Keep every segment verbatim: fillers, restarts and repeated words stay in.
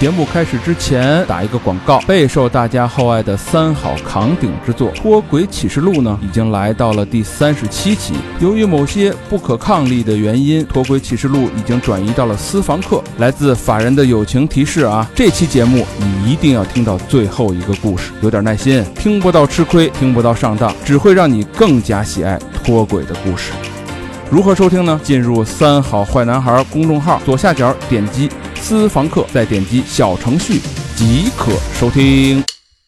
节目开始之前打一个广告，备受大家厚爱的三好扛鼎之作《脱轨启示录》呢，已经来到了第三十七期。由于某些不可抗力的原因，《脱轨启示录》已经转移到了私房课。来自法人的友情提示啊，这期节目你一定要听到最后一个故事，有点耐心，听不到吃亏，听不到上当，只会让你更加喜爱脱轨的故事。如何收听呢？进入三好坏男孩公众号左下角点击私房课，再点击小程序即可收听。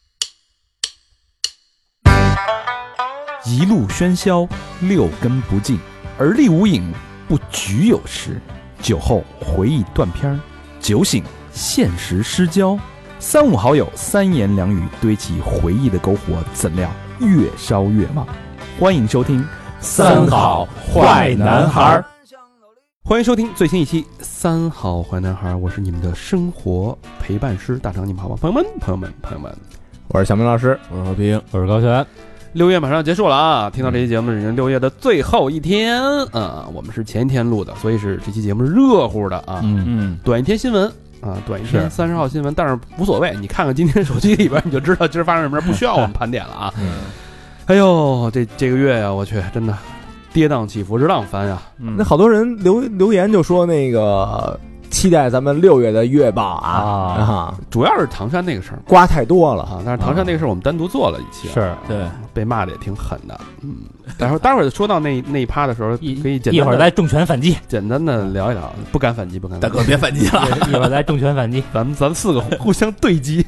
一路喧嚣，六根不净，而立无影，不局有时。酒后回忆断片，酒醒现实失焦。三五好友，三言两语堆起回忆的篝火，怎料越烧越旺。欢迎收听三好坏男孩， 欢迎收听最新一期《三好坏男孩》，我是你们的生活陪伴师大长，你们好吗？朋友们，朋友们，朋友们， 我是小明老师， 我是和平， 我是高璇。 六月马上结束了啊！听到这期节目已经六月的最后一天啊，我们是前一天录的，所以是这期节目是热乎的啊。 嗯嗯， 短一天新闻啊，短一天三十号新闻，但是无所谓，你看看今天手机里边你就知道今儿发生什么事，不需要我们盘点了啊。 嗯， 哎呦，这这个月呀、啊，我去，真的跌宕起伏，直浪翻呀。 嗯、那好多人留留言就说那个期待咱们六月的月报啊，啊主要是唐山那个事儿， 瓜太多了啊。但是唐山那个事儿我们单独做了一期、啊， 是对，被骂的也挺狠的。嗯，待会儿待会儿说到那那一趴的时候，可以简单一会儿再重拳反击， 简单的聊一聊，不敢反击，不敢反击。 大哥别反击了， 一会儿再重拳反击， 咱们咱们四个互相对击。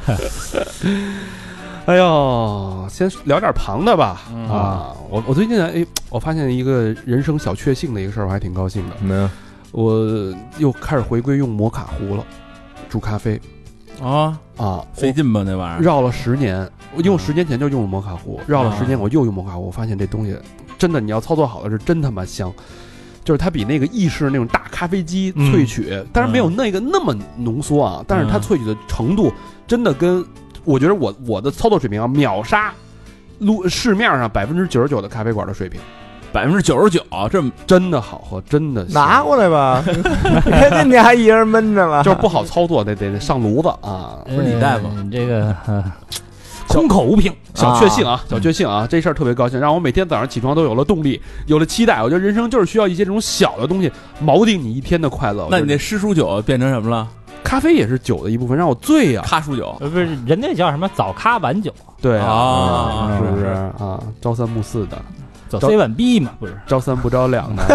哎呦，先聊点旁的吧。嗯、啊，我我最近哎，我发现一个人生小确幸的一个事儿，我还挺高兴的。 没有， 我又开始回归用摩卡壶了，煮咖啡。 啊啊， 费劲吧那玩意儿？ 绕了十年，我因为我十年前就用了摩卡壶，绕了十年我又用摩卡壶，我发现这东西真的，你要操作好了是真他妈香。就是它比那个意式那种大咖啡机萃取，嗯、当然没有那个那么浓缩啊，嗯、但是它萃取的程度真的跟。我觉得我我的操作水平啊，秒杀路市面上百分之九十九的咖啡馆的水平， 百分之九十九，这真的好喝，真的拿过来吧，别跟你还一人闷着了， 就是不好操作，得得得上炉子啊， 不是你带吗？ 你、呃、这个、呃、空口无凭， 小确幸啊，小确幸啊，这事儿特别高兴，让我每天早上起床都有了动力，有了期待。我觉得人生就是需要一些这种小的东西锚定你一天的快乐。 那你那湿薯酒变成什么了？ 咖啡也是酒的一部分，让我醉啊！ 咖薯酒， 不是人家叫什么早咖晚酒？ 对啊， 嗯、是不是啊？朝三暮四的， 早 C 晚 B 嘛，不是朝三不着两的。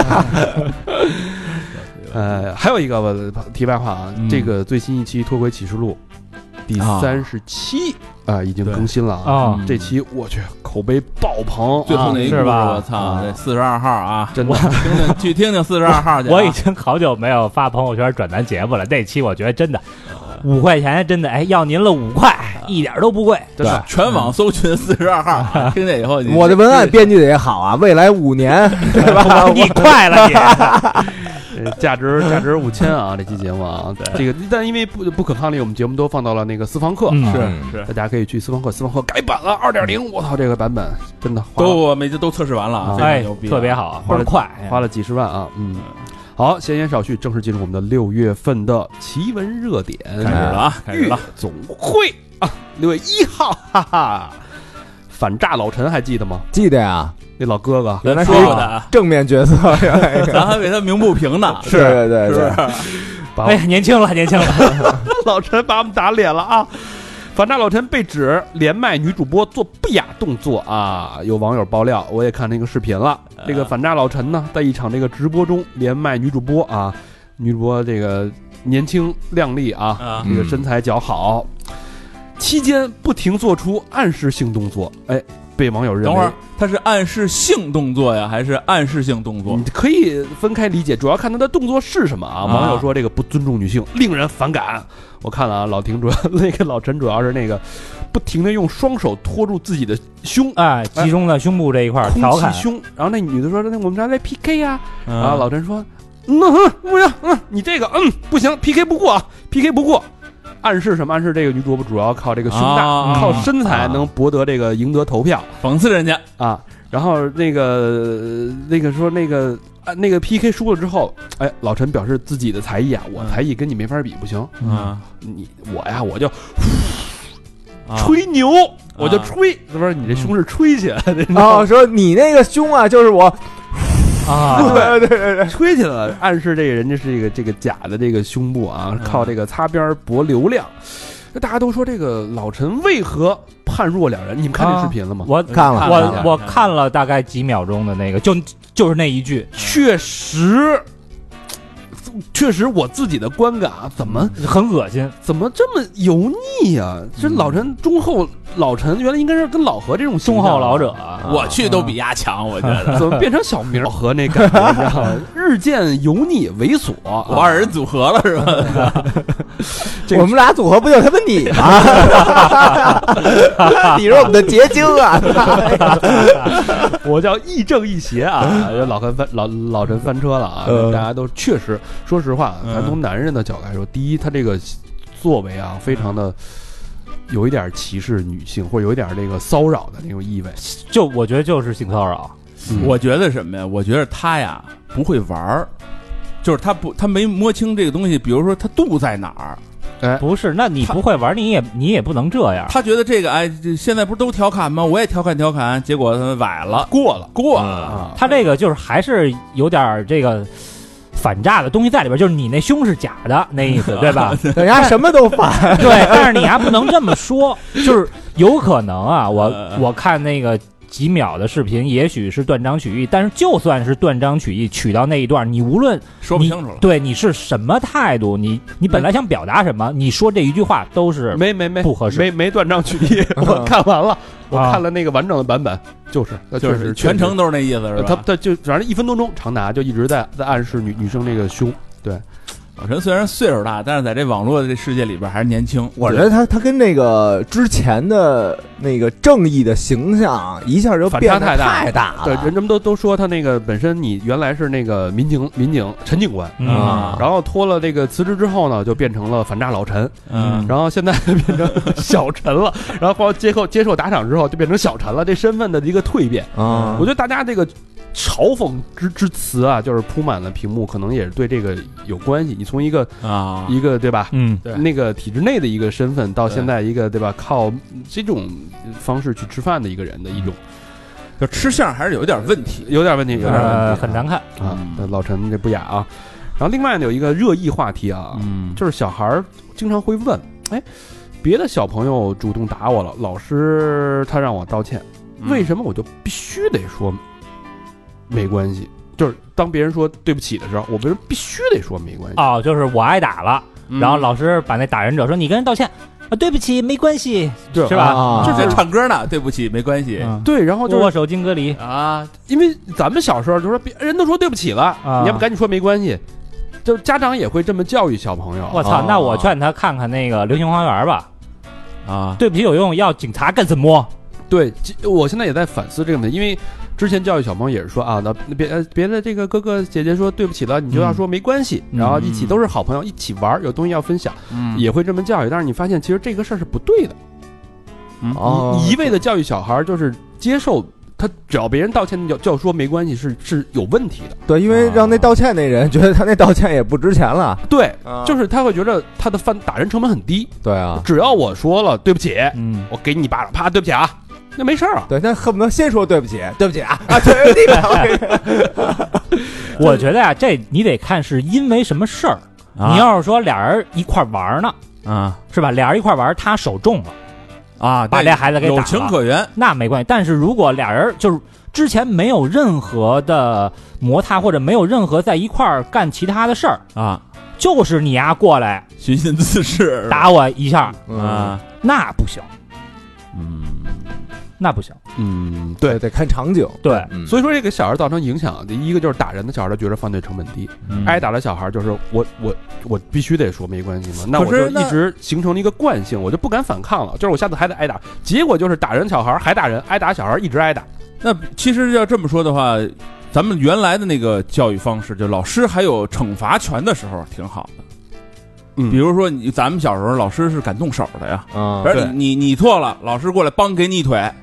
呃，还有一个我题外话啊，嗯、这个最新一期《脱轨启示录》第三十七啊、呃，已经更新了啊。这期我去口碑爆棚， 最后那一故事我操，这四十二号啊， 真的， 听听去听听四十二号去、啊。 我已经好久没有发朋友圈转咱节目了，这期我觉得真的。五块钱真的哎，要您了五块，一点都不贵， 真的。全网搜寻四十二号，听见以后， 我的文案编辑的也好啊，未来五年，对吧？ 你快了你， 价值价值五千啊！这期节目啊，这个但因为不不可抗力，我们节目都放到了那个私房课， 嗯、 是是， 大家可以去私房课，私房课改版了二点零，我操，这个版本真的都我每次都测试完了啊， 哎， 牛逼， 特别好， 花了快， 花了几十万啊，嗯。好，闲言少叙，正式进入我们的六月份的奇闻热点， 开始了啊，开始了。 总会啊，六月一号，哈哈，反诈老陈还记得吗？ 记得呀， 那老哥哥原来是正面角色， 咱还给他鸣不平呢。 是，对对对， 哎呀，年轻了，年轻了， 老陈把我们打脸了啊！反诈老陈被指连麦女主播做不雅动作啊！有网友爆料，我也看那个视频了。这个反诈老陈呢，在一场这个直播中连麦女主播啊，女主播这个年轻靓丽啊，这个身材姣好，期间不停做出暗示性动作，哎，被网友认为等会儿他是暗示性动作呀，还是暗示性动作？ 你可以分开理解，主要看他的动作是什么啊。网友说这个不尊重女性，令人反感。我看了啊，老婷主要那个老陈主要是那个不停的用双手托住自己的胸， 哎，集中在胸部这一块调侃胸。然后那女的说：“那我们家来 P K 呀、啊。”然后老陈说：“嗯嗯，不行，嗯，你这个嗯不行 ，P K 不过啊 ，P K 不过。”暗示什么？暗示这个女主播主要靠这个胸大，啊、靠身材能博得这个赢得投票， 讽刺人家啊。 然后那个那个说那个啊那个 P K 输了之后，哎，老陈表示自己的才艺啊，我才艺跟你没法比，不行， 啊， 你我呀我就啊吹牛，我就吹，他说你这胸是吹起来的，你知道吗哦，说你那个胸啊，就是我啊， 对对对对， 吹起来了，暗示这个人家是一个这个假的这个胸部啊，靠这个擦边博流量。那大家都说这个老陈为何判若两人？你们看这视频了吗？ 我看了我我看了大概几秒钟的那个，就就是那一句， 确实，确实我自己的观感啊，怎么很恶心。 怎么这么油腻啊？这老陈忠厚老陈原来应该是跟老何这种形忠象厚老者， 我去都比丫强，我觉得。 怎么变成小明老何那感觉？你知道吗？日渐油腻猥琐， 我二人组合了是吧？ 这个我们俩组合不就他妈你吗？你是我们的结晶啊！ 我叫亦正亦邪啊！老何翻老老陈翻车了啊！ 呃大家都确实，说实话， 嗯咱从男人的角度来说，第一，他这个作为啊，非常的有一点歧视女性，或者有一点那个骚扰的那种意味。 就我觉得就是性骚扰。 嗯我觉得什么呀？我觉得他呀不会玩儿，就是他不他没摸清这个东西，比如说他度在哪儿。 哎， 不是，那你不会玩，你也你也不能这样。 他觉得这个哎，这现在不是都调侃吗？我也调侃调侃，结果他崴了，过了，过了啊！ 他这个就是还是有点这个反诈的东西在里边，就是你那胸是假的那意思，对吧？ 人家什么都反， 对，但是你还不能这么说，就是有可能啊，我呃我看那个几秒的视频，也许是断章取义，但是就算是断章取义，取到那一段，你无论你说不清楚了。 对你是什么态度，你你本来想表达什么，你说这一句话都是没没没不合适没没断章取义。我看完了，我看了那个完整的版本，就是那确实就是全程都是那意思，是吧？ 他他就反正一分多钟长达，就一直在在暗示女女生那个胸。对， 老陈虽然岁数大，但是在这网络的这世界里边还是年轻。 我觉得他他跟那个之前的那个正义的形象一下就变得反差太大太大了。 对，人们都都说他那个本身你原来是那个民警民警陈警官， 嗯啊然后脱了这个辞职之后呢，就变成了反诈老陈， 嗯， 然后现在变成小陈了，然后后来接受接受打赏之后就变成小陈了，这身份的一个蜕变。 啊我觉得大家这个嘲讽之之词啊，就是铺满了屏幕，可能也是对这个有关系。你从一个啊， 一个对吧？ 嗯， 对那个体制内的一个身份，到现在一个对吧，靠这种方式去吃饭的一个人的一种， 就吃相还是有点问题。 有点问题，有点问呃题， 很难看。 啊。那老陈这不雅啊。然后另外呢，有一个热议话题啊， 嗯， 就是小孩儿经常会问，哎，别的小朋友主动打我了，老师他让我道歉，为什么我就必须得说没关系？就是当别人说对不起的时候，我为什么必须得说没关系？ 哦，就是我挨打了， 嗯然后老师把那打人者说你跟人道歉啊，对不起，没关系， 对是吧？ 啊这在唱歌呢，对不起，没关系嗯对，然后就是握手金隔离。 啊。 因为咱们小时候就说别人都说对不起了， 啊你要不赶紧说没关系，就家长也会这么教育小朋友。 我操， 哦那我劝他看看那个《流星花园》吧。 啊， 对不起有用，要警察干什么？ 对，其我现在也在反思这个问题，因为之前教育小朋友也是说啊，那那别呃别的这个哥哥姐姐说对不起了，你就要说没关系， 嗯然后一起都是好朋友，一起玩，有东西要分享， 嗯也会这么教育。但是你发现其实这个事儿是不对的， 嗯哦你一味的教育小孩儿就是接受他，只要别人道歉就就要说没关系，是是有问题的。 对，因为让那道歉那人觉得他那道歉也不值钱了。 对， 啊就是他会觉得他的犯打人成本很低， 对啊， 只要我说了对不起， 嗯， 我给你一巴掌，啪，对不起啊，那没事儿啊。 对，那恨不得先说对不起，对不起啊啊，对不起， 我觉得呀、这你得看是因为什么事儿。 啊你要是说俩人一块玩呢， 啊是吧？俩人一块玩，他手重了， 啊， 把这孩子给打有了情可原。 那没关系。但是如果俩人就是之前没有任何的摩擦，或者没有任何在一块儿干其他的事儿， 啊， 就是你丫过来寻衅滋事打我一下， 啊， 那不行， 嗯， 那不行。 嗯， 对，得看场景。 对， 嗯所以说这个小孩造成影响，第一个就是打人的小孩，他觉得犯罪成本低； 嗯挨打的小孩就是我我我必须得说没关系嘛，那我可是那就一直形成了一个惯性，我就不敢反抗了，就是我下次还得挨打。结果就是打人小孩还打人，挨打小孩一直挨打。 那其实要这么说的话，咱们原来的那个教育方式，就老师还有惩罚权的时候挺好的。 嗯比如说你咱们小时候，老师是敢动手的呀。 啊而你你你错了，老师过来帮给你一腿，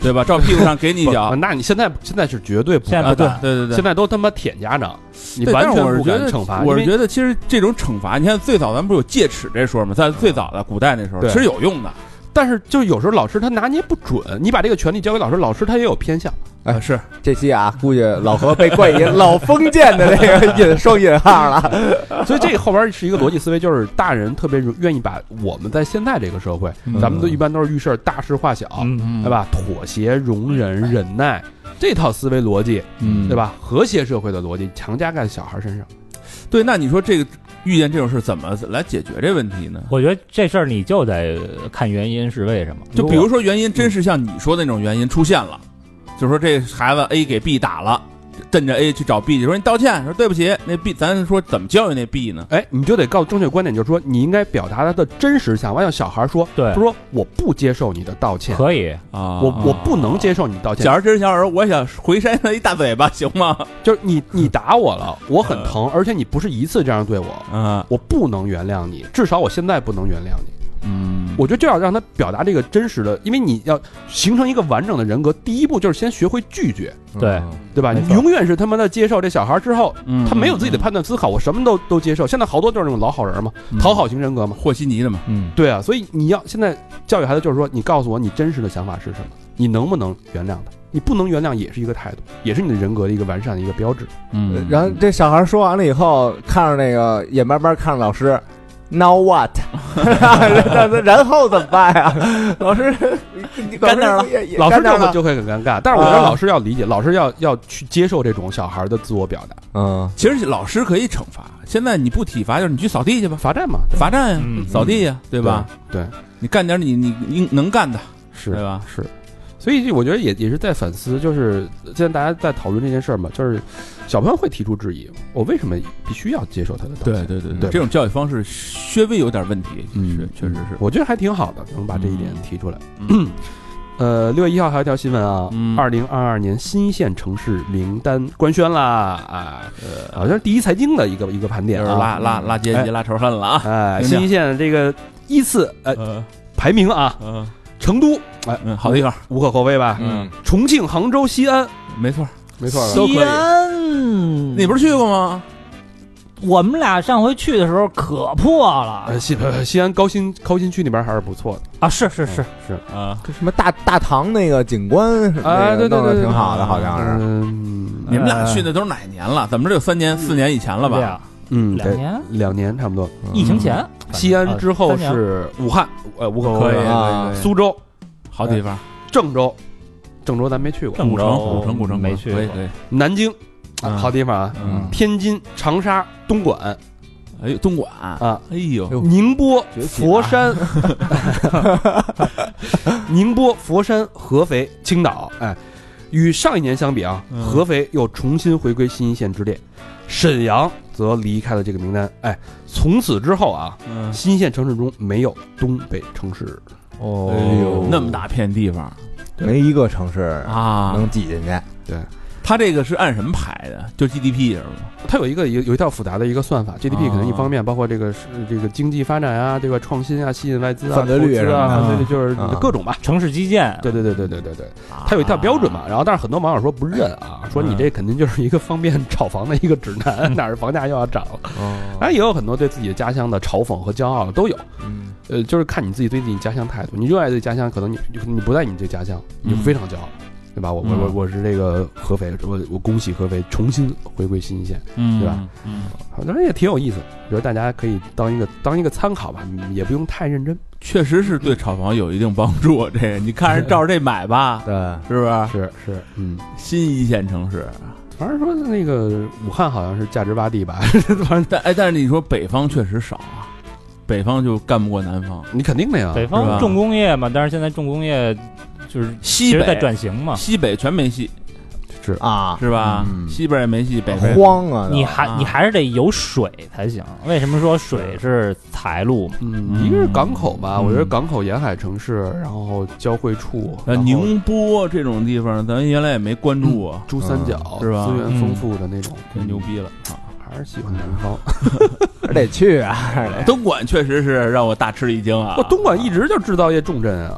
对吧？照屁股上给你一脚不，那你现在现在是绝对不现在敢， 对不敢对对对。 现在都他妈舔家长，你对但是完全不我是觉得敢惩罚。 我是因为觉得其实这种惩罚，你看最早咱们不是有戒尺这说吗？在最早的古代那时候， 对其实有用的。 但是就有时候老师他拿捏不准，你把这个权利交给老师，老师他也有偏向。 哎啊是这期啊，估计老何被冠以老封建的这个引双引号了。 所以这个后边是一个逻辑思维，就是大人特别愿意把我们在现在这个社会， 嗯咱们都一般都是遇事儿大事化小， 嗯对吧？妥协、容忍、忍耐这套思维逻辑， 嗯对吧？和谐社会的逻辑强加在小孩身上。 对，那你说这个遇见这种事怎么来解决这问题呢？ 我觉得这事儿你就得看原因是为什么。 就比如说原因真是像你说的那种原因出现了，就是说这孩子 A 给 B 打了，瞪着 A 去找 B 去说你道歉，说对不起，那 B 咱说怎么教育那 B 呢？ 哎，你就得告诉正确观点，就是说你应该表达他的真实想法，让小孩说， 对他说我不接受你的道歉， 可以， 啊我我不能接受你道歉假。如真是小孩，我想回扇他一大嘴巴，行吗？ 就是你你打我了，我很疼，而且你不是一次这样对我， 啊， 我不能原谅你，至少我现在不能原谅你。 嗯， 我觉得就要让他表达这个真实的，因为你要形成一个完整的人格，第一步就是先学会拒绝， 对对吧？ 没错你永远是他妈的接受这小孩之后， 嗯他没有自己的判断思考，我什么都都接受。现在好多就是那种老好人嘛， 嗯讨好型人格嘛。 和稀泥的嘛， 嗯， 对啊，所以你要现在教育孩子，就是说，你告诉我你真实的想法是什么，你能不能原谅他？你不能原谅也是一个态度，也是你的人格的一个完善的一个标志。 嗯然后这小孩说完了以后，看着那个眼巴巴看着老师，Now what？然后怎么办呀？老师，你干那儿了老师干那儿了。 就会就会很尴尬，但是我觉得啊老师要理解，老师要要去接受这种小孩的自我表达， 嗯， 其实老师可以惩罚，现在你不体罚，就是你去扫地去吧， 罚站嘛， 罚站呀， 嗯扫地呀，对吧？ 对， 你干点你你你能干的， 是对吧？ 是，所以我觉得也也是在反思，就是现在大家在讨论这件事儿嘛，就是小朋友会提出质疑，我为什么必须要接受他的道歉？ 对对对这种教育方式稍微有点问题， 嗯是确实是。 我觉得还挺好的，能把这一点提出来。 嗯呃，六月一号还有一条新闻啊嗯， 二零二二年新一线城市名单官宣啦啊，呃，好像是第一财经的一个一个盘点就是啊， 拉拉拉阶级哎拉仇恨了啊！ 哎， 听听新一线这个依次呃嗯排名啊， 嗯成都哎嗯，好地方， 无可厚非吧？ 嗯， 重庆、杭州、西安， 没错， 没错吧， 都可以西安， 你不是去过吗？ 我们俩上回去的时候可破了呃，西呃西安高新高新区那边还是不错的， 啊！是是是， 是啊， 这什么大大唐那个景观， 啊那个弄得对对对对挺好的，好像是。 嗯你们俩去的都是哪年了？怎么着有三年、四年以前了吧？ 两嗯，对， 两年， 两年差不多。 疫情前， 西安之后三年是武汉，呃，无可厚可以非啊可以可以苏州、 好地方， 郑州，郑州咱没去过， 郑州古城古城没去过可以可以。 南京， 嗯好地方啊， 嗯， 天津、长沙、东莞哎呦，东莞啊， 哎呦， 宁波、 崛起啊佛山、宁波、佛山、合肥、青岛，哎，与上一年相比啊， 嗯合肥又重新回归新一线之列，沈阳则离开了这个名单，哎，从此之后啊， 嗯， 新一线城市中没有东北城市， 哦哎呦，那么大片地方没一个城市啊， 能挤进去。 它这个是按什么排的？就 G D P 是吗？ 它有一个有有一套复杂的一个算法，G D P 哦可能一方面包括这个是这个经济发展啊，这个创新啊，吸引外资啊， 犯罪率投资啊， 什么的犯罪率就是啊各种吧。 城市基建， 对对对对对对对，它有一套标准嘛。然后但是很多网友说不认啊，说你这肯定就是一个方便炒房的一个指南，哪儿房价又要涨了。 哦， 当然也有很多对自己的家乡的嘲讽和骄傲的都有。 嗯， 呃，就是看你自己对自己家乡态度。你热爱自己家乡，可能你你不在你这家乡，你会非常骄傲。对吧？我我我我是这个合肥，我我恭喜合肥重新回归新一线， 嗯， 对吧？ 嗯， 好像也挺有意思。觉得大家可以当一个当一个参考吧，嗯也不用太认真。 确实是对炒房有一定帮助。这个你看人照着这买吧， 对， 是不是？ 是是，嗯， 新一线城市， 反正说那个武汉好像是价值洼地吧，反正但哎，但是你说北方确实少啊，北方就干不过南方。 你肯定的呀。 北是吧方重工业嘛，但是现在重工业就是西北其实在转型嘛， 西北全没戏， 是啊， 是吧？ 嗯西边也没戏，北边荒啊，都你还啊你还是得有水才行。为什么说水是财路嘛？ 嗯，一个是港口吧， 嗯我觉得港口沿海城市，然后交汇处， 呃， 然后宁波这种地方，咱原来也没关注啊， 珠三角是吧资源丰富的那种， 太牛逼了啊！ 还是喜欢南方。 还得去啊，还得东莞确实是让我大吃一惊啊！ 我东莞一直就制造业重镇啊，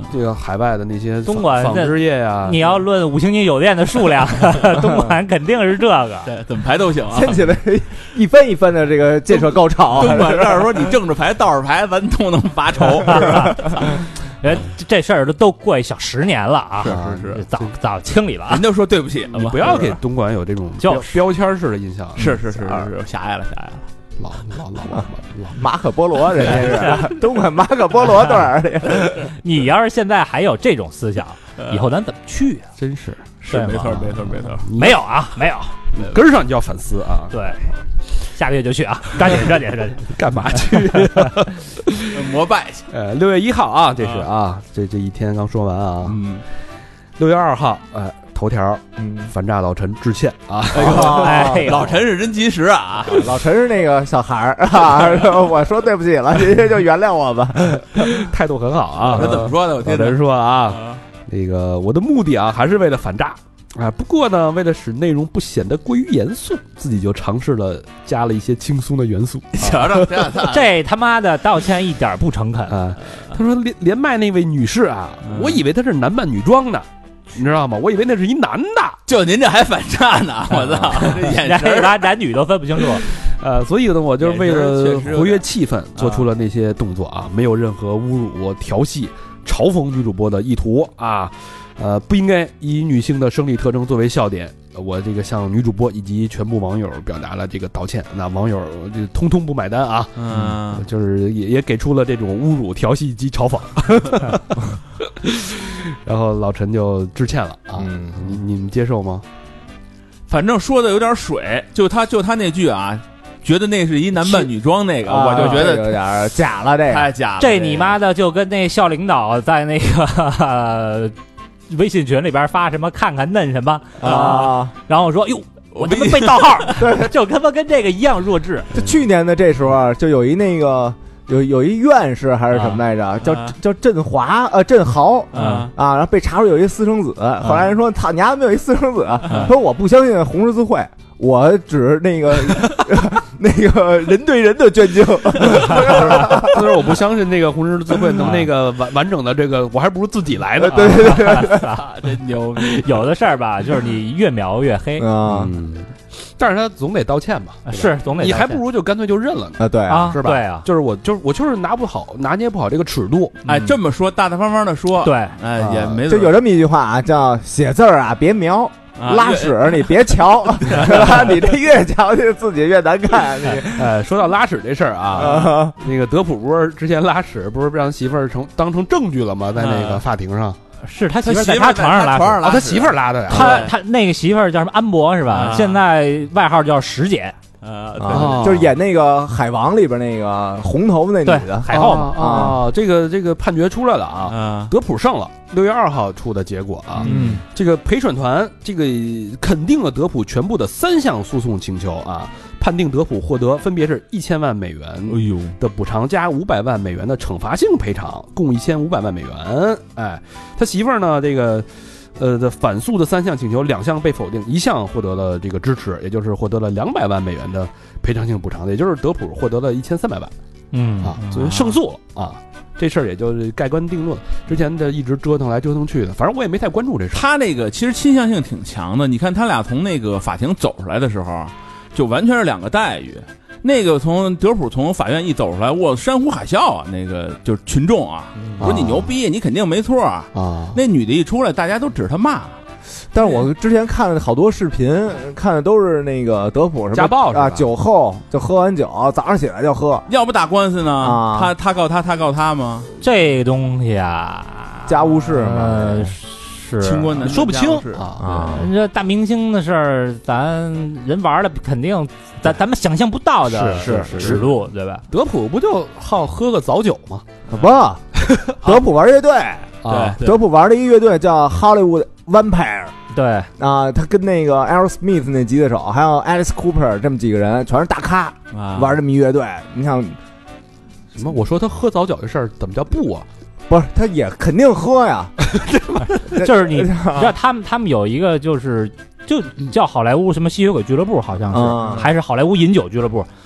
这个海外的那些东莞纺织业呀， 你要论五星级酒店的数量，东莞肯定是这个。 对，怎么排都行啊。 牵起来一分一分的这个建设高潮。 东莞这儿说你正着排、倒着排，咱都能拔筹，是吧？ 人这事儿都都过去小十年了啊， 是是是， 早早清理了啊人。就说对不起， 你不要给东莞有这种标就是标签式的印象。 是是是是是，狭隘了狭隘了。 老老老老老马可波罗，人家是东莞马可波罗队儿。 你要是现在还有这种思想，以后咱怎么去啊？ 真是是没错没错没错， 没有啊，没有。 根儿上就要反思啊！ 对，下个月就去啊，抓紧抓紧抓紧。 干嘛去？ 膜拜去。 呃，六月一号啊，这是啊，这这一天刚说完啊。 嗯， 六月二号，哎，头条， 嗯， 反诈老陈致歉啊。 哎呦老陈是真及时啊。 老陈是那个小孩儿啊，我说对不起了，您就原谅我吧。 态度很好啊。 他怎么说的？我老听着陈说啊，那个我的目的啊，还是为了反诈。啊，不过呢，为了使内容不显得过于严肃，自己就尝试了加了一些轻松的元素。 瞧瞧， 这他妈的道歉一点不诚恳啊！他说连连麦那位女士啊，我以为她是男扮女装呢，你知道吗？我以为那是一男的， 就您这还反诈呢！我操，这眼神男男女都分不清楚。 呃，所以呢，我就是为了活跃气氛， 啊做出了那些动作啊，没有任何侮辱、调戏、嘲讽女主播的意图啊。呃，不应该以女性的生理特征作为笑点。我这个向女主播以及全部网友表达了这个道歉，那网友就通通不买单啊， 嗯， 就是也也给出了这种侮辱、调戏及嘲讽。然后老陈就致歉了啊， 嗯， 你你们接受吗？ 反正说的有点水，就他就他那句啊，觉得那是一男扮女装那个，我就觉得有点假了，这个太假了。 这你妈的就跟那校领导在那个微信群里边发什么看看嫩什么啊， 然后说哟。我他妈被盗号，就他妈跟这个一样弱智。 就去年的这时候啊，就有一那个有有一院士还是什么来着，叫叫振华呃振豪啊，然后被查出有一私生子，后来人说操你丫没有一私生子，说我不相信红十字会。我只那个那个人对人的捐精， 他说我不相信那个红十字会能那个完完整的这个，我还不如自己来呢。 对对对， 真牛逼！ 有的事儿吧，就是你越描越黑啊。 嗯，但是他总得道歉吧？ 是总得， 你还不如就干脆就认了呢。 啊，对啊， 是吧？ 对啊， 就是我就是我就是拿不好拿捏不好这个尺度。 哎，这么说大大方方的说， 对， 哎也没就有这么一句话啊，叫写字儿啊别描。拉屎你别瞧，你这越瞧就自己越难看。你呃，说到拉屎这事儿啊，那个德普不是之前拉屎不是让媳妇儿成当成证据了吗？在那个法庭上， 是他媳妇在他床上拉屎， 哦，他媳妇儿拉的呀。 他他那个媳妇儿叫什么安博是吧？现在外号叫石姐。 啊， 就是演那个《海王》里边那个红头发那女的海后嘛啊，这个这个判决出来了啊，德普胜了。六月二号出的结果啊， 嗯， 这个陪审团这个肯定了德普全部的三项诉讼请求啊，判定德普获得分别是一千万美元哎呦的补偿加五百万美元的惩罚性赔偿，共一千五百万美元。哎，他媳妇儿呢，这个。呃的反诉的三项请求，两项被否定，一项获得了这个支持，也就是获得了两百万美元的赔偿性补偿，也就是德普获得了一千三百万， 嗯啊，所以胜诉了啊，这事儿也就是盖棺定论。之前的一直折腾来折腾去的，反正我也没太关注这事儿。 他那个其实倾向性挺强的，你看他俩从那个法庭走出来的时候，就完全是两个待遇。那个从德普从法院一走出来，哇，山呼海啸啊！那个就是群众啊，说你牛逼，你肯定没错啊。 啊， 那女的一出来，大家都指他骂。 但是我之前看了好多视频，看的都是那个德普什么家暴啊，酒后就喝完酒，早上起来就喝， 要不打官司呢？ 啊、 他他告他，他告他吗？ 这个东西啊， 家务事嘛。 呃是清官难说不清啊啊！你这大明星的事儿，咱人玩的肯定，咱咱们想象不到的是是尺度，对吧？ 德普不就好喝个早酒吗？ 不，德普玩乐队啊， 德普玩的一乐队叫 Hollywood Vampire。 对啊，他跟那个 Aerosmith 那吉他手，还有 Alice Cooper 这么几个人，全是大咖， 啊、 玩这么一乐队。你想什么？我说他喝早酒的事儿怎么叫不啊？ 不是，他也肯定喝呀。 就是你知道他们他们有一个就是就叫好莱坞什么吸血鬼俱乐部，好像是、 嗯、 还是好莱坞饮酒俱乐部。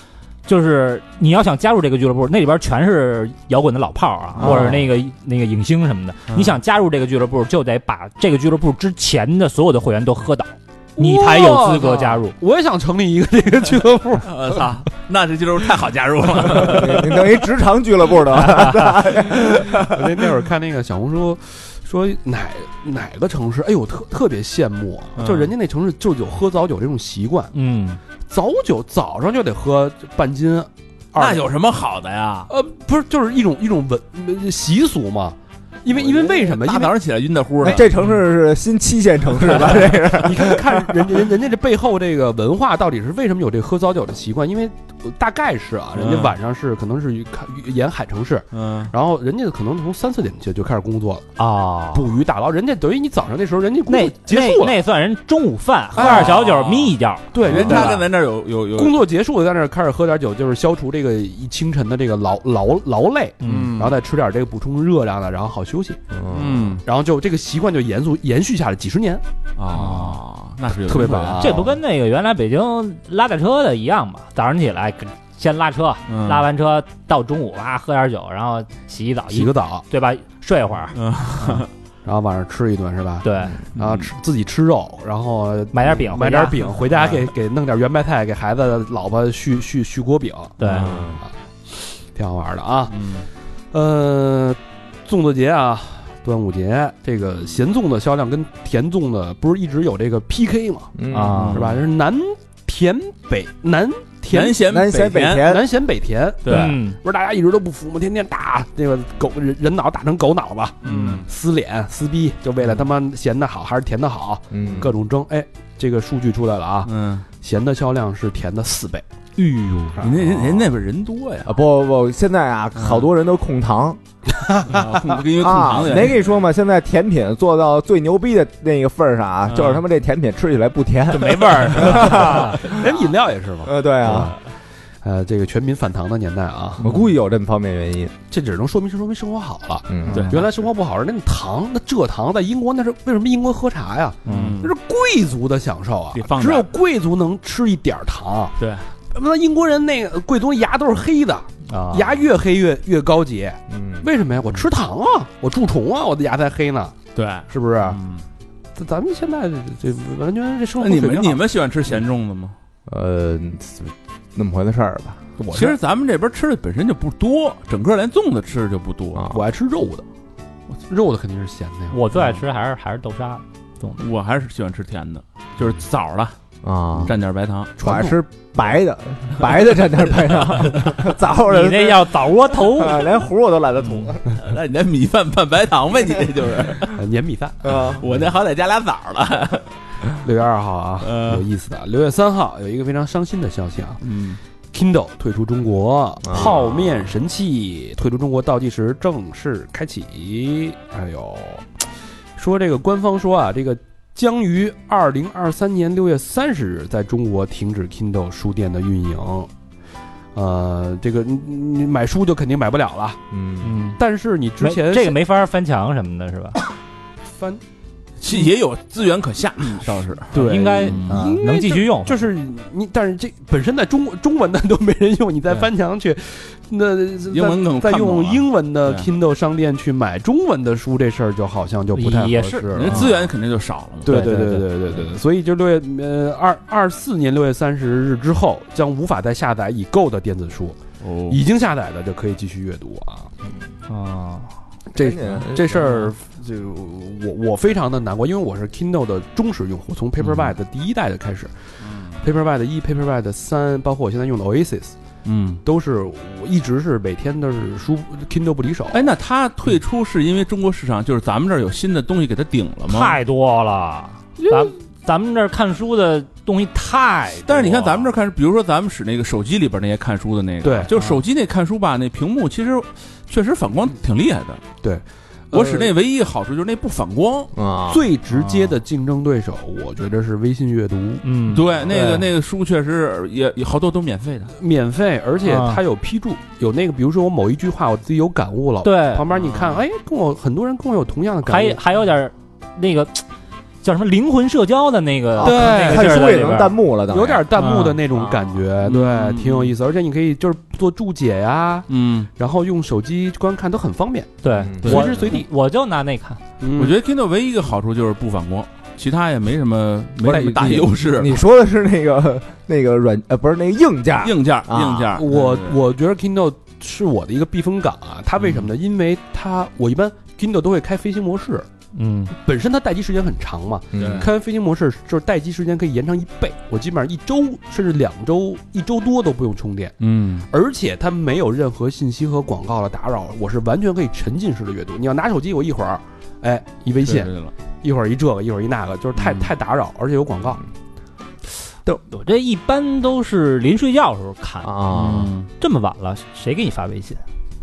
就是你要想加入这个俱乐部，那里边全是摇滚的老炮儿啊， 哦或者那个那个影星什么的。 嗯你想加入这个俱乐部，就得把这个俱乐部之前的所有的会员都喝倒，你才有资格加入。 我也想成立一个这个俱乐部。 我操，那这俱乐部太好加入了。 你等于职场俱乐部的。 我那那会儿看那个小红书，说哪哪个城市，哎呦，特特别羡慕啊！ 嗯就人家那城市就有喝早酒这种习惯， 嗯， 早酒早上就得喝半斤。 那有什么好的呀？ 呃，不是，就是一种一种文呃习俗嘛。因为因为为什么？因为大早上起来晕的乎的。 这城市是新七线城市吧？这是你看看人人人家这背后这个文化到底是为什么有这喝早酒的习惯？因为大概是啊，人家晚上是可能是看沿海城市， 嗯， 然后人家可能从三四点就就开始工作了啊， 捕鱼打捞。人家等于你早上那时候人家工那作结束了， 那那算人中午饭，喝点小酒，眯一觉。 对， 人家跟咱这儿有有有工作结束了，在那儿开始喝点酒，就是消除这个一清晨的这个劳劳劳累， 嗯， 然后再吃点这个补充热量的，然后好休息。 嗯然后就这个习惯就延续延续下来几十年。 啊，那是有特别棒啊这不跟那个原来北京拉大车的一样吗？早上起来先拉车， 嗯拉完车到中午啊喝点酒，然后洗洗澡， 洗个澡， 对吧？睡一会儿， 嗯然后晚上吃一顿是吧？ 对， 然后吃自己吃肉，然后买点饼， 买点饼回家给给弄点圆白菜给孩子老婆续续续锅饼， 对， 挺好玩的啊。 嗯呃，粽子节啊，端午节这个咸粽的销量跟甜粽的不是一直有这个 P K 吗？ 啊是吧？这是南甜北南甜南咸南咸北甜， 甜， 南咸北甜， 对嗯不是大家一直都不服吗？天天打那个狗人人脑打成狗脑吧， 嗯撕脸撕逼，就为了他妈咸的好还是甜的好， 嗯， 各种争。哎，这个数据出来了啊， 嗯， 咸的销量是甜的四倍。 哎呦，你那人人那边人多呀， 啊不不不，现在啊，好多人都控糖啊控因为控啊， 糖的没跟你说吗？现在甜品做到最牛逼的那个份儿上啊，就是他妈这甜品吃起来不甜， 就没味儿，是吧？ 人饮料也是嘛， 呃，对啊， 呃，这个全民反糖的年代啊， 我估计有这么方面原因。 这只能说明是说明生活好了。 嗯， 对原来生活不好，那糖那蔗糖在英国那是为什么英国喝茶呀？ 嗯那是贵族的享受啊得放，点只有贵族能吃一点糖。 对， 那英国人那个贵族牙都是黑的， 啊， 牙越黑越越高级。 嗯， 为什么呀？我吃糖啊，我蛀虫啊，我的牙才黑呢， 对， 是不是？ 嗯咱咱们现在这这完全这生活那你水平好们你们喜欢吃咸粽子吗？ 呃，那么回事儿吧。 我其实咱们这边吃的本身就不多，整个连粽子吃的就不多啊我爱吃肉的，肉的肯定是咸的呀。 我最爱吃还是还是豆沙， 我还是喜欢吃甜的，就是枣了啊， 蘸点白糖。 我爱吃白的，白的蘸点白糖，枣的你那叫枣窝头， 啊连糊我都懒得吐那你那米饭拌白糖呗，你这就是。 呃粘米饭。 啊。 我那好歹加俩枣了。 六月二号啊， 呃有意思的。六月三号有一个非常伤心的消息啊嗯 ，Kindle 退出中国，泡面神器退出中国倒计时正式开启。哎呦，说这个官方说啊，这个将于二零二三年六月三十日在中国停止 Kindle 书店的运营。呃，这个你你买书就肯定买不了了， 嗯， 嗯， 但是你之前没这个没法翻墙什么的，是吧？ 翻其实也有资源可下，倒是。 对应该嗯啊应该能继续用， 就是你，但是这本身在中中文的都没人用，你再翻墙去，那英文更再看不懂了用英文的对 Kindle 商店去买中文的书，这事儿就好像就不太也是合适了。 人资源肯定就少了嘛。 对对对对对对对对对，所以就六月呃二二四年六月三十日之后，将无法再下载已购的电子书， 哦已经下载的就可以继续阅读啊。 啊， 这赶紧这事儿就我我非常的难过，因为我是 Kindle 的忠实用户，从 Paperwhite 的第一代就开始、 嗯 ，Paperwhite 一、Paperwhite 三，包括我现在用的 Oasis， 嗯。 都是我一直是每天都是书 Kindle 不离手。 哎，那他退出是因为中国市场就是咱们这儿有新的东西给他顶了吗？ 太多了，咱咱们这儿看书的东西太多了， 但是你看咱们这儿看，比如说咱们使那个手机里边那些看书的那个， 对就是手机那看书吧，那屏幕其实确实反光挺厉害的。 对， 我使那唯一好处就是那不反光。 啊， 最直接的竞争对手，我觉得是微信阅读， 嗯， 对，那个对那个书确实也也好多都免费的。 免费，而且啊它有批注，有那个，比如说我某一句话我自己有感悟了， 对， 旁边你看，哎，跟我很多人跟我有同样的感悟， 还还有点儿那个叫什么灵魂社交的那个， 对那个看书也能劲儿在里边弹幕了，等于有点弹幕的那种感觉，对， 嗯挺有意思。而且你可以就是做注解呀， 嗯， 然后用手机观看都很方便， 对， 嗯对随时随地。 我就拿那看， 嗯我觉得 Kindle 唯一一个好处就是不反光，其他也没什么没什么大你优势。 你说的是那个那个软呃不是那个硬件硬件啊硬件， 我对对对我觉得 Kindle 是我的一个避风港啊。它为什么呢？因为它我一般 Kindle 都会开飞行模式， 嗯， 本身它待机时间很长嘛， 嗯开完飞行模式就是待机时间可以延长一倍，我基本上一周甚至两周、一周多都不用充电， 嗯而且它没有任何信息和广告的打扰，我是完全可以沉浸式的阅读。你要拿手机，我一会儿，哎，一微信， 对对了一会儿一这个，一会儿一那个，就是太、 嗯太打扰，而且有广告。 我这一般都是临睡觉的时候看， 啊嗯这么晚了，谁给你发微信？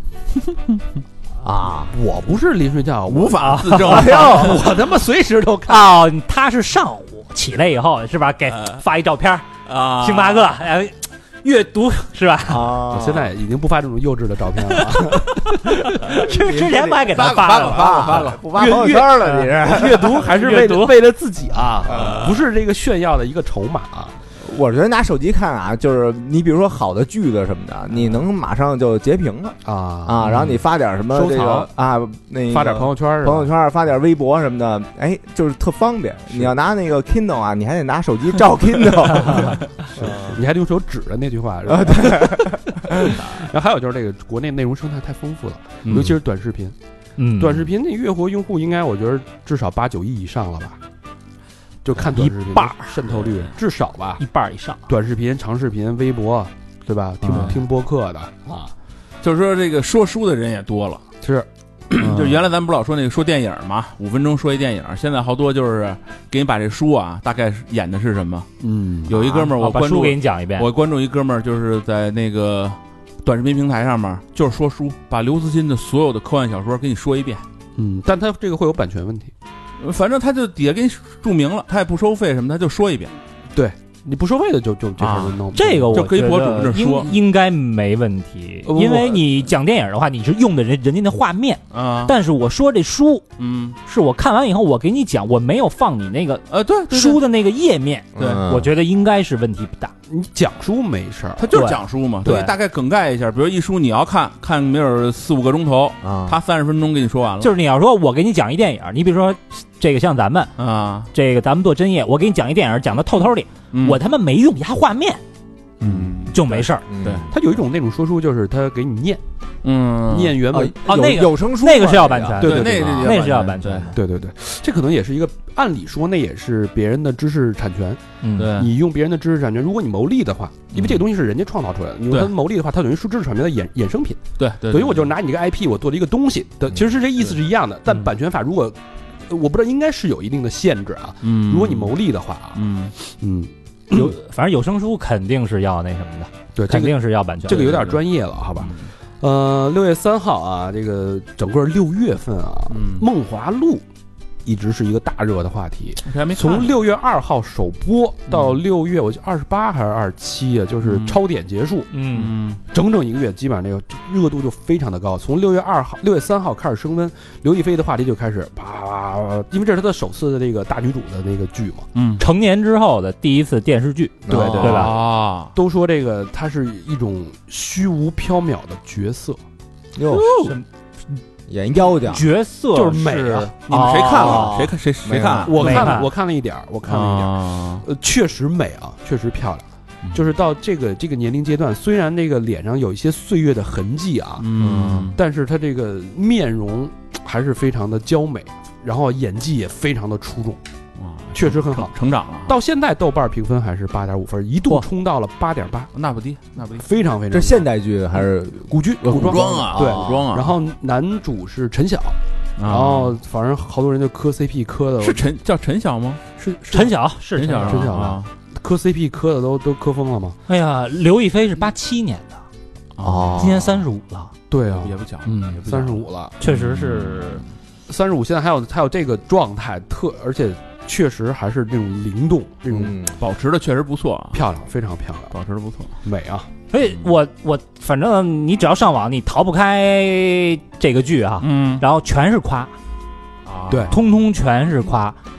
啊， 我不是临睡觉， 无我法自证。 哎呦，我他妈随时都看。 哦，他是上午起来以后是吧？给发一照片， 啊星巴克，哎，阅读是吧？ 啊我现在已经不发这种幼稚的照片了， 之之前不还给他发了吗？ 发了发了， 不发朋友圈了，你是？ 阅读还是为阅读了为了自己啊，不是这个炫耀的一个筹码啊。 我觉得拿手机看啊，就是你比如说好的句子什么的，你能马上就截屏了啊啊，然后你发点什么这收藏个啊，那个发点朋友圈是吧朋友圈，发点微博什么的，哎，就是特方便。你要拿那个 Kindle 啊，你还得拿手机照 Kindle 你还得用手指的那句话，是吧？然后还有就是这个国内内容生态太丰富了， 嗯尤其是短视频。 嗯， 短视频那月活用户应该我觉得至少八九亿以上了吧？就看短视频一半儿渗透率至少吧一，半以上。 短视频、长视频、微博，对吧？听嗯听播客的啊， 就是说这个说书的人也多了。 是就原来咱们不老说那个说电影嘛，五分钟说一电影，现在好多就是给你把这书啊，大概演的是什么。 嗯有一哥们儿， 啊把书我关注给你讲一遍。 我关注一哥们儿，就是在那个短视频平台上面，就是说书，把刘慈欣的所有的科幻小说给你说一遍。 嗯，但它这个会有版权问题， 反正他就底下给你注明了，他也不收费什么，他就说一遍。 你不收费的就就这事儿就弄不这个我就可以觉博主这得应说应该没问题， 呃不因为你讲电影的话，你是用的人人家的画面， 啊， 但是我说这书嗯是我看完以后我给你讲，我没有放你那个呃，对对书的那个页面， 对嗯我觉得应该是问题不大。 你讲书没事儿， 他就是对讲书嘛， 对所以大概梗概一下，比如一书你要看看没有四五个钟头， 啊， 他三十分钟给你说完了， 就是你要说我给你讲一电影，你比如说这个像咱们啊， 这个咱们做针业，我给你讲一电影，讲的透透的， 嗯我他妈没用压画面嗯就没事儿。 嗯对他有一种那种说书，就是他给你念嗯哦念原文， 有哦那个有声书那个是要版权对对那个那是要版权的。 对对对，这可能也是一个，按理说那也是别人的知识产权， 嗯， 对， 你用别人的知识产权，如果你牟利的话，因为这个东西是人家创造出来的，你用它对牟利的话，它等于是知识产权的衍衍生品， 对对， 等于我就拿你这个 I P，我做了一个东西的，其实是这意思是一样的，但版权法如果呃我不知道，应该是有一定的限制啊， 嗯， 如果你牟利的话啊， 嗯嗯， 有反正有声书肯定是要那什么的， 对，这肯个定是要版权的。 这个有点专业了，好吧？呃，六月三号啊，这个整个六月份啊， 嗯梦华录一直是一个大热的话题。 这还没看从六月二号首播到六月，我记得二十八还是二十七啊，就是嗯超点结束， 嗯， 嗯整整一个月，基本上这个热度就非常的高。从六月二号、六月三号开始升温，刘亦菲的话题就开始啪啪啪，因为这是她的首次的这个大女主的那个剧嘛， 嗯， 成年之后的第一次电视剧， 对对对吧？ 啊， 都说这个它是一种虚无缥缈的角色， 哟，演妖精， 角色就是美啊你们谁看了？ 哦谁看谁谁看？ 我没看看了我看了一点儿，我看了一点儿， 啊， 呃，确实美啊，确实漂亮。 嗯就是到这个这个年龄阶段，虽然这个脸上有一些岁月的痕迹啊， 嗯但是她这个面容还是非常的娇美，然后演技也非常的出众， 哇确实很好。 成长了， 到现在豆瓣评分还是八点五分，一度哇冲到了八点八， 那不低，那不低， 非常非常这现代剧还是古剧呃古装古装啊， 对古装啊， 然后男主是陈晓，然后反正好多人就磕 C P 磕的是陈叫陈晓吗？ 是是陈晓是陈晓晓。 陈晓啊， 磕 C P 磕的都都磕疯了吗？ 哎呀，刘亦菲是八七年的， 哦今年三十五了， 对啊， 也不讲， 嗯也不讲三十五了。 确实是三十五现在还有还有这个状态特，而且确实还是这种灵动，这种嗯保持的确实不错啊， 漂亮，非常漂亮， 保持的不错， 美啊！ 所以我我反正你只要上网，你逃不开这个剧哈， 嗯然后全是夸， 啊对通通全是夸。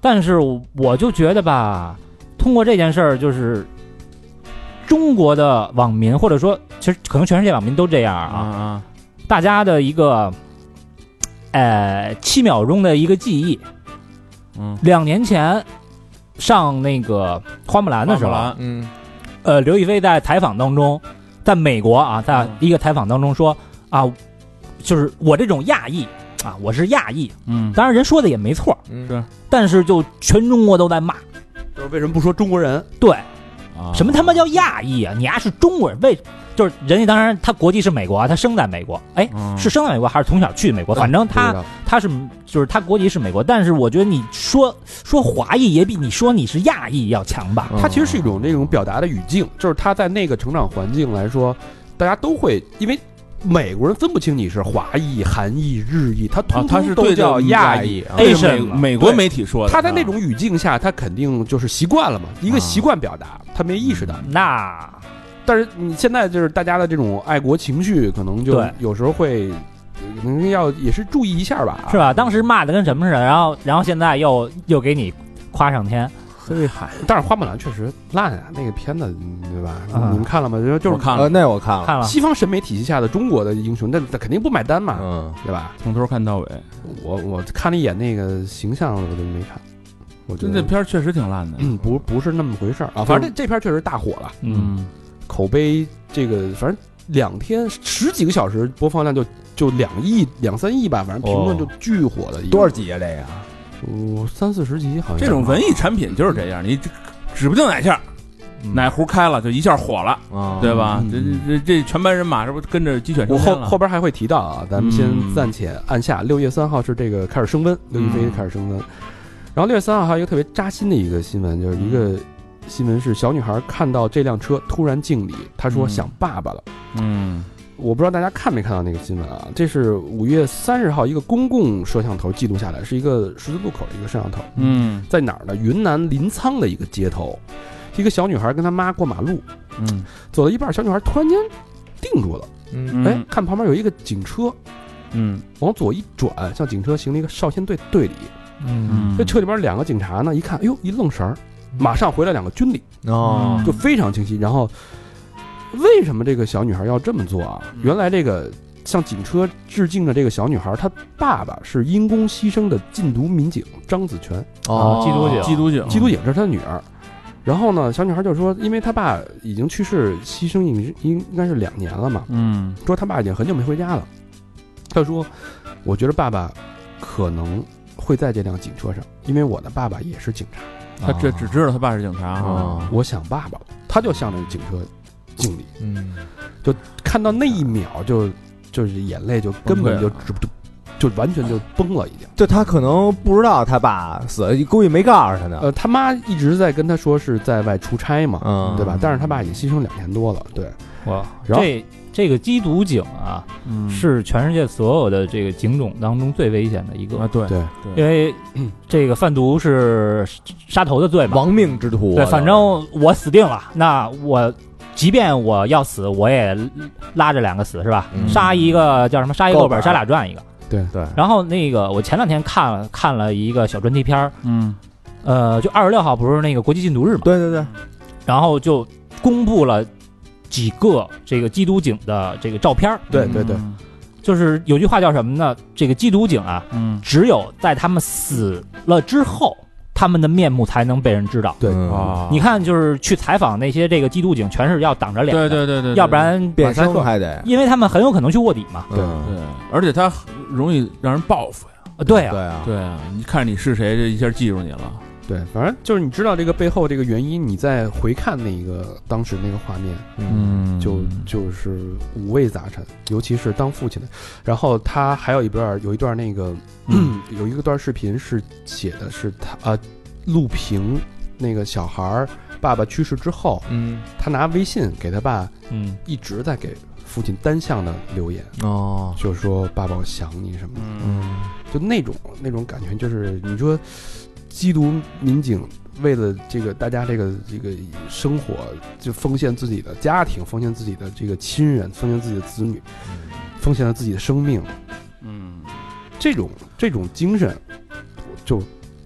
但是我就觉得吧，通过这件事儿，就是中国的网民，或者说其实可能全世界网民都这样啊， 啊大家的一个呃七秒钟的一个记忆。 嗯， 两年前上那个花木兰的时候， 嗯， 呃，刘亦菲在采访当中，在美国啊，在一个采访当中说啊，就是我这种亚裔啊，我是亚裔， 嗯， 当然人说的也没错， 嗯是， 但是就全中国都在骂， 就是为什么不说中国人？ 对， 啊什么他妈叫亚裔啊？你丫是中国人，为就是人家当然他国籍是美国啊，他生在美国，哎， 嗯是生在美国还是从小去美国？反正他不知道他是就是他国籍是美国，但是我觉得你说说华裔也比你说你是亚裔要强吧？ 它其实是一种那种表达的语境，就是他在那个成长环境来说，大家都会因为美国人分不清你是华裔、韩裔、日裔，他通啊他是通都叫亚裔。 啊这是 Asian 美嘛美国媒体说的， 他在那种语境下，他肯定就是习惯了嘛，一个习惯表达，他没意识到。 那但是你现在就是大家的这种爱国情绪，可能就对有时候会，可能要也是注意一下吧， 是吧？当时骂的跟什么似的，然后然后现在又又给你夸上天， 嘿嗨， 但是花木兰确实烂啊，那个片子对吧？ 啊你们看了吗？就就是呃， 我看了， 那我看了， 看了西方审美体系下的中国的英雄，那那肯定不买单嘛， 嗯， 对吧？ 从头看到尾， 我我看了一眼那个形象，我就没看。我觉这得这片儿确实挺烂的， 嗯，不不是那么回事儿啊。反正这这片儿确实大火了， 嗯， 口碑这个反正两天十几个小时播放量就就两亿两三亿吧，反正评论就巨火的一个。 多少集啊？这个嗯，三四十集好像。 这种文艺产品就是这样，你指不定哪下哪壶开了就一下火了， 啊， 对吧？ 嗯这这这全班人马是不是跟着鸡犬我后升天了？ 后边还会提到啊，咱们先嗯暂且按下。六月三号是这个开始升温，刘亦菲开始升温。然后六月三号还有一个特别扎心的一个新闻，就是一个新闻是小女孩看到这辆车突然敬礼，她说嗯想爸爸了。 嗯我不知道大家看没看到那个新闻啊？这是五月三十号一个公共摄像头记录下来，是一个十字路口的一个摄像头， 嗯在哪儿呢？云南临沧的一个街头，一个小女孩跟她妈过马路， 嗯走到一半，小女孩突然间定住了， 嗯哎，看旁边有一个警车， 嗯往左一转，向警车行了一个少先队队礼。 嗯这车里边两个警察呢，一看，哎呦，一愣神儿，马上回来两个军礼， 哦， 就非常清晰。然后，为什么这个小女孩要这么做啊？原来这个向警车致敬的这个小女孩，她爸爸是因公牺牲的禁毒民警张子权， 哦缉毒警缉毒警， 缉毒警这是她女儿。然后呢，小女孩就说，因为她爸已经去世，牺牲应应应该是两年了嘛， 嗯说她爸已经很久没回家了。她说，我觉得爸爸可能会在这辆警车上，因为我的爸爸也是警察。 他这只知道他爸是警察啊， 啊， 我想爸爸了，他就向着警车敬礼， 嗯， 看到那一秒就就是眼泪就根本就止不住，就完全就崩了，已经。 就他可能不知道他爸死了，估计没告诉他呢， 呃，他妈一直在跟他说是在外出差嘛， 嗯， 对吧？但是他爸已经牺牲两年多了，对。 哇， 然后这这个缉毒警啊， 嗯是全世界所有的这个警种当中最危险的一个， 啊，对对对， 因为这个贩毒是杀头的罪嘛。 亡命之徒啊， 对，反正我死定了，那我即便我要死，我也拉着两个死是吧？ 嗯杀一个叫什么？杀一个够本， 够本杀俩赚一个。 对对， 然后那个我前两天看了看了一个小专题片儿， 嗯呃，就二十六号不是那个国际禁毒日嘛， 对对对， 然后就公布了几个这个缉毒警的这个照片儿。 对对对， 就是有句话叫什么呢？这个缉毒警啊， 嗯只有在他们死了之后，他们的面目才能被人知道。 对嗯啊， 你看，就是去采访那些这个缉毒警，全是要挡着脸的， 对对对对， 要不然变马赛克声还得， 因为他们很有可能去卧底嘛。 对嗯对，而且他容易让人报复呀， 呃对啊， 对啊， 对啊，你看你是谁，这一下记住你了， 对，反正就是你知道这个背后这个原因，你再回看那个当时那个画面， 嗯就就是五味杂陈，尤其是当父亲的。然后他还有一段有一段那个、 嗯有一个段视频是写的是他呃录屏那个小孩儿爸爸去世之后， 嗯他拿微信给他爸嗯一直在给父亲单向的留言， 哦， 就是说爸爸我想你什么的， 嗯就那种那种感觉，就是你说缉毒民警为了这个大家这个这个生活，就奉献自己的家庭，奉献自己的这个亲人，奉献自己的子女，奉献了自己的生命， 嗯这种这种精神，就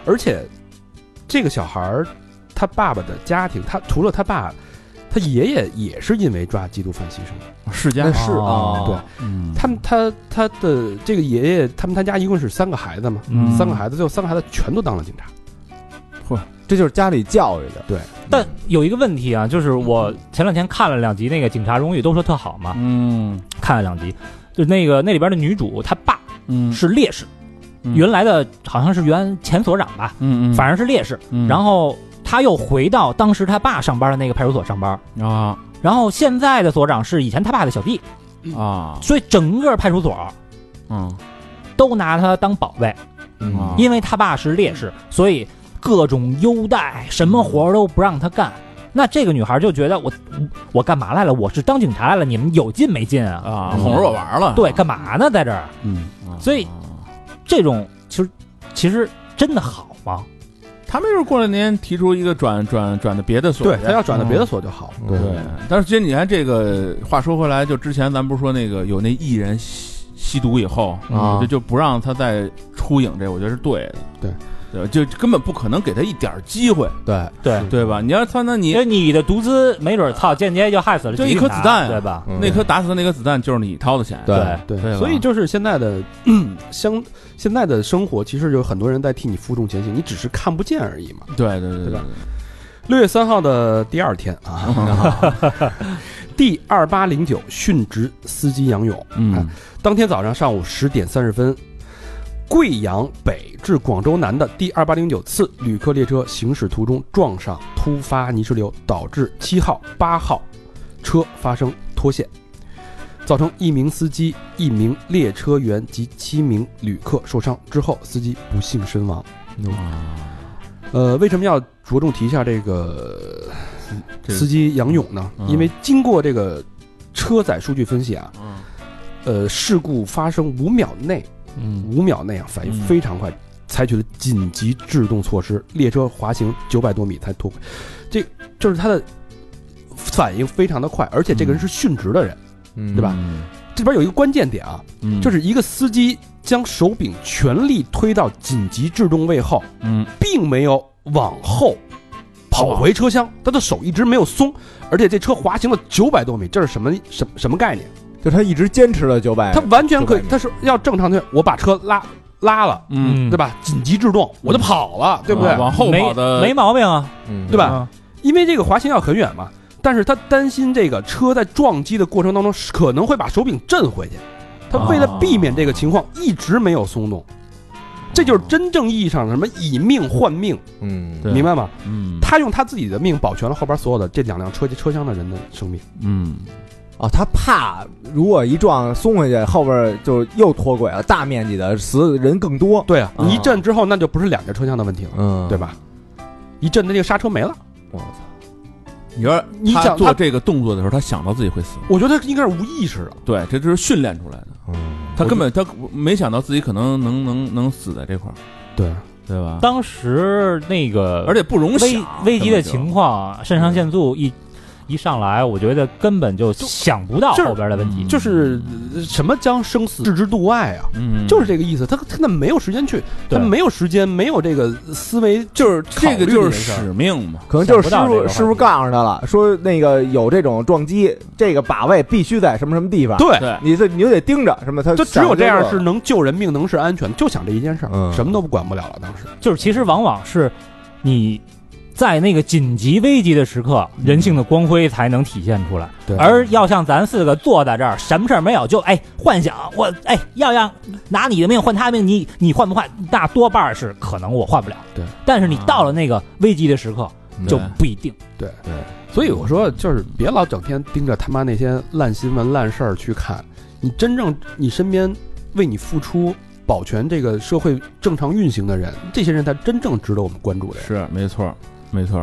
而且这个小孩儿他爸爸的家庭，他除了他爸，他爷爷也是因为抓缉毒犯牺牲的， 世家是啊， 对， 嗯， 他们他他的这个爷爷，他们他家一共是三个孩子嘛， 嗯三个孩子，最后三个孩子全都当了警察。 这就是家里教育的。 对， 但有一个问题啊，就是我前两天看了两集那个《警察荣誉》，都说特好嘛， 嗯看了两集，就那个那里边的女主她爸嗯是烈士， 嗯原来的好像是原前所长吧， 嗯嗯， 反正是烈士， 嗯然后他又回到当时他爸上班的那个派出所上班， 啊然后现在的所长是以前他爸的小弟， 啊所以整个派出所嗯都拿他当宝贝， 嗯啊因为他爸是烈士，所以各种优待，什么活都不让他干。那这个女孩就觉得我我干嘛来了？我是当警察来了，你们有劲没劲啊？ 啊，哄着我玩了， 对，干嘛呢？在这儿， 嗯， 所以这种其实其实真的好吗？ 他没准过两年提出一个转转转的别的所， 对他要转到别的所就好。 对对，但是其实你看这个话说回来，就之前咱不是说那个有那艺人吸吸毒以后啊就就不让他再出影，这我觉得是对的， 对对，就根本不可能给他一点机会， 对， 对， 对吧？你要他那你因为你的毒资没准操间接就害死了就一几个警察颗子弹啊对吧？ 嗯那颗打死他那颗子弹就是你掏的钱， 对对对对吧所以就是现在的、嗯、相现在的生活，其实有很多人在替你负重前行，你只是看不见而已嘛。 对对对对吧？六月三号的第二天啊，第二八零九殉职司机杨勇， 嗯当天早上上午十点三十分，贵阳北至广州南的第二八零九次旅客列车行驶途中撞上突发泥石流，导致七号、八号车发生脱线，造成一名司机、一名列车员及七名旅客受伤。之后，司机不幸身亡。呃，为什么要着重提一下这个这司机杨勇呢？ 嗯因为经过这个车载数据分析啊， 嗯呃，事故发生五秒内， 嗯五秒内啊，反应嗯非常快，采取了紧急制动措施，列车滑行九百多米才脱轨。这就是他的反应非常的快，而且这个人是殉职的人， 嗯对吧？这边有一个关键点啊， 嗯就是一个司机将手柄全力推到紧急制动位后， 嗯并没有往后跑回车厢，他的手一直没有松，而且这车滑行了九百多米，这是什么什么什么概念？ 就他一直坚持了九百， 他完全可以 900，米他是要正常的，我把车拉拉了， 嗯对吧？紧急制动，我就跑了，对不对？ 往后跑的没没毛病啊， 嗯对吧？因为这个滑行要很远嘛，但是他担心这个车在撞击的过程当中可能会把手柄震回去，他为了避免这个情况，一直没有松动。这就是真正意义上的什么以命换命， 嗯， 对明白吗？ 嗯他用他自己的命保全了后边所有的这两辆车车厢的人的生命。 嗯啊，他怕如果一撞松回去，后边就又脱轨了，大面积的死人更多。 对啊， 啊你一震之后，那就不是两个车厢的问题了， 嗯， 对？吧？一震的这个刹车没了， 我操， 你说他你想他做这个动作的时候，他想到自己会死， 我觉得他应该是无意识的。 对，这就是训练出来的。 嗯， 他根本他没想到自己可能能能能死在这块儿， 对， 对吧？ 当时那个而且不容危想危急的根本就情况，肾上腺素一一上来，我觉得根本就想不到就是后边的问题。 就是呃什么将生死置之度外啊， 嗯， 就是这个意思。他他那没有时间去，他对没有时间，没有这个思维， 就是这个就是考虑这件事儿使命嘛。 可能就是师想不到这个话题傅师傅告诉他了，说那个有这种撞击，这个把位必须在什么什么地方， 对， 对， 你这你就得盯着什么，他就只有这样想是能救人命，能是安全，就想这一件事儿， 嗯什么都不管不了了。当时就是其实往往是你在那个紧急危急的时刻，人性的光辉才能体现出来。 对而要像咱四个坐在这儿，什么事儿没有，就哎幻想我哎要让拿你的命换他的命，你你换不换？那多半是可能我换不了。 对， 但是你到了那个危机的时刻，就不一定。 对对，所以我说就是别老整天盯着他妈那些烂新闻烂事儿去看，你真正你身边为你付出保全这个社会正常运行的人，这些人才真正值得我们关注的人。 是没错，没错。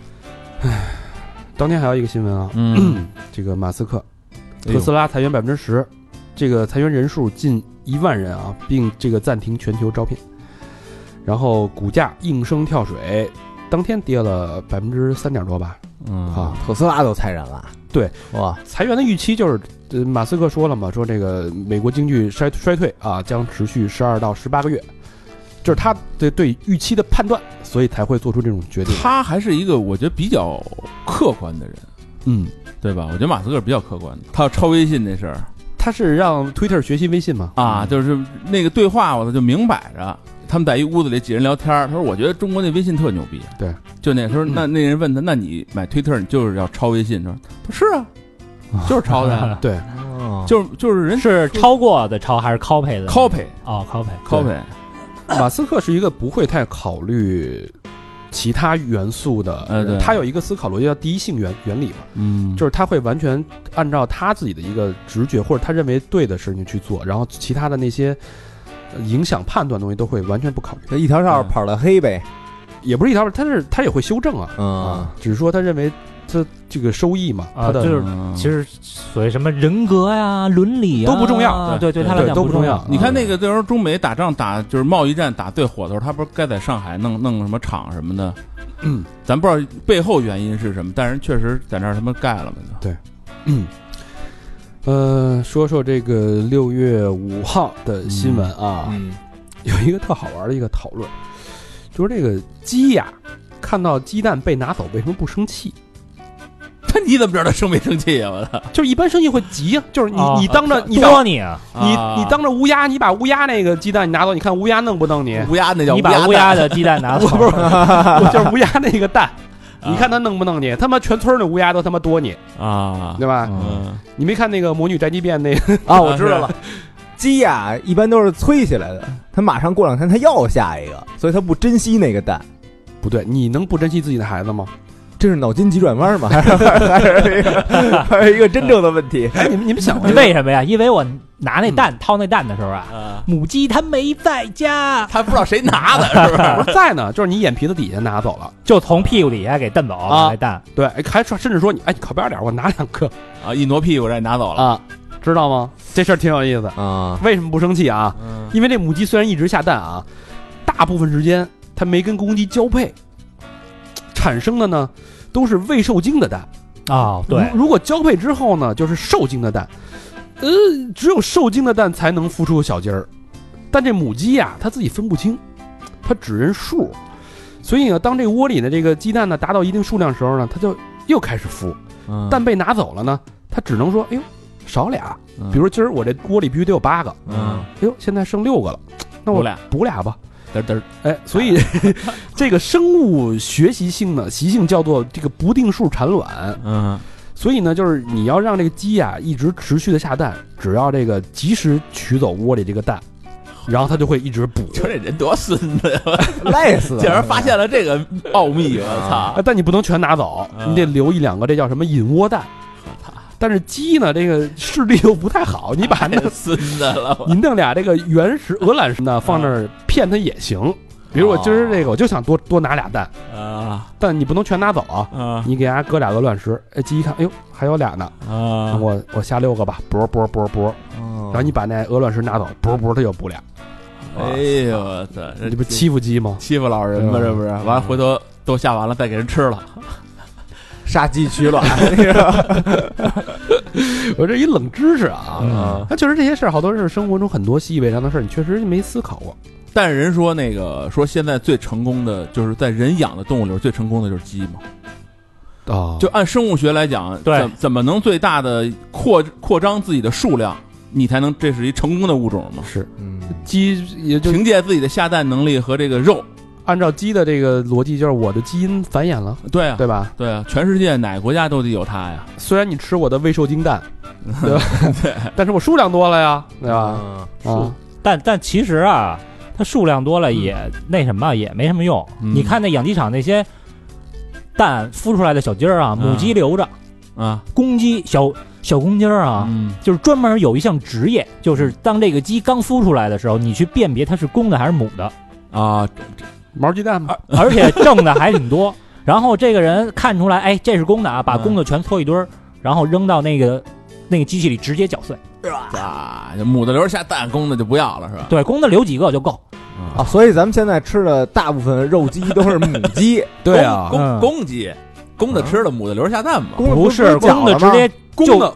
当天还有一个新闻啊， 嗯， 这个马斯克哎呦特斯拉裁员百分之十，这个裁员人数近一万人啊，并这个暂停全球招聘，然后股价应声跳水，当天跌了百分之三点多吧。 嗯啊， 特斯拉都裁人了， 对， 哇， 裁员的预期就是，呃，马斯克说了嘛，说这个美国经济衰衰退啊，将持续十二到十八个月， 就是他对对预期的判断，所以才会做出这种决定。 他还是一个我觉得比较客观的人， 嗯， 对吧？我觉得马斯克比较客观的。他要抄微信那事儿， 他是让 Twitter 学习微信嘛？ 啊，就是那个对话，我就明摆着。他们在一屋子里几人聊天，他说：“我觉得中国那微信特牛逼。” 对， 就那时候，那那人问他：“那你买推特，你就是要抄微信？”他说：“他是啊，就是抄的。” 对， 就是就是人是超过的抄还是 copy 的 copy 哦 copy copy。 马斯克是一个不会太考虑其他元素的， 呃， 他有一个思考逻辑叫第一性原原理嘛， 嗯， 就是他会完全按照他自己的一个直觉或者他认为对的事情去做，然后其他的那些影响判断的东西都会完全不考虑。 这一条道跑了黑呗， 也不是一条，他是他也会修正啊， 嗯啊，只是说他认为他这个收益嘛，他的就是其实所谓什么人格呀、伦理呀都不重要， 对对他来讲都不重要。 你看那个那时候中美打仗打就是贸易战打对火的时候，他不是该在上海弄弄什么厂什么的， 嗯， 咱不知道背后原因是什么，但是确实在那儿他妈盖了嘛， 对，嗯。呃，说说这个六月五号的新闻啊， 嗯， 有一个特好玩的一个讨论，就是这个鸡呀，看到鸡蛋被拿走，为什么不生气？ 那你怎么知道他生没生气啊？我操！ 就是一般生气会急呀，就是你、 哦、 你当着你多你啊， 你你当着乌鸦，你把乌鸦那个鸡蛋你拿走，你看乌鸦弄不弄你？ 乌鸦那叫你把乌鸦的鸡蛋拿走， 不是，我就是乌鸦那个蛋。你看他弄不弄你？他妈全村的乌鸦都他妈多你啊， 对吧？ 嗯， 你没看那个《魔女宅急便》那个啊？我知道了，鸡呀一般都是催起来的，它马上过两天它要下一个，所以它不珍惜那个蛋。 不对，你能不珍惜自己的孩子吗？ 这是脑筋急转弯吗？还是还是一个还是一个真正的问题？ 哎，你们你们想过为什么呀？因为我拿那蛋、嗯、掏那蛋的时候啊， 嗯、 母鸡它没在家， 它不知道谁拿的，是不是？ 不是在呢，就是你眼皮子底下拿走了， 就从屁股底下给蹬走啊那蛋。 对，哎，还说甚至说你哎，你靠边点，我拿两个啊，一挪屁股让你拿走了啊，知道吗？这事儿挺有意思啊。 为什么不生气啊？ 嗯、 因为这母鸡虽然一直下蛋啊，大部分时间它没跟公鸡交配，产生的呢。都是未受精的蛋啊、哦，对。 如果交配之后呢，就是受精的蛋。呃，只有受精的蛋才能孵出小鸡儿。但这母鸡呀、啊，它自己分不清，它只认数。所以呢，当这个窝里的这个鸡蛋呢达到一定数量的时候呢，它就又开始孵。 嗯、 蛋被拿走了呢，它只能说：“哎呦，少俩。 嗯” 比如今儿我这窝里必须得有八个， 嗯， 哎呦，现在剩六个了，那我补俩补俩吧。 嘚嘚， 哎，所以这个生物学习性呢，习性叫做这个不定数产卵。 嗯， 所以呢，就是你要让这个鸡呀、啊、一直持续的下蛋，只要这个及时取走窝里这个蛋，然后它就会一直补。 就这人多孙子呀， 累死了！ 竟然发现了这个奥秘，我操！ 啊、但你不能全拿走，你得留一两个，这叫什么引窝蛋。但是鸡呢，这个视力又不太好，你把那孙子了， 你弄俩这个原始鹅卵石呢放那儿骗它也行。比如我今儿这个我就想多多拿俩蛋啊， 但你不能全拿走啊， 啊你给人家搁俩鹅卵石，哎，鸡一看，哎呦还有俩呢啊， 我我下六个吧，啵啵啵啵，然后你把那鹅卵石拿走，啵啵它又补俩。 哎呦我操， 这不欺负鸡吗？ 欺负老人吗？这不是？完了回头都下完了再给人吃了。 杀鸡取卵， 我这一冷知识啊， 嗯， 那确实这些事儿，好多是生活中很多习以为常的事儿，你确实没思考过。 但是人说那个说现在最成功的就是在人养的动物里最成功的就是鸡嘛， 啊、哦， 就按生物学来讲， 对， 怎怎么能最大的扩扩张自己的数量，你才能这是一成功的物种嘛？ 是， 嗯， 鸡也就凭借自己的下蛋能力和这个肉。 按照鸡的这个逻辑，就是我的基因繁衍了， 对啊， 对吧？ 对啊，全世界哪个国家都得有它呀。 虽然你吃我的未受精蛋，对吧？ 对， 但是我数量多了呀，对吧？ 嗯、 啊， 但但其实啊，它数量多了也、嗯、那什么也没什么用。 嗯、 你看那养鸡场那些蛋孵出来的小鸡儿啊，母鸡留着啊， 公鸡小小公鸡儿啊， 嗯， 就是专门有一项职业，就是当这个鸡刚孵出来的时候，你去辨别它是公的还是母的啊。 毛鸡蛋嘛， 而且挣的还挺多。然后这个人看出来，哎，这是公的啊，把公的全搓一堆儿，然后扔到那个那个机器里直接搅碎。 啊，母的留着下蛋，公的就不要了，是吧？ 对，公的留几个就够。 啊，所以咱们现在吃的大部分肉鸡都是母鸡。 对啊， 公公鸡，公的吃了，母的留着下蛋嘛。 不是，公的直接公的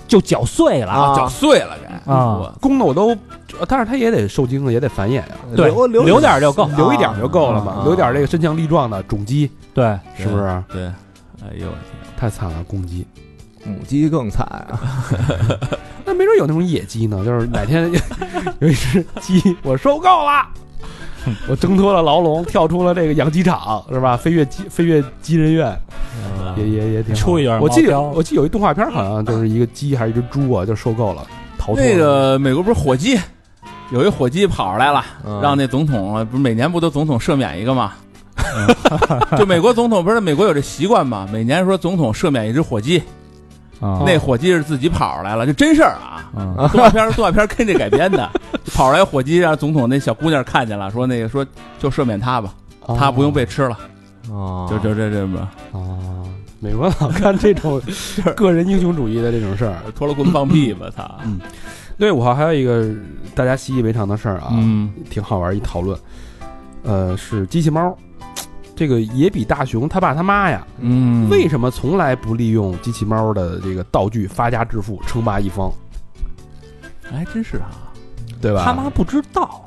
就搅碎了啊搅碎了给啊， 公的我都，但是它也得受精啊，也得繁衍呀， 对， 留留留点就够， 留一点就够了嘛， 啊留点这个身强力壮的种鸡， 对， 是不是？ 对，哎呦我天， 太惨了，公鸡。 母鸡更惨啊！ 那没准有那种野鸡呢，就是哪天有一只鸡，我受够了，我挣脱了牢笼，跳出了这个养鸡场，是吧？飞越鸡飞越鸡人院，也也也挺好出一点我记得毛我记得有一动画片，好像就是一个鸡还是一只猪啊，就受够了，逃脱了。 那个美国不是火鸡，有一火鸡跑出来了， 嗯让那总统不是每年不都总统赦免一个吗？就美国总统不是美国有这习惯吗？每年说总统赦免一只火鸡。 啊那火鸡是自己跑出来了，这真事儿啊！ 嗯动画片动画片跟这改编的，跑出来火鸡让总统那小姑娘看见了，说那个说就赦免他吧，他不用被吃了， 哦， 就就这这么啊，美国老干这种个人英雄主义的这种事儿。 脱了棍放屁吧，他嗯，六月五号还有一个大家习以为常的事儿啊， 嗯挺好玩一讨论，呃，是机器猫。这个野比大雄他爸他妈呀， 嗯， 为什么从来不利用机器猫的这个道具发家致富，称霸一方， 还真是啊， 对吧？ 他妈不知道，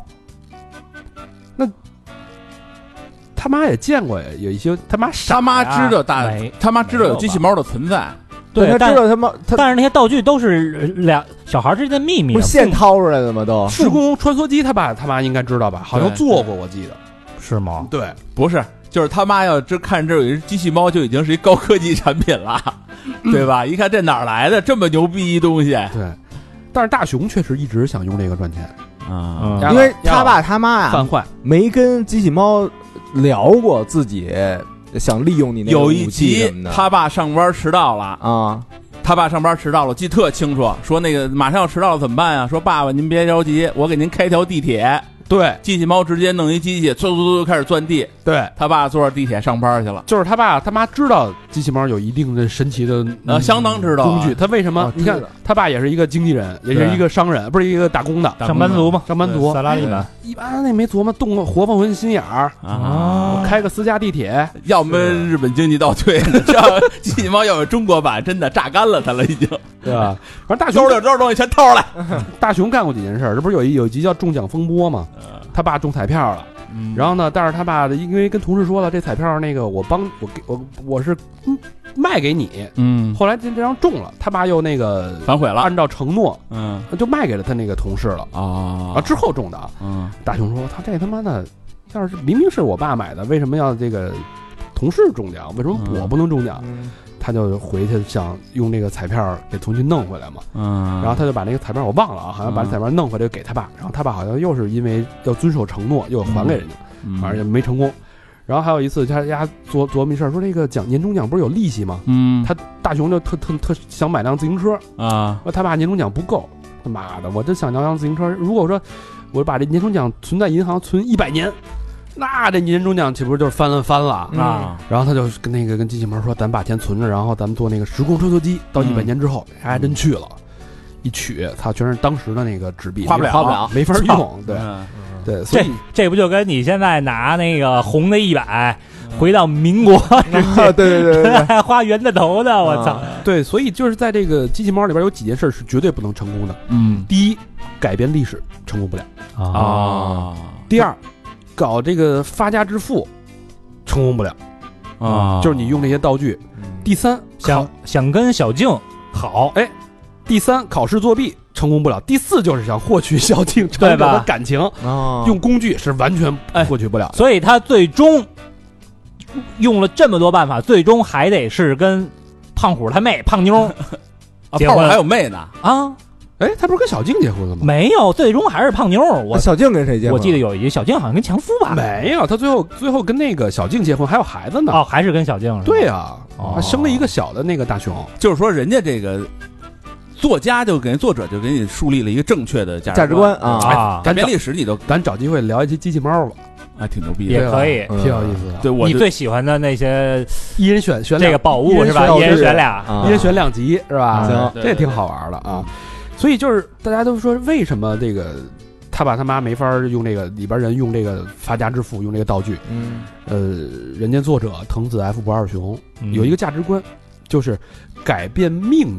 他妈也见过呀，有一些他妈傻他妈呀知道大没他妈知道有机器猫的存在， 对， 他但知道他妈他但是那些道具都是俩小孩之间的秘密， 不是现掏出来的吗？都时空穿梭机，他爸他妈应该知道吧？好像对做过，我记得。 是吗？ 对， 不是，就是他妈要这看这有一机器猫就已经是一高科技产品了，对吧？一看这哪儿来的这么牛逼一东西对，但是大雄确实一直想用这个赚钱， 啊？ 嗯压因为压他爸他妈呀犯坏。 没跟机器猫聊过自己想利用你那个有一武器集什么的他爸上班迟到了， 啊， 他爸上班迟到了，我记得特清楚，说那个马上要迟到了怎么办呀？说爸爸您别着急，我给您开条地铁。 对机器猫直接弄一机器，嗖嗖嗖开始钻地。 对， 他爸坐着地铁上班去了， 就是他爸他妈知道机器猫有一定的神奇的呃，相当知道啊工具，他为什么哦？ 你看知道他爸也是一个经纪人，也是对一个商人，不是一个打工的上班族嘛， 上班族萨。拉利曼一般那没琢磨动个活放魂心眼儿， 啊， 我开个私家地铁， 要么日本经济倒退，这机器猫要有中国版，真的榨干了它了，已经。 对吧？反正大雄兜里兜东西全掏出来。 大雄干过几件事儿，这不是有一有一集叫中奖风波吗？他爸中彩票了，然后呢，但是他爸的因为跟同事说了，这彩票那个我帮我给我我是嗯卖给你， 嗯， 后来这这张中了，他爸又那个反悔了。 按照承诺嗯就卖给了他那个同事了啊啊，之后中的啊。 嗯大雄说他这他妈的，要是明明是我爸买的，为什么要这个同事中奖？为什么我不能中奖？ 嗯他就回去想用那个彩票给重新弄回来嘛。 嗯， 然后他就把那个彩票我忘了啊，好像把彩票弄回来给他爸，然后他爸好像又是因为要遵守承诺，又还给人家， 嗯反正也没成功。然后还有一次，他家琢琢磨一事儿，说这个奖年终奖不是有利息吗？ 嗯他大雄就特特特想买辆自行车， 啊说他爸年终奖不够，他妈的，我真想要辆自行车。如果说我把这年终奖存在银行存一百年，那这年终奖岂不是就是翻了翻了？ 啊然后他就跟那个跟机器猫说，咱把钱存着，然后咱们做那个时空穿梭机，到一百年之后，还真去了。一取，操，全是当时的那个纸币， 花不了花不了，没法用。对嗯对，所这以这不就跟你现在拿那个红的一百回到民国啊对对对对对， 还花圆的头呢，我操！ 对，所以就是在这个机器猫里边有几件事是绝对不能成功的。 嗯第一，改变历史成功不了； 啊第二，搞这个发家致富成功不了， 啊， 就是你用这些道具。第三， 想考想跟小静好， 哎，第三考试作弊成功不了。第四就是想获取小静长者对吧的感情， 啊， 用工具是完全哎获取不了的。 所以他最终用了这么多办法，最终还得是跟胖虎他妹胖妞啊结婚胖虎还有妹呢， 啊， 哎，他不是跟小静结婚了吗？ 没有，最终还是胖妞。我那小静跟谁结婚？ 我记得有一集小静好像跟强夫吧， 没有，他最后最后跟那个小静结婚，还有孩子呢。 哦，还是跟小静是吧？ 对啊， 哦还生了一个小的那个大熊。 就是说人家这个作家就给作者就给你树立了一个正确的价价值观啊啊， 改变历史你都咱找机会聊一期机器猫吧， 还挺牛逼的。 也可以。 嗯挺有意思的。 对，我就你最喜欢的那些一人选选两这个宝物是吧？一一人选人选俩， 啊一人选两集是吧？ 行对这也挺好玩的啊。所以就是大家都说，为什么这个他爸他妈没法用这个里边人用这个发家致富，用这个道具？ 嗯呃，人家作者藤子 F 不二雄有一个价值观，就是改变命运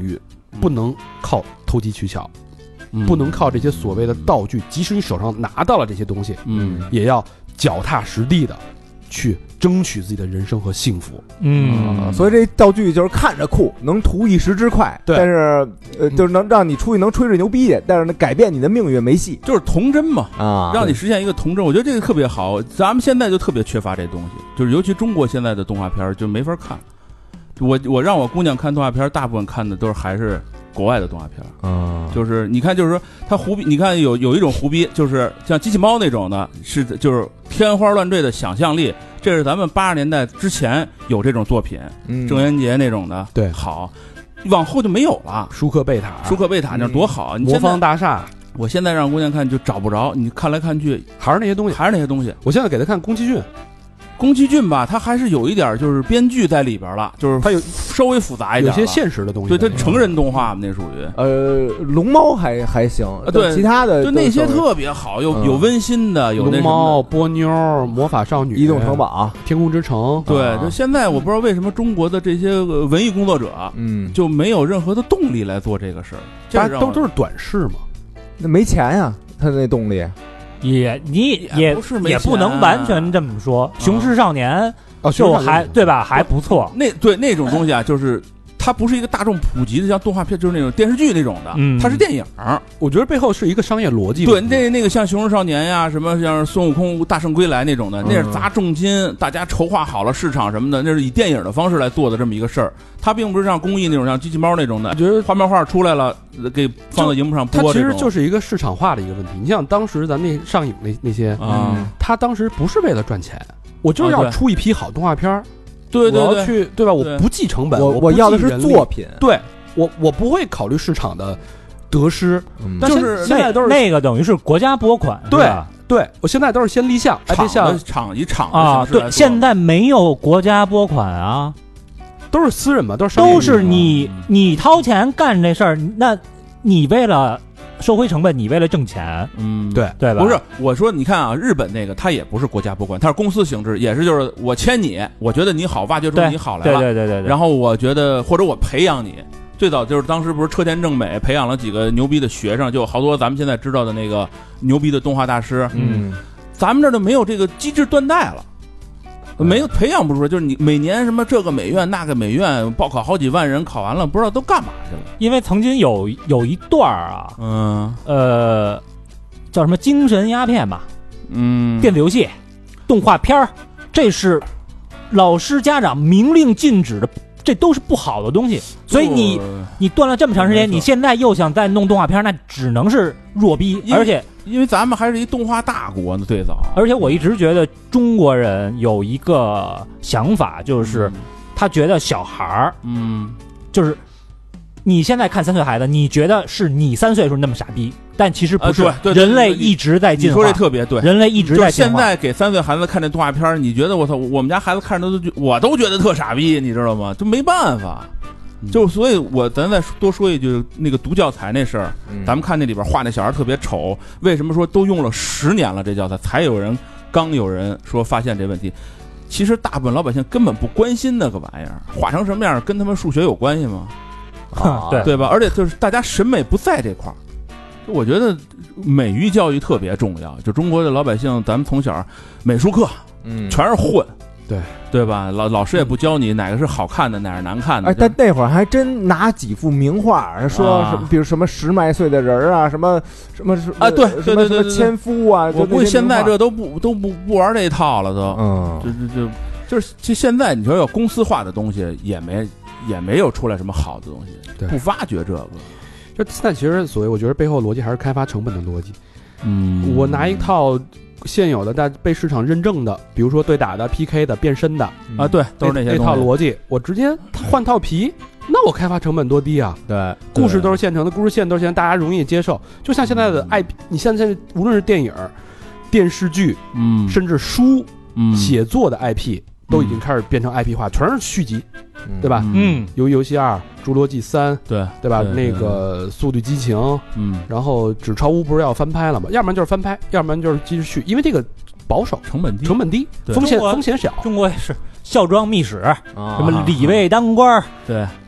不能靠投机取巧， 嗯不能靠这些所谓的道具，即使你手上拿到了这些东西， 嗯也要脚踏实地的去争取自己的人生和幸福。 嗯， 所以这道具就是看着酷，能图一时之快， 对但是呃，就是能让你出去能吹吹牛逼去，但是呢，改变你的命运没戏就是童真嘛， 啊， 让你实现一个童真，我觉得这个特别好。咱们现在就特别缺乏这东西，就是尤其中国现在的动画片就没法看。我我让我姑娘看动画片，大部分看的都是还是国外的动画片， 啊， 就是你看，就是说他胡逼，你看有有一种胡逼，就是像机器猫那种的，是就是天花乱坠的想象力，这是咱们八十年代之前有这种作品， 嗯郑渊洁那种的， 对好，往后就没有了。 舒克贝塔、 舒克贝塔那多好，你魔现在方大厦， 我现在让姑娘看就找不着，你看来看去还是那些东西。 还是那些东西。 我现在给他看宫崎骏， 宫崎骏吧，他还是有一点就是编剧在里边了，就是他有稍微复杂一点了， 有些现实的东西对在里面。 他成人动画嘛，那属于。 呃，龙猫还还行， 对其他的就那些都是特别好，有嗯有温馨的，有那什么龙猫、 的。 波妞、魔法少女、 移动城堡， 天空之城， 对， 啊就现在我不知道为什么中国的这些呃文艺工作者嗯， 就没有任何的动力来做这个事儿，这大让我家都都是短视嘛。 那没钱呀，他那动力， 也你也也不是没也不钱能完全这么说，雄狮少年》 哦， 就还对吧？还不错， 那对那种东西啊，就是它不是一个大众普及的，像动画片，就是那种电视剧那种的， 嗯它是电影儿。 我觉得背后是一个商业逻辑对， 问题。 那那个像《熊出少年》呀，什么像孙悟空大圣归来那种的，那是砸重金，大家筹划好了市场什么的，那是以电影的方式来做的这么一个事儿。它并不是像公益那种，像机器猫那种的，觉得画漫画出来了，给放到荧幕上它播这种。 其实就是一个市场化的一个问题。你像当时咱那上影那那些， 啊， 他当时不是为了赚钱，我就是要啊对出一批好动画片儿， 对对对， 我要去对吧？我对不计成本， 我我不计要的是人力作品， 对我我不会考虑市场的得失， 嗯但就是现在都是那个等于是国家拨款， 对是吧对我现在都是先立项，哎，这厂项的厂以厂的啊，对， 形式来做现在没有国家拨款啊， 都是私人嘛，都是商业都是你嗯你掏钱干这事儿，那你为了收回成本，你为了挣钱， 嗯， 对对吧？ 不是，我说你看啊，日本那个它也不是国家拨款，它是公司性质，也是就是我签你，我觉得你好，挖掘出对你好来对了， 对对对对， 然后我觉得或者我培养你。最早就是当时不是车田正美培养了几个牛逼的学生，就有好多咱们现在知道的那个牛逼的动画大师， 嗯， 咱们这儿就没有这个机制断代了。没有培养不出来，就是你每年什么这个美院那个美院报考好几万人，考完了不知道都干嘛去了。 因为曾经有有一段儿啊， 嗯呃，叫什么精神鸦片吧， 嗯， 电子游戏、动画片儿，这是老师家长明令禁止的，这都是不好的东西。所以你你断了这么长时间， 没错你现在又想再弄动画片儿，那只能是弱逼。 因为而且因为咱们还是一动画大国呢，最早。 而且我一直觉得中国人有一个想法，就是他觉得小孩儿嗯， 就是。你现在看三岁孩子，你觉得是你三岁时候那么傻逼，但其实不是， 啊对对对人类一直在进化。 你说这特别对， 人类一直在进化。 现在给三岁孩子看这动画片，你觉得我操，我们家孩子看着都觉我都觉得特傻逼，你知道吗？就没办法。就所以，我咱再多说一句，那个读教材那事儿， 嗯咱们看那里边画那小孩特别丑，为什么说都用了十年了这教材，才有人刚有人说发现这问题？其实大部分老百姓根本不关心那个玩意儿，画成什么样跟他们数学有关系吗？ 啊对对吧？而且就是大家审美不在这块儿，我觉得美育教育特别重要。就中国的老百姓，咱们从小美术课嗯， 全是混， 对对吧？老老师也不教你哪个是好看的，哪是难看的。 哎，但那会儿还真拿几幅名画说啊什么，比如什么十迈岁的人儿啊，什么什么什么啊对对什么什么对对对纤夫啊，就我估计现那些名画在这都不都不不玩这一套了，都。 嗯就就就就是，就现在你说要公司化的东西，也没也没有出来什么好的东西， 对不挖掘这个。 就现在其实所谓，我觉得背后逻辑还是开发成本的逻辑。 嗯我拿一套现有的但被市场认证的，比如说对打的、P K 的、变身的啊，对，都是那些那东西。 套逻辑，我直接换套皮，那我开发成本多低啊！ 对， 故事都是现成的，故事线都是现在大家容易接受。就像现在的 I P，你现在无论是电影、电视剧， 嗯， 甚至书嗯写作的 I P，都已经开始变成 I P 化，全是续集，对吧？ 嗯， 鱿鱼游戏二、侏罗纪三， 对对吧？ 对那个速度激情， 嗯， 然后纸钞屋不是要翻拍了吗？要不然就是翻拍，要不然就是继续，因为这个保守， 成本低， 成本低， 对风险中国风险小。 中国也是孝庄秘史， 啊什么礼位当官儿， 对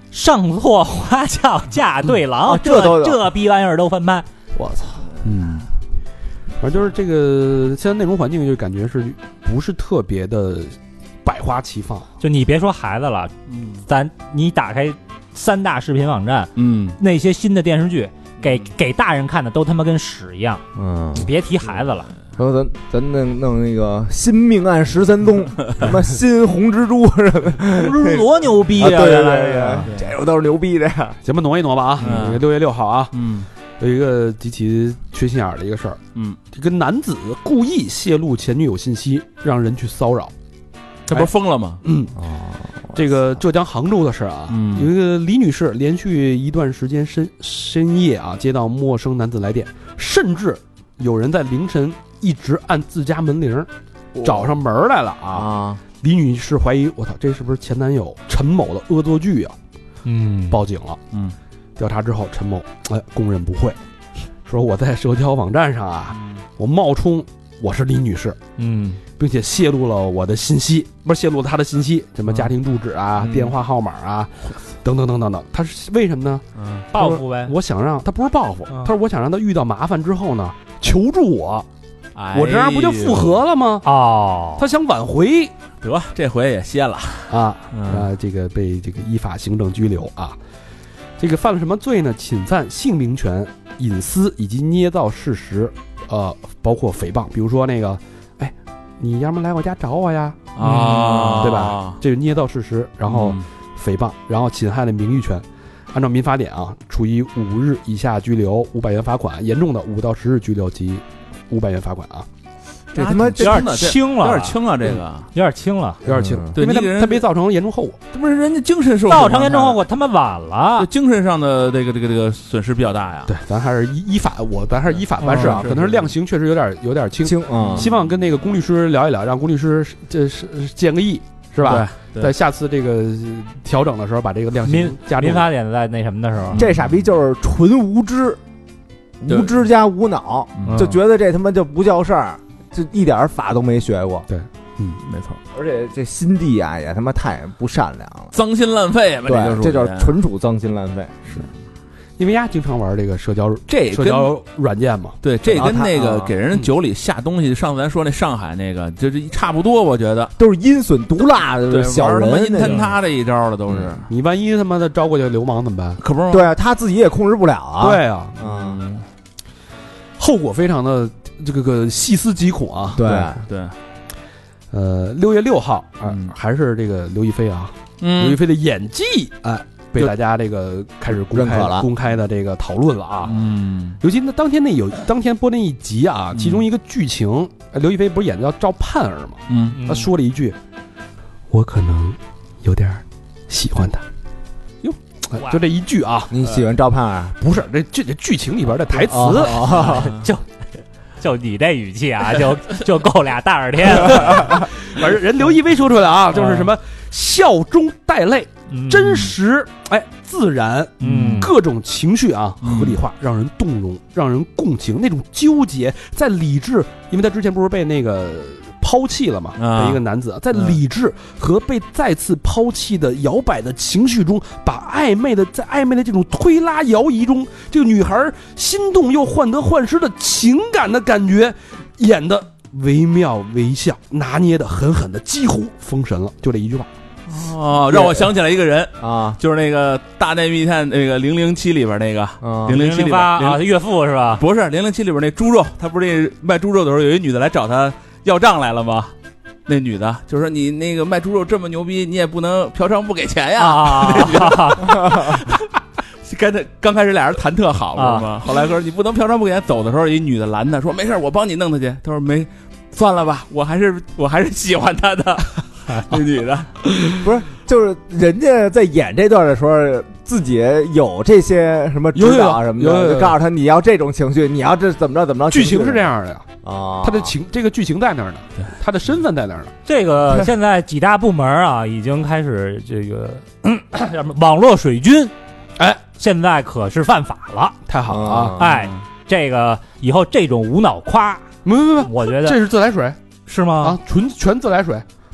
上错花轿嫁对郎， 啊这都有这逼玩意儿都翻拍。 我操， 嗯，反正就是这个现在内容环境就感觉是不是特别的百花齐放。 就你别说孩子了， 嗯咱你打开三大视频网站， 嗯， 那些新的电视剧给给大人看的都他妈跟屎一样， 嗯， 你别提孩子了。 然后咱咱弄弄那个新命案十三宗，什么新红蜘蛛什么， 红蜘蛛多牛逼啊对对原来对对，这种都是牛逼的呀。 咱们挪一挪吧啊， 嗯这个六月六号啊， 嗯有一个极其缺心眼儿的一个事儿， 嗯， 这个男子故意泄露前女友信息，让人去骚扰。 这不是疯了吗？ 嗯， 哦， 这个浙江杭州的事儿啊， 嗯有一个李女士连续一段时间深深夜啊接到陌生男子来电，甚至有人在凌晨一直按自家门铃找上门来了啊！ 啊， 李女士怀疑，我操，这是不是前男友陈某的恶作剧啊？ 嗯， 报警了。 嗯， 调查之后，陈某哎供认不讳，说我在社交网站上啊，我冒充我是李女士， 嗯， 并且泄露了我的信息，不是泄露了她的信息，什么家庭住址啊、 嗯电话号码啊，等等等等等。他是为什么呢？ 嗯报复呗。 我想让他不是报复， 嗯他说我想让他遇到麻烦之后呢，求助我， 哎我这样不就复合了吗？ 哦， 他想挽回得这回也歇了。 啊嗯啊，这个被这个依法行政拘留啊。这个犯了什么罪呢？侵犯姓名权、隐私以及捏造事实，呃，包括诽谤。比如说那个，哎，你要么来我家找我呀， 啊， 对吧？这个捏造事实，然后嗯诽谤，然后侵害了名誉权。按照民法典啊，处以五日以下拘留、五百元罚款，严重的五到十日拘留及五百元罚款啊， 这他妈有这有点轻了， 有点轻啊，这个有点轻了， 有点轻， 嗯因为他对你给人他没造成严重后果。 这不是人家精神受造成严重后果，他妈晚了。 精神上的这个这个这个损失比较大呀。 对，咱还是依依法，我咱还是依法办事啊， 嗯可能是量刑确实有点有点轻。 轻啊， 希望跟那个龚律师聊一聊，让龚律师这是建个议，是吧？ 对， 在下次这个呃调整的时候，把这个量刑民加重民。法典在那什么的时候， 这傻逼就是纯无知， 对无知加无脑， 嗯就觉得这他妈就不叫事儿，就一点法都没学过。 嗯， 没错， 而且这心地啊也他妈太不善良了， 脏心烂肺吧， 对， 就这就是纯属脏心烂肺。 因为丫经常玩这个社交这跟社交软件嘛。 对这跟那然后他啊个给人酒里下东西，上次咱说那上海那个，就这差不多，我觉得。 都是阴损毒辣对， 的小玩他妈阴坍人那种。 塌这一招的都是， 你万一他妈的招过去流氓怎么办？ 可不是吗？ 对啊，他自己也控制不了啊。， 对啊， 嗯， 后果非常的这个个细思极恐啊。 对， 对， 呃，六月六号啊嗯， 还是这个刘亦菲啊，刘亦嗯菲的演技哎，被大家这个开始公开认可了公开的这个讨论了啊。 嗯尤其那当天那有当天播那一集啊，其中一个剧情，呃刘亦菲不是演的叫赵盼儿吗？ 嗯她说了一句：“我可能有点喜欢他。”哟，哎就这一句啊， 你喜欢赵盼儿？ 不是这这这剧情里边的台词， 哦就就你这语气啊，就就够俩大热天。 反正人刘亦菲说出来啊，就是什么笑中带泪，真实，哎，自然， 嗯各种情绪啊嗯合理化，让人动容，让人共情，那种纠结，在理智，因为他之前不是被那个抛弃了嘛， 啊的一个男子，在理智和被再次抛弃的摇摆的情绪中，把暧昧的在暧昧的这种推拉摇移中，这个女孩心动又患得患失的情感的感觉，演的惟妙惟肖，拿捏的狠狠的，几乎封神了，就这一句话。 哦，让我想起来一个人， 啊就是那个《大内密探》那个零零七里边那个啊零零七里边零八啊， 零岳父是吧？ 不是零零七里边那猪肉，他不是那卖猪肉的时候，有一女的来找他要账来了吗？那女的就说：“你那个卖猪肉这么牛逼，你也不能嫖娼不给钱呀。 啊， 刚才刚开始俩人谈特好，不是吗？后来说你不能嫖娼不给钱，走的时候一女的拦他说：“没事，我帮你弄他去。”他说：“没，算了吧，我还是我还是喜欢他的。”那女的不是，就是人家在演这段的时候，自己有这些什么指导什么的， 有有有有有就告诉他你要这种情绪，你要这怎么着怎么着。 剧情是这样的呀， 啊， 他的情这个剧情在那儿呢，他的身份在那儿呢。 这个现在几大部门啊，已经开始这个叫什么网络水军， 哎， 现在可是犯法了。 太好了啊！ 哎，这个以后这种无脑夸， 没没没， 我觉得这是自来水是吗？ 啊，纯全自来水，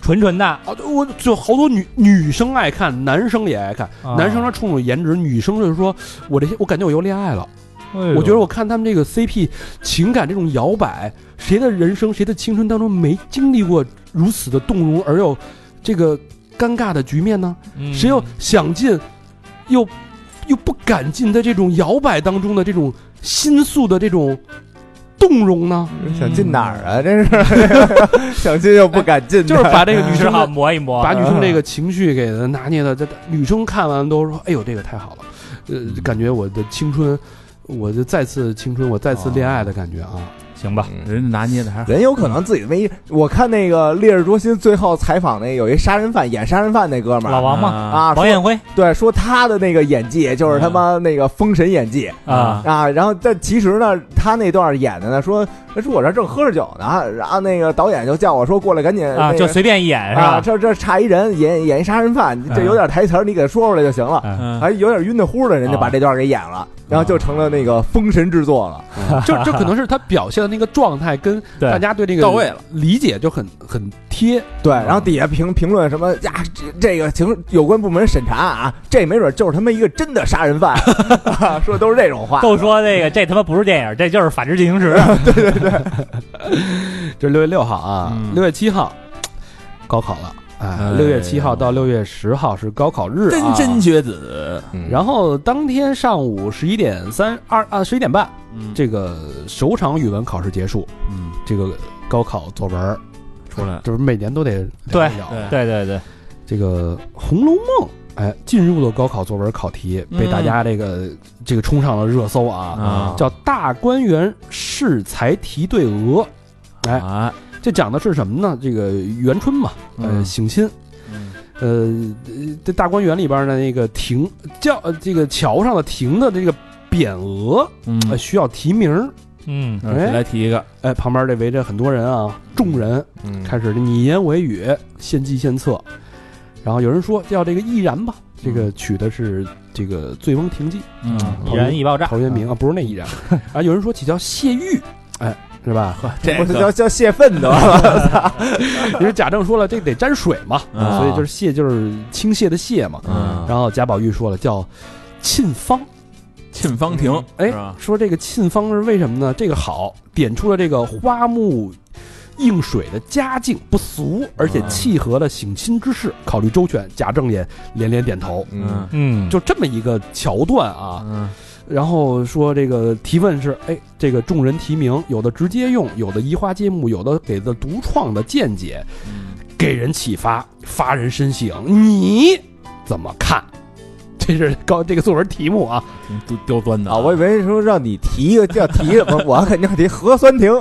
纯纯的啊，我就好多女女生爱看，男生也爱看。 啊男生他冲着颜值，女生就是说我这些，我感觉我又恋爱了。 哎呦我觉得我看他们这个 C P 情感这种摇摆，谁的人生谁的青春当中没经历过如此的动容而又这个尴尬的局面呢？ 嗯谁又想进又又不敢进的这种摇摆当中的这种心速的这种动容呢？ 想进哪儿啊？真是想进又不敢进， 就是把这个女只好生的磨一磨， 把女生这个情绪给拿捏的，这女生看完都说：“哎呦，这个太好了，呃，感觉我的青春，我的再次青春，我再次恋爱的感觉啊。” 行吧， 人家拿捏的还是人有可能自己没。我看那个《烈日灼心》最后采访那有一杀人犯演杀人犯那哥们儿老王嘛， 啊， 王彦辉对，说他的那个演技就是他妈那个封神演技啊， 啊。然后但其实呢，他那段演的呢，说说我这正喝着酒呢，然后那个导演就叫我说过来赶紧啊， 那个就随便一演是啊， 吧？ 这这差一人演演一杀人犯，这有点台词儿你给他说出来就行了。 嗯还有点晕的乎的，人家把这段给演了，然后就成了那个封神之作了。 就这可能是他表现的那个状态跟对大家对这个到位了， 理解就很很贴。 对，然后底下评评论什么呀，这这个请有关部门审查啊，这没准就是他妈一个真的杀人犯，啊、说的都是这种话。 都说那个这他妈不是电影，这就是《法制进行时》。 对对对， 这是六月六号啊，六、月七号高考了。哎，六月七号到六月十号是高考日、啊， 真真学子。 嗯、然后当天上午十一点三二啊十一点半， 嗯、 这个首场语文考试结束。 嗯， 这个高考作文出来， 就是每年都得对聊对对对， 这个《红楼梦》哎进入了高考作文考题，被大家这个、嗯、这个冲上了热搜啊， 啊叫大观园试才题对额，哎。 啊这讲的是什么呢？这个元春嘛，呃，省亲，呃，这大观园里边的那个亭叫呃这个桥上的亭的这个匾额， 嗯， 呃、需要题名， 嗯， 哎， 来提一个， 哎，旁边这围着很多人啊，众人， 嗯， 开始你言我语，献计献策，然后有人说叫这个易然吧，这个取的是这个《醉翁亭记》， 嗯， 易燃易爆炸， 陶渊明啊，不是那易然，啊，有人说起叫谢玉，哎。是吧？ 这不是叫叫泄愤的吗？ 因为贾政说了，这得沾水嘛， 啊、 所以就是泄，就是倾泻的泻嘛。 嗯、 然后贾宝玉说了，叫沁芳， 沁芳亭。 哎，说这个沁芳是为什么呢？这个好，点出了这个花木映水的佳境不俗，而且契合了省亲之事，考虑周全。贾政也连连点头。 嗯嗯，就这么一个桥段啊。 嗯。 然后说这个提问是，哎，这个众人提名，有的直接用，有的移花接木，有的给的独创的见解，给人启发，发人深省。你怎么看？这是高这个作文题目啊， 都刁钻的啊！我以为说让你提一个叫提什么，我肯定提核酸亭。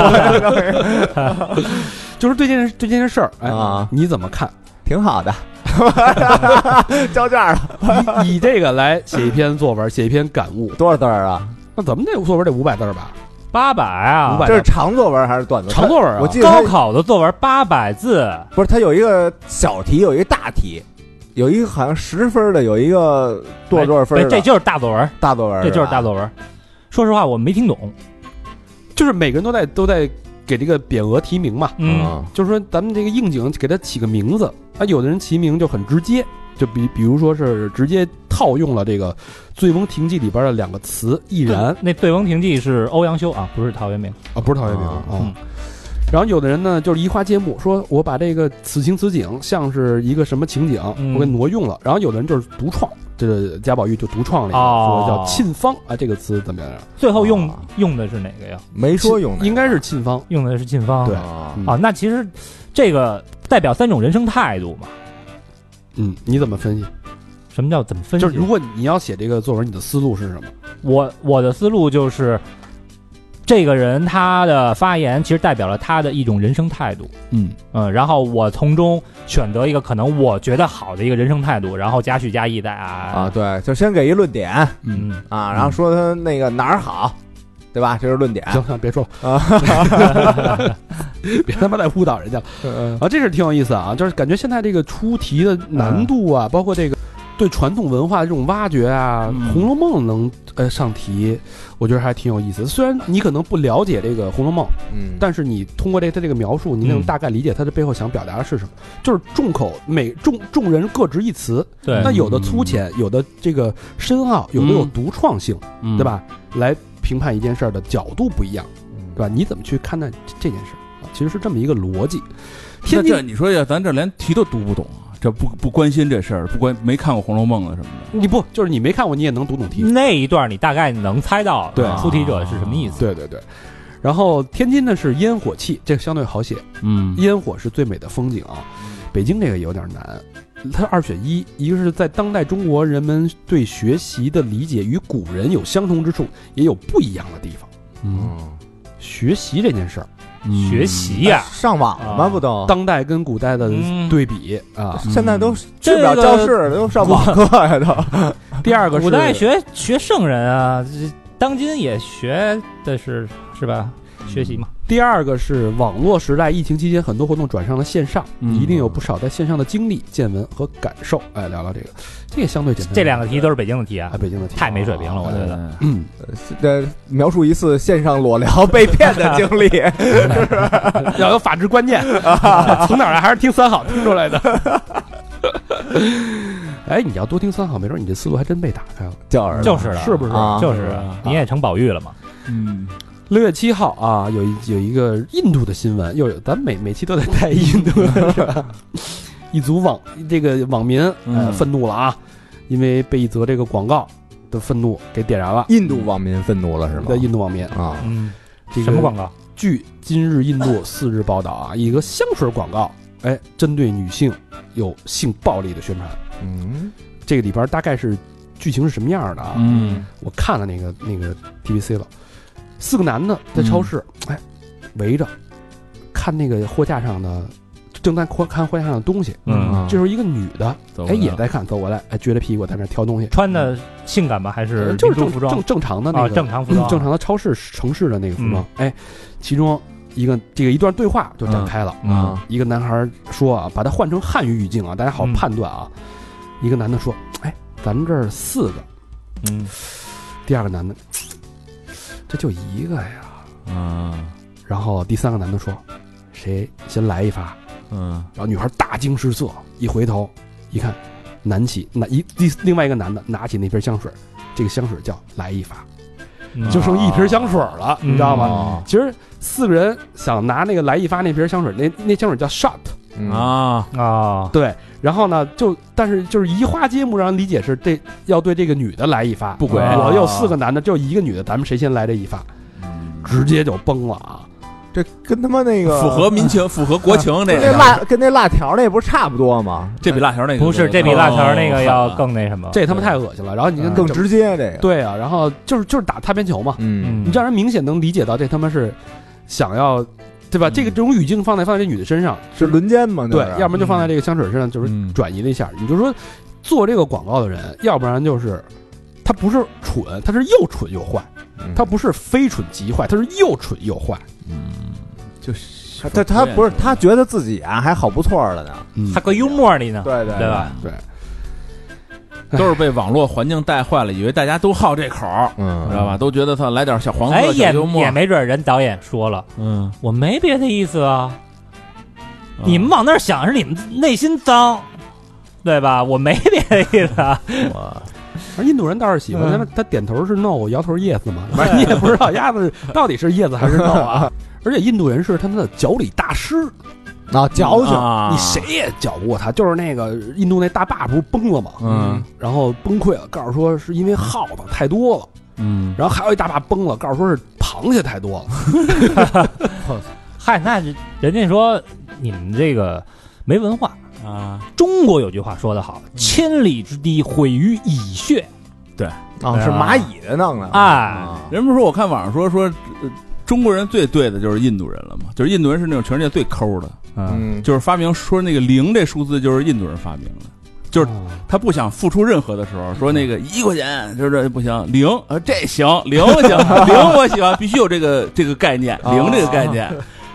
就是对这件这件事儿，哎， 啊， 你怎么看？ 挺好的。交卷了， 以以这个来写一篇作文，写一篇感悟， 多少字儿啊？ 那怎么得作文得五百字儿吧？ 八百啊！ 五百。 这是长作文还是短作文？ 长作文啊！ 我记得高考的作文八百字， 不是它有一个小题，有一个大题，有一个好像十分的，有一个多少多少分的， 这就是大作文， 大作文， 这就是大作文。说实话，我没听懂， 就是每个人都在都在给这个匾额提名嘛， 嗯， 就是说咱们这个应景给他起个名字啊，有的人起名就很直接。就比比如说是直接套用了这个《醉翁亭记》里边的两个词“易然”。 那《醉翁亭记》是欧阳修啊，不是陶渊明啊，不是陶渊明啊。 嗯、 然后有的人呢，就是移花接木，说我把这个此情此景像是一个什么情景， 嗯、 我给挪用了。然后有的人就是独创，这个贾宝玉就独创了一个， 哦、 说叫沁芳啊，这个词怎么样？ 最后用、哦、用的是哪个呀？ 没说用的， 应该是沁芳， 用的是沁芳。 对啊、嗯哦，那其实这个代表三种人生态度嘛。 嗯，你怎么分析？ 什么叫怎么分析？ 就是如果你要写这个作文，你的思路是什么？ 我我的思路就是，这个人他的发言其实代表了他的一种人生态度。 嗯嗯，然后我从中选择一个可能我觉得好的一个人生态度，然后加叙加意的啊啊，对，就先给一论点， 嗯啊，然后说他那个哪儿好，对吧？这是论点。 行行，别说了啊， 别他妈再误导人家了啊！这是挺有意思啊，就是感觉现在这个出题的难度啊，包括这个对传统文化的这种挖掘啊， 嗯红楼梦》能呃上题，我觉得还挺有意思的。虽然你可能不了解这个《红楼梦》， 嗯， 但是你通过这它这个描述，你能嗯大概理解它的背后想表达的是什么。就是众口每众众人各执一词， 对那有的粗浅，有的这个深奥，有的有独创性， 嗯对？吧？来评判一件事儿的角度不一样，对吧？你怎么去看待这件事啊？其实是这么一个逻辑。 那天津这你说呀，咱这连题都读不懂啊，这不不关心这事儿，不关没看过《红楼梦》啊什么的。 你不就是你没看过，你也能读懂题。 那一段你大概能猜到对出题者是什么意思。 对对对。然后天津呢是烟火气，这个相对好写。 嗯烟火是最美的风景啊。北京这个有点难，它二选一，一个是在当代中国人们对学习的理解与古人有相同之处，也有不一样的地方。 嗯学习这件事儿， 嗯学习呀， 上网嘛啊不都？ 当代跟古代的嗯对比啊。 现在都去这不了个教室，都上网课呀都。 第二个是古代学学圣人啊，这当今也学的是是吧？学习嘛。 第二个是网络时代，疫情期间很多活动转上了线上， 嗯一定有不少在线上的经历、见闻和感受。哎，聊聊这个，这个相对简单。 这两个题都是北京的题啊啊，，北京的题太没水平了，我觉得。 得。 嗯， 这描述一次线上裸聊被骗的经历， 要有法治观念，从哪儿来？还是听三好听出来的。哎，你要多听三好，没准你这思路还真被打开了。 就是就是了是不是啊就是啊你也成宝玉了嘛？ 嗯六月七号啊，有一有一个印度的新闻，又有咱每每期都得带印度的是吧？一组网这个网民呃嗯愤怒了啊，因为被一则这个广告的愤怒给点燃了。 印度网民愤怒了是吗？ 的印度网民， 啊， 嗯， 这个什么广告？ 据今日印度四日报道啊，一个香水广告，哎，针对女性有性暴力的宣传。 嗯这个里边大概是剧情是什么样的啊？ 嗯我看了那个那个 T V C 了，四个男的在超市，哎，围着看那个货架上的，正在看货架上的东西。 嗯这时候一个女的，哎， 走过来也在看，走过来，哎，撅着屁股在那挑东西， 穿的性感吗？还是呃就是正民族服装正？正常的那啊， 个正常服装， 正常的超市城市的那个服装。哎，其中一个这个一段对话就展开了。 啊一个男孩说啊，把它换成汉语语境啊，大家好嗯判断啊。一个男的说，哎，咱们这儿四个。 嗯， 第二个男的，这就一个呀。 嗯然后第三个男的说，谁先来一发？ 嗯然后女孩大惊失色，一回头一看，拿起拿一第另外一个男的拿起那瓶香水，这个香水叫来一发， 嗯就剩一瓶香水了， 嗯你知道吗？ 哦其实四个人想拿那个来一发那瓶香水，那那香水叫 shot， 嗯啊啊， 对。然后呢，就但是就是移花接木，让人理解是这要对这个女的来一发， 不轨我有四个男的，就一个女的，咱们谁先来这一发，直接就崩了啊！ 这跟他妈那个符合民情，符合国情，这个跟那辣跟那辣条那不是差不多吗？ 这比辣条那个不是，这比辣条那个要更那什么。 这他妈太恶心了。然后你看更直接这个。 对啊，然后就是就是打擦边球嘛， 嗯你让人明显能理解到这他妈是想要，对吧？ 嗯这个这种语境放在放在这女的身上， 是轮奸吗？ 对那，是要不然就放在这个香水身上，就是嗯转移了一下。你就说做这个广告的人，要不然就是他不是蠢，他是又蠢又坏， 嗯他不是非蠢即坏，他是又蠢又坏。 嗯，就是他他他不是他觉得自己啊还好不错了呢。 嗯还搁幽默里呢， 对对对吧？ 对， 都是被网络环境带坏了，以为大家都好这口儿， 嗯知道吧？都觉得他来点小黄哎， 色、小也幽默也，没准人导演说了， 嗯， 我没别的意思啊， 啊你们往那儿想是你们内心脏，对吧？我没别的意思啊。 而印度人倒是喜欢， 嗯他他点头是 no， 摇头 yes 嘛，反正你也不知道鸭子到底是 yes 还是 no 啊。而且印度人是他们的脚理大师， 啊矫情， 啊你谁也搅不过他。就是那个印度那大坝不是崩了吗？ 嗯然后崩溃了，告诉说是因为耗子太多了。 嗯， 然后还有一大坝崩了，告诉说是螃蟹太多了。 嗨，那人家说你们这个没文化。 啊， 中国有句话说得好，千里之堤毁于蚁穴。 啊是蚂蚁的弄的哎， 人不是说我看网上说说、呃中国人最对的就是印度人了嘛，就是印度人是那种全世界最抠的， 嗯就是发明说那个零这数字就是印度人发明的，就是他不想付出任何的时候，说那个一块钱就是不行，零呃这行，零行，零我喜欢，必须有这个这个概念，零这个概念。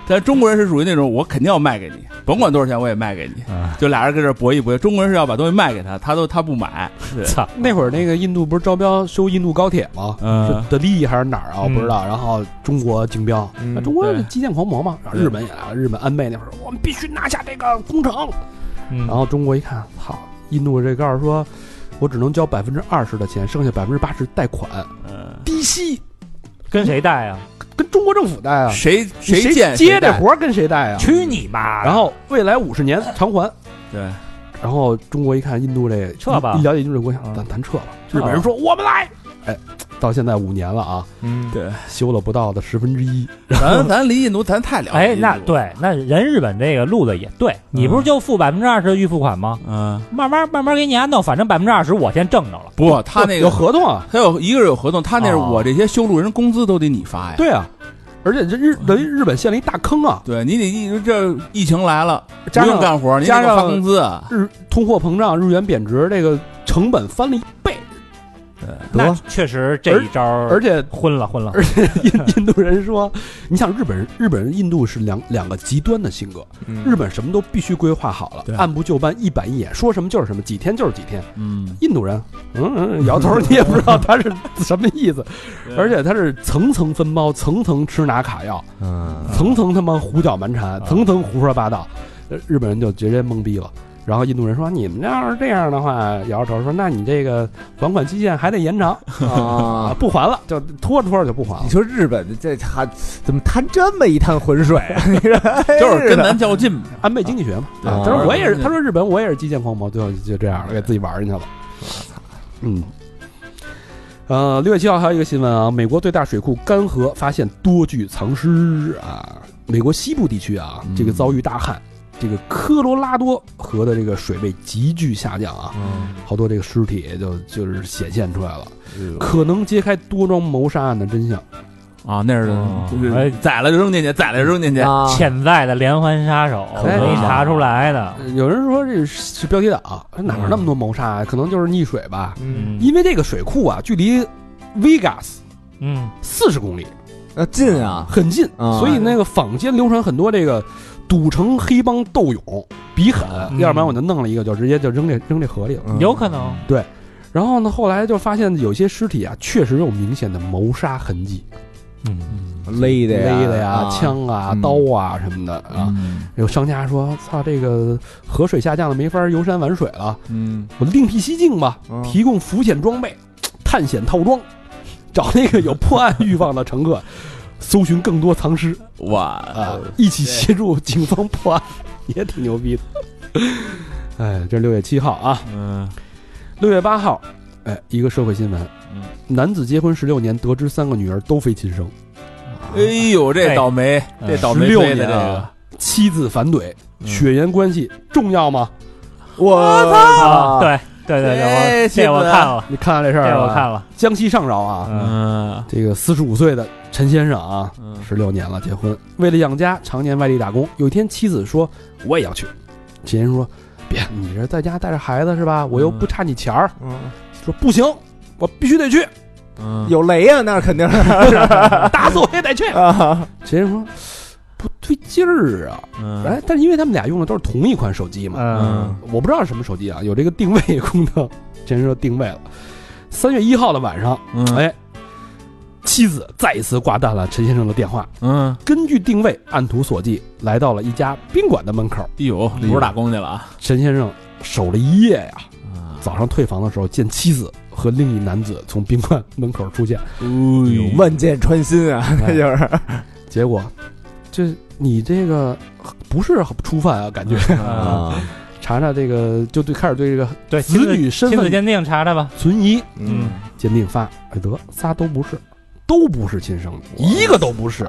但中国人是属于那种我肯定要卖给你，甭管多少钱我也卖给你，就俩人跟这博弈博弈。中国人是要把东西卖给他，他都他不买。 操！ 那会儿那个印度不是招标修印度高铁吗？ 嗯是德里还是哪儿啊？我不知道。然后中国竞标， 嗯那中国对基建狂魔嘛。然后日本也来了，日本安倍那会儿，我们必须拿下这个工程。 嗯然后中国一看，操，印度这告诉说，我只能交百分之二十的钱，剩下百分之八十贷款， 嗯， 低息， 跟谁带呀？ 跟中国政府贷啊。 谁谁见接这活儿跟谁贷啊？ 去你妈的！ 然后未来五十年偿还。 对， 然后中国一看印度这撤吧一了解印度这国家， 嗯咱咱撤吧。 撤吧日本人说我们来，哎，到现在五年了啊， 嗯， 对， 修了不到的十分之一。 咱咱离印度咱太了解哎， 印度那对，那人日本这个路子也对，你不是就付百分之二十的预付款吗？ 嗯， 慢慢慢慢给你按弄，反正百分之二十我先挣着了。 不，他那个有合同啊， 他有一个是有合同，他那是哦我这些修路人工资都得你发呀。 对啊，而且这日等于日本陷了一大坑啊， 对，你得一这疫情来了， 加上不用干活，你得加上给我发工资啊。 日通货膨胀，日元贬值，这个成本翻了一倍， 那确实这一招儿， 而且昏了昏了。 而且印印度人说，你想日本人，日本人印度是两两个极端的性格， 嗯日本什么都必须规划好了对， 按部就班，一板一眼，说什么就是什么，几天就是几天。 嗯， 印度人，嗯嗯，摇头，你也不知道他是什么意思，而且他是层层分包，层层吃拿卡要， 嗯层层他妈胡搅蛮缠，层层胡说八道，呃日本人就直接懵逼了。然后印度人说：“你们要是这样的话，摇摇头说，那你这个还款期限还得延长啊， 啊， 不还了，就拖着拖着就不还了你。说日本这还怎么摊这么一滩浑水啊？你说就是跟咱较劲嘛。 安倍经济学嘛， 对他说我也是， 嗯他说日本我也是基建狂魔，最后就这样了，给自己玩进去了。嗯，呃，六月七号还有一个新闻啊，美国最大水库干涸发现多具藏尸啊，美国西部地区啊， 嗯这个遭遇大旱，这个科罗拉多河的这个水位急剧下降啊， 嗯好多这个尸体就就是显现出来了，可能揭开多桩谋杀案的真相。 啊，那是哦就是哎宰了就扔进去，宰了就扔进去。 啊， 潜在的连环杀手哎没查出来的。 呃有人说这是标题党，哪有那么多谋杀啊？可能就是溺水吧。 嗯， 因为这个水库啊，距离 Vegas 嗯， 四十公里， 那近啊， 很近， 啊所以那个坊间流传很多这个赌城黑帮斗勇比狠， 嗯要不然我就弄了一个，就直接就扔这扔这河里了。 嗯有可能。 然后呢，后来就发现有些尸体啊，确实有明显的谋杀痕迹， 嗯， 勒的呀勒的呀、 啊枪啊、 嗯刀啊什么的啊。 嗯有商家说：“操，这个河水下降了，没法游山玩水了， 嗯， 我另辟蹊径吧， 嗯提供浮潜装备、探险套装，找那个有破案欲望的乘客，搜寻更多藏尸哇啊，一起协助警方破案，也挺牛逼的。哎，这是六月七号啊， 嗯六月八号，哎，一个社会新闻， 嗯， 男子结婚十六年，得知三个女儿都非亲生， 哎呦，这倒霉， 哎这倒霉 16 飞的年这个啊，妻子反怼， 嗯血缘关系重要吗？ 我啊，对对对对，我哎这我亲子看了， 你看了这事这儿了吧？ 我看了。 江西上饶啊， 嗯这个四十五岁的陈先生啊， 嗯十六年了结婚，为了养家，常年外地打工。有一天，妻子说：“我也要去。”陈先生说：“别，你这在家带着孩子是吧？我又不差你钱儿。 嗯说：“不行，我必须得去， 嗯有雷啊，那肯定是打死我也得去。 啊，” 陈先生说：“不对劲儿啊！” 嗯哎，但是因为他们俩用的都是同一款手机嘛， 嗯， 我不知道是什么手机啊，有这个定位功能。陈先生说定位了。三月一号的晚上， 嗯哎，妻子再一次挂断了陈先生的电话。 嗯， 根据定位，按图索骥，来到了一家宾馆的门口。 哎呦，不是打工去了啊， 陈先生守了一夜呀， 啊早上退房的时候，见妻子和另一男子从宾馆门口出现， 哎呦万箭穿心啊，那就是结果，这你这个不是初犯啊，感觉啊， 查查这个就对开始对这个对， 子女身份亲子鉴定查查吧。 存疑， 嗯， 鉴定发，哎得仨都不是，都不是亲生的，一个都不是。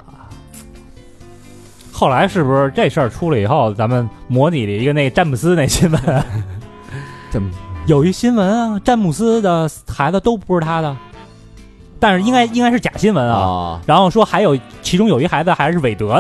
后来是不是这事儿出了以后，咱们模拟了一个那詹姆斯那新闻？ 怎么有一新闻啊，詹姆斯的孩子都不是他的，但是应该应该是假新闻啊。 啊？ 然后说还有其中有一孩子还是韦德的，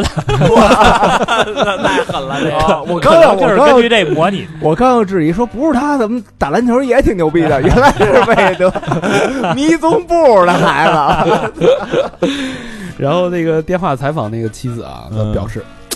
太狠了这啊我可刚要能就是我刚要根据这模拟。 我刚要质疑说不是他，怎么打篮球也挺牛逼的？原来是韦德迷踪部的孩子。 然后那个电话采访那个妻子啊， 嗯表示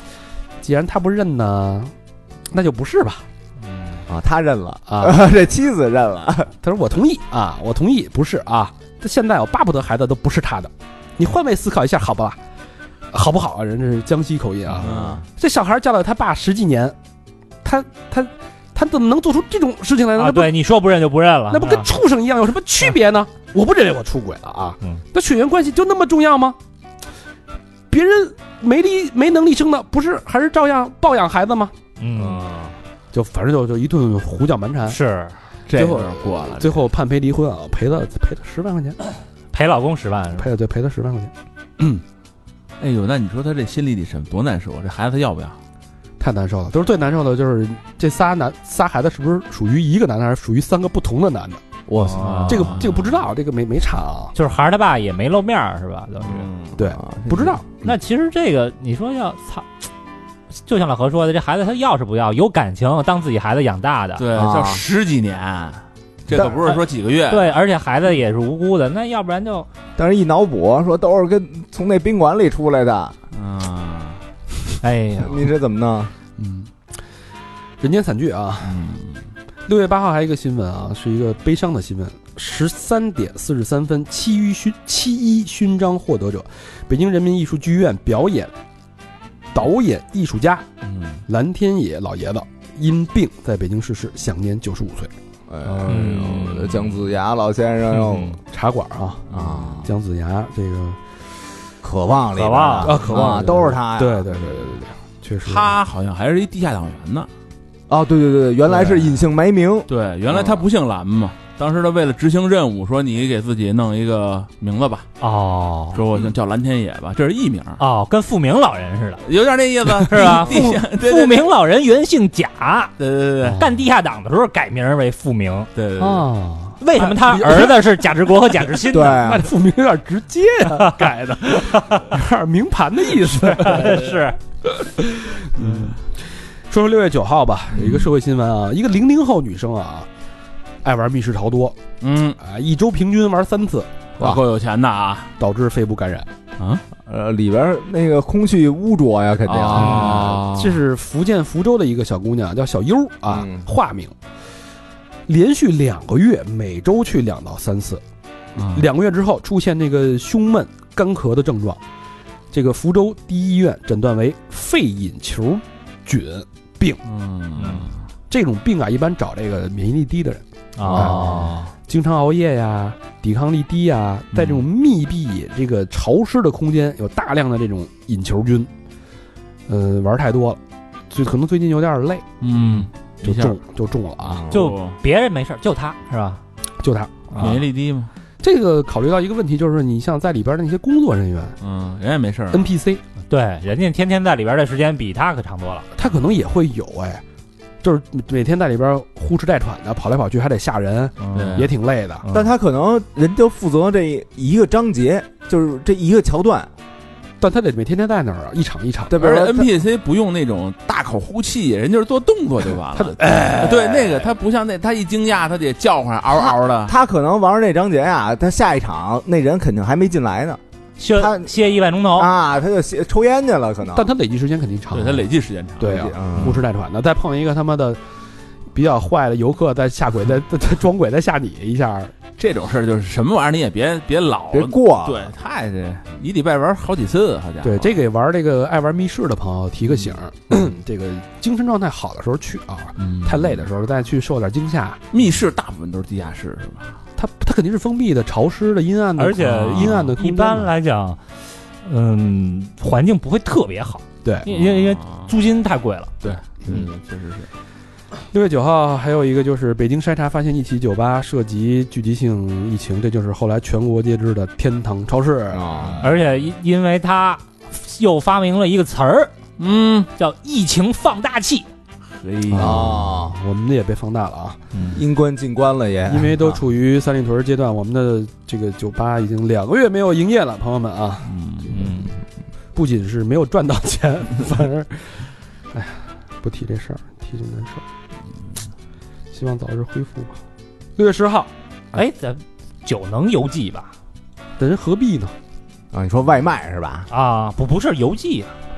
既然他不认呢，那就不是吧。 啊，他认了啊， 这妻子认了。 他说我同意啊，我同意，不是啊。这现在我巴不得孩子都不是他的，你换位思考一下好不啦？好不好啊？人这是江西口音啊。 嗯、 这小孩叫了他爸十几年，他他他怎么能做出这种事情来呢？ 啊，对，你说不认就不认了， 那不跟畜生一样有什么区别呢？嗯、我不认为我出轨了啊。 嗯， 那血缘关系就那么重要吗？别人没力没能力生的，不是还是照样抱养孩子吗？ 嗯。 就反正就就一顿胡搅蛮缠， 是， 这有点过了。 最后判赔离婚啊，赔了赔了十万块钱， 赔老公十万， 赔了对赔了十万块钱。嗯， 哎呦，那你说他这心里得什么多难受？这孩子要不要？ 太难受了。都是最难受的就是这仨男仨孩子是不是属于一个男的，还是属于三个不同的男的？ 我操、 哦， 这个这个不知道，这个没没查啊。 就是孩儿他爸也没露面是吧？都是、 嗯、 对，不知道。 那其实这个你说要操。就像老何说的，这孩子他要是不要有感情，当自己孩子养大的， 对，叫十几年，这可不是说几个月。 对，而且孩子也是无辜的，那要不然就…… 但是一脑补说都是跟从那宾馆里出来的， 嗯， 哎呀， 你这怎么弄？ 嗯，人间惨剧啊！ 嗯， 六月八号还有一个新闻啊，是一个悲伤的新闻。十三点四十三分，七一勋七一勋章获得者，北京人民艺术剧院表演。导演艺术家， 嗯， 蓝天野老爷子因病在北京逝世，享年九十五岁。 哎呦，姜子牙老先生哟、 嗯，茶馆啊啊，姜子牙这个渴望里渴望啊，渴望、 啊、都是他呀。 对对对对对对，确实， 他好像还是一地下党员呢。 哦，对对对，原来是隐姓埋名。 对，原来他不姓蓝嘛。当时他为了执行任务，说你给自己弄一个名字吧。 哦， 说我叫蓝天野吧，这是艺名。 哦，跟富明老人似的， 有点那意思， 是吧？富富明老人原姓贾， 对对对对， 干地下党的时候改名为富明。 对对对。 哦， 为什么他儿子是贾志国和贾志新？ 对， 那富明有点直接啊，改的，有点明盘的意思。 是， 嗯，说说六月九号吧，有一个社会新闻啊，一个零零后女生啊。爱玩密室逃脱， 嗯啊，一周平均玩三次， 哇，够有钱的啊， 导致肺部感染啊， 呃，里边那个空气污浊呀，肯定啊。这是福建福州的一个小姑娘，叫小优啊， 嗯、 化名，连续两个月，每周去两到三次， 嗯、 两个月之后出现那个胸闷、干咳的症状，这个福州第一医院诊断为肺隐球菌病， 嗯， 这种病啊，一般找这个免疫力低的人。 哦， 经常熬夜呀，抵抗力低呀，在这种密闭、这个潮湿的空间，有大量的这种隐球菌，呃，玩太多了，所以可能最近有点累， 嗯， 就中就中了啊， 就别人没事，就他是吧？ 就他免疫力低吗？ 这个考虑到一个问题，就是你像在里边的那些工作人员， 嗯，人也没事 ，N P C， 对，人家天天在里边的时间比他可长多了， 他可能也会有哎。就是每天在里边呼哧带喘的跑来跑去，还得吓人， 嗯、 也挺累的。 但他可能人就负责这一个章节，就是这一个桥段， 但他得每天天在那儿啊，一场一场。 对， 而且 N P C 不用那种大口呼气，人就是做动作就完了。他得哎，对，那个他不像那他一惊讶，他得叫唤嗷嗷的。 他可能玩这章节啊，他下一场那人肯定还没进来呢。 歇歇一万钟头啊，他就歇抽烟去了，可能。 但他累计时间肯定长， 对他累计时间长。 对啊，呼哧带喘的，再碰一个他妈的比较坏的游客在下轨，在在装鬼再吓你一下， 这种事儿就是什么玩意儿你也别别老别过， 对，太这一礼拜玩好几次，好家伙。 对，这给玩这个爱玩密室的朋友提个醒，嗯、这个精神状态好的时候去啊，嗯、太累的时候再去受点惊吓。 密室大部分都是地下室，是吧？ 它它肯定是封闭的、潮湿的、阴暗的， 而且阴暗的空间。 一般来讲，嗯，环境不会特别好， 对， 因为因为租金太贵了。 对，嗯，确实是。 六月九号还有一个就是北京筛查发现一起酒吧涉及聚集性疫情，这就是后来全国皆知的天堂超市啊。而且因因为他又发明了一个词儿， 嗯， 叫疫情放大器。 啊，我们的也被放大了啊！ 应关尽关了也， 因为都处于三里屯阶段，我们的这个酒吧已经两个月没有营业了，朋友们啊，嗯，不仅是没有赚到钱，反而，哎呀，不提这事儿，提就难受。希望早日恢复吧。六月十号， 哎，咱酒能邮寄吧？ 但人何必呢？ 啊，你说外卖是吧？ 啊，不，不是邮寄啊。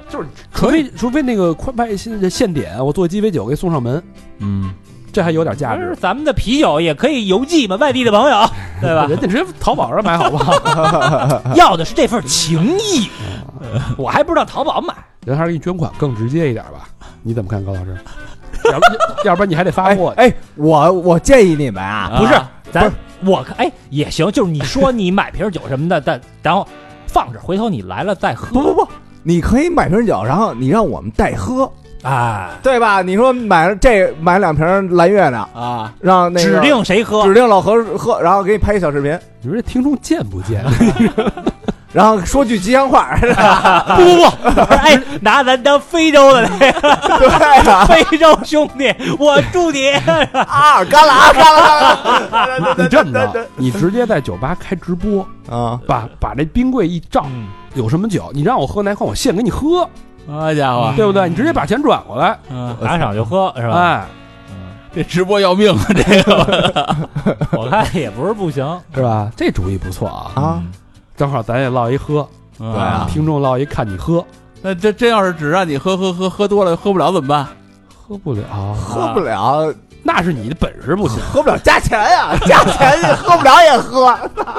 就是除非除非那个快卖现现点，我做鸡尾酒给送上门， 嗯， 这还有点价值。 咱们的啤酒也可以邮寄嘛，外地的朋友，对吧？ 人家直接淘宝上买好不好？ 要的是这份情谊，我还不知道淘宝买。 人还是给你捐款更直接一点吧？你怎么看，高老师？要不要不然你还得发货。 哎，我我建议你们啊， 不是咱我看哎也行，就是你说你买瓶酒什么的，但然后放着，回头你来了再喝。 不不不，你可以买瓶酒，然后你让我们代喝。 哎， 对吧？你说买这买两瓶蓝月的啊，让那个指定谁喝， 指定老何喝，然后给你拍一小视频。 你说这听众贱不贱？ 然后说句吉祥话， 不不不，哎，拿咱当非洲的那个， 对啊， 非洲兄弟，我祝你啊，干了啊，干了干了！ 你这么着，你直接在酒吧开直播啊， 把把这冰柜一照，有什么酒，你让我喝哪款，我现给你喝。 好家伙， 对不对？你直接把钱转过来， 嗯，打赏就喝是吧？ 哎， 这直播要命啊！这个我看也不是不行， 是吧？这主意不错啊啊！ 正好咱也唠一喝， 对啊， 听众唠一看你喝， 那这真要是只让你喝喝喝喝多了喝不了怎么办？ 喝不了， 喝不了， 那是你的本事不行， 喝不了加钱呀，加钱你喝不了也喝。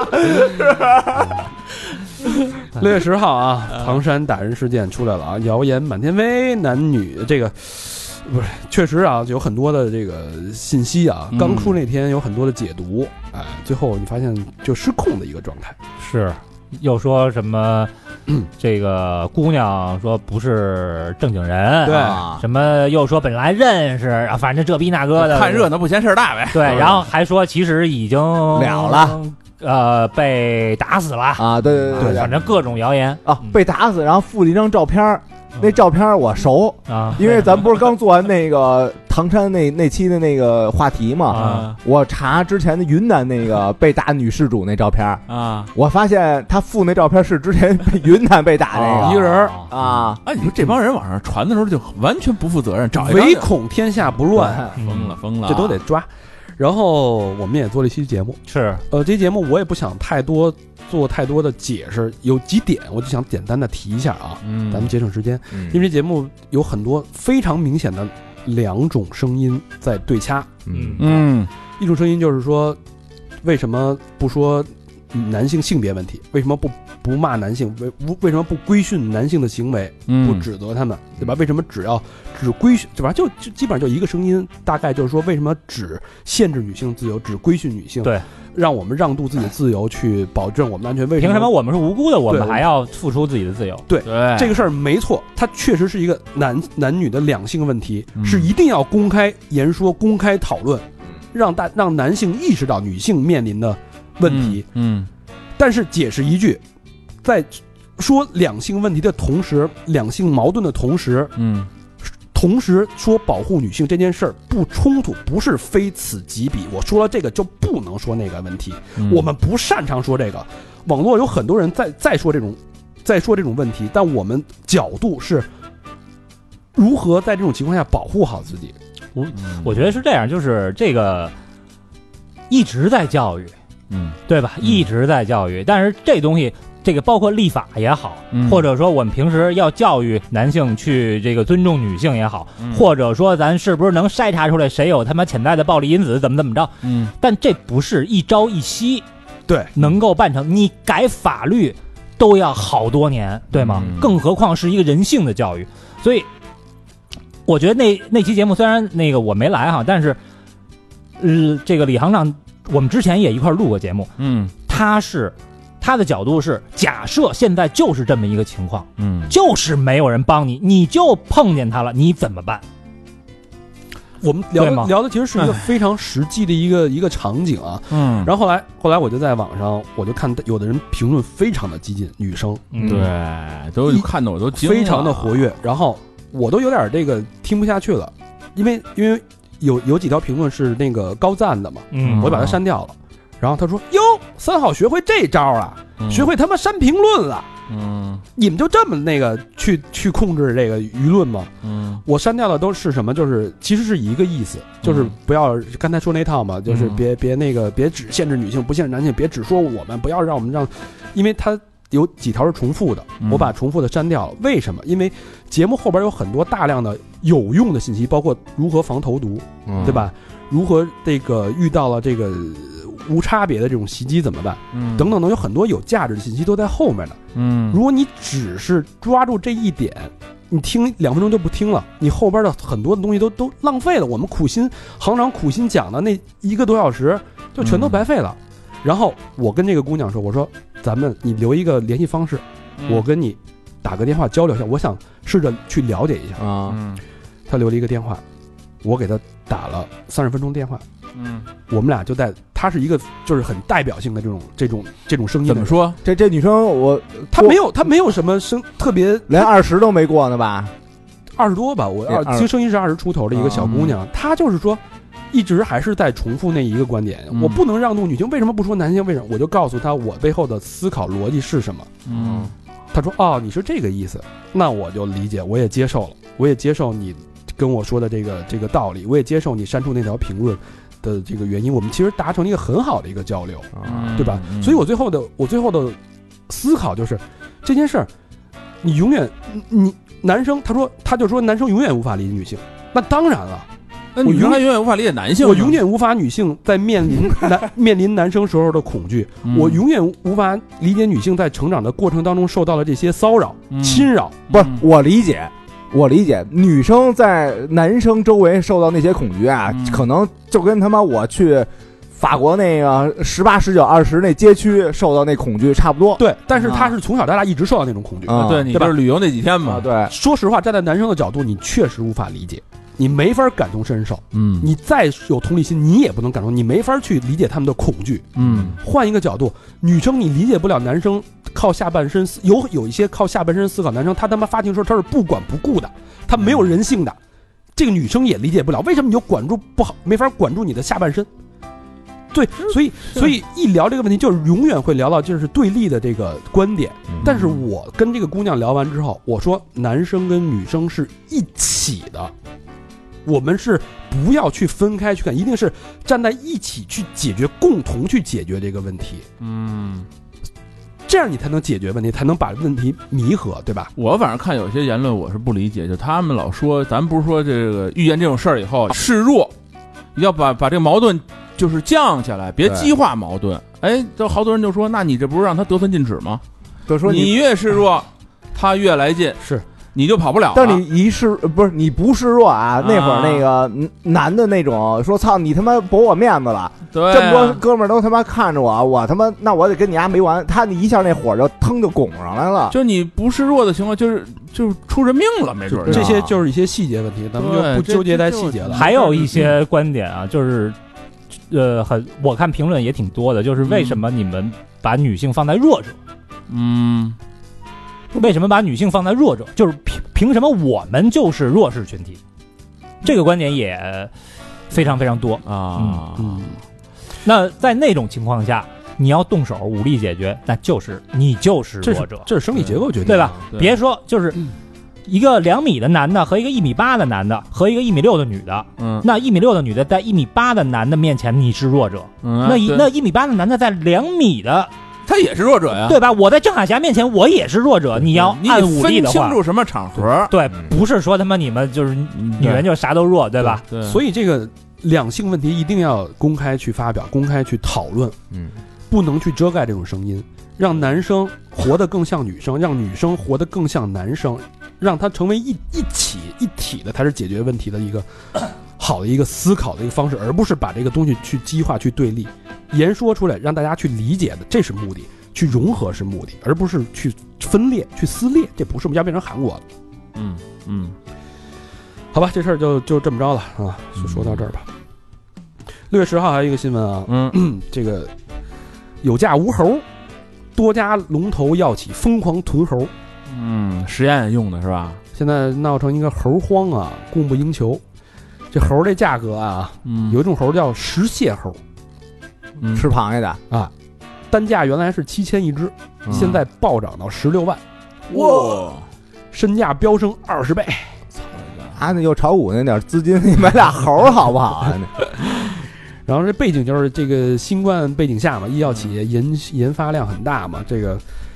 六月十号啊，唐山打人事件出来了啊，谣言满天飞，男女这个不是确实啊，有很多的这个信息啊，刚出那天有很多的解读，哎，最后你发现就失控的一个状态， 是又说什么？这个姑娘说不是正经人， 对， 什么又说本来认识，啊，反正这逼那个的， 看热闹不嫌事儿大呗。 对，然后还说其实已经了了。 呃，被打死了啊！对对对, 对，反正各种谣言啊，被打死，然后附了一张照片，嗯、那照片我熟啊， 因为咱不是刚做完那个唐山那那期的那个话题嘛， 啊、 我查之前的云南那个被打女事主那照片啊， 我发现他附那照片是之前被云南被打那个、 啊、一个人啊。 哎，你说这帮人往上传的时候就完全不负责任，找一唯恐天下不乱， 疯了疯了， 这都得抓。然后我们也做了一期节目， 是呃，这期节目我也不想太多做太多的解释，有几点我就想简单的提一下啊，嗯，咱们节省时间，嗯、因为这节目有很多非常明显的两种声音在对掐， 嗯嗯， 一种声音就是说，为什么不说男性性别问题？为什么不不骂男性？为为什么不规训男性的行为？不指责他们，对吧？为什么只要只规训，对吧？就就基本上就一个声音，大概就是说，为什么只限制女性自由，只规训女性？ 对， 让我们让渡自己的自由，去保证我们的安全。为什么？ 凭什么我们是无辜的，我们还要付出自己的自由？ 对， 对这个事儿没错，它确实是一个男男女的两性问题， 嗯、 是一定要公开言说、公开讨论，让大让男性意识到女性面临的问题。 嗯，嗯但是解释一句，在说两性问题的同时，两性矛盾的同时， 嗯， 同时说保护女性这件事儿不冲突，不是非此即彼。我说了这个就不能说那个问题， 嗯、 我们不擅长说这个。网络有很多人在在说这种，在说这种问题，但我们角度是如何在这种情况下保护好自己。 我我觉得是这样，就是这个一直在教育。 嗯， 对吧？一直在教育，但是这东西，这个包括立法也好， 嗯、 或者说我们平时要教育男性去这个尊重女性也好， 嗯、 或者说咱是不是能筛查出来谁有他妈潜在的暴力因子，怎么怎么着？ 嗯， 但这不是一朝一夕， 对， 能够办成。你改法律都要好多年，对吗？ 嗯、 更何况是一个人性的教育。所以，我觉得那那期节目虽然那个我没来哈，但是，呃，这个李行长。我们之前也一块录过节目， 嗯， 他是他的角度是假设现在就是这么一个情况， 嗯， 就是没有人帮你，你就碰见他了，你怎么办？ 我们聊的聊的其实是一个非常实际的一个一个场景啊， 嗯， 然后后来后来我就在网上我就看有的人评论非常的激进，女生， 嗯、对，都看得我都惊了， 非常的活跃，然后我都有点这个听不下去了，因为因为。有有几条评论是那个高赞的嘛， 嗯， 我就把它删掉了。然后他说：“哟，三好学会这招了， 嗯、 学会他妈删评论了。 嗯， 你们就这么那个去去控制这个舆论吗？ 嗯， 我删掉的都是什么？就是其实是一个意思，就是不要刚才说那套嘛，就是别别那个别只限制女性，不限制男性，别只说我们，不要让我们让，因为他有几条是重复的，我把重复的删掉了。为什么？因为节目后边有很多大量的有用的信息，包括如何防投毒， 嗯、 对吧？如何这个遇到了这个无差别的这种袭击怎么办？嗯，等等等，有很多有价值的信息都在后面呢。嗯，如果你只是抓住这一点，你听两分钟就不听了，你后边的很多的东西都都浪费了。我们苦心行长苦心讲的那一个多小时，就全都白费了。嗯、然后我跟这个姑娘说，我说咱们你留一个联系方式，嗯、我跟你打个电话交流一下，我想试着去了解一下啊。嗯，她留了一个电话，我给她打了三十分钟电话。嗯，我们俩就在，她是一个就是很代表性的这种这种这种声音。 怎么说？ 这这女生我她没有她没有什么声特别， 连二十都没过呢吧？ 二十多吧，我二其实声音是二十出头的一个小姑娘，嗯、她就是说一直还是在重复那一个观点，嗯、我不能让渡女性，为什么不说男性？为什么？我就告诉她我背后的思考逻辑是什么。嗯，她说哦，你是这个意思，那我就理解，我也接受了，我也接受你跟我说的这个这个道理，我也接受你删除那条评论的这个原因，我们其实达成了一个很好的一个交流，嗯、对吧？嗯、所以我最后的我最后的思考就是这件事儿，你永远你男生他说他就说男生永远无法理解女性，那当然了， 那女生还永远无法理解男性， 我永远无法女性在面临男面临男生时候的恐惧，嗯、我永远无法理解女性在成长的过程当中受到了这些骚扰、嗯、侵扰， 不是我理解。我理解，女生在男生周围受到那些恐惧啊，嗯、可能就跟他妈我去法国那个十八、十九、二十那街区受到那恐惧差不多。 对，但是他是从小到大一直受到那种恐惧。 啊、对，你就是旅游那几天嘛。 啊、对， 说实话，站在男生的角度，你确实无法理解，你没法感同身受。嗯，你再有同理心，你也不能感同，你没法去理解他们的恐惧。嗯，换一个角度，女生你理解不了男生。靠下半身有有一些靠下半身思考男生，他他妈发情时候他是不管不顾的，他没有人性的，这个女生也理解不了，为什么你就管住不好，没法管住你的下半身？对，所以所以一聊这个问题，就是永远会聊到就是对立的这个观点。但是我跟这个姑娘聊完之后，我说男生跟女生是一起的，我们是不要去分开去看，一定是站在一起去解决，共同去解决这个问题。嗯。这样你才能解决问题，才能把问题弥合，对吧？ 我反正看有些言论我是不理解，就他们老说，咱不是说这个遇见这种事儿以后示弱，要把把这个矛盾就是降下来，别激化矛盾。哎，就好多人就说，那你这不是让他得寸进尺吗？ 都说 你, 你越示弱，他越来劲， 是你就跑不了了。 但你一示不是你不示弱啊，那会儿那个男的那种说操你他妈驳我面子了。 对、啊， 这么多哥们儿都他妈看着我，我他妈那我得跟你丫没完。他一下那火就腾就拱上来了。 就你不示弱的情况，就是就是出人命了，没准。 这些就是一些细节问题，咱们就不纠结在细节了。 还有一些观点啊，就是呃，很我看评论也挺多的，就是为什么你们把女性放在弱者？嗯，为什么把女性放在弱者？就是凭凭什么我们就是弱势群体？这个观点也非常非常多啊。嗯。嗯那在那种情况下，你要动手武力解决，那就是你就是弱者， 这是生理结构决定， 对吧？对别说就是一个两米的男的和一个一米八的男的和一个一米六的女的，嗯，那一米六的女的在一米八的男的面前你是弱者，嗯，那一那一米八的男的在两米的。 他也是弱者呀， 对吧？我在郑海霞面前，我也是弱者。你要按武力的话， 分清楚什么场合， 对，不是说他妈你们就是女人就啥都弱，对吧？ 对，所以这个两性问题一定要公开去发表，公开去讨论，嗯，不能去遮盖这种声音，让男生活得更像女生，让女生活得更像男生，让他成为一一起一体的，才是解决问题的一个好的一个思考的一个方式，而不是把这个东西去激化、去对立。言说出来让大家去理解的，这是目的，去融合是目的，而不是去分裂、去撕裂，这不是我们要变成韩国了。嗯嗯，好吧，这事儿就就这么着了啊，就说到这儿吧。六月十号还有一个新闻啊，嗯，这个有价无猴，多家龙头药企疯狂囤猴， 嗯，实验用的是吧？ 现在闹成一个猴荒啊，供不应求。这猴这价格啊，嗯，有一种猴叫食蟹猴。 嗯、吃螃蟹的啊，单价原来是七千一只，嗯、现在暴涨到十六万， 哇， 身价飙升二十倍。 啊，那又炒股那点资金，你买俩猴好不好啊？ 然后这背景就是这个新冠背景下嘛，医药企业研研发量很大嘛，这个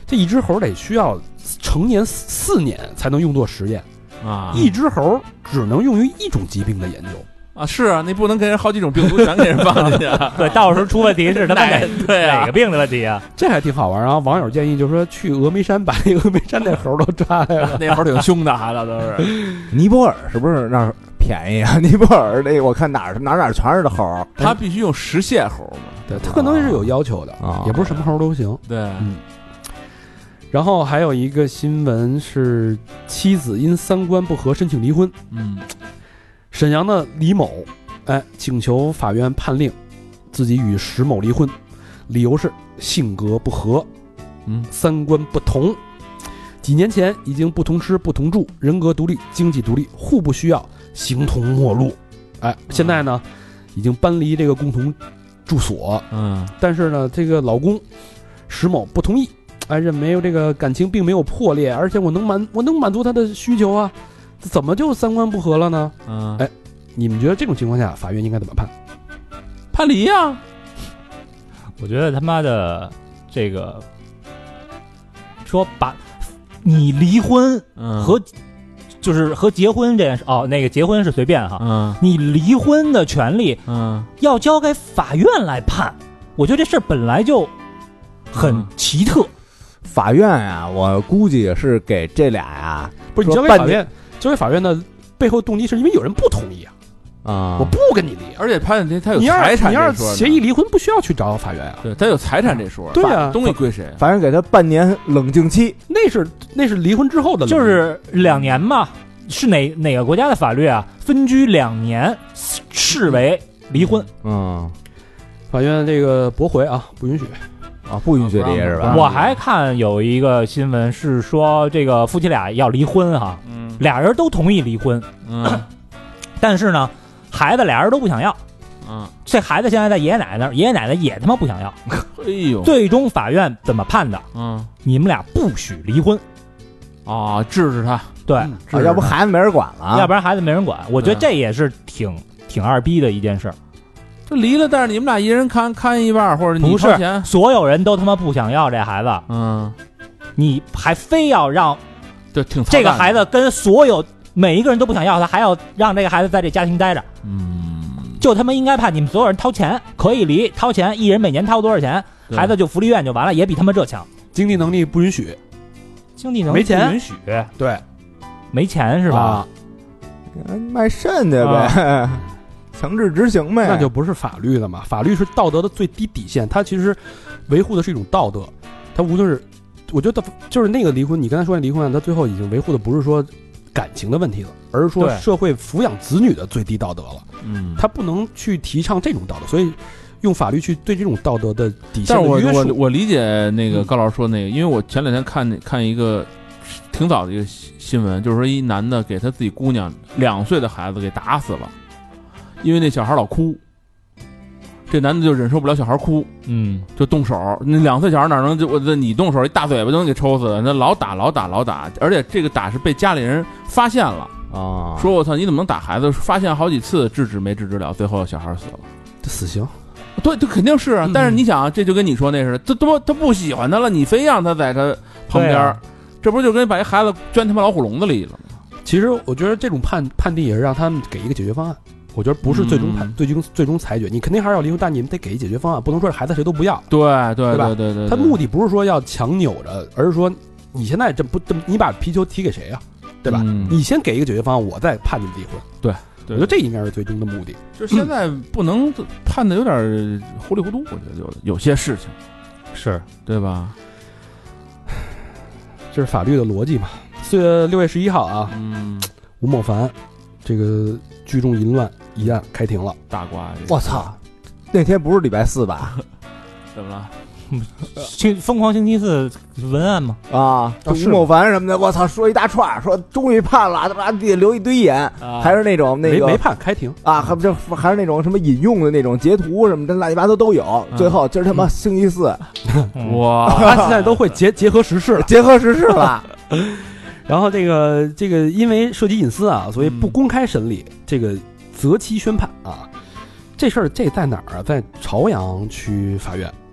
这一只猴得需要成年四年才能用作实验啊， 一只猴只能用于一种疾病的研究。 啊，是啊，你不能给人好几种病毒全给人放进去。 对，到时候出问题是他妈哪对啊哪个病的问题啊？ 这还挺好玩。然后网友建议就是说，去峨眉山把那峨眉山那猴都抓来了。 那猴挺凶的，孩子都是。 尼泊尔是不是那儿便宜啊？尼泊尔那我看哪儿哪儿哪儿全是的猴， 他必须用石蟹猴嘛。 对，他可能是有要求的， 啊也不是什么猴都行。 对， 嗯。然后还有一个新闻是，妻子因三观不合申请离婚。 嗯， 沈阳的李某。哎，请求法院判令自己与石某离婚，理由是性格不合， 嗯， 三观不同。几年前已经不同吃不同住，人格独立，经济独立，互不需要，形同陌路。哎，现在呢，已经搬离这个共同住所。 嗯， 但是呢，这个老公石某不同意，哎，认为这个感情并没有破裂，而且我能满我能满足他的需求啊，怎么就三观不合了呢？ 嗯， 哎。你们觉得这种情况下，法院应该怎么判？ 判离呀、啊！ 我觉得他妈的这个说把你离婚和、嗯、就是和结婚这件事哦，那个结婚是随便哈， 嗯， 你离婚的权利， 嗯， 要交给法院来判。我觉得这事儿本来就很奇特。嗯、 法院啊，我估计是给这俩呀、啊， 不是你交给法院，交给法院的背后动机是因为有人不同意啊。 啊！ 我不跟你离， 而且判他有财产这说。 你要是协议离婚，不需要去找法院啊。 对，他有财产这说。 对啊， 东西归谁？ 法院给他半年冷静期， 那是那是离婚之后的， 就是两年嘛。是哪哪个国家的法律啊？分居两年视为离婚。 嗯， 法院这个驳回啊，不允许啊，不允许离是吧？ 我还看有一个新闻是说，这个夫妻俩要离婚哈， 嗯， 俩人都同意离婚， 嗯， 但是呢。孩子俩人都不想要， 嗯， 这孩子现在在爷爷奶奶那儿，爷爷奶奶也他妈不想要。 哎呦， 最终法院怎么判的？ 嗯， 你们俩不许离婚， 啊，制止他， 对， 嗯啊、要不孩子没人管了， 要不然孩子没人管。我觉得这也是挺挺二逼的一件事。 就离了，但是你们俩一人看看一半，或者你不是所有人都他妈不想要这孩子， 嗯， 你还非要让， 就挺这个孩子跟所有。每一个人都不想要他，还要让这个孩子在这家庭待着， 嗯， 就他妈应该判你们所有人掏钱，可以离，掏钱，一人每年掏多少钱，孩子就福利院就完了，也比他妈这强。 经济能力不允许， 经济能力不允许， 对， 没钱是吧？ 啊、卖肾的呗，啊、强制执行呗， 那就不是法律了嘛。法律是道德的最低底线，它其实维护的是一种道德，它无论是，我觉得就是那个离婚，你刚才说的离婚案，它最后已经维护的不是说。感情的问题了，而是说社会抚养子女的最低道德了。 嗯， 他不能去提倡这种道德，所以用法律去对这种道德的底线的约束。但是我我我理解那个高老师说那个，嗯、因为我前两天看看一个挺早的一个新闻，就是说一男的给他自己姑娘两岁的孩子给打死了，因为那小孩老哭。这男的就忍受不了小孩哭， 嗯， 就动手。那两岁小孩哪能就我这你动手一大嘴巴就能给抽死了？那老打老打老打，而且这个打是被家里人发现了啊， 说我操你怎么能打孩子？发现好几次制止没制止了，最后小孩死了， 这死刑。 对，这肯定是啊。但是你想，这就跟你说那似的，这他他不喜欢他了，你非让他在他旁边，啊、这不就跟把一孩子圈他妈老虎笼子里了吗？ 其实我觉得这种判判定也是让他们给一个解决方案。我觉得不是最终判、嗯、最终最终裁决，你肯定还是要离婚，但你们得给解决方案，不能说孩子谁都不要。 对对对吧？ 对对 对, 对， 他目的不是说要强扭着，而是说你现在这不这你把皮球踢给谁呀、啊？对吧、嗯？你先给一个解决方案，我再判你离婚。 对，对我觉得这应该是最终的目的。 就现在不能判的有点糊里糊涂，我觉得有有些事情是对吧？ 这是法律的逻辑嘛？四月六月十一号啊， 嗯， 吴某凡这个聚众淫乱一案开庭了， 大瓜！ 我操，那天不是礼拜四吧？ 怎么了？ 星疯狂星期四文案吗？ 啊，吴某凡什么的，我操，说一大串，说终于判了，他妈得留一堆言，啊、还是那种那个没没判开庭啊，还不就还是那种什么引用的那种截图什么的，乱七八糟都有。嗯、最后今儿他妈星期四， 嗯、哇，他现在都会结结合时事了， 结合时事了。 然后这个这个因为涉及隐私啊，所以不公开审理，嗯、这个择期宣判啊。这事儿这在哪儿啊？在朝阳区法院。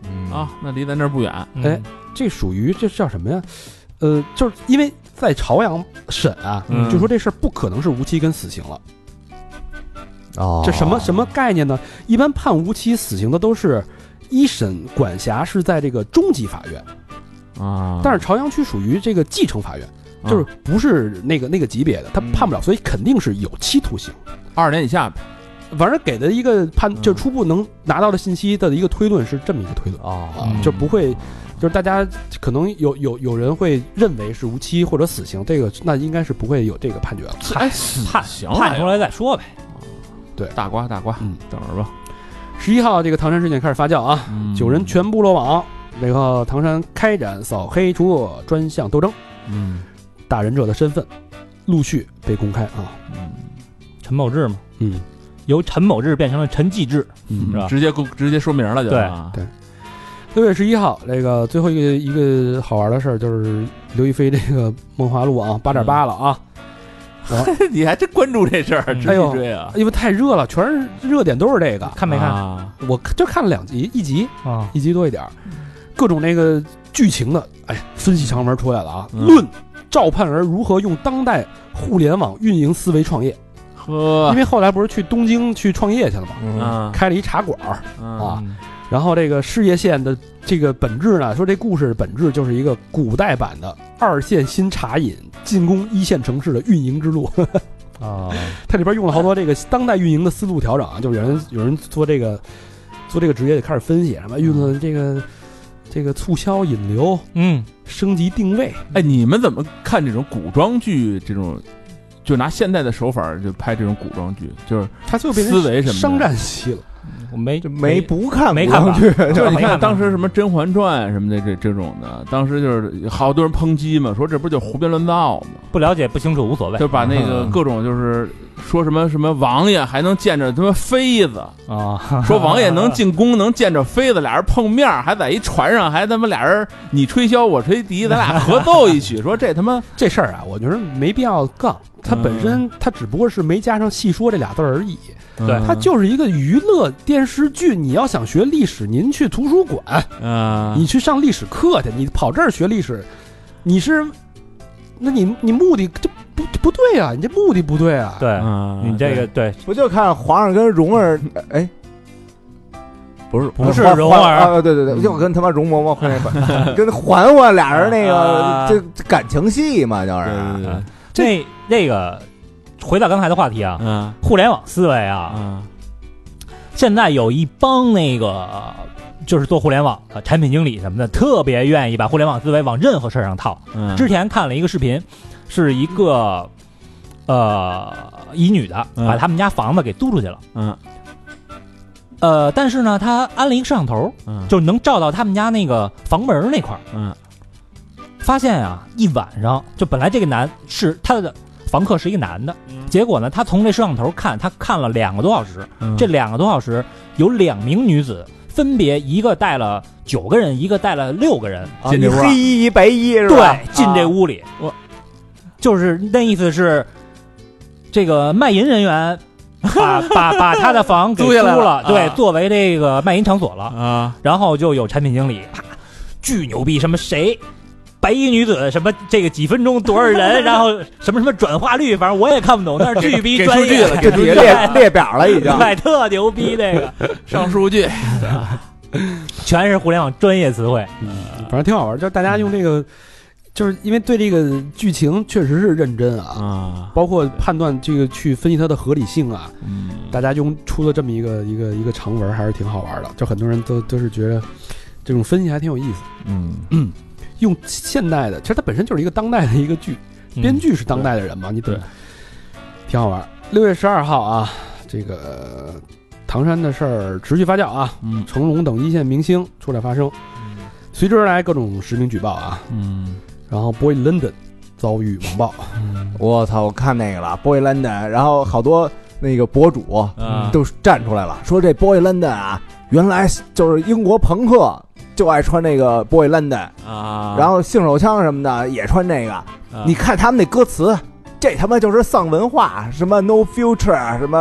啊，那离咱这儿不远。 哎，这属于这叫什么呀？呃，就是因为在朝阳审啊， 嗯就说这事儿不可能是无期跟死刑了。 哦， 这什么什么概念呢？一般判无期死刑的都是一审管辖是在这个中级法院啊， 但是朝阳区属于这个继承法院，就是不是那个那个级别的，他判不了，所以肯定是有期徒刑， 二十年以下呗。 反正给的一个判，就初步能拿到的信息的一个推论是这么一个推论哦， 啊，就不会，就是大家可能有有有人会认为是无期或者死刑，这个那应该是不会有这个判决了。 哎，死判刑判出来再说呗。 对， 大瓜大瓜， 嗯， 等着吧。 十一号这个唐山事件开始发酵啊， 嗯九人全部落网，这个唐山开展扫黑除恶专项斗争， 嗯打人者的身份陆续被公开啊， 嗯陈某志嘛， 嗯， 由陈某志变成了陈继志， 嗯是吧？ 直接公直接说明了就对啊对。六月十一号，这个最后一个一个好玩的事儿就是刘亦菲这个梦华录啊，八点八了啊。 你还真关注这事儿， 嗯直接追啊？ 因为太热了，全是热点都是这个。 看没看啊？ 我就看了两集，一集啊？ 一集多一点儿，各种那个剧情的，哎，分析长文出来了啊。 嗯论赵盼儿如何用当代互联网运营思维创业， 呵因为后来不是去东京去创业去了嘛， 嗯啊开了一茶馆儿啊啊。然后这个事业线的这个本质呢，说这故事的本质就是一个古代版的二线新茶饮进攻一线城市的运营之路。 啊， 它里边用了好多这个当代运营的思路调整啊，就是有人有人做这个做这个职业就开始分析什么运了这个这个促销引流， 嗯， 升级定位。 哎，你们怎么看这种古装剧？这种就拿现代的手法就拍这种古装剧，就是它就变思维什么的成商战戏了。 我没就没不看没看吧古装剧， 就是你看没看当时什么《甄嬛传》什么的这这种的，当时就是好多人抨击嘛，说这不就是胡编乱造嘛， 不了解不清楚无所谓， 就把那个各种就是说什么什么王爷还能见着他妈妃子啊， 说王爷能进宫能见着妃子，俩人碰面还在一船上，还他妈俩人你吹箫我吹笛，咱俩合奏一曲，说这他妈这事儿啊，我觉得没必要杠。它本身它只不过是没加上细说这俩字而已。 对它就是一个娱乐电视剧。你要想学历史，您去图书馆， 啊， 你去上历史课去，你跑这儿学历史，你是，那你你目的这不不对啊，你这目的不对啊。 对， 啊你这个对， 不就看皇上跟蓉儿，哎， 不是不是嬛蓉儿啊，对对对，就跟他妈容嬷嬷跟跟嬛嬛俩人那啊个这感情戏嘛，就是对对这那个回到刚才的话题啊， 嗯互联网思维啊， 嗯现在有一帮那个就是做互联网的产品经理什么的，特别愿意把互联网思维往任何事儿上套。 嗯， 之前看了一个视频，是一个呃一女的嗯把他们家房子给租出去了， 嗯呃，但是呢，他安了一个摄像头， 嗯就能照到他们家那个房门那块儿。 嗯发现啊，一晚上就本来这个男是他的房客是一个男的，结果呢，他从这摄像头看，他看了两个多小时， 嗯这两个多小时有两名女子，分别一个带了九个人，一个带了六个人， 啊进这屋一黑衣一白衣是吧？ 对，进这屋里， 我就是那意思是，这个卖淫人员把把把他的房给租租下来了了，对， 啊作为这个卖淫场所了， 啊然后就有产品经理，啪，巨牛逼，什么谁。白衣女子什么这个几分钟多少人，然后什么什么转化率，反正我也看不懂，但是巨逼专业， 给数据了这底下列列表了已经。 对，特牛逼，这个上数据， 全是互联网专业词汇。 反正挺好玩，就是大家用这个，就是因为对这个剧情确实是认真啊， 啊， 包括判断这个去分析它的合理性啊， 嗯大家用出了这么一个一个一个长文，还是挺好玩的。就很多人都都是觉得这种分析还挺有意思。 嗯用现代的，其实它本身就是一个当代的一个剧，编剧是当代的人嘛，你对， 挺好玩。六月十二号啊，这个唐山的事儿持续发酵啊， 嗯成龙等一线明星出来发声，随之而来各种实名举报啊， 嗯然后 Boy London 遭遇网暴， 我操！我看那个了，Boy London，然后好多那个博主啊都站出来了，说这 Boy London 啊，原来就是英国朋克，就爱穿那个 Boy London， 啊， 然后性手枪什么的也穿这个。你看他们那歌词，这他妈就是丧文化，什么 No Future，什么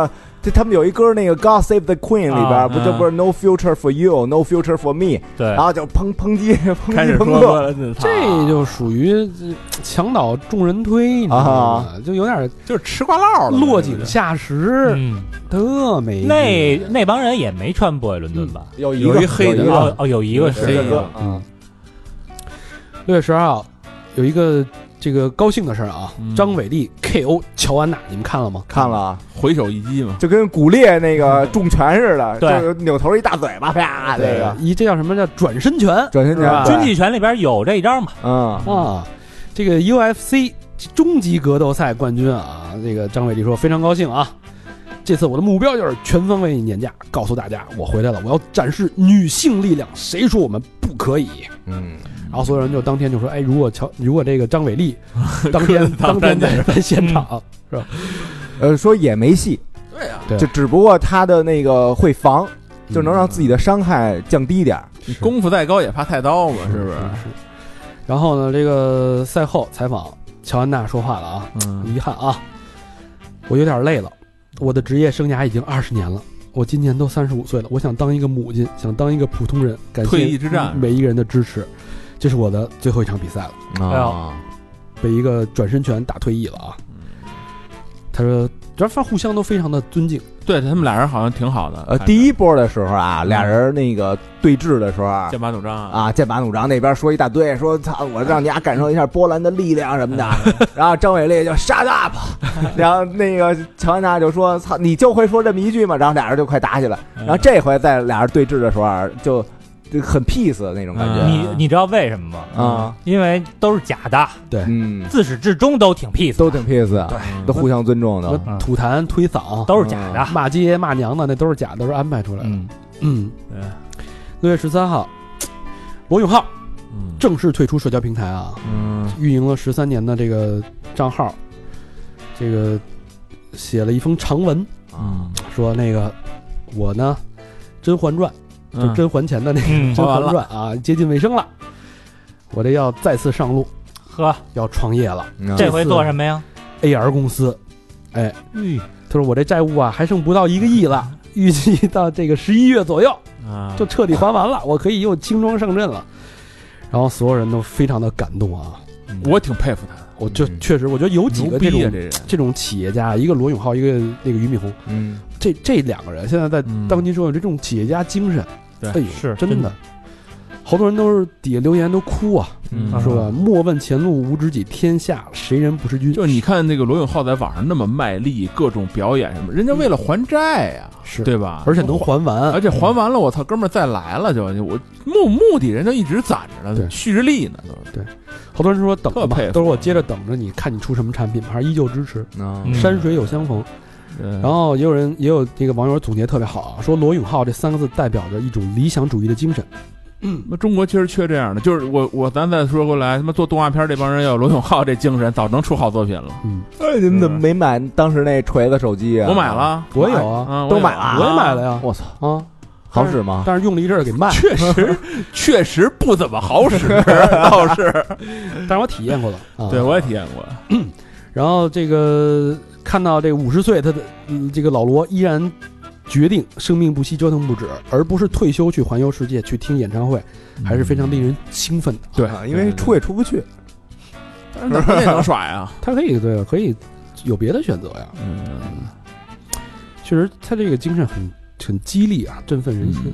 这他们有一歌那个 God Save the Queen 里边、 啊、 不就不是 No future for you, No future for me， 对， 然后就抨抨击抨击朋克， 这就属于墙倒众人推，你知道吗？就有点就是吃瓜唠了， 落井下石， 嗯， 特没那那帮人也没穿波伦敦吧？ 有有一黑的哦哦，有一个是这个歌， 嗯，六月十二号有一个。这个高兴的事儿啊， 嗯、 张伟丽 K O 乔安娜，你们看了吗？ 看了， 回手一击嘛， 就跟骨裂那个重拳似的， 对， 就扭头一大嘴巴，啪，这个一这叫什么叫转身拳？ 转身拳， 军纪拳里边有这一招嘛？ 嗯啊，这个 U F C 终极格斗赛冠军啊，这个张伟丽说非常高兴啊，这次我的目标就是全方位碾价，告诉大家我回来了，我要展示女性力量，谁说我们不可以？ 嗯。 然后所有人就当天就说，哎，如果乔，如果这个张伟丽当天当天在在现场、嗯、是吧？ 呃，说也没戏， 对啊， 就只不过他的那个会防，就能让自己的伤害降低点。 你功夫再高也怕太刀嘛，是不是？ 是。然后呢，这个赛后采访，乔安娜说话了啊，嗯、遗憾啊，我有点累了，我的职业生涯已经二十年了。我今年都三十五岁了，我想当一个母亲，想当一个普通人，感谢退役之战每一个人的支持。这是我的最后一场比赛了啊！ 被一个转身拳打退役了啊！他说，这反正互相都非常的尊敬， 对他们俩人好像挺好的。 呃，第一波的时候啊，俩人那个对峙的时候啊， 剑拔弩张啊， 啊，剑拔弩张，那边说一大堆，说操，我让你俩感受一下波兰的力量什么的。然后张伟丽就 shut up， 然后那个乔安娜就说操，你就会说这么一句嘛，然后俩人就快打起来。然后这回在俩人对峙的时候啊，就。就很 peace 的那种感觉， 嗯、你你知道为什么吗？ 啊、嗯， 因为都是假的， 对， 嗯， 自始至终都挺 peace， 都挺 peace， 对， 都互相尊重的， 嗯、吐痰推搡都是假的， 骂街骂娘的那都是假的，都是安排出来的。 嗯嗯，六月十三号，罗永浩正式退出社交平台啊，嗯，运营了十三年的这个账号，这个写了一封长文， 嗯， 说那个我呢，《甄嬛传》。就甄嬛前的那个《甄嬛传》啊，接近尾声了，我这要再次上路， 呵， 要创业了。 这回做什么呀 ？A R 公司，哎，嗯，他说我这债务啊还剩不到一个亿了，预计到这个十一月左右啊，就彻底还完了，我可以又轻装上阵了。然后所有人都非常的感动啊， 我挺佩服他。 我就确实，我觉得有几个这种、啊、这, 这种企业家，一个罗永浩，一个那个俞敏洪，嗯，这这两个人现在在当今社会有这种企业家精神， 对、 哎呦， 是真的，好多人都是底下留言都哭啊，嗯、说吧，莫问前路无知己，天下谁人不是君。 就你看那个罗永浩在网上那么卖力，各种表演什么，人家为了还债呀、啊， 是对吧？ 而且能还完， 而且还完了，我操，哥们儿再来了就我目目的人家一直攒着呢， 对， 蓄着力呢，都对。好多人说等着吧，都是我接着等着你看你出什么产品，还是依旧支持。 嗯、 山水有相逢。然后也有人也有这个网友总结特别好啊，说罗永浩这三个字代表着一种理想主义的精神。 嗯，那中国其实缺这样的，就是我我咱再说过来，他妈做动画片这帮人要有罗永浩这精神，早能出好作品了。 嗯， 哎，你们怎么没买当时那锤子手机啊？ 我买了， 我有啊， 啊都买了， 我也买了呀。 我操啊！ 好使吗？ 但是用了一阵儿给卖， 确实确实不怎么好使，倒是。 但是我体验过了，啊、 对我也体验过。 然后这个看到这个五十岁，他的、嗯、这个老罗依然决定生命不息，折腾不止，而不是退休去环游世界去听演唱会，还是非常令人兴奋的。 对， 啊、因为出也出不去， 但是他也能耍呀， 他可以对，可以有别的选择呀。嗯，确实，他这个精神很。很激励啊，振奋人心。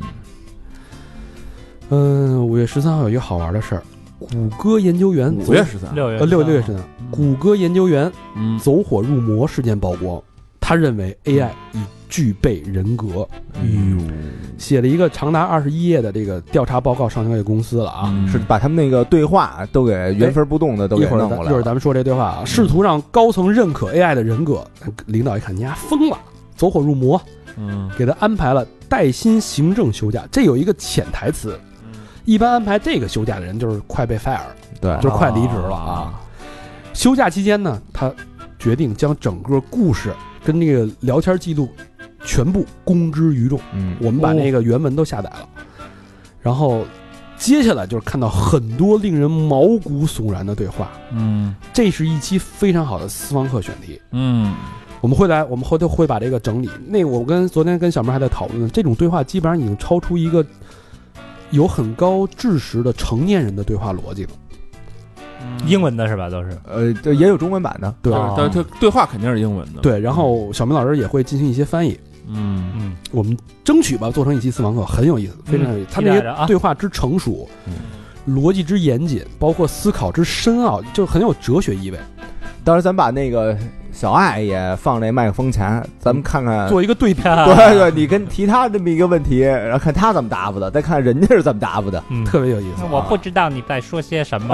嗯，五、呃、月十三号有一个好玩的事儿，谷歌研究员五月十三， 六月呃六六月十三，谷歌研究员嗯走火入魔事件曝光，他认为 A I 已具备人格。 哎呦， 写了一个长达二十一页的这个调查报告上交给公司了啊， 嗯、是把他们那个对话都给原封不动的都给弄过来了。 一会儿咱们说这对话啊，试图让高层认可 A I 的人格。领导一看，你丫疯了，走火入魔。 嗯， 给他安排了带薪行政休假，这有一个潜台词。嗯，一般安排这个休假的人就是快被 fire， 对， 就是快离职了啊。哦、休假期间呢，他决定将整个故事跟那个聊天记录全部公之于众。 嗯， 我们把那个原文都下载了，哦、然后接下来就是看到很多令人毛骨悚然的对话。 嗯， 这是一期非常好的私房课选题。 嗯。 我们会来，我们后头会把这个整理。那个我跟昨天跟小妹还在讨论，这种对话基本上已经超出一个有很高知识的成年人的对话逻辑了。 英文的是吧？都是呃，这也有中文版的， 对， 但是对话肯定是英文的。 对，然后小明老师也会进行一些翻译。 嗯嗯， 我们争取吧，做成一期私房课，很有意思，非常有意思。他那些对话之成熟，逻辑之严谨，包括思考之深奥，就很有哲学意味。 到时候咱把那个小爱也放这麦克风前，咱们看看做一个对比。 对对，你跟提他这么一个问题，然后看他怎么答复的，再看人家是怎么答复的， 嗯， 特别有意思。 我不知道你在说些什么。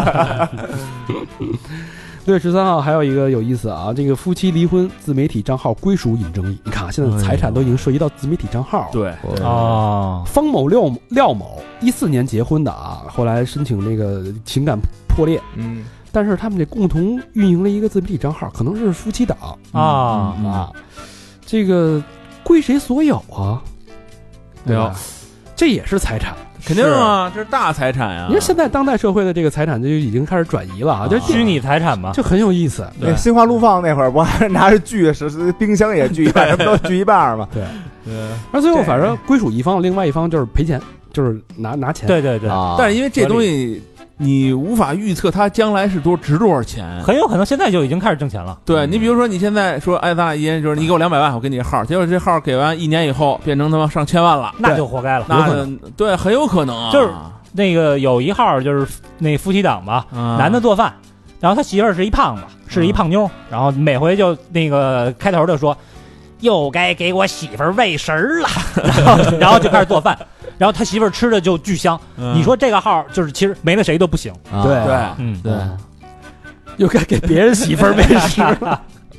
六月十三号还有一个有意思啊，这个夫妻离婚，自媒体账号归属引争议。你看，现在财产都已经涉及到自媒体账号了。 对哦， 方某廖廖某一四年结婚的啊，后来申请那个情感破裂， 嗯， 但是他们这共同运营了一个自媒体账号，可能是夫妻档啊啊，这个归谁所有啊？对吧？这也是财产。 肯定啊，这是大财产呀！ 因为现在当代社会的这个财产就已经开始转移了啊，就虚拟财产嘛， 就很有意思。 对，新华路放那会儿不还拿着锯，是冰箱也锯一半，什么都锯一半嘛。 对对，而最后反正归属一方，另外一方就是赔钱，就是拿拿钱。 对对对， 啊， 但是因为这东西你无法预测它将来是多值多少钱， 很有可能现在就已经开始挣钱了。 对你比如说你现在说，哎，咱俩一人就是你给我两百万，我给你号，结果这号给完一年以后变成他妈上千万了， 那就活该了。 那对很有可能啊， 就是那个有一号就是那夫妻档吧， 啊、 男的做饭，然后他媳妇儿是一胖子，是一胖妞，然后每回就那个开头就说又该给我媳妇儿喂食了，然后然后就开始做饭。然后他媳妇儿吃的就巨香， 嗯、 你说这个号就是其实没了谁都不行， 啊、 对对， 嗯对， 又该给别人媳妇儿喂食了，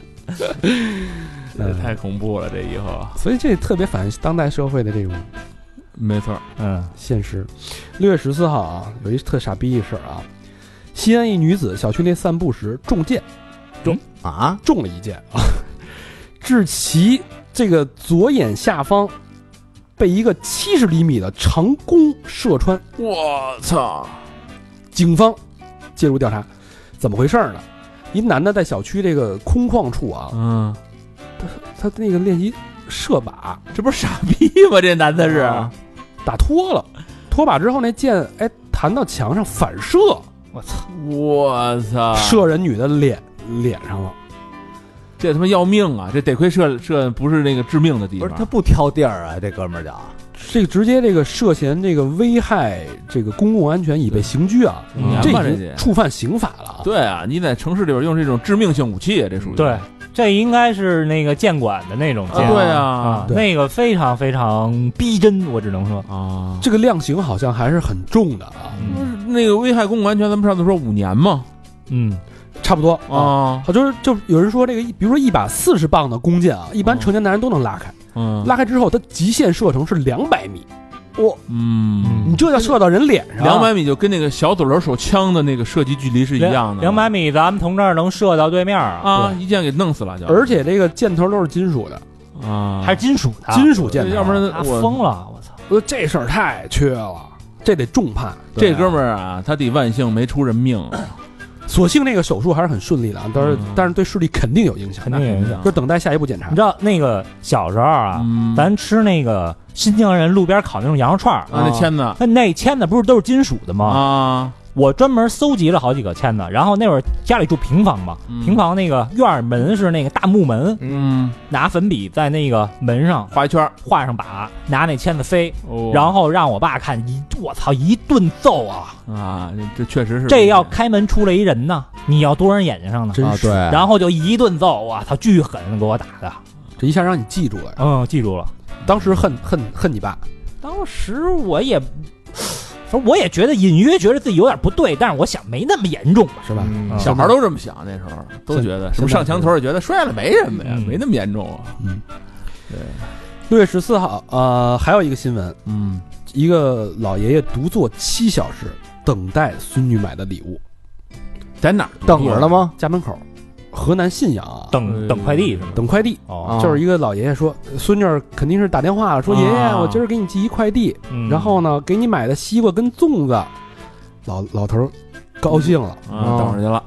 太恐怖了，这以后， 所以这特别反映当代社会的这种， 没错， 嗯， 现实。六月十四号啊，有一特傻逼一事儿啊，西安一女子小区内散步时中箭，中、 嗯、啊中了一箭啊，致其这个左眼下方。被一个七十厘米的长弓射穿， 我操！ 警方介入调查，怎么回事呢？一男的在小区这个空旷处啊， 嗯， 他他那个练习射靶， 这不是傻逼吗？这男的是、 啊、打脱了，脱靶之后那箭哎弹到墙上反射，我操！ 我操！ 射人女的脸脸上了。 这他妈要命啊！这得亏射射不是那个致命的地方， 不是他不挑地儿啊，这哥们儿叫这个直接这个涉嫌这个危害这个公共安全已被刑拘啊， 嗯、 这已经触犯刑法了。 对啊，你在城市里边用这种致命性武器，这属于对，这应该是那个箭管的那种箭， 啊对啊， 啊那个非常非常逼真，我只能说啊， 这个量刑好像还是很重的啊。 嗯、那个危害公共安全，咱们上次说五年嘛， 嗯。 差不多啊， 好，就是就有人说这个，比如说一把四十磅的弓箭啊，一般成年男人都能拉开， 嗯， 拉开之后，它极限射程是两百米，哇， 嗯， 你这要射到人脸上， 两百米就跟那个小左轮手枪的那个射击距离是一样的， 两百米咱们从这儿能射到对面啊， 啊一箭给弄死了就， 而且这个箭头都是金属的啊， 还是金属的， 金属箭头， 要不然我疯了，我操， 我这事儿太缺了，这得重判， 这哥们儿啊，他得万幸没出人命。 所幸那个手术还是很顺利的，但是、嗯、但是对视力肯定有影响， 肯定有影响， 就等待下一步检查。 你知道那个小时候啊，嗯、咱吃那个新疆人路边烤那种羊肉串啊，那签子， 那那签子不是都是金属的吗？ 啊， 我专门搜集了好几个签子，然后那会儿家里住平房嘛， 嗯、 平房那个院门是那个大木门， 嗯， 拿粉笔在那个门上画一圈， 画上靶，拿那签子飞， 哦、 然后让我爸看，一我操一顿揍啊！ 啊，这确实是， 这要开门出来一人呢，你要多人眼睛上呢， 真是， 啊、 然后就一顿揍，我操，巨狠，给我打的， 这一下让你记住了， 嗯，记住了。 当时恨恨恨你爸， 当时我也。反正我也觉得隐约觉得自己有点不对，但是我想没那么严重吧， 是吧？ 嗯、小孩都这么想，那时候都觉得什么上墙头也觉得摔了没什么呀， 嗯、 没那么严重啊。 嗯， 对。 六月十四号，呃，还有一个新闻， 嗯， 一个老爷爷独坐七小时等待孙女买的礼物， 在哪儿等着了吗？ 家门口。河南信阳啊， 等等快递是吗？ 等快递哦， 就是一个老爷爷说，孙女儿肯定是打电话说，爷爷，我今儿给你寄一快递，然后呢，给你买的西瓜跟粽子，老老头高兴了啊，等着去了，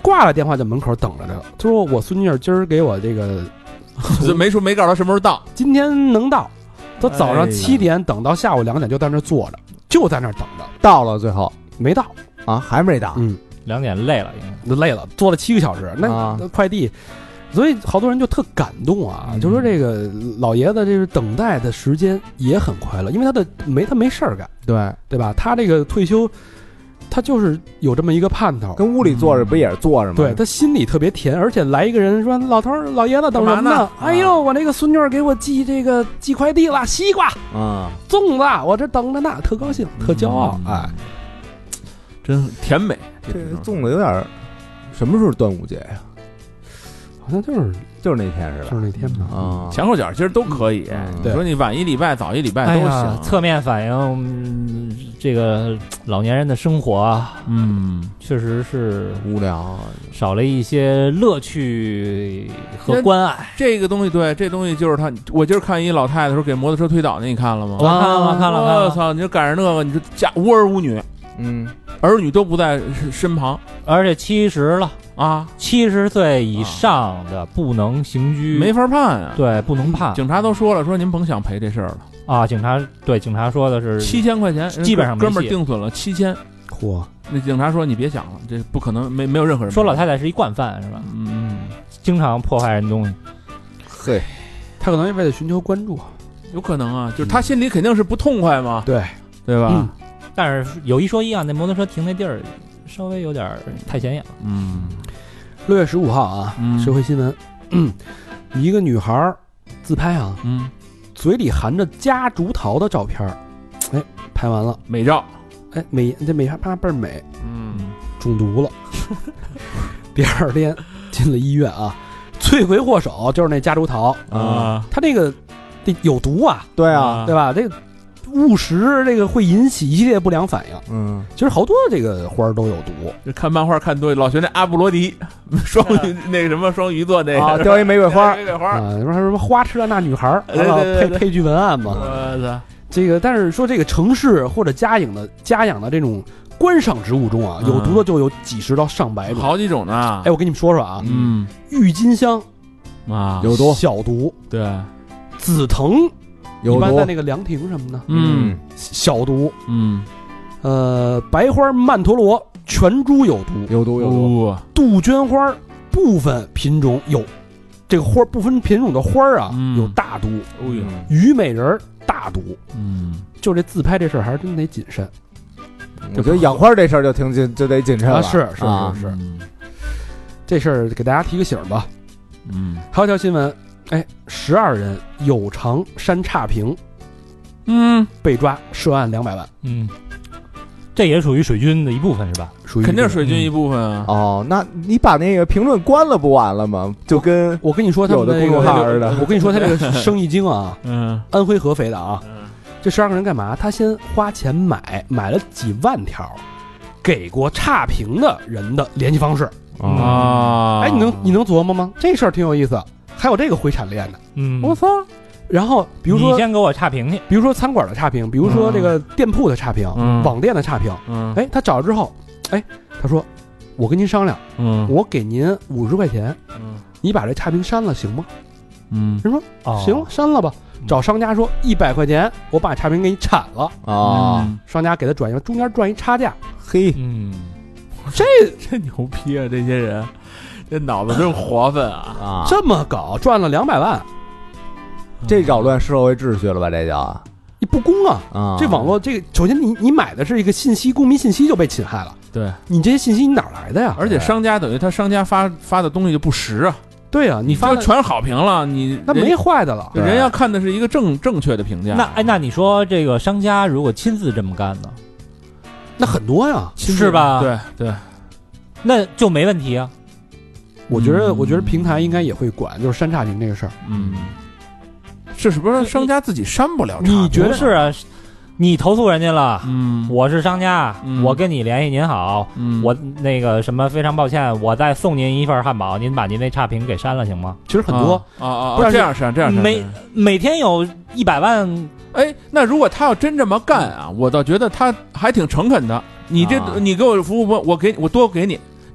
挂了电话在门口等着呢。他说我孙女儿今儿给我这个， 没说没告诉他什么时候到， 今天能到。他早上七点等到下午两点就在那儿坐着，就在那儿等着。 到了最后没到啊，还没到。 嗯， 两点累了，应该那累了，坐了七个小时。那、 啊、 那快递，所以好多人就特感动啊，嗯、就说这个老爷子这个等待的时间也很快乐，因为他的没他没事儿干， 对对吧？他这个退休。他就是有这么一个盼头， 跟屋里坐着不也是坐着吗？ 对他心里特别甜，而且来一个人说：“老头儿、老爷子等什么呢？” 呢哎呦，我那个孙女儿给我寄这个寄快递了，西瓜啊、 粽子，我这等着呢，特高兴，特骄傲， 嗯、 哎， 真甜美。 这粽子有点，什么时候端午节呀？ 好像就是就是那天是吧？ 就是那天吧。 啊，前后脚其实都可以。你说你晚一礼拜、早一礼拜都行。 哎、侧面反映、嗯、这个老年人的生活啊， 嗯， 确实是无聊， 少了一些乐趣和关爱。 这个东西，对，这东西就是他。我今儿看一老太太的时候给摩托车推倒那，你看了吗？ 我看了，我看了，看了。 我操！你就赶上那个，你就家无儿无女， 嗯， 儿女都不在身旁， 而且七十了。 啊， 七十岁以上的不能行拘， 没法判啊。 对，不能判。 警察都说了，说您甭想赔这事儿了啊。警察对警察说的是七千块钱， 基本上哥们儿定损了七千。 嚯！ 那警察说你别想了，这不可能，没没有任何人。 说老太太是一惯犯是吧？ 嗯， 经常破坏人东西。 嘿， 他可能也为了寻求关注， 有可能啊，就是他心里肯定是不痛快嘛。 对， 对吧？ 嗯、但是有一说一啊，那摩托车停那地儿稍微有点太显眼。 嗯。 六月十五号啊， 嗯、 社会新闻，嗯，一个女孩自拍啊， 嗯， 嘴里含着夹竹桃的照片，哎，拍完了， 美照， 哎，美这美拍倍儿美， 嗯， 中毒了，第二天进了医院啊，罪魁祸首就是那夹竹桃啊， 他这个这有毒啊， 对啊， 对吧？这个误食这个会引起一系列不良反应。 嗯， 其实好多这个花都有毒。 就看漫画看多，老学那阿布罗迪双鱼那个什么双鱼座那个啊，叼一玫瑰花， 玫瑰花啊，什么什么花痴的那女孩， 对对对配配句文案嘛。 我操， 这个但是说这个城市或者家养的家养的这种观赏植物中啊，有毒的就有几十到上百种， 好几种呢。 哎，我跟你们说说啊， 嗯， 郁金香啊有毒， 小毒， 对， 紫藤。 一般在那个凉亭什么的， 嗯， 小毒， 嗯， 呃，白花曼陀罗全株有毒， 有毒有毒， 杜鹃花部分品种有，这个花部分品种的花啊、嗯、有大毒， 哦哟， 虞美人大毒， 嗯， 就这自拍这事儿还是真得谨慎。 我觉得养花这事儿就挺谨就得谨慎了， 啊、是是啊是是，嗯、这事儿给大家提个醒吧。 嗯， 还有一条新闻。哎，十二人有偿删差评， 嗯， 被抓涉案两百万， 嗯，这也属于水军的一部分是吧？ 属于肯定是水军一部分啊。 嗯、哦，那你把那个评论关了不完了吗？就跟我跟你说他们有的公众号似的。 我跟你说他这个生意经啊， 嗯， 安徽合肥的啊， 嗯， 这十二个人干嘛？他先花钱买，买了几万条，给过差评的人的联系方式啊。 哎，你能你能琢磨吗？这事儿挺有意思。还有这个回产链的， 嗯， 我操！然后比如说， 你先给我差评去， 比如说餐馆的差评，比如说这个店铺的差评， 嗯、 网店的差评， 嗯， 哎，他找了之后，哎，他说，我跟您商量， 嗯， 我给您五十块钱， 嗯， 你把这差评删了行吗？ 嗯， 人说、哦、行，删了吧。找商家说一百块钱，我把差评给你铲了啊、哦嗯，商家给他转移，中间赚一差价， 嘿， 嗯， 这这牛逼啊！这些人。这脑子真活泛啊！ 啊，这么搞赚了两百万， 这扰乱社会秩序了吧？这叫你不公啊！ 啊， 这网络这个，首先你你买的是一个信息，公民信息就被侵害了。 对， 你这些信息你哪来的呀？ 而且商家等于他商家发发的东西就不实啊。 对啊，你发的全是好评了，你那没坏的了。 人要看的是一个正正确的评价。 那哎，那你说这个商家如果亲自这么干呢？ 那很多呀， 是吧？ 对对， 那就没问题啊。 我觉得，我觉得平台应该也会管，就是删差评这个事儿。 嗯，这是不是商家自己删不了差评？ 你觉得是啊？你投诉人家了， 嗯， 我是商家， 嗯、 我跟你联系您好， 嗯， 我那个什么非常抱歉，我再送您一份汉堡，您把您那差评给删了行吗？ 其实很多啊啊，啊不是这样删，这样删， 每每天有一百万， 哎，那如果他要真这么干啊，我倒觉得他还挺诚恳的。你这、啊、你给我服务不，我给我多给你。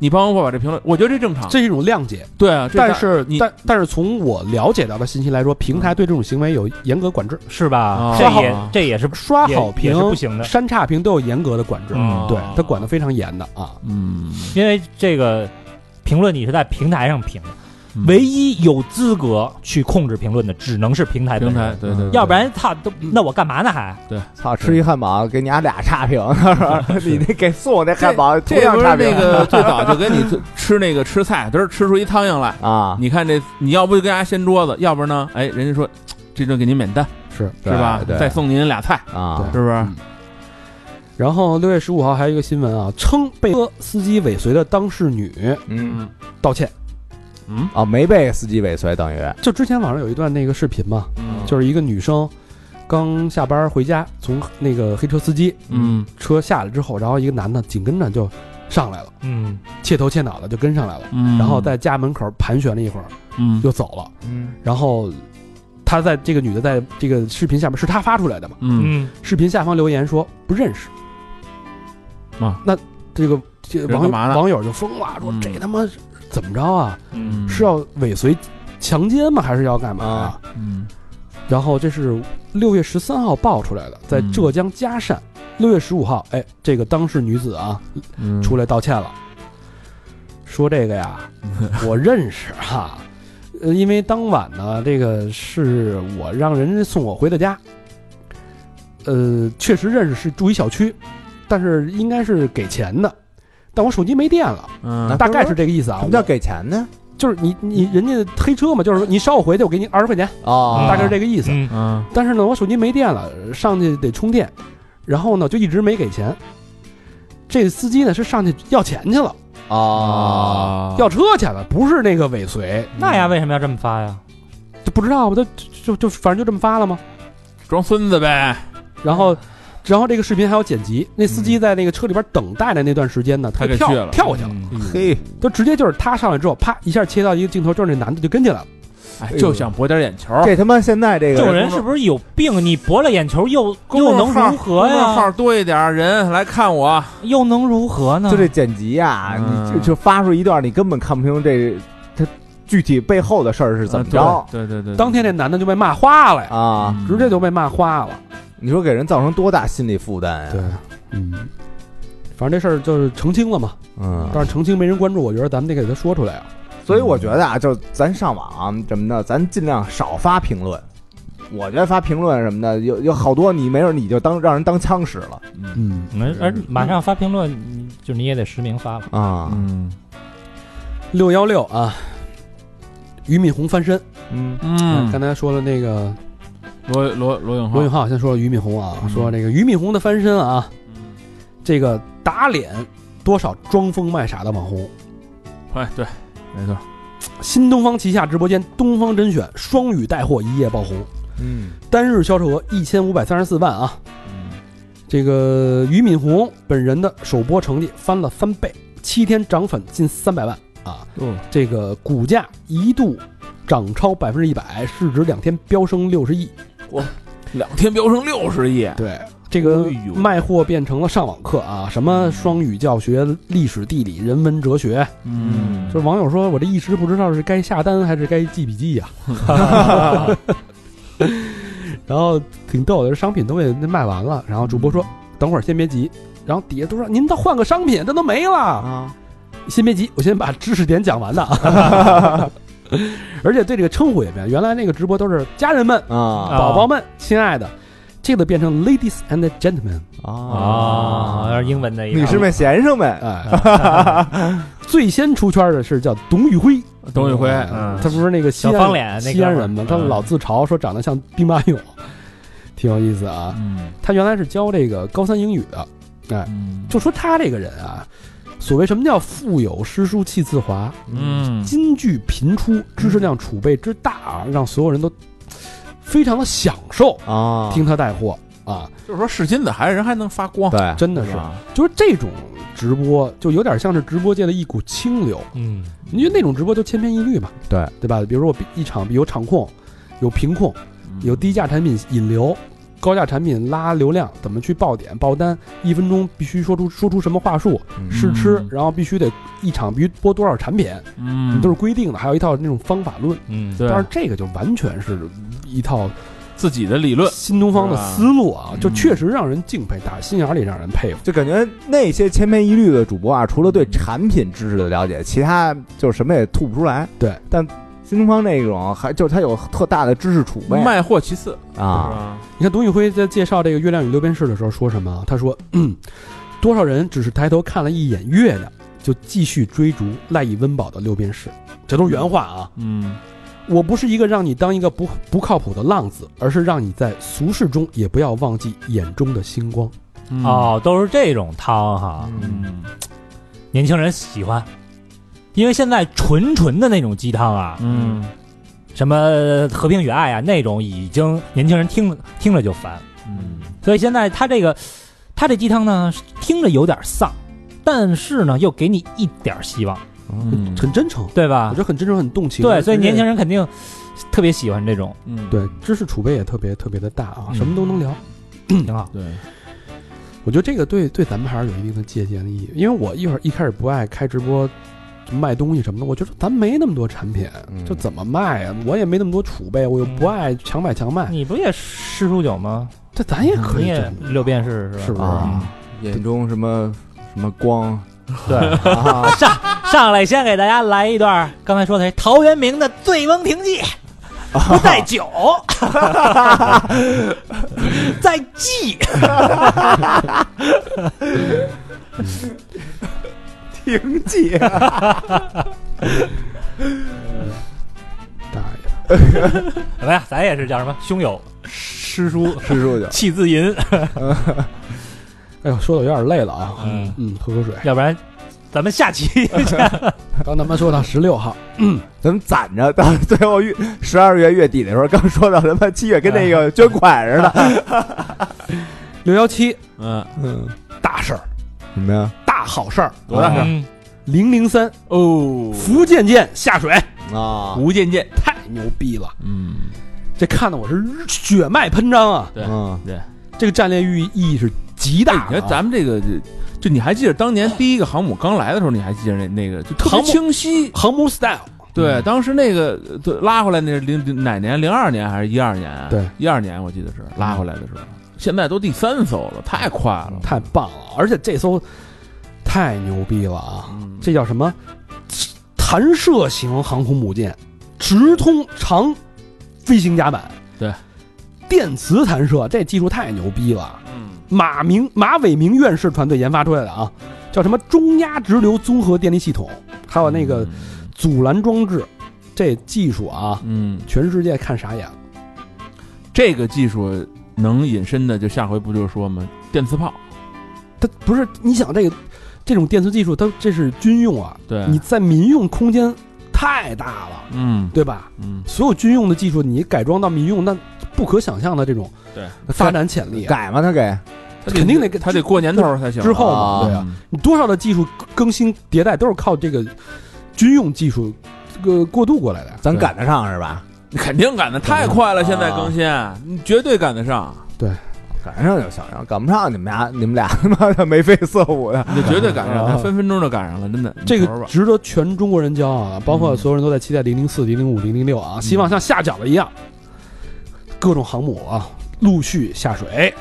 你帮我把这评论，我觉得这正常， 这是一种谅解。 对啊， 但是你但但是从我了解到的信息来说，平台对这种行为有严格管制， 是吧？ 啊这也这也是刷好评也是不行的， 删差评都有严格的管制， 嗯对他管得非常严的啊。 嗯， 因为这个评论你是在平台上评， 嗯唯一有资格去控制评论的只能是平台本平人， 台对对，对要不然操都那我干嘛呢还？ 操，吃一汉堡给你俩俩差评，你那给送我那汉堡同这不是样差评那个最早就给你吃那个吃菜，嘚儿吃出一汤样来啊！ 你看这，你要不就跟人家掀桌子，要不然呢，哎，人家说这顿给您免单， 是是吧？ 对再送您俩菜啊， 是不是？ 嗯然后六月十五号还有一个新闻啊，称被司机尾随的当事女嗯道歉。 嗯哦，没被司机尾随，等于就之前网上有一段那个视频嘛， 嗯就是一个女生刚下班回家，从那个黑车司机嗯车下来之后，然后一个男的紧跟着就上来了， 嗯切头切脑的就跟上来了， 嗯， 然后在家门口盘旋了一会儿， 嗯又走了。 嗯然后他在这个女的在这个视频下面是他发出来的嘛？ 嗯嗯视频下方留言说不认识啊， 那这个这个网这干嘛呢网友就疯了，说嗯这他妈怎么着啊？ 嗯是要尾随强奸吗？还是要干嘛呀？ 嗯然后这是六月十三号爆出来的，在嗯浙江嘉善。六月十五号，哎，这个当事女子啊嗯出来道歉了，说这个呀，我认识哈，呃，因为当晚呢，这个是我让人家送我回的家，呃，确实认识，是住一小区，但是应该是给钱的，但我手机没电了， 嗯大概是这个意思啊。 什么叫给钱呢？ 就是你你人家黑车嘛，就是说你捎我回去，我给你二十块钱， 哦， 大概是这个意思。 嗯嗯但是呢，我手机没电了，上去得充电，然后呢就一直没给钱。这司机呢是上去要钱去了， 啊， 要车钱了，不是那个尾随。 那呀为什么要这么发呀？ 就不知道吧？他就就反正就这么发了吗？ 装孙子呗， 然后，然后这个视频还有剪辑，那司机在那个车里边等待的那段时间呢，他跳他给去了跳过去了， 嗯嘿， 就直接就是他上来之后，啪一下切到一个镜头，就是那男的就跟进来了。 哎，就想博点眼球。 这他妈现在这个这种人是不是有病？你博了眼球又又能如何公众号呀？ 多一点人来看我， 又能如何呢？ 就这剪辑啊， 嗯你就就发出一段，你根本看不清这他具体背后的事儿是怎么着啊对对对，对当天那男的就被骂花了呀， 啊？ 直接就被骂花了。 你说给人造成多大心理负担呀？ 对，嗯，反正这事儿就是澄清了嘛， 嗯， 但是澄清没人关注，我觉得咱们得给他说出来啊。 所以我觉得啊，就咱上网什么的，咱尽量少发评论。我觉得发评论什么的，有有好多你没准你就当让人当枪使了嗯， 嗯，而马上发评论，你就你也得实名发了。 啊。 嗯六幺六啊，俞敏洪翻身。 嗯嗯， 刚才说了那个罗罗罗永浩， 罗永浩，先说俞敏洪啊，说这个俞敏洪的翻身啊，这个打脸多少装疯卖傻的网红。 哎对，没错， 新东方旗下直播间东方甄选双语带货一夜爆红， 嗯单日销售额一千五百三十四万啊。这个俞敏洪本人的首播成绩翻了翻倍，七天涨粉近三百万啊！ 嗯， 这个股价一度涨超百分之一百，市值两天飙升六十亿。 两天飙升六十亿， 对，这个哎呦卖货变成了上网课啊，什么双语教学、历史、地理、人文、哲学。 嗯， 就是网友说，我这一时不知道是该下单还是该记笔记呀、然后挺逗的，这商品都给卖完了，然后主播说：“等会儿先别急。”然后底下都说：“您再换个商品，这都没了。 啊， 先别急，我先把知识点讲完的。”而且对这个称呼也变，原来那个直播都是家人们、 啊宝宝们、亲爱的，这个变成 ladies and gentlemen。 啊，那是英文的一个。 女士们、先生们， 哎，最先出圈的是叫董宇辉， 董宇辉， 嗯他不是那个西小安方脸那个西安人嘛，他嗯老自嘲说长得像兵马俑，挺有意思啊。 嗯他原来是教这个高三英语的， 嗯就说他这个人啊，所谓什么叫腹有诗书气自华， 嗯金句频出，知识量储备之大啊，让所有人都非常的享受啊， 听他带货啊， 就是说是金子还是人还能发光， 对， 真的是， 吧？ 就是这种直播就有点像是直播界的一股清流， 嗯， 因为那种直播就千篇一律嘛， 对对吧？比如说我一场有场控，有屏控，有低价产品引流， 高价产品拉流量，怎么去爆点爆单，一分钟必须说出说出什么话术， 嗯试吃，然后必须得一场必须播多少产品， 嗯， 都是规定的，还有一套那种方法论。 嗯， 对但是这个就完全是一套自己的理论， 新东方的思路啊， 是吧就确实让人敬佩，打心眼里让人佩服。 就感觉那些千篇一律的主播啊，除了对产品知识的了解，其他就是什么也吐不出来。 对， 但新东方那种还就是它有特大的知识储备卖货其次啊。 你看董宇辉在介绍这个《月亮与六便士》的时候说什么？他说：“嗯，多少人只是抬头看了一眼月亮，就继续追逐赖以温饱的六便士。”这都是原话啊。 嗯， 我不是一个让你当一个不不靠谱的浪子，而是让你在俗世中也不要忘记眼中的星光。 嗯哦，都是这种汤哈， 嗯年轻人喜欢，因为现在纯纯的那种鸡汤啊， 嗯什么和平与爱啊那种，已经年轻人听了听了就烦， 嗯所以现在他这个他这鸡汤呢，听着有点丧，但是呢又给你一点希望， 嗯， 很真诚， 对吧我觉？得很真诚，很动情。 对，所以年轻人人肯定特别喜欢这种， 嗯对知识储备也特别特别的大啊， 嗯什么都能聊。 挺好。 对， 我觉得这个对对咱们还是有一定的借鉴的意义，因为我一会儿一开始不爱开直播卖东西什么的，我觉得咱没那么多产品， 嗯这怎么卖啊？我也没那么多储备，我又不爱强买强卖， 你不也诗书酒吗？ 这咱也可你也以这么六便士是吧？ 是不是啊，眼中什么什么光对， 啊， 上上来先给大家来一段，刚才说的陶渊明的《醉翁亭记》，不在酒，在记。 停记。 大爷， 怎么样？咱也是叫什么？胸有诗书吃书去。 气自吟。 哎呦，说的有点累了啊， 嗯嗯，喝口水。 要不然咱们下期刚咱们说到十六号， 咱们攒着到最后月十二月月底的时候，刚说到咱们七月跟那个捐款似的。 六幺七嗯嗯， 大事儿， 什么呀？ 大好事儿， 多大事儿嗯零零三哦， 福建舰下水， 啊， 吴健健， 太牛逼了！ 嗯， 这看得我是血脉喷张啊！ 对嗯， 对， 这个战略意义是极大的啊。 你看咱们这个就就你还记得当年第一个航母刚来的时候，你还记得那那个就特别航母清晰。 航母 style， 对，当时那个对拉回来那是零零哪年？零二年还是一二年？ 对， 一二年我记得是拉回来的时候。现在都第三艘了，太快了， 太棒了！而且这艘太牛逼了啊！ 嗯这叫什么？弹射型航空母舰，直通长飞行甲板。 对， 电磁弹射，这技术太牛逼了。 嗯马明马伟明院士团队研发出来的啊，叫什么中压直流综合电力系统，还有那个阻拦装置，这技术啊， 嗯， 全世界看傻眼了。 这个技术能引申的，就下回不就是说吗？电磁炮， 它不是你想这个这种电磁技术，它这是军用啊， 对， 你在民用空间太大了， 嗯对吧？ 嗯， 所有军用的技术，你改装到民用，那不可想象的这种对发展潜力啊， 改吗？他给他肯定得给他得过年头才行。 之后嘛， 啊对啊，你多少的技术更新迭代都是靠这个军用技术这个过渡过来的。 咱赶得上是吧？ 你肯定赶得太快了，现在更新，你绝对赶得上， 赶上就行，要赶不上你们俩，你们俩他妈的眉飞色舞的。 你就绝对赶上， 啊他分分钟就赶上了，真的。 这你瞅瞅吧个值得全中国人骄傲啊！包括所有人都在期待零零四、零零五、零零六啊，希望像下饺子一样，各种航母啊陆续下水。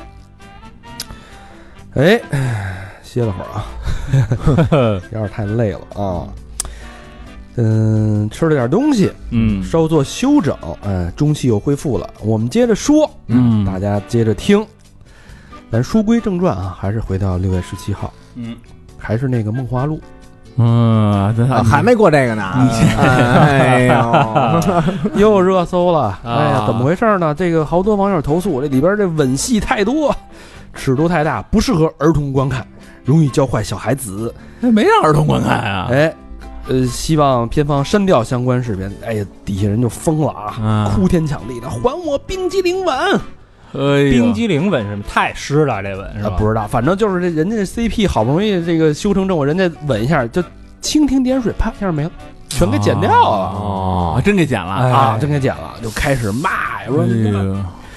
哎，歇了会儿啊，有点太累了啊。嗯，吃了点东西， 嗯稍作休整，哎，中气又恢复了。我们接着说， 嗯大家接着听。咱书归正传啊，还是回到六月十七号， 嗯， 还是那个梦华录。 嗯，咱啊还没过这个呢。哎呦， 又热搜了， 啊哎呀，怎么回事呢？这个好多网友投诉，这里边这吻戏太多，尺度太大，不适合儿童观看，容易教坏小孩子。 那没让儿童观看啊。 哎，呃，希望片方删掉相关视频。哎呀，底下人就疯了啊， 啊哭天抢地的，还我冰激凌吻！ 哎呦冰激凌吻是吗？太湿了，这吻是吧？ 啊不知道，反正就是这人家 C P 好不容易这个修成正果，人家吻一下就蜻蜓点水，啪一下没了，全给剪掉了。 哦，真给剪了哎啊，真给剪了，就开始骂呀，说哎你干嘛呦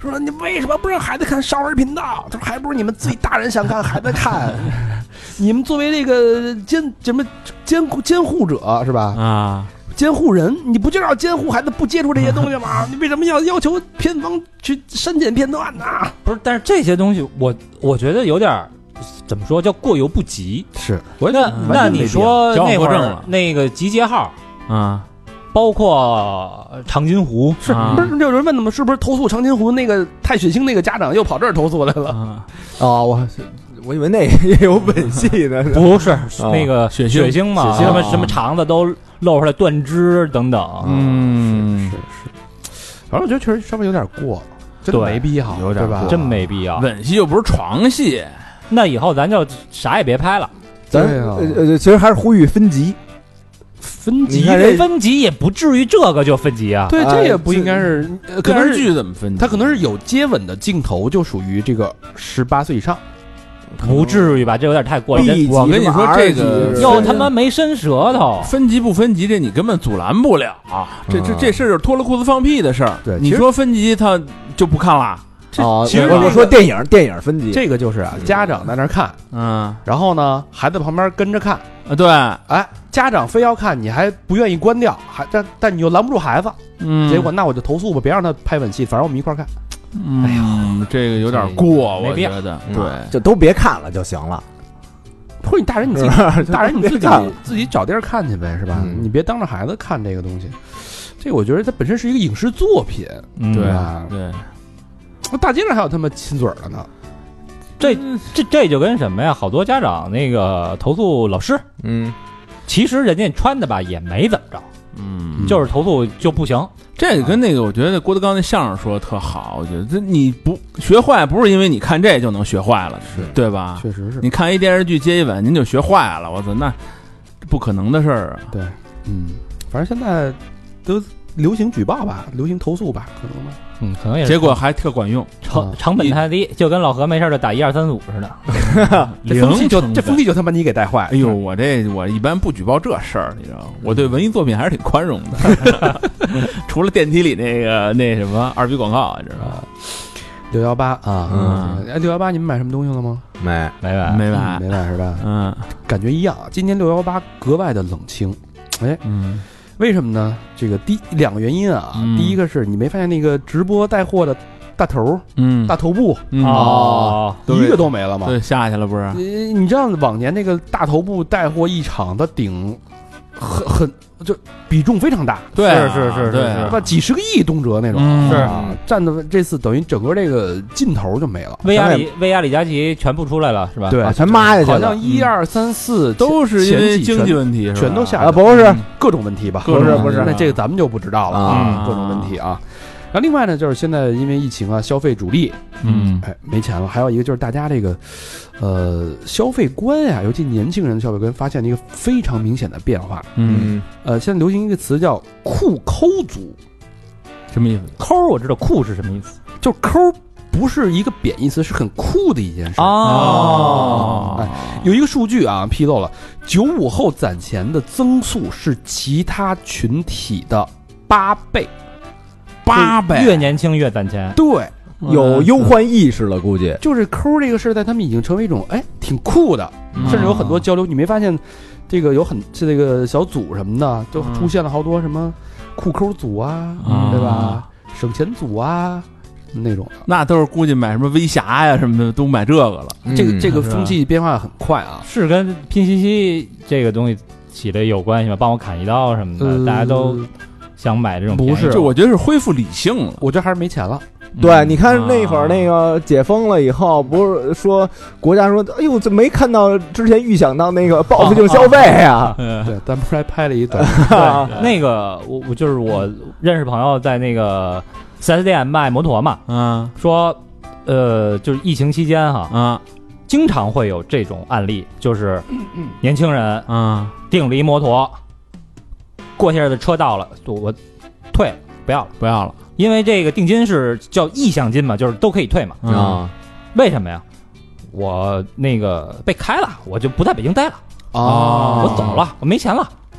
说你为什么不让孩子看少儿频道？他说还不如你们自己大人想看孩子看。你们作为这个监什么监监护者是吧？ 啊， 监护人，你不就要监护孩子不接触这些东西吗？你为什么要要求片方去删减片段呢？ 不是，但是这些东西我我觉得有点怎么说叫过犹不及。 是， 我那那你说那会儿那个集结号啊， 包括长津湖， 是不是有人问他们是不是投诉长津湖那个太血腥那个家长又跑这儿投诉来了？ 啊、 哦，我我以为那也有吻戏呢。 不是那个血血腥嘛， 血腥什么什么肠子都露出来断肢等等。 嗯， 是是是，反正我觉得确实稍微有点过，真的没必要， 有点对吧？ 真没必要。 吻戏又不是床戏， 那以后咱就啥也别拍了。 咱呃呃，其实还是呼吁分级。 分级分级也不至于这个就分级啊。 对，这也不应该是。 可能是剧怎么分级？ 它可能是有接吻的镜头就属于这个十八岁以上。 不至于吧？这有点太过了。 我跟你说，这个又他妈没伸舌头， 分级不分级，这你根本阻拦不了。这这这事儿就是脱了裤子放屁的事儿。 对， 你说分级他就不看了。 哦， 其实我说电影电影分级， 这个就是啊，家长在那儿看， 嗯， 然后呢，孩子旁边跟着看啊，对， 哎，家长非要看，你还不愿意关掉，还但但你又拦不住孩子， 嗯， 结果那我就投诉吧，别让他拍吻戏，反正我们一块儿看。 哎呀，这个有点过，我觉得，对， 就都别看了就行了。 或者你大人你自己，大人你自己自己找地儿看去呗，是吧？你别当着孩子看这个东西，这个我觉得它本身是一个影视作品，对吧？ 对。 大街上还有他妈亲嘴的呢， 这这这就跟什么呀？好多家长那个投诉老师， 嗯， 其实人家穿的吧也没怎么着， 嗯， 就是投诉就不行。 这个跟那个，我觉得郭德纲那相声说的特好，我觉得这你不学坏，不是因为你看这就能学坏了， 是对吧？ 确实是， 你看一电视剧接一吻，您就学坏了，我操，那不可能的事儿啊。 对，嗯，反正现在都流行举报吧，流行投诉吧，可能吧。 嗯，可能也是， 结果还特管用， 成成本太低，就跟老何没事就打一二三四五似的。 这风气就这风气就他妈你给带坏。 哎呦，我这我一般不举报这事儿，你知道吗？我对文艺作品还是挺宽容的，除了电梯里那个那什么二逼广告，你知道吧？ 六幺八啊，嗯，哎，六幺八你们买什么东西了吗？ 没， 没买， 没买， 没买是吧？ 嗯， 感觉一样。今年六幺八格外的冷清，哎， 嗯。 为什么呢？这个第两个原因啊， 嗯、 第一个是你没发现那个直播带货的大头， 嗯， 大头部嗯、 哦，一个都没了吗？ 对，下去了不是？ 你你知道往年那个大头部带货一场的顶很很就比重非常大， 对， 是是是对， 是吧？几十个亿动辄那种， 嗯、 是啊，占的这次等于整个这个劲头就没了。 薇娅李薇娅李佳琦全部出来了，是吧？ 对， 啊、全抹下去了。 好像一二三四都是因为经济问题， 全都下啊，不是各种问题吧？ 不是不是， 那这个咱们就不知道了啊，各种问题啊。然后另外呢，就是现在因为疫情啊，消费主力， 嗯， 哎，没钱了。还有一个就是大家这个，呃，消费观呀，尤其年轻人的消费观，发现了一个非常明显的变化。 嗯， 呃，现在流行一个词叫“酷抠族”， 什么意思？ 抠我知道，酷是什么意思？ 就是抠不是一个贬义词，是很酷的一件事。 哦， 哎，有一个数据啊，披露了九五后攒钱的增速是其他群体的八倍。 八倍， 越年轻越攒钱， 对， 有忧患意识了，估计就是抠这个事在他们已经成为一种哎挺酷的， 嗯、 甚至有很多交流。你没发现，这个有很这个小组什么的，都出现了好多什么酷抠组啊， 嗯、 对吧？省钱组啊那种的， 那都是估计买什么微侠呀什么的都买这个了。 嗯、这个这个风气变化很快啊， 是跟拼夕夕这个东西起的有关系吗？帮我砍一刀什么的，呃、大家都。想买这种不是， 就我觉得是恢复理性了。 我觉得还是没钱了。 对，嗯、你看那会儿那个解封了以后，不是说国家说，哎呦，这没看到之前预想到那个报复性消费啊？ 啊对，咱不是还拍了一短对，那个我我就是我认识朋友在那个四 S 店卖摩托嘛， 嗯， 说呃，就是疫情期间哈， 嗯， 经常会有这种案例，就是年轻人嗯订了一摩托。过些日子车到了，我退了，不要了， 不要了， 因为这个定金是叫意向金嘛，就是都可以退嘛。 啊、 嗯，为什么呀？我那个被开了，我就不在北京待了。 哦， 我走了，我没钱了。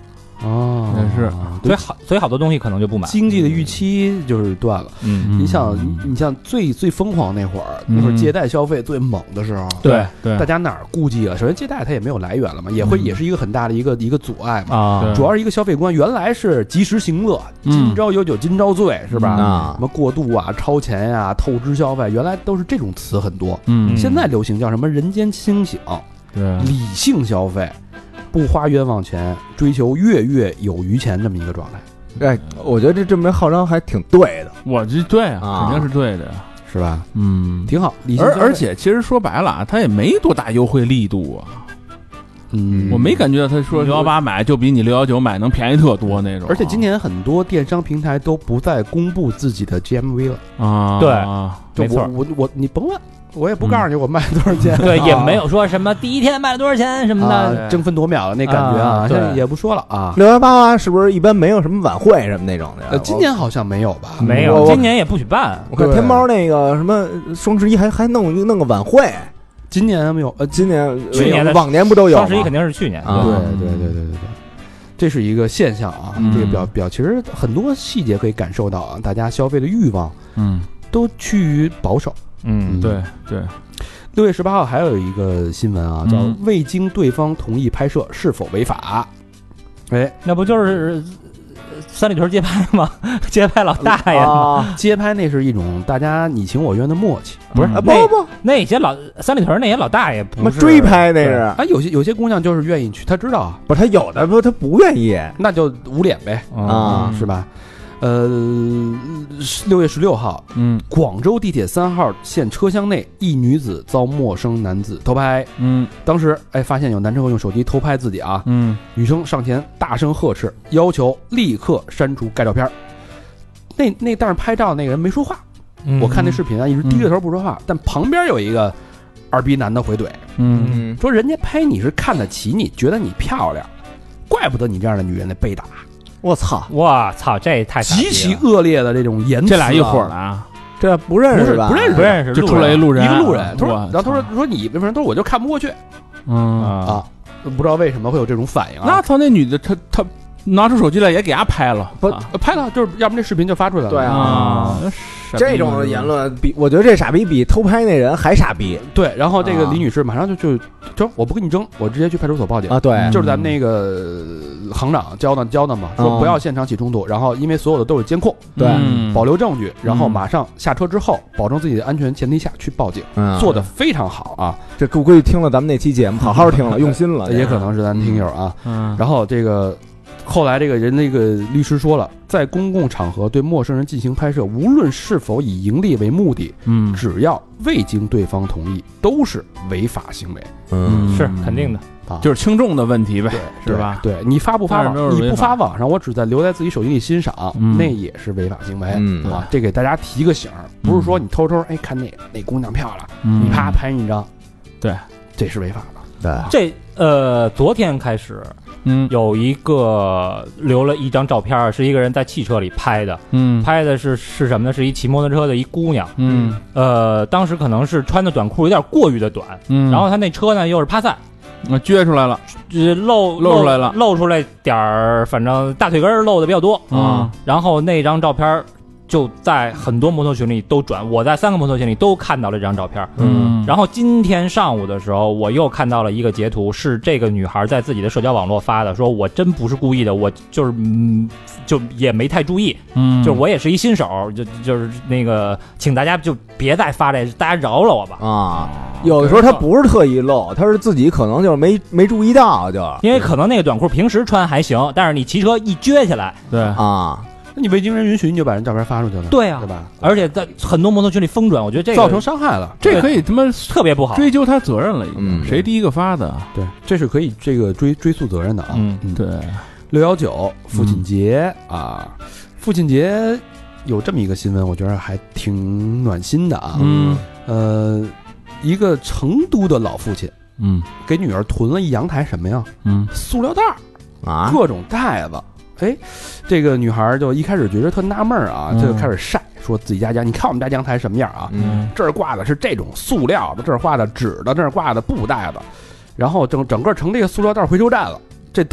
哦， 也是， 所以好，所以好多东西可能就不买。 经济的预期就是断了。 嗯， 你想，你像最最疯狂那会儿，那会儿借贷消费最猛的时候， 对对， 大家哪儿顾忌啊？首先，借贷它也没有来源了嘛，也会也是一个很大的一个一个阻碍嘛。 啊， 主要是一个消费观，原来是及时行乐，今朝有酒今朝醉，是吧？ 啊什么过度啊、超前呀、透支消费，原来都是这种词很多。 嗯， 现在流行叫什么人间清醒、 对， 理性消费，不花冤枉钱，追求月月有余钱这么一个状态。 哎，我觉得这这么号召还挺对的。 我这对啊， 啊肯定是对的呀， 是吧？ 嗯， 挺好，理性消费而而且其实说白了啊，它也没多大优惠力度啊， 嗯， 我没感觉到他说六幺八买就比你六幺九买能便宜特多那种。 而且今年很多电商平台都不再公布自己的 G M V 了。 啊， 对，没错， 我我我你甭问，我也不告诉你我卖多少钱。 对，也没有说什么第一天卖了多少钱什么的， 啊争分夺秒的那感觉啊， 啊现在对也不说了啊。 六幺八是不是一般没有什么晚会什么那种的呀？ 呃，今年好像没有吧？ 没有， 我我今年也不许办。 我看对天猫那个什么双十一还还弄一弄个晚会， 今年没有。呃， 今年去年的往年不都有吗？ 双十一肯定是去年， 啊对嗯对对对对对，这是一个现象啊。 嗯这个表表其实很多细节可以感受到啊，大家消费的欲望嗯， 都趋于保守。 嗯， 对对， 六月十八号还有一个新闻啊，叫嗯未经对方同意拍摄是否违法？哎， 那不就是呃三里屯街拍吗？街拍老大爷吗？ 啊， 街拍那是一种大家你情我愿的默契。 不是嗯啊不那不， 那些老三里屯那些老大爷他妈不是追拍那是， 啊，有些有些姑娘就是愿意去，她知道啊， 不是他有的不他不愿意那就捂脸呗， 啊是吧？呃，六月十六号， 嗯广州地铁三号线车厢内，一女子遭陌生男子偷拍。 嗯当时，哎，发现有男乘客用手机偷拍自己啊， 嗯女生上前大声呵斥，要求立刻删除该照片。那那但是拍照那个人没说话， 嗯我看那视频啊，一直低着头不说话，但旁边有一个二逼男的回怼， 嗯嗯说人家拍你是看得起你，觉得你漂亮，怪不得你这样的女人得被打。 我操， 我操，这太傻逼极其了恶劣的这种言辞、啊， 这俩一伙儿的啊， 这不认识吧？ 不是不认识， 就出来一路路人， 一个路人，他说， 我然后他说说你为什么？他说我就看不过去嗯人啊， 啊，不知道为什么会有这种反应啊。 那操那女的她她拿出手机来也给他拍了， 不啊呃拍了，就是要不然这视频就发出来了。 对啊啊， 这种言论比我觉得这傻逼比偷拍那人还傻逼对，然后这个啊李女士马上就就就我不跟你争，我直接去派出所报警。 啊！对， 就是咱们那个呃行长教的教的嘛，说哦不要现场起冲突，然后因为所有的都是监控， 对嗯保留证据，然后嗯马上下车之后，保证自己的安全前提下去报警， 嗯做的非常好啊， 这估计听了咱们那期节目，好好听了，用心了， 也可能是咱听友啊。 嗯， 然后这个后来这个人那个律师说了，在公共场合对陌生人进行拍摄，无论是否以盈利为目的， 嗯只要未经对方同意，都是违法行为嗯是肯定的。 啊。 就是轻重的问题呗，是对吧？ 对你发不发但是都网，你不是违法发网上，我只在留在自己手机里欣赏， 嗯那也是违法行为。 嗯啊，这给大家提个醒儿，不是说你偷偷哎看那那姑娘漂亮， 嗯你啪拍一张， 对， 这是违法的。 对， 这呃，昨天开始嗯有一个留了一张照片，是一个人在汽车里拍的， 嗯拍的是是什么呢？是一骑摩托车的一姑娘， 嗯呃，当时可能是穿的短裤有点过于的短， 嗯， 然后她那车呢又是趴赛， 我撅出来了就是露露出来了露出来点儿，反正大腿根儿露的比较多啊， 然后那张照片就在很多摩托群里都转，我在三个摩托群里都看到了这张照片。 嗯， 然后今天上午的时候，我又看到了一个截图，是这个女孩在自己的社交网络发的，说我真不是故意的，我就是嗯，就也没太注意， 嗯， 就是我也是一新手，就就是那个，请大家就别再发这，大家饶了我吧。 啊，有的时候他不是特意露，他是自己可能就是没没注意到，就因为可能那个短裤平时穿还行，但是你骑车一撅起来， 对啊， 那你未经人允许，你就把人照片发出去了， 对啊对吧？ 而且在很多摩托群里疯转，我觉得这个造成伤害了， 这可以他妈特别不好。 追究他责任了，已经嗯谁第一个发的？ 对，这是可以这个追追溯责任的啊。 嗯嗯， 对， 六幺九父亲节、啊，父亲节有这么一个新闻，我觉得还挺暖心的啊。 嗯呃，一个成都的老父亲嗯给女儿囤了一阳台什么呀？ 嗯塑料袋儿， 啊， 各种袋子。哎，这个女孩就一开始觉得特纳闷儿啊， 嗯就开始晒，说自己家家，你看我们家阳台什么样啊？ 嗯这儿挂的是这种塑料的，这儿挂的纸的，这儿挂的布袋子，然后整整个成这个塑料袋回收站了。这都是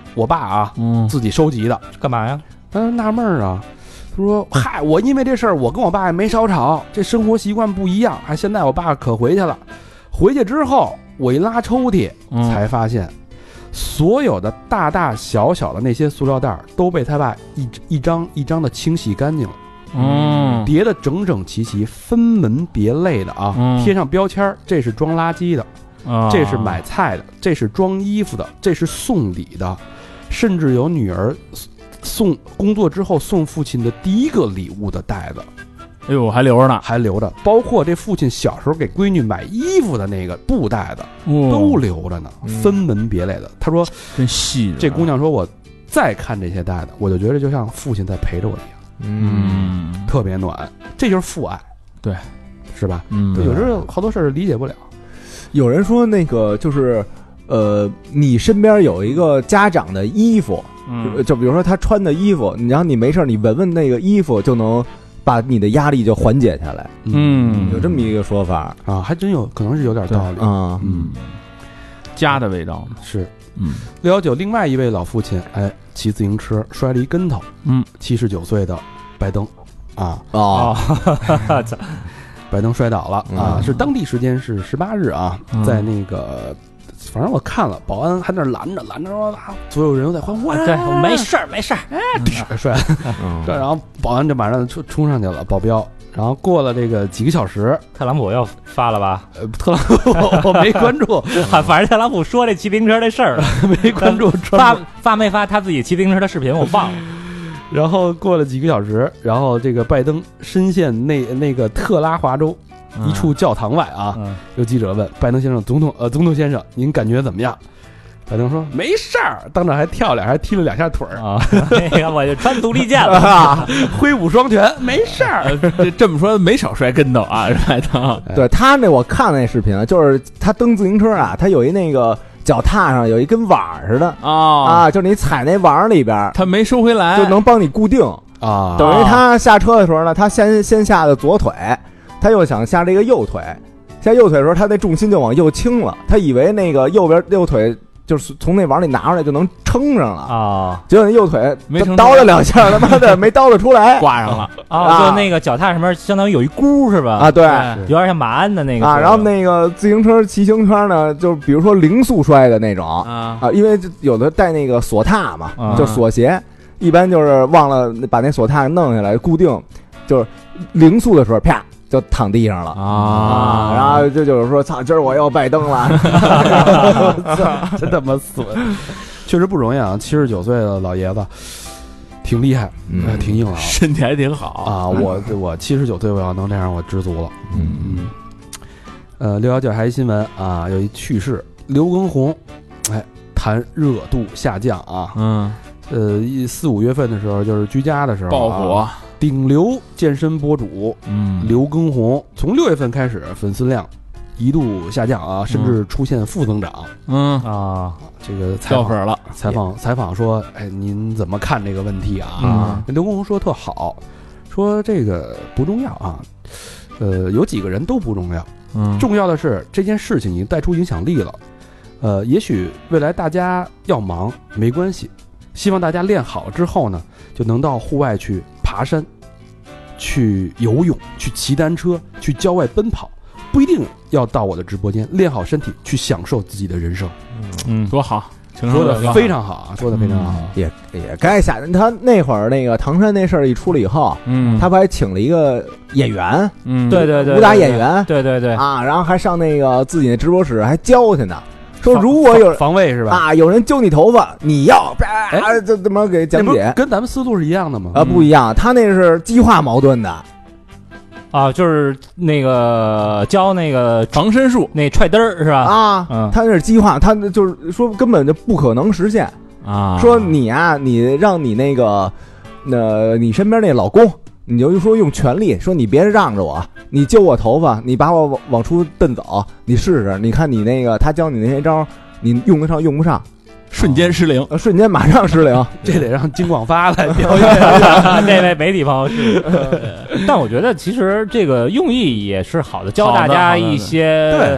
我爸啊， 嗯， 自己收集的。 干嘛呀？ 他纳闷儿啊，他说：“嗨，我因为这事儿，我跟我爸也没少吵，这生活习惯不一样。哎，现在我爸可回去了，回去之后，我一拉抽屉，才发现。嗯”所有的大大小小的那些塑料袋都被他爸一一张一张的清洗干净了， 嗯， 叠得整整齐齐，分门别类的啊， 嗯、 贴上标签，这是装垃圾的， 啊、 这是买菜的，这是装衣服的，这是送礼的，甚至有女儿送工作之后送父亲的第一个礼物的袋子。 哎呦，还留着呢， 还留着，包括这父亲小时候给闺女买衣服的那个布袋子， 哦、 都留着呢，分门别类的。他说：“ 真细。” 这姑娘说：“我再看这些袋子，我就觉得就像父亲在陪着我一样， 嗯， 特别暖。这就是父爱， 对， 是吧？ 嗯， 有时候好多事儿理解不了。 有人说那个就是，呃，你身边有一个家长的衣服， 嗯， 就比如说他穿的衣服，然后你没事你闻闻那个衣服就能。把你的压力就缓解下来， 嗯， 有这么一个说法啊，还真有可能是有点道理啊， 嗯， 家的味道是， 嗯， 六幺九另外一位老父亲，哎，骑自行车摔了一跟头， 嗯， 七十九岁的拜登，啊哦， 拜登摔倒了啊， 嗯、 是当地时间是十八日啊， 嗯、 在那个。反正我看了，保安还在那拦着，拦着说啊，所有人都在欢呼， 对，没事儿，没事儿， 哎，摔了，这然后保安就马上冲冲上去了，保镖。然后过了这个几个小时， 特朗普要发了吧？ 呃，特朗普我没关注， 反正特朗普说这骑自行车这事儿了， 没关注， 发发没发他自己骑自行车的视频我忘了。 然后过了几个小时，然后这个拜登深陷那那个特拉华州。一处教堂外啊，嗯、有记者问拜登先生：“总统，呃，总统先生，您感觉怎么样？”拜登说：“没事儿。”当场还跳两，还踢了两下腿儿啊！那个我就穿独立剑了， 挥舞双拳，没事儿。 这这么说没少摔跟头啊，拜登。 对他那我看那视频，就是他蹬自行车啊，他有一那个脚踏上有一根网似的啊、 哦、 啊，就是你踩那网里边， 他没收回来， 就能帮你固定啊。 等于他下车的时候呢，他先先下的左腿。他又想下这个右腿，下右腿的时候，他那重心就往右倾了。他以为那个右边右腿就是从那网里拿出来就能撑上了啊， 结果那右腿没撑叨了两下，他妈的没叨得出来， 挂上了啊！就那个脚踏上面相当于有一箍是吧？ 啊，对， 有点像马鞍的那个啊。然后那个自行车骑行圈呢，就比如说零速摔的那种啊啊，因为有的带那个锁踏嘛， 啊、 就锁鞋，一般就是忘了把那锁踏弄下来固定，就是零速的时候啪。就躺地上了啊，然后就就是说，操，今儿我又拜登了， 真他妈损，确实不容易啊！七十九岁的老爷子，挺厉害， 嗯呃、挺硬朗， 身体还挺好啊！我我七十九岁，我要能这样，我知足了。 嗯嗯。呃，六幺九还一新闻啊，有一趣事，刘畊宏，哎，谈热度下降啊， 嗯， 呃，一四五月份的时候，就是居家的时候、啊， 爆火。 顶流健身博主， 嗯， 刘畊宏从六月份开始，粉丝量一度下降啊，甚至出现负增长。 嗯啊， 这个采访粉了， 采访采访说，哎，您怎么看这个问题啊？ 嗯， 刘畊宏说特好，说这个不重要啊，呃，有几个人都不重要， 嗯， 重要的是这件事情已经带出影响力了。呃，也许未来大家要忙没关系，希望大家练好之后呢，就能到户外去爬山，去游泳，去骑单车，去郊外奔跑，不一定要到我的直播间，练好身体，去享受自己的人生。 嗯，多好， 说的非常好啊，说的非常好， 嗯、也也该下。他那会儿那个唐山那事儿一出了以后， 嗯， 他不还请了一个演员， 嗯， 对对对， 武打演员， 对对对啊，然后还上那个自己的直播室还教去呢。说如果有防卫是吧？ 啊，有人揪你头发，你要哎，这怎么给讲解？ 跟咱们思路是一样的吗？ 啊，不一样，他那是激化矛盾的。 啊，就是那个教那个防身术， 那踹嘚儿是吧？ 啊，嗯、他那是激化，他就是说根本就不可能实现啊。 说你啊，你让你那个，呃，你身边那老公，你就说用权力，说你别让着我，你揪我头发，你把我往往出蹬走，你试试，你看你那个他教你那些招，你用得上用不上。 瞬间失灵， 呃，瞬间马上失灵， 这得让金广发来表演。 这位媒体朋友是，但我觉得其实这个用意也是好的，教大家一些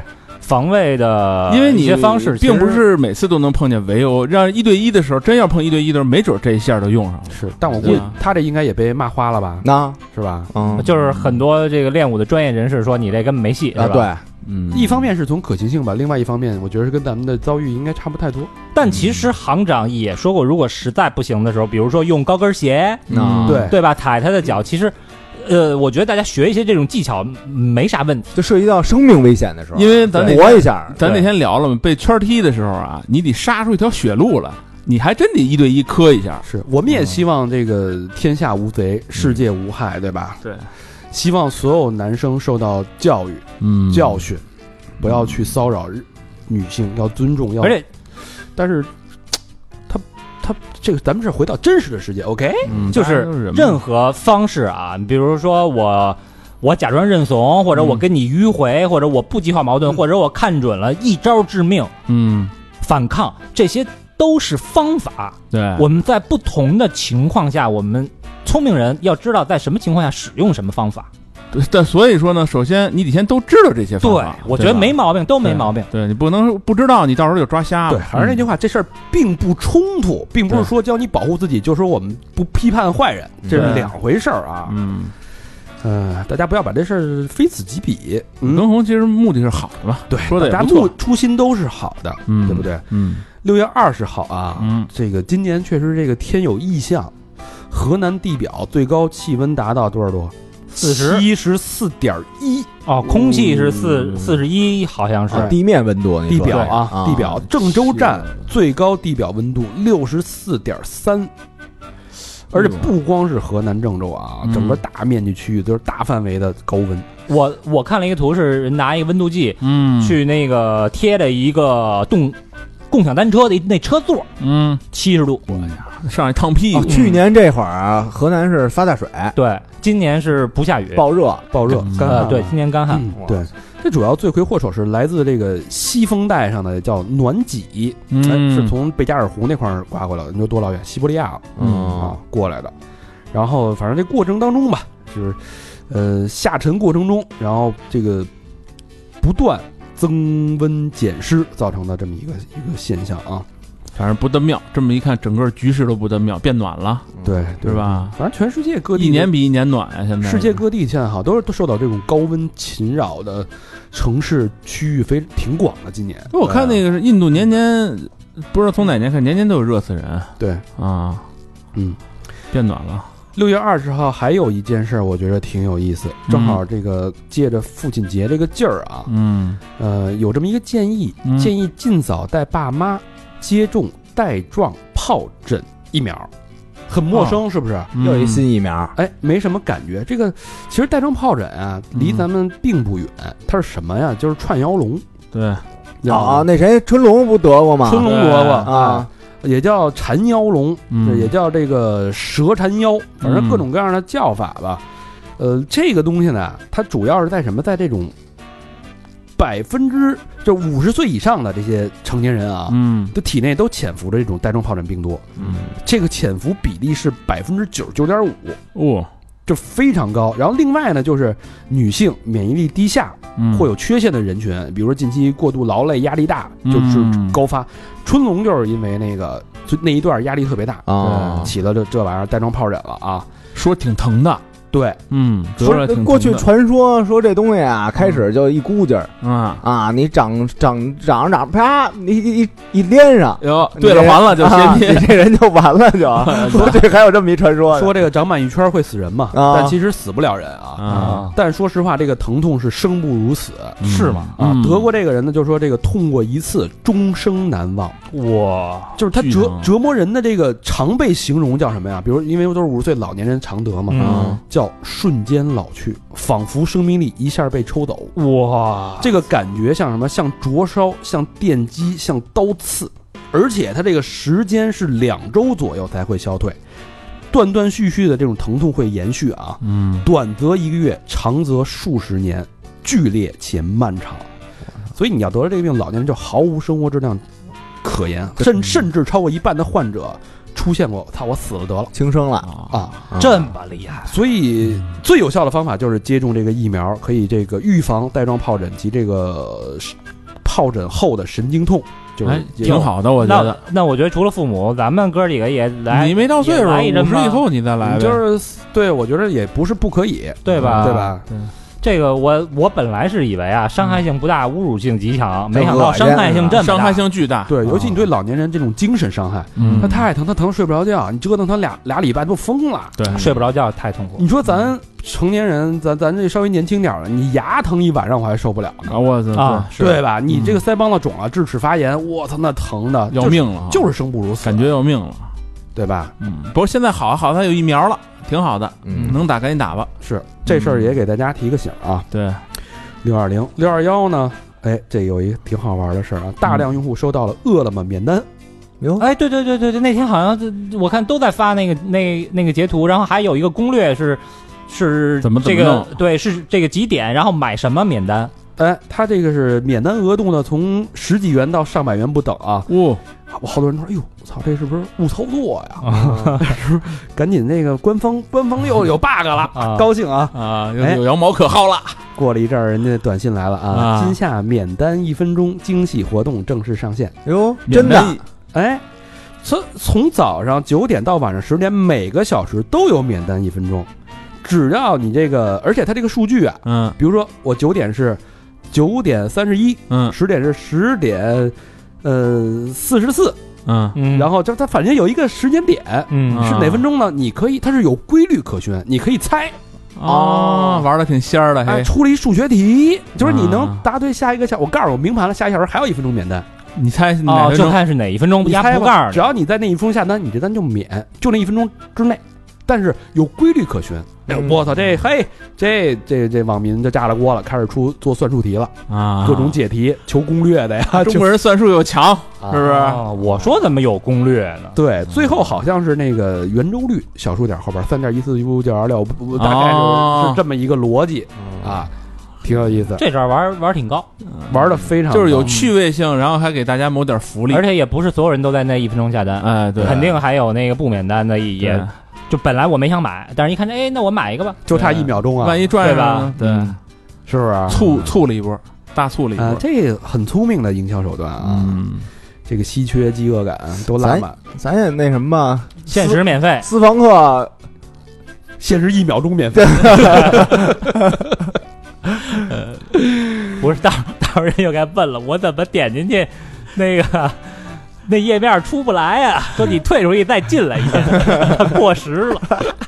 防卫的因为你一些方式， 并不是每次都能碰见围殴，让一对一的时候，真要碰一对一的时候，没准这一下就用上了。 是，但我估计他这应该也被骂花了吧？ 那是吧？ 嗯， 就是很多这个练武的专业人士说你这根本没戏， 啊，对， 嗯， 一方面是从可行性吧，另外一方面我觉得是跟咱们的遭遇应该差不太多。 但其实行长也说过，如果实在不行的时候，比如说用高跟鞋， 嗯， 对对吧，踩他的脚，其实。呃，我觉得大家学一些这种技巧没啥问题， 就涉及到生命危险的时候， 因为咱那搏一下， 咱那天聊了嘛，被圈踢的时候啊，你得杀出一条血路来，你还真得一对一磕一下。 是，我们也希望这个天下无贼，世界无害，对吧？ 对， 希望所有男生受到教育、 嗯教训，不要去骚扰女性，要尊重，要。 而且， 但是，他他这个，咱们是回到真实的世界 ，OK？ 嗯， 就是任何方式啊，比如说我我假装认怂，或者我跟你迂回，或者我不激化矛盾，或者我看准了一招致命， 嗯， 反抗，这些都是方法。 对， 我们在不同的情况下，我们聪明人要知道在什么情况下使用什么方法。 对，但所以说呢，首先你得先都知道这些方法。 对，我觉得没毛病，都没毛病。 对，你不能不知道，你到时候就抓瞎了。 对，还是那句话，这事儿并不冲突，并不是说教你保护自己，就说我们不批判坏人，这是两回事儿啊。 嗯， 呃，大家不要把这事儿非此即彼。 嗯，文红其实目的是好的嘛， 对， 说的也大家目初心都是好的， 嗯， 对不对？ 嗯， 六月二十号啊， 嗯， 这个今年确实这个天有异象，河南地表最高气温达到多少度？ 四十七十四点一哦，空气是四四十一，好像是、 啊、地面温度。 地表啊， 啊地表郑州站最高地表温度六十四点三，而且不光是河南郑州啊， 嗯、 整个大面积区域都是大范围的高温。 我我看了一个图，是拿一个温度计， 嗯， 去那个贴了一个动共享单车的那车座， 嗯， 七十度， 我呀，上一烫屁股。 哦、去年这会儿啊，河南是发大水， 对，今年是不下雨， 暴热， 暴热，干旱、 呃，对，今年干旱。 嗯、对，这主要罪魁祸首是来自这个西风带上的叫暖脊， 嗯、 哎，是从贝加尔湖那块儿刮过来的，你说多老远？西伯利亚， 嗯啊过来的。然后反正这过程当中吧，就是呃下沉过程中，然后这个不断增温减湿造成的这么一个一个现象啊。 反正不得妙，这么一看，整个局势都不得妙，变暖了， 对对吧？ 反正全世界各地一年比一年暖啊，现在世界各地现在好都是都受到这种高温侵扰的城市区域非挺广的。今年我看那个是印度年年不知道从哪年看，年年都有热死人。 对啊， 嗯， 变暖了。 六月二十号还有一件事儿，我觉得挺有意思，正好这个借着父亲节这个劲儿啊， 嗯， 呃，有这么一个建议， 嗯、 建议尽早带爸妈接种带状疱疹疫苗。很陌生，是不是？ 嗯、 又一新疫苗， 哎，没什么感觉。这个其实带状疱疹啊，离咱们并不远。嗯、它是什么呀？就是串腰龙。 对， 啊，那谁春龙不得过吗？ 春龙得过啊。 也叫缠腰龙， 嗯、 也叫这个蛇缠腰，反正各种各样的叫法吧。嗯、呃，这个东西呢，它主要是在什么，在这种百分之就五十岁以上的这些成年人啊， 嗯， 的体内都潜伏着这种带状疱疹病毒， 嗯， 这个潜伏比例是百分之九十九点五， 哦， 这非常高。然后另外呢，就是女性免疫力低下。 嗯、 或有缺陷的人群，比如说近期过度劳累、压力大，就是高发。嗯、春龙就是因为那个就那一段压力特别大啊， 起了这这玩意儿带状疱疹了啊， 说挺疼的。 对， 嗯， 说过去传说说这东西啊，开始就一股劲儿， 啊啊，你长长长长，啪，你一一连上， 哟，对了，完了就歇屁， 你这人就完了就。说这还有这么一传说， 说这个长满一圈会死人嘛，但其实死不了人啊。 啊， 但说实话，这个疼痛是生不如死， 是吗？ 啊，得过这个人呢，就说这个痛过一次，终生难忘。 哇， 就是他折折磨人的这个常被形容叫什么呀？比如因为都是五十岁老年人常得嘛， 嗯， 叫瞬间老去，仿佛生命力一下被抽走。 哇， 这个感觉像什么？像灼烧，像电击，像刀刺，而且它这个时间是两周左右才会消退，断断续续的这种疼痛会延续啊， 嗯， 短则一个月，长则数十年，剧烈且漫长。所以你要得了这个病，老年人就毫无生活质量可言，甚甚至超过一半的患者出现过，操，我死了得了， 轻生了啊， 这么厉害。 所以最有效的方法就是接种这个疫苗，可以这个预防带状疱疹及这个疱疹后的神经痛，就是哎，挺好的，我觉得。 那那我觉得除了父母，咱们哥几个也来， 你没到岁数， 来一针五十以后你再来呗， 就是对，我觉得也不是不可以， 对吧？ 对吧？ 对。 这个我我本来是以为啊，伤害性不大，侮辱性极强，没想到伤害性这么大， 伤害性巨大。 对，尤其你对老年人这种精神伤害，他太疼，他疼睡不着觉，你折腾他俩俩礼拜都疯了。 对，睡不着觉太痛苦。 你说咱成年人，咱咱这稍微年轻点的，你牙疼一晚上我还受不了呢。 啊，我操， 啊， 对吧？你这个腮帮子肿了，智齿发炎，我操，那疼的要命了， 就是生不如死， 感觉要命了， 对吧？ 嗯，不过现在好好，它有疫苗了，挺好的， 嗯， 能打赶紧打吧。 是这事儿也给大家提个醒啊。 对。 六二零六二幺呢？哎，这有一个挺好玩的事儿啊！大量用户收到了饿了么免单。 哟， 哎，对对对对对，那天好像我看都在发那个那那个截图，然后还有一个攻略是是怎么这个对是这个几点，然后买什么免单。 哎，它这个是免单额度呢，从十几元到上百元不等啊。 哦， 我好多人都说，哎呦，我操，这是不是误操作呀？啊、是不是赶紧那个官方官方又有 bug 了，啊、高兴啊啊，有有羊毛可薅了。 过了一阵儿，人家短信来了啊，啊今夏免单一分钟惊喜活动正式上线。 哟，真的？ 哎，从从早上九点到晚上十点，每个小时都有免单一分钟。只要你这个，而且它这个数据啊， 嗯， 比如说我九点是九点三十一， 嗯， 十点是十点，呃，四十四， 嗯， 然后就它反正有一个时间点， 嗯， 是哪分钟呢？你可以，它是有规律可循，你可以猜。 哦，玩的挺仙儿的， 哎，出了一数学题，就是你能答对下一个小，我告诉我明盘了，下一小时还有一分钟免单， 你猜哪分钟？就看是哪一分钟， 你猜不告诉， 只要你在那一分钟下单，你这单就免，就那一分钟之内。但是有规律可循，我操，这嘿，这这这网民就炸了锅了，开始出做算术题了啊， 各种解题求攻略的呀。 中国人算术又强，是不是？ 啊、我说怎么有攻略呢？ 对，最后好像是那个圆周率小数点后边三点一四一五九二六，大概是是这么一个逻辑啊，挺有意思。 这招玩玩挺高， 玩的非常就是有趣味性，然后还给大家谋点福利， 而且也不是所有人都在那一分钟下单， 哎，对， 肯定还有那个不免单的也。就本来我没想买，但是一看这，哎，那我买一个吧， 就差一秒钟啊， 万一赚吧， 对， 是不是？ 促促了一波，大促了一波， 啊、这很聪明的营销手段啊！ 嗯， 这个稀缺、饥饿感都拉满， 咱也那什么， 限时免费， 私房课限时一秒钟免费。 不是，到到人又该问了，我怎么点进去那个？那页面出不来呀、啊，说你退出去再进来一下，过时了。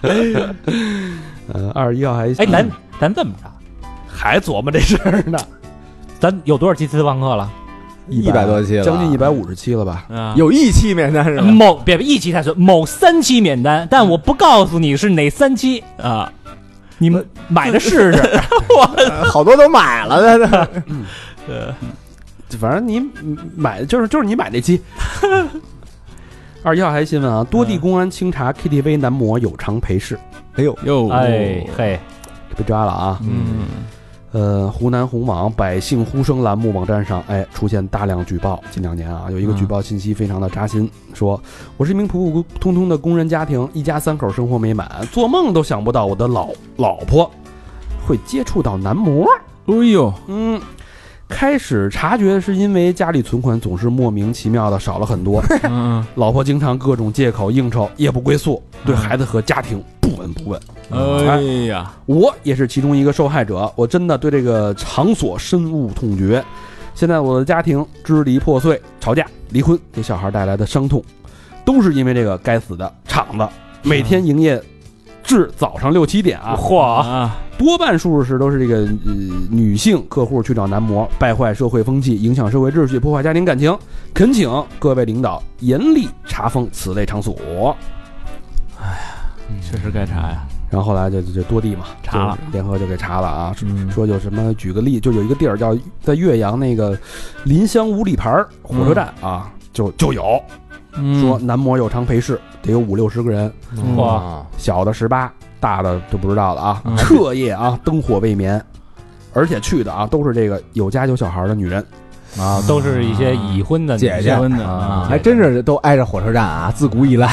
呃，二十一号还哎，咱咱这么着， 还琢磨这事儿呢。 咱有多少期私房课了？ 一百多期了， 将近一百五十期了吧？ 啊、 有一期免单是吧？ 某别别一期才算，某三期免单，但我不告诉你是哪三期啊，你们买的试试。 我好多都买了的。 嗯，呃。反正你买就是就是你买那期。二十一号还新闻啊，多地公安清查 K T V 男模有偿陪侍。 哎呦哟， 哎嘿， 被抓了啊！ 嗯， 呃，湖南红网百姓呼声栏目网站上，哎，出现大量举报。近两年啊，有一个举报信息非常的扎心，说我是一名普普通通的工人家庭，一家三口生活美满，做梦都想不到我的老老婆会接触到男模。 哎呦， 嗯。开始察觉是因为家里存款总是莫名其妙的少了很多， 嗯， 老婆经常各种借口应酬，夜不归宿，对孩子和家庭不闻不问。 哎呀， 我也是其中一个受害者，我真的对这个场所深恶痛绝。现在我的家庭支离破碎，吵架、离婚，给小孩带来的伤痛，都是因为这个该死的厂子每天营业至早上六七点啊！ 嚯啊！ 多半数是都是这个呃女性客户去找男模，败坏社会风气，影响社会秩序，破坏家庭感情。恳请各位领导严厉查封此类场所。 哎呀，确实该查呀。 然后后来就就多地嘛查了， 联合就给查了啊。 嗯、 说有什么？举个例，就有一个地儿叫在岳阳那个临湘五里牌火车站啊，嗯、就就有、嗯、说男模有偿陪侍，得有五六十个人， 哇、 嗯，小的十八。大的就不知道了啊，嗯、彻夜啊灯火未眠，而且去的啊都是这个有家有小孩的女人啊，都是一些已婚的姐姐婚的啊，还真是都挨着火车站啊，自古以来。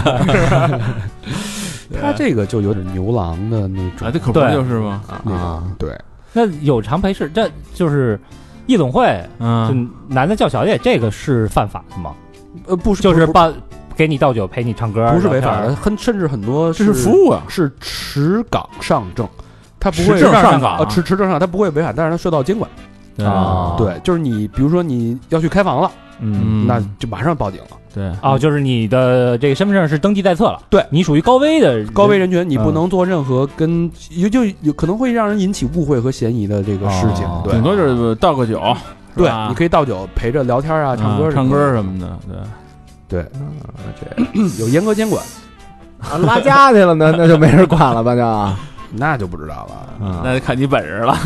他这个就有点牛郎的那种， 啊，这可不就是吗？ 啊，对。 那有偿陪侍，这就是夜总会， 嗯， 就男的叫小姐，这个是犯法的吗？ 呃，不是， 就是帮给你倒酒，陪你唱歌， 不是违法的，很甚至很多这是服务啊， 是持岗上证，他不会持证上岗， 呃，持持证上，他不会违法，但是他受到监管啊。 对，就是你比如说你要去开房了， 嗯， 那就马上报警了。 对， 哦，就是你的这个身份证是登记在册了， 对你属于高危的高危人群，你不能做任何跟有就有可能会让人引起误会和嫌疑的这个事情，对， 顶多就是倒个酒， 对，你可以倒酒陪着聊天啊，唱歌唱歌什么的， 对对，这有严格监管。 啊，拉家去了呢，那就没人管了吧？就那就不知道了， 那得看你本事了。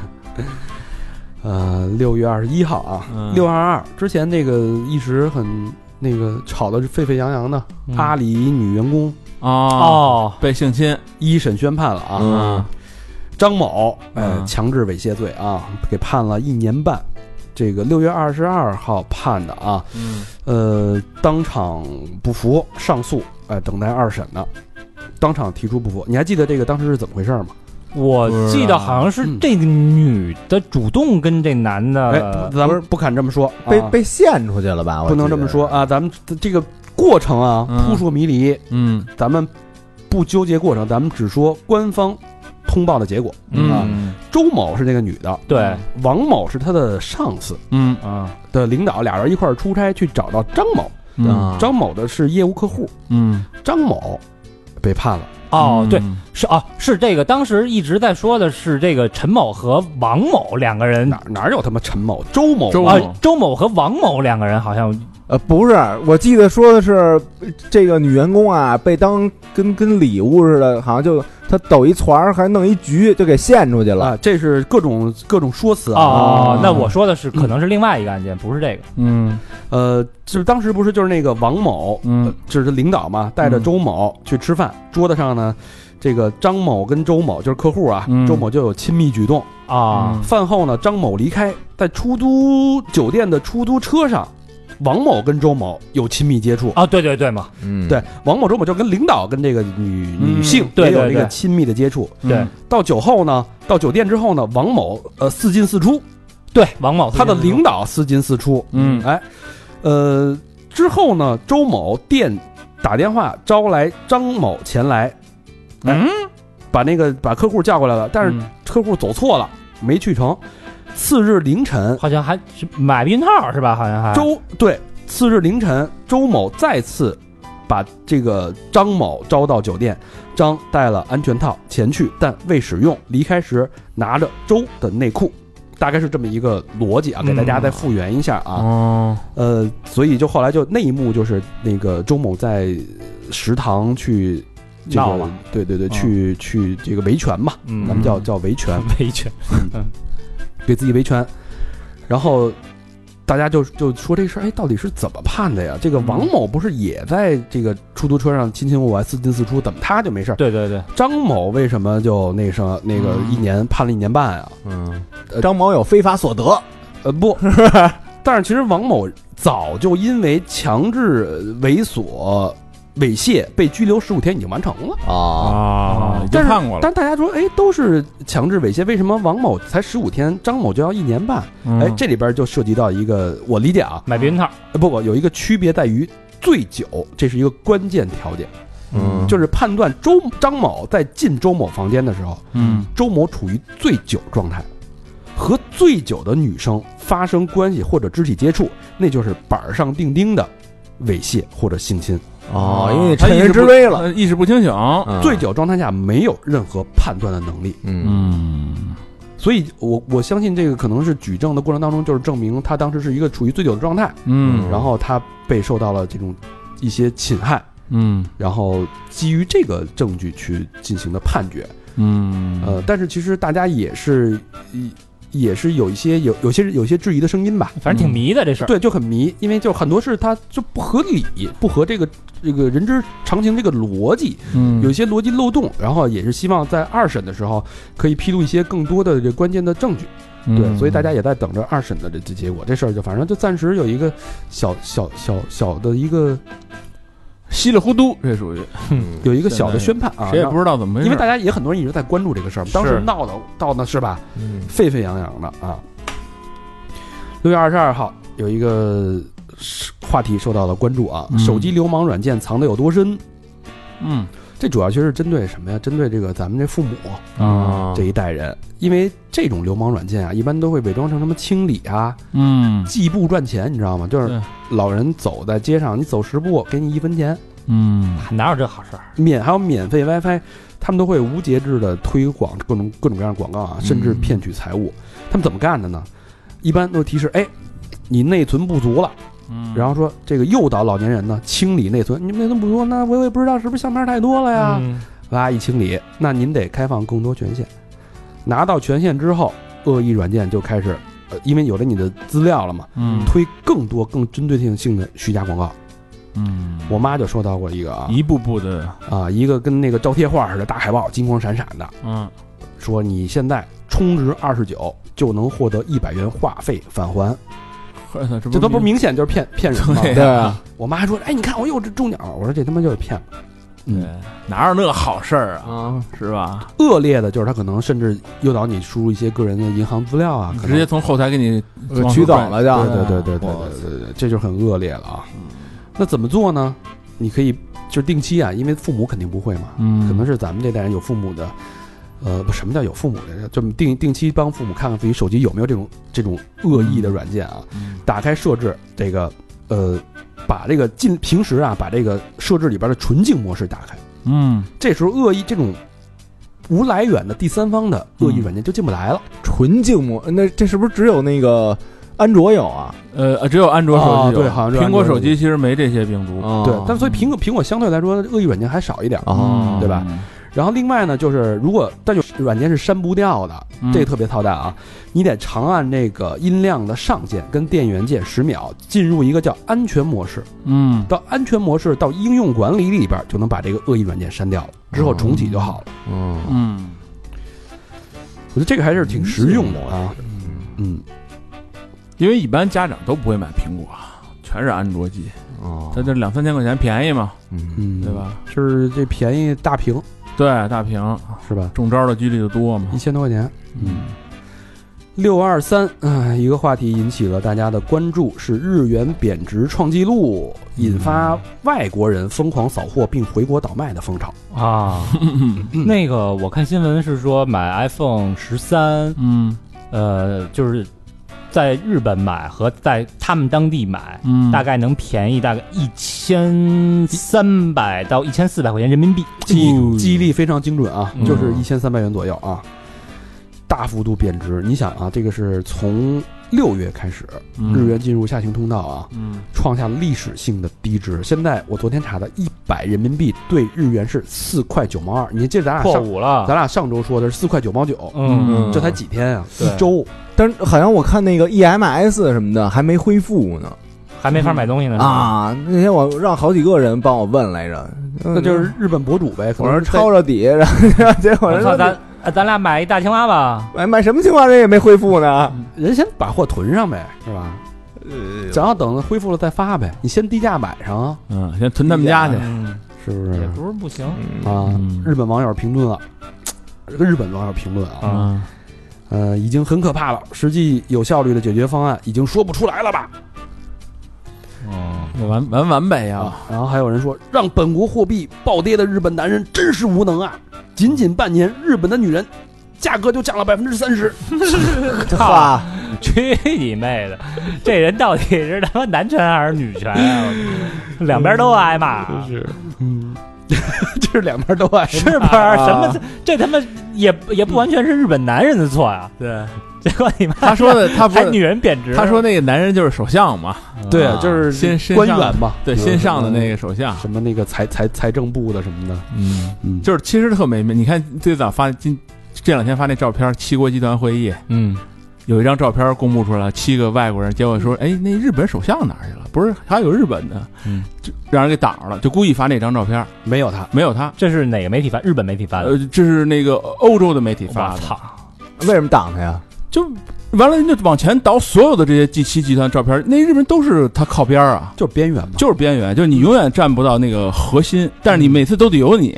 呃，六月二十一号啊，六二二之前那个一直很那个吵得沸沸扬扬的、嗯、阿里女员工哦被性侵， 一审宣判了啊， 嗯、 张某呃强制猥亵罪啊，给判了一年半。这个六月二十二号判的啊， 嗯， 呃，当场不服上诉，哎、呃，等待二审呢，当场提出不服。你还记得这个当时是怎么回事吗？ 我记得好像是这个女的主动跟这男的， 哎，咱们不敢这么说， 被被献出去了吧？ 不能这么说啊，咱们这个过程啊扑朔迷离， 嗯， 咱们不纠结过程，咱们只说官方通报的结果、 嗯、 啊。周某是这个女的， 对， 王某是她的上司， 嗯啊的领导，俩人一块儿出差去找到张某， 嗯， 张某的是业务客户， 嗯， 张某被判了。 哦，对，是啊，是这个，当时一直在说的是这个陈某和王某两个人， 哪哪有他妈陈某、周某？ 周某、 啊、周某和王某两个人好像。 呃，不是，我记得说的是这个女员工啊，被当跟跟礼物似的，好像就她抖一团还弄一局，就给献出去了。 啊、这是各种各种说辞啊。 哦，嗯、那我说的是可能是另外一个案件，嗯、不是这个。 嗯，呃，就是当时不是就是那个王某， 嗯， 呃、就是领导嘛，带着周某去吃饭，嗯、桌子上呢，这个张某跟周某就是客户啊， 嗯、 周某就有亲密举动啊。 嗯、饭后呢，张某离开，在出租酒店的出租车上。王某跟周某有亲密接触啊，对对对嘛， 嗯， 对，王某、周某就跟领导跟这个女、嗯、女性也有这个亲密的接触。 对，对对到酒后呢，到酒店之后呢，王某呃四进四出， 对，王某他的领导四进四出， 嗯， 哎，呃之后呢，周某电打电话招来张某前来， 嗯， 把那个把客户叫过来了，但是客户走错了，没去成。次日凌晨， 好像还是买避孕套是吧？好像还周对，次日凌晨，周某再次把这个张某招到酒店，张带了安全套前去，但未使用。离开时拿着周的内裤，大概是这么一个逻辑啊，给大家再复原一下啊。 哦、 嗯，呃，所以就后来就那一幕就是那个周某在食堂去。这个对对对， 哦、 去去这个维权嘛， 嗯、 咱们叫叫维权， 维权， 嗯，给自己维权，然后大家就就说这事儿，哎，到底是怎么判的呀？这个王某不是也在这个出租车上卿卿我我、四进四出，怎么他就没事？ 对对对， 张某为什么就那什么那个一年判了一年半啊？ 嗯，呃、张某有非法所得， 呃不，但是其实王某早就因为强制猥琐。猥亵被拘留十五天已经完成了啊，已经判过了。 但是大家说，哎，都是强制猥亵，为什么王某才十五天，张某就要一年半？ 嗯、 哎，这里边就涉及到一个我理解啊， 买避孕套。 不不，有一个区别在于醉酒，这是一个关键条件。 嗯， 就是判断周张某在进周某房间的时候， 嗯， 周某处于醉酒状态，和醉酒的女生发生关系或者肢体接触，那就是板上钉钉的猥亵或者性侵。 哦，因为趁人之危了， 意识不清醒， 嗯、醉酒状态下没有任何判断的能力。 嗯， 所以我我相信这个可能是举证的过程当中，就是证明他当时是一个处于醉酒的状态。 嗯， 然后他被受到了这种一些侵害。 嗯， 然后基于这个证据去进行的判决。 嗯， 呃，但是其实大家也是。也是有一些有有些有些质疑的声音吧， 反正挺迷的这事儿、 嗯。对，就很迷，因为就很多事它就不合理，不合这个这个人之常情这个逻辑， 嗯， 有一些逻辑漏洞。然后也是希望在二审的时候可以披露一些更多的这关键的证据。对， 嗯、 所以大家也在等着二审的这这结果。这事儿就反正就暂时有一个小小小小的一个。 稀里糊涂，这属于有一个小的宣判啊， 谁也不知道怎么回事， 因为大家也很多人一直在关注这个事儿，当时闹的闹的是吧，嗯、沸沸扬扬的啊。 六月二十二号有一个话题受到了关注啊， 嗯、 手机流氓软件藏得有多深？ 嗯， 这主要其实是针对什么呀？针对这个咱们这父母啊这一代人，因为这种流氓软件啊，一般都会伪装成什么清理啊， 嗯， 计步赚钱，你知道吗？就是老人走在街上，你走十步给你一分钱， 嗯，哪有这好事儿？ 免还有免费 WiFi， 他们都会无节制的推广各种各种各样的广告啊，甚至骗取财物。他们怎么干的呢？一般都提示，哎，你内存不足了。嗯，然后说这个诱导老年人呢清理内存，你们内存不足，那我也不知道是不是相片太多了呀？ 嗯， 哇，一清理，那您得开放更多权限。拿到权限之后，恶意软件就开始，呃，因为有了你的资料了嘛， 嗯， 推更多更针对性性的虚假广告。 嗯， 我妈就收到过一个啊， 一步步的啊，一个跟那个招贴画似的大海报，金光闪闪的， 嗯， 说你现在充值二十九就能获得一百元话费返还。 这这都不是明显就是骗骗人吗？ 对啊， 我妈还说，哎，你看我又中奖了，我说这他妈就是骗子。 嗯，哪有那个好事儿啊？ 啊， 是吧？ 恶劣的就是他可能甚至诱导你输入一些个人的银行资料啊， 直接从后台给你取走了，就对对对对对对对对，这就很恶劣了啊。那怎么做呢？你可以就是定期啊，因为父母肯定不会嘛， 嗯， 可能是咱们这代人有父母的。呃，不，什么叫有父母的？就定定期帮父母看看自己手机有没有这种这种恶意的软件啊。 嗯、 打开设置这个，呃，把这个进平时啊，把这个设置里边的纯净模式打开。 嗯， 这时候恶意这种无来源的第三方的恶意软件就进不来了。 嗯、纯净模，那这是不是只有那个安卓有啊？ 呃，只有安卓手机有、 哦、对，好像苹果手机其实没这些病毒。 哦、对，但所以苹果苹果相对来说恶意软件还少一点， 哦、 对吧？然后另外呢，就是如果但就软件是删不掉的， 嗯、 这个特别操蛋啊！你得长按这个音量的上键跟电源键十秒，进入一个叫安全模式。 嗯， 到安全模式到应用管理里边，就能把这个恶意软件删掉了，之后重启就好了。 嗯嗯， 我觉得这个还是挺实用的啊。嗯， 因为一般家长都不会买苹果，全是安卓机。哦，它这两三千块钱便宜嘛， 嗯， 对吧？ 是这便宜大屏， 对，大屏是吧？ 中招的几率就多嘛， 一千多块钱。嗯，六二三啊，一个话题引起了大家的关注，是日元贬值创纪录，引发外国人疯狂扫货并回国倒卖的风潮啊。那个我看新闻是说买 iPhone 十三，嗯，呃，就是。在日本买和在他们当地买，嗯，大概能便宜大概一千三百到一千四百块钱人民币， 记记忆力非常精准啊，嗯、就是一千三百元左右啊，大幅度贬值。你想啊，这个是从六月开始，嗯、日元进入下行通道啊，嗯，创下了历史性的低值。现在我昨天查的，一百人民币兑日元是四块九毛二。你记得咱俩上破五了， 咱俩上周说的是四块九毛九， 嗯， 这才几天啊，一周。 但是好像我看那个 E M S 什么的还没恢复呢， 还没法买东西呢、嗯、 啊！那天我让好几个人帮我问来着， 那就是日本博主呗。 我说抄着底，然后结果人说咱咱俩买一大青蛙吧， 买买什么青蛙人也没恢复呢， 人先把货囤上呗，是吧？呃，咱要等恢复了再发呗，你先低价买上啊， 嗯，先囤他们家去， 嗯、 是不是？ 也不是不行、 嗯、啊。日本网友评论了，日本网友评论啊。 嗯呃，已经很可怕了，实际有效率的解决方案已经说不出来了吧？ 哦，玩玩玩呗呀、 啊！然后还有人说，让本国货币暴跌的日本男人真是无能啊！仅仅半年，日本的女人价格就降了百分之三十。 哈， 去你妹的！这人到底是他妈男权还是女权啊？两边都挨骂。 是，嗯。这是两边都爱， 是不是？什么？这他妈也也不完全是日本男人的错呀。 对， 结果你妈他说的，他还女人贬值。 他说那个男人就是首相嘛， 对，就是先官员嘛， 对，先上的那个首相， 什么那个财财财政部的什么的， 嗯嗯，就是其实特没面。你看最早发今这两天发那照片，七国集团会议，嗯。有一张照片公布出来，七个外国人，结果说，哎，那日本首相哪儿去了？不是还有日本的，嗯，就让人给挡着了，就故意发那张照片， 没有他， 没有他， 这是哪个媒体发？日本媒体发的？ 呃，这是那个欧洲的媒体发的。 操， 为什么挡他呀？ 就完了，人就往前倒所有的这些 G 七集团照片，那日本人都是他靠边啊， 就是边缘嘛， 就是边缘，就是你永远站不到那个核心，但是你每次都得有你。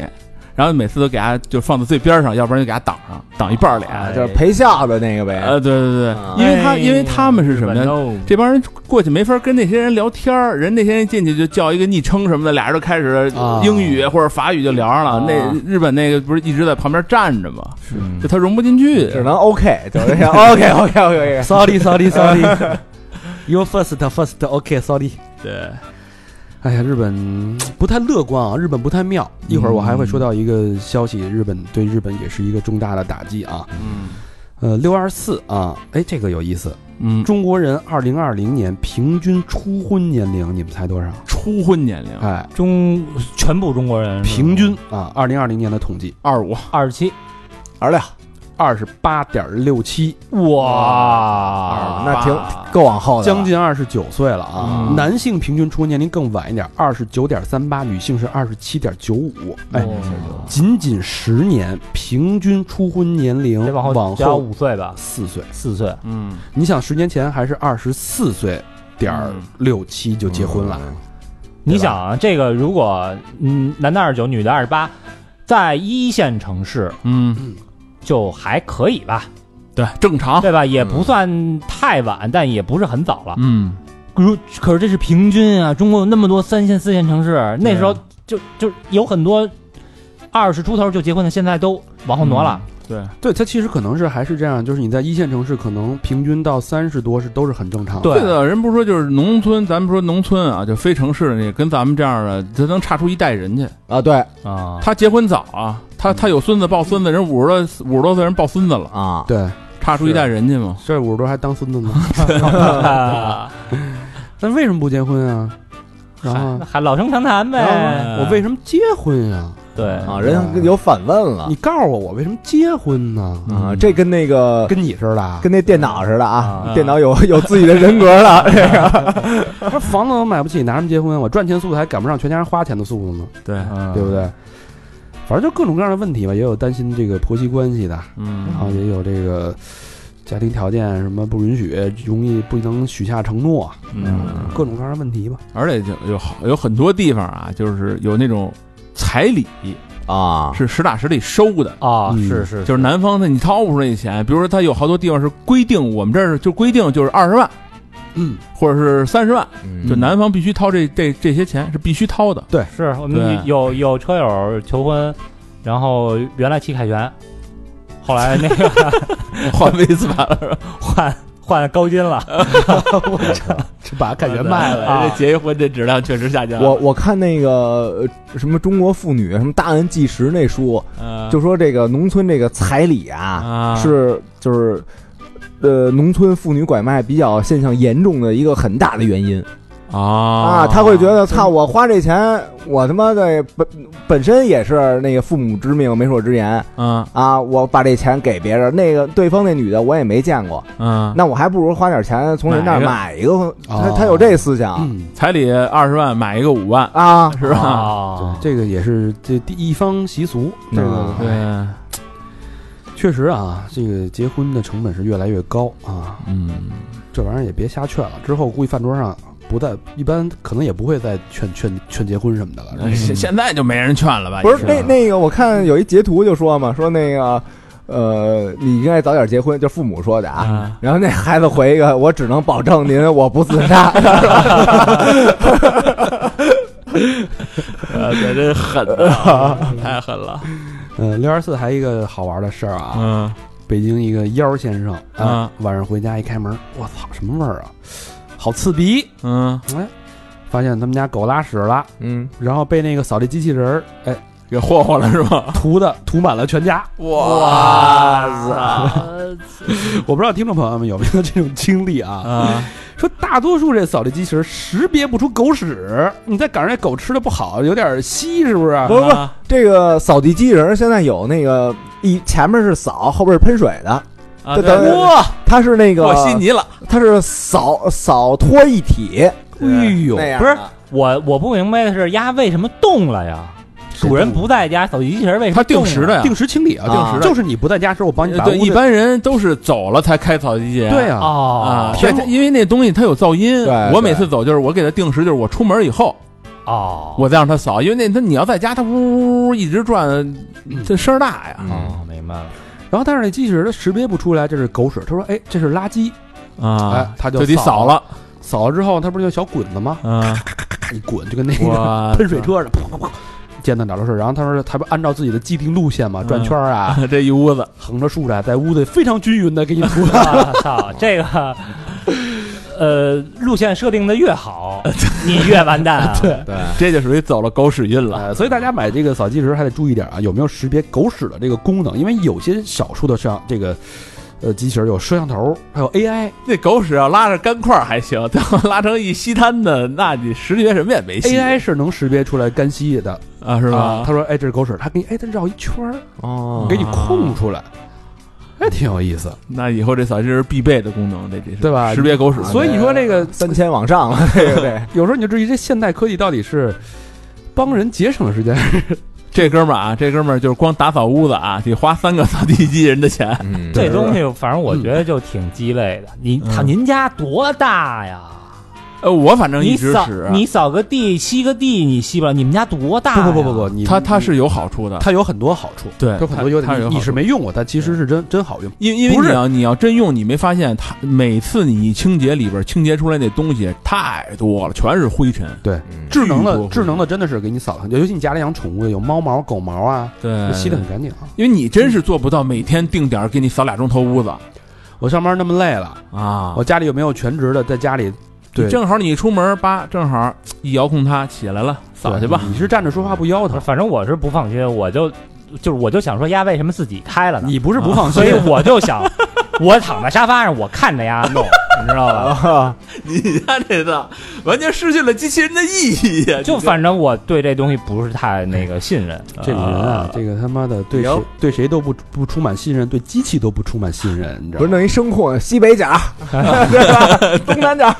然后每次都给他就放在最边上，要不然就给他挡上，挡一半脸， 啊就是陪笑的那个呗。 呃，对对对， 啊因为他因为他们是什么呢？ 呢？ 这帮人过去没法跟那些人聊天儿，人那些人进去就叫一个昵称什么的，俩人就开始英语或者法语就聊上了。 啊那日本那个不是一直在旁边站着吗？就他融不进去， 只能 OK， 就是 OK OK OK。 Sorry Sorry Sorry，You first first OK Sorry。 对。 哎呀，日本不太乐观啊，日本不太妙。一会儿我还会说到一个消息，日本对日本也是一个重大的打击啊。 嗯， 呃，六二四啊，哎，这个有意思。 嗯， 中国人二零二零年平均初婚年龄，你们猜多少？ 初婚年龄， 哎， 中全部中国人平均啊，二零二零年的统计， 二五二十七， 二六， 二十八点六七， 哇， 那挺够往后的， 将近二十九岁了啊。 嗯男性平均初婚年龄更晚一点，二十九点三八，女性是二十七点九五。哎，仅仅十年，平均初婚年龄得往后往加后五岁吧， 四岁。 四岁， 嗯， 你想，十年前还是二十四岁点六七就结婚了。 嗯你想啊，这个如果嗯男的二十九，女的二十八，在一线城市嗯， 就还可以吧， 对，正常， 对吧？也不算太晚，但也不是很早了。 嗯， 如可是这是平均啊，中国有那么多三线、四线城市，那时候就就有很多二十出头就结婚的，现在都往后挪了。 对， 对，它其实可能是还是这样，就是你在一线城市，可能平均到三十多是都是很正常的。 对的，人不是说就是农村，咱们说农村啊，就非城市的那个，跟咱们这样的，他能差出一代人去。 啊，对啊， 他结婚早啊，他他有孙子抱孙子，人五十多五十多岁人抱孙子了， 啊， 对， 差出一代人去嘛。 这五十多还当孙子呢。那为什么不结婚啊？然后还老生常谈呗。 然后我为什么结婚呀？ 对啊，人家有反问了你告诉我，我为什么结婚呢？ 啊，这跟那个跟你似的， 跟那电脑似的啊， 啊电脑有有自己的人格了，这个他说房子我买不起，拿什么结婚？我赚钱速度还赶不上全家人花钱的速度呢， 对， 对不对？反正就各种各样的问题吧，也有担心这个婆媳关系的， 嗯然后也有这个家庭条件什么不允许，容易不能许下承诺， 嗯， 各种各样的问题吧。 而且就有好有很多地方啊，就是有那种彩礼啊， 是实打实得收的。 啊， 嗯是是， 就是男方的你掏不出那钱，比如说他有好多地方是规定，我们这儿就规定就是二十万， 嗯， 或者是三十万， 嗯就男方必须掏这这这些钱是必须掏的。 对， 是我对们有有车友求婚，然后原来骑凯旋，后来那个换威斯巴了是吧？ 换换高金了， 这把凯旋卖了。 啊这结一婚这质量确实下降了。 我我看那个呃什么中国妇女什么大案纪实那书， 呃就说这个农村这个彩礼啊， 啊是就是呃农村妇女拐卖比较现象严重的一个很大的原因啊啊，他会觉得操，我花这钱，我他妈的本本身也是那个父母之命媒妁之言嗯啊，我把这钱给别人，那个对方那女的我也没见过， 嗯， 那我还不如花点钱从人那儿买一个，他哦他有这思想嗯， 彩礼二十万买一个五万， 啊， 是吧？ 啊， 这个也是这第一方习俗，这个嗯对， 确实啊，这个结婚的成本是越来越高啊， 嗯， 这玩意儿也别瞎劝了，之后估计饭桌上不再一般，可能也不会再劝劝劝结婚什么的了。 现现在就没人劝了吧？ 不是已经那那个我看有一截图就说嘛，说那个呃你应该早点结婚，就父母说的啊。 啊， 然后那孩子回一个，我只能保证您我不自杀。 呃，这真狠啊，太狠了。 呃，六二四还有一个好玩的事儿啊， 嗯北京一个妖先生啊啊， 晚上回家一开门，我操，什么味儿啊？好刺鼻！ 嗯， 哎，发现他们家狗拉屎了， 嗯， 然后被那个扫地机器人儿哎给霍霍了是吧？ 涂的涂满了全家。 哇塞！ 我不知道听众朋友们有没有这种经历啊？ 啊， 说大多数这扫地机器人识别不出狗屎，你再赶上这狗吃的不好，有点稀，是不是？ 不不，这个扫地机器人现在有那个一前面是扫，后边是喷水的， 啊这等于哇， 它是那个和稀泥了。 它是扫扫拖一体， 哎呦那样不是的我我不明白的是，鸭为什么动了呀？主人不在家，扫地机器人为什么它定动了时的呀， 定时清理啊， 啊定时的，就是你不在家时候，我帮你把对， 屋子一般人都是走了才开扫地机器人。 对啊， 哦啊，对，因为那东西它有噪音。 对我每次走就是我给它定时，就是我出门以后哦， 我再让它扫，因为那它你要在家，它呜呜一直转，这声儿大呀。 哦，明白了。 然后但是那机器人它识别不出来这是狗屎，他说哎这是垃圾啊， 哎它就就得扫了， 了， 扫了之后它不是有小滚子吗？ 嗯， 咔咔咔咔一滚就跟那个喷水车似的，噗噗噗。见到哪都是，然后他说他不按照自己的既定路线嘛，转圈啊， 这一屋子横着竖着，在屋子非常均匀的给你铺。 我操，这个，呃，路线设定的越好，你越完蛋啊！ 对对， 这就属于走了狗屎运了。 呃，所以大家买这个扫地时还得注意点啊，有没有识别狗屎的这个功能？因为有些少数的像这个。呃，机器人有摄像头，还有 A I。 那狗屎要拉着干块还行，但要拉成一稀滩的，那你识别什么也没戏。 A I 是能识别出来干稀的啊，是吧？ 啊、他说：“哎，这是狗屎。”他给你哎，他绕一圈儿， 哦， 给你空出来，哎，挺有意思。 那以后这扫地是必备的功能，这这是对吧？ 识别狗屎。 所以你说这个三千往上了，对对。 有时候你就质疑这现代科技到底是帮人节省了时间。 这哥们儿啊，这哥们儿就是光打扫屋子啊，得花三个扫地机器人的钱。 嗯， 这东西反正我觉得就挺鸡肋的。你他您家多大呀？ 呃，我反正一你扫直使。 你扫个地、吸个地，你吸不了。你们家多大呀？ 不不不不不，你它它是有好处的， 它有很多好处， 对， 有很多优点。 它有好处你是没用过，它其实是真真好用。 因因为不是你要你要真用，你没发现它每次你一清洁里边清洁出来那东西太多了，全是灰尘。 对， 嗯智能的巨多智能的真的是给你扫的，尤其你家里养宠物，有猫毛、狗毛啊， 对， 吸得很干净啊。 因为你真是做不到每天定点给你扫俩钟头屋子我上班那么累了， 啊我家里有没有全职的在家里？对， 正好你一出门吧，正好一遥控它起来了，扫去吧。 你是站着说话不腰疼， 反正我是不放心，我就就是我就想说，丫为什么自己开了呢？ 你不是不放心， 所以我就想，我躺在沙发上，我看着丫弄，你知道吧？ 你家这个完全失去了机器人的意义呀！ 就反正我对这东西不是太那个信任。 这种人啊，这个他妈的对谁对谁都不不充满信任，对机器都不充满信任，你知道吗？ 不是弄一声控西北角，对吧？东南角。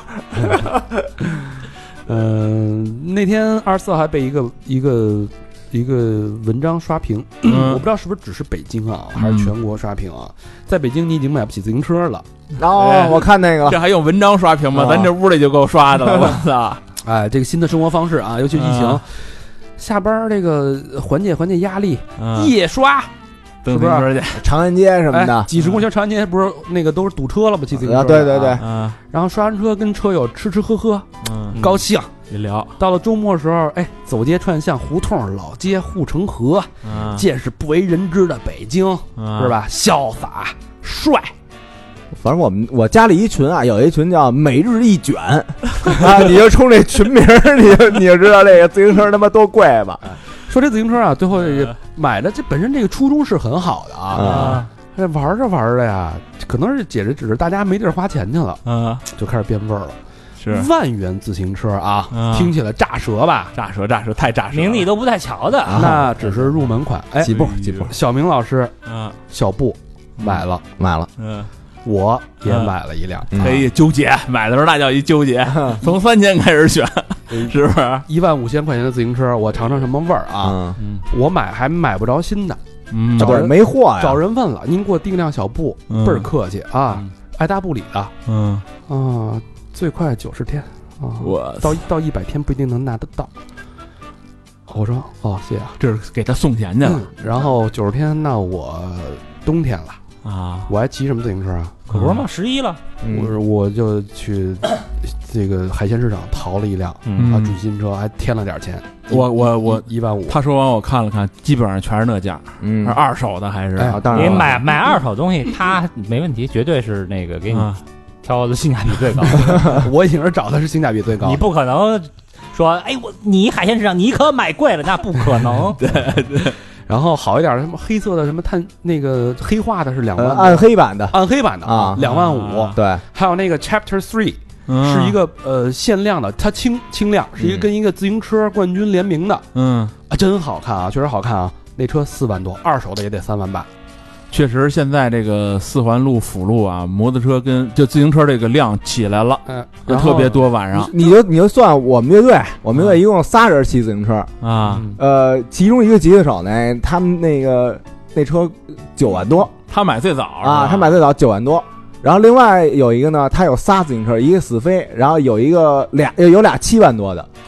嗯、呃，那天二十四号还被一个一个一个文章刷屏， 嗯、 我不知道是不是只是北京啊，还是全国刷屏啊？在北京你已经买不起自行车了。 哦，我看那个了， 这还用文章刷屏吗？ 哦、 咱这屋里就够刷的了，我操！ 哎，这个新的生活方式啊，尤其疫情，啊、下班这个缓解缓解压力， 嗯、 夜刷。 蹬自行车去， 长安街什么的， 哎、几十公里长安街不是那个都是堵车了吗？骑自行车、啊， 对对对， 啊，然后刷完车跟车友吃吃喝喝， 嗯， 高兴一聊。 到了周末的时候，哎，走街串巷、胡同、老街、护城河， 嗯， 见识不为人知的北京， 嗯、 是吧？潇洒帅。 反正我们我家里一群啊，有一群叫每日一卷啊，你就冲这群名你就你就知道这个自行车他妈多贵吧。 哎说这自行车啊，最后这个买的这本身这个初衷是很好的啊，这、嗯、玩着玩着呀，可能是解释只是大家没地儿花钱去了， 嗯， 就开始变味儿了。 是万元自行车啊， 嗯、 听起来炸舌吧？ 炸舌炸舌太炸舌， 名利都不带瞧的。 啊、那只是入门款，哎， 几步几步。 小明老师， 嗯， 小布买了， 买了， 嗯。 我也买了一辆， 可以纠结，买的时候那叫一纠结，从三千开始选，是不是？ 一万五千块钱的自行车，我尝尝什么味儿啊？ 嗯， 我买还买不着新的， 嗯， 找人没货呀， 找人问了，您给我订辆小布，倍儿客气啊，爱答不理的， 嗯啊，最快九十天啊， 我到到一百天不一定能拿得到。我说哦，谢谢啊， 这是给他送钱去了。 然后九十天，那我冬天了。 啊， 我还骑什么自行车啊？ 可不是吗？十一了， 我我就去这个海鲜市场淘了一辆嗯、 啊准新车，还添了点钱。 我我我一万五。 他说完我看了看，基本上全是那价， 嗯， 是二手的还是？ 哎，当然， 你买买二手东西，他没问题，绝对是那个给你挑的性价比最高。 我已经是找的是性价比最高， 你不可能说，哎，我你海鲜市场你可买贵了，那不可能。 对对。 然后好一点的什么黑色的什么碳那个黑化的是两万、呃， 暗黑版的， 暗黑版的啊， 两万五。 对， 还有那个 Chapter Three、 嗯、 是一个呃限量的，它轻轻量，是一个跟一个自行车冠军联名的， 嗯啊，真好看啊，确实好看啊。那车四万多，二手的也得三万八。 确实，现在这个四环路辅路啊，摩托车跟就自行车这个量起来了， 嗯、 呃，特别多。晚上你就你就算我们乐队，我们乐队一共仨人骑自行车啊、 嗯， 呃，其中一个吉他手呢，他们那个那车九万多， 他买最早啊，他买最早九万多。然后另外有一个呢，他有仨自行车，一个死飞，然后有一个俩有俩七万多的，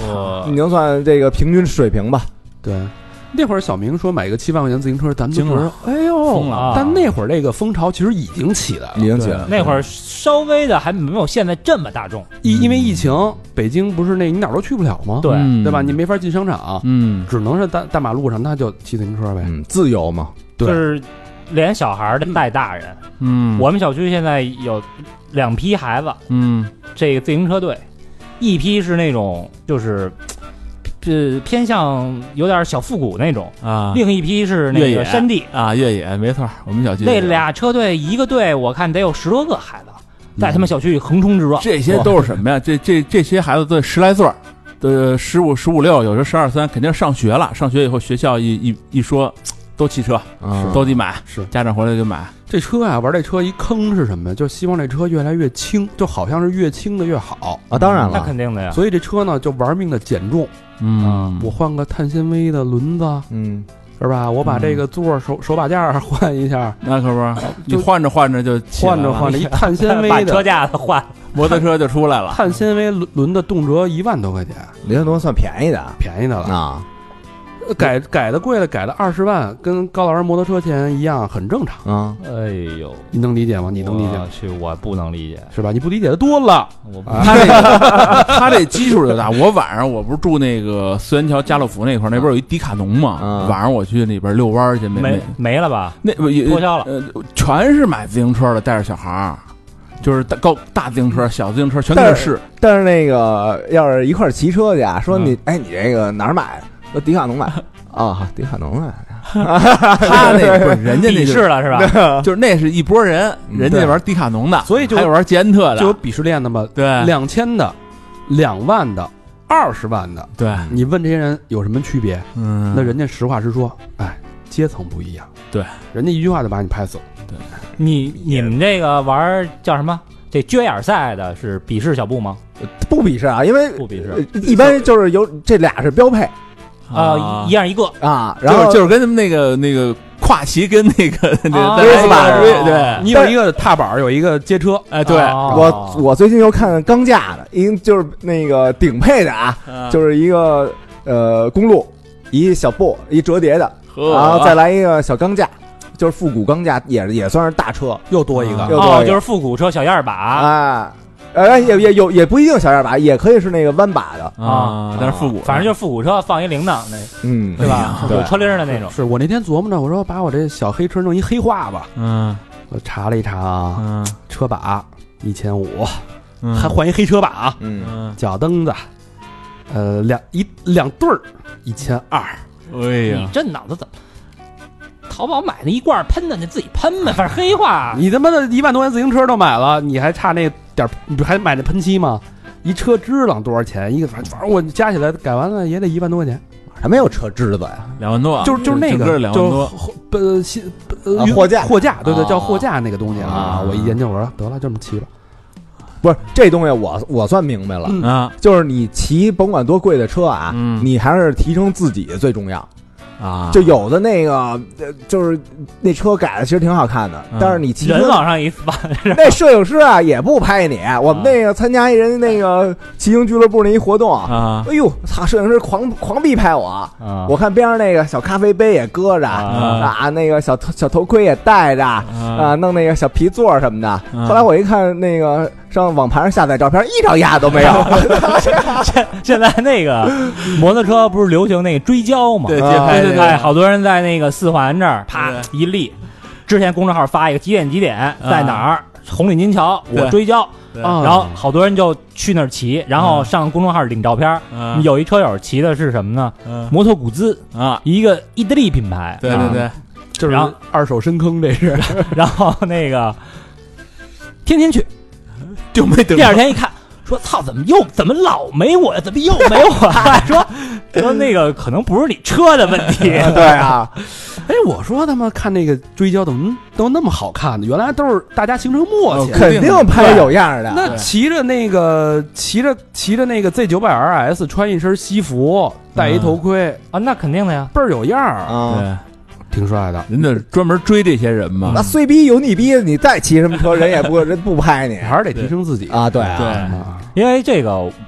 你能算这个平均水平吧？ 对。那会儿小明说买一个七万块钱自行车，咱们就觉得哎呦疯了。 但那会儿这个风潮其实已经起来了， 已经起来了。 那会儿稍微的还没有现在这么大众， 因因为疫情，北京不是那你哪儿都去不了吗？ 对、 嗯、对吧？你没法进商场， 嗯， 只能是大大马路上，那就骑自行车呗， 嗯，自由嘛。 对， 就是连小孩的带大人。 嗯， 我们小区现在有两批孩子， 嗯， 这个自行车队，一批是那种就是。是偏向有点小复古那种啊， 另一批是那个山地啊，越野没错，我们小区那俩车队一个队，我看得有十多个孩子，在他们小区里横冲直撞。 这些都是什么呀？这这这些孩子都十来岁，呃，十五十五六，有时候十二三，肯定上学了。上学以后，学校一一一说，都骑车，都得买， 是家长回来就买。 这车啊，玩这车一坑是什么呀？就希望这车越来越轻，就好像是越轻的越好啊。当然了， 那肯定的呀。 所以这车呢，就玩命的减重。 嗯、 啊，我换个碳纤维的轮子， 嗯， 是吧？我把这个座手手把架换一下， 那可不，你换着换着就换着换着一碳纤维的把车架子换， 摩托车就出来了。 碳纤维轮轮的动辄一万多块钱， 一万多算便宜的， 便宜的了啊。 改改的贵了，改了二十万，跟高老师摩托车钱一样，很正常啊。 哎呦， 你能理解吗？你能理解吗？ 去，我不能理解， 是吧？你不理解的多了。 我不他这个他这基数就大。我晚上我不是住那个四元桥家乐福那块儿，那边有一迪卡侬嘛。 嗯、 晚上我去里边遛弯去，没没没了吧？ 那脱销了， 呃，全是买自行车的，带着小孩儿。就是大高大自行车、小自行车全给他试。 但是那个要是一块儿骑车去啊，说你、嗯、哎，你这个哪儿买？说迪卡侬买。啊，迪卡侬啊， 他那个不是人家那是了是吧？ 就是那是一拨人，人家玩迪卡侬的， 所以就还有玩捷安特的， 就有鄙视链的嘛。 对， 两千的、两万的、二十万的， 对， 你问这些人有什么区别？ 嗯， 那人家实话实说，哎，阶层不一样。 对， 人家一句话就把你拍死了。 对， 你你们这个玩叫什么？这撅眼赛的是鄙视小布吗？ 不鄙视啊，因为不鄙视， 一般就是有这俩是标配。 啊、呃，一样一个啊，然后就是就是跟那个那个跨骑跟那个那个啊瑞斯吧， 对， 你有一个踏板，有一个街车， 哎，对我我最近又看钢架的，一就是那个顶配的啊，就是一个呃公路，一小布一折叠的，然后再来一个小钢架，就是复古钢架，也也算是大车， 又多一个， 又多一个， 就是复古车小样把， 哎。呃，也也有，也不一定小样把，也可以是那个弯把的啊，但是复古， 反正就是复古车放一铃铛那， 嗯， 对吧？有车铃的那种。 是我那天琢磨着，我说把我这小黑车弄一黑化吧， 嗯， 我查了一查啊， 嗯， 车把一千五，还换一黑车把， 嗯， 脚蹬子，呃，两一两对儿一千二， 哎呀， 你这脑子怎么？淘宝买那一罐喷的，你自己喷呗，反正黑化。 你他妈的一万多元自行车都买了，你还差那点儿，你不还买那喷漆吗？一车支棱多少钱？一个反正我加起来改完了也得一万多块钱， 还没有车支子呀， 两万多， 就是就是那个两万多， 呃，新呃货架货架，对对，叫货架那个东西啊。我一研究，我说得了，这么骑吧。 不是这东西我，我我算明白了啊， 就是你骑甭管多贵的车啊，你还是提升自己最重要。 啊， 就有的那个，就是那车改的其实挺好看的，嗯、但是你骑人往上一翻， 那摄影师啊也不拍你。我们那个参加一人那个骑行俱乐部那一活动啊， 哎呦，操！摄影师狂狂逼拍我， 啊、 我看边上那个小咖啡杯也搁着啊， 啊那个小小头盔也戴着啊，啊弄那个小皮座什么的。 啊、 后来我一看那个上网盘上下载照片，一张压都没有。 现现在那个摩托车不是流行那个追焦吗？ 对，街拍。 哎，好多人在那个四环这儿啪一立，之前公众号发一个几点几点在哪儿红领巾桥，我追焦，然后好多人就去那儿骑，然后上公众号领照片。有一车友骑的是什么呢？摩托古兹啊， 一个意大利品牌。 对对对， 就是二手深坑这是。 然后那个天天去， 就没等。 第二天一看。说操，怎么又怎么老没我呀？怎么又没我？说说那个可能不是你车的问题， 对啊。 哎，我说他妈看那个追焦怎么都那么好看的，原来都是大家形成默契， 肯定拍有样的。 那骑着那个骑着骑着那个 Z 九百 R S， 穿一身西服，戴一头盔啊，那肯定的呀， 倍儿有样儿啊。 对。 挺帅的， 人家专门追这些人嘛。 那虽逼有你逼，你再骑什么车，人也不人不拍你， 还是得提升自己啊。对对，因为这个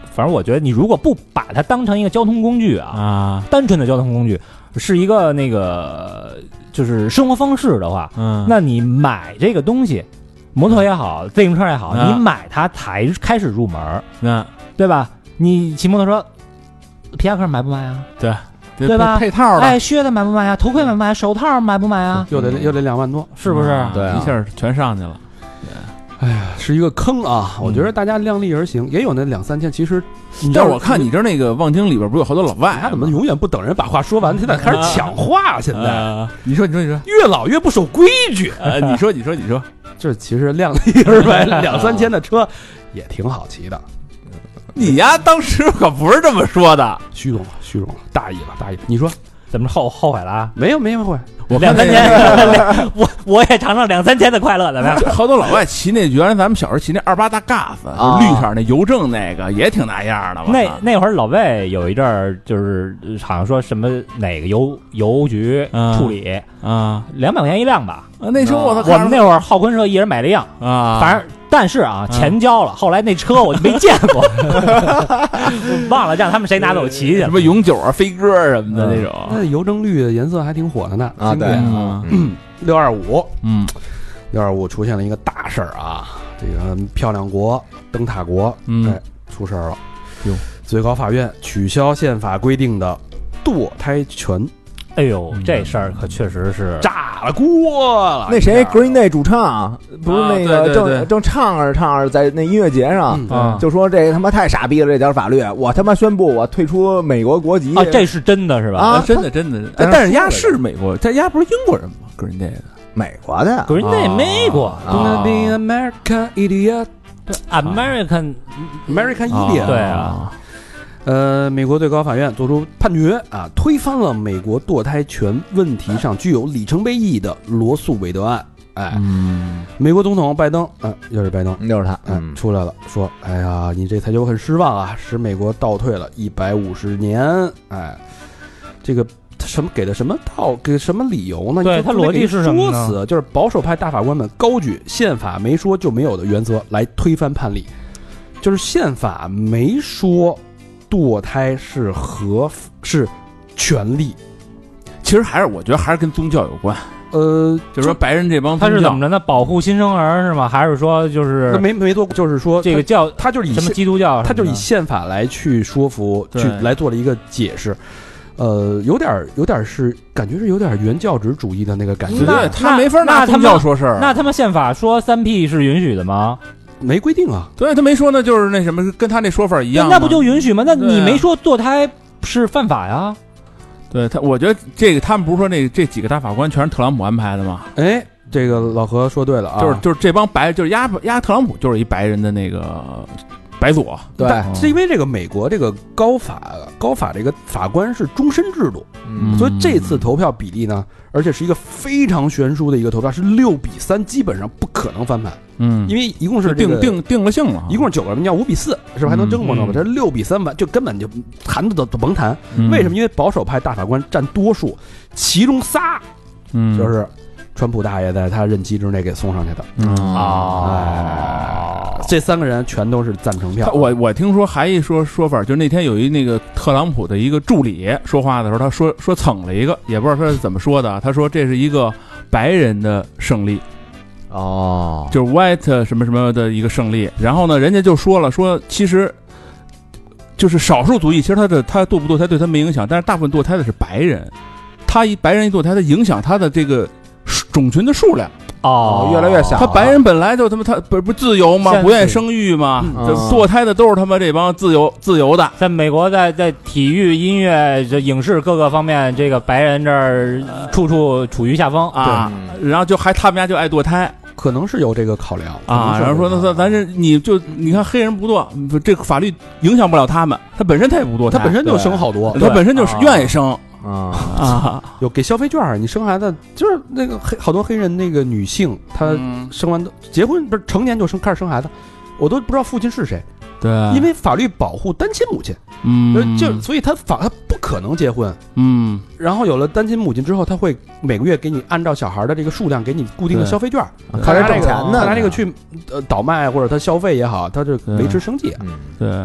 反正我觉得你如果不把它当成一个交通工具啊， 啊， 单纯的交通工具，是一个那个就是生活方式的话， 嗯， 那你买这个东西，摩托也好，自行车也好， 啊你买它才开始入门， 那对吧？你骑摩托车，皮夹克买不买啊？ 对对吧？ 配套的， 哎，靴子买不买啊？头盔买不买？手套买不买啊？ 又得又得两万多， 是不是？ 对啊一下全上去了。 哎呀，是一个坑啊！我觉得大家量力而行，也有那两三千。其实， 但是我看你这那个望京里边不是有好多老外， 他怎么永远不等人把话说完，现在开始抢话？现在啊你说你说你说， 越老越不守规矩。 呃，你说你说你说， 这其实量力而为，两三千的车也挺好骑的。 你呀当时可不是这么说的， 虚荣了，虚荣了，大意了，大意了。你说怎么后后悔了啊？ 没有没有后悔？ 我两三千，我我也尝尝两三千的快乐，怎么样？ 好多老外骑那原来咱们小时候骑那二八大嘎子， 啊绿色那邮政那个也挺那样的。 那那会儿老魏有一阵儿就是好像说什么哪个邮邮局嗯处理啊两百块钱一辆吧， 那时候我操， 我们那会儿浩坤社一人买了一辆， 啊， 反正但是啊嗯钱交了，后来那车我就没见过，我忘了让他们谁拿走骑去了。 什么永久啊、飞鸽什么的那种。 那邮政绿的颜色还挺火的呢。 啊，对， 嗯六二五， 嗯六二五出现了一个大事儿啊！这个漂亮国、灯塔国， 嗯哎，出事儿了。 哟， 最高法院取消宪法规定的堕胎权， 哎呦，这事儿可确实是炸了锅了。 那谁 Green Day 主唱不是那啊对个正对对正唱着唱着在那音乐节上嗯啊就说这他妈太傻逼了，这条法律，我他妈宣布我退出美国国籍啊，这是真的是吧？ 啊真的真的， 他但是丫是美国，这丫不是英国人吗？Green Day 的， 美国的呀， 可是那美国啊 Gonna be American idiot, American American 啊 idiot。 对啊， 呃，美国最高法院作出判决啊，推翻了美国堕胎权问题上具有里程碑意义的罗素韦德案。哎， 嗯， 美国总统拜登，嗯、又是拜登， 就是他， 哎， 嗯， 出来了，说，哎呀，你这裁决我很失望啊，使美国倒退了一百五十年。哎，这个什么给的什么道给什么理由呢？ 对你就他逻辑是什么呢说辞就是保守派大法官们高举宪法没说就没有的原则来推翻判例，就是宪法没说堕胎是合是权利。 其实还是我觉得还是跟宗教有关， 呃， 就是说白人这帮他是宗教怎么着呢？保护新生儿是吗？还是说就是那没没做，就是说这个教他就是以什么宪基督教什么的？ 他就是以宪法来去说服， 对去来做了一个解释。呃，有点有点是感觉是有点原教旨主义的那个感觉， 对那他没法那他拿宗教们说事儿， 那他们宪法说三 P 是允许的吗？ 没规定啊。 对他没说呢，就是那什么，跟他那说法一样吗， 那不就允许吗？那对啊你没说堕胎是犯法呀？ 对他，我觉得这个他们不是说那这几个大法官全是特朗普安排的吗？ 哎，这个老何说对了啊， 就是就是这帮白，就是压压特朗普就是一白人的那个白左， 对， 但是因为这个美国这个高法高法这个法官是终身制度， 嗯所以这次投票比例呢，而且是一个非常悬殊的一个投票，是六比三，基本上不可能翻盘， 嗯， 因为一共是这个定定定了性了， 一共是九个人，你要五比四，是不是还能争过呢吗？ 嗯这六比三完就根本就谈都都甭谈。 嗯为什么？因为保守派大法官占多数，其中仨嗯就是川普大爷在他任期之内给送上去的。 嗯哎，这三个人全都是赞成票他。我我听说还一说说法，就是那天有一那个特朗普的一个助理说话的时候，他说说蹭了一个，也不知道他是怎么说的，他说这是一个白人的胜利， 哦， 就是 white 什么什么的一个胜利。然后呢，人家就说了，说其实就是少数族裔，其实他的他堕不堕胎对他没影响，但是大部分堕胎的是白人，他一白人一堕胎，他影响他的这个种群的数量。 哦越来越小他白人本来就他妈他不是不自由吗？ 现不愿意生育吗？ 嗯这堕胎的都是他妈这帮自由自由的。 在美国在，在体育、音乐、这影视各个方面，这个白人这儿处处处于下风啊，然后就还他们家就爱堕胎可能是有这个考量啊，然后说那咱咱这你就你看黑人不堕，不这个法律影响不了他们，他本身他也不堕胎， 他本身就生好多， 他本身就是愿意生啊， 啊， 有给消费券儿，你生孩子就是那个黑好多黑人那个女性，她嗯生完都结婚不是成年就生开始生孩子，我都不知道父亲是谁， 对， 因为法律保护单亲母亲， 嗯就所以他法他不可能结婚。 嗯然后有了单亲母亲之后，他会每个月给你按照小孩的这个数量给你固定的对消费券儿， 靠这挣钱他呢， 拿这个去呃倒卖或者他消费也好，他这维持生计啊。 嗯， 对，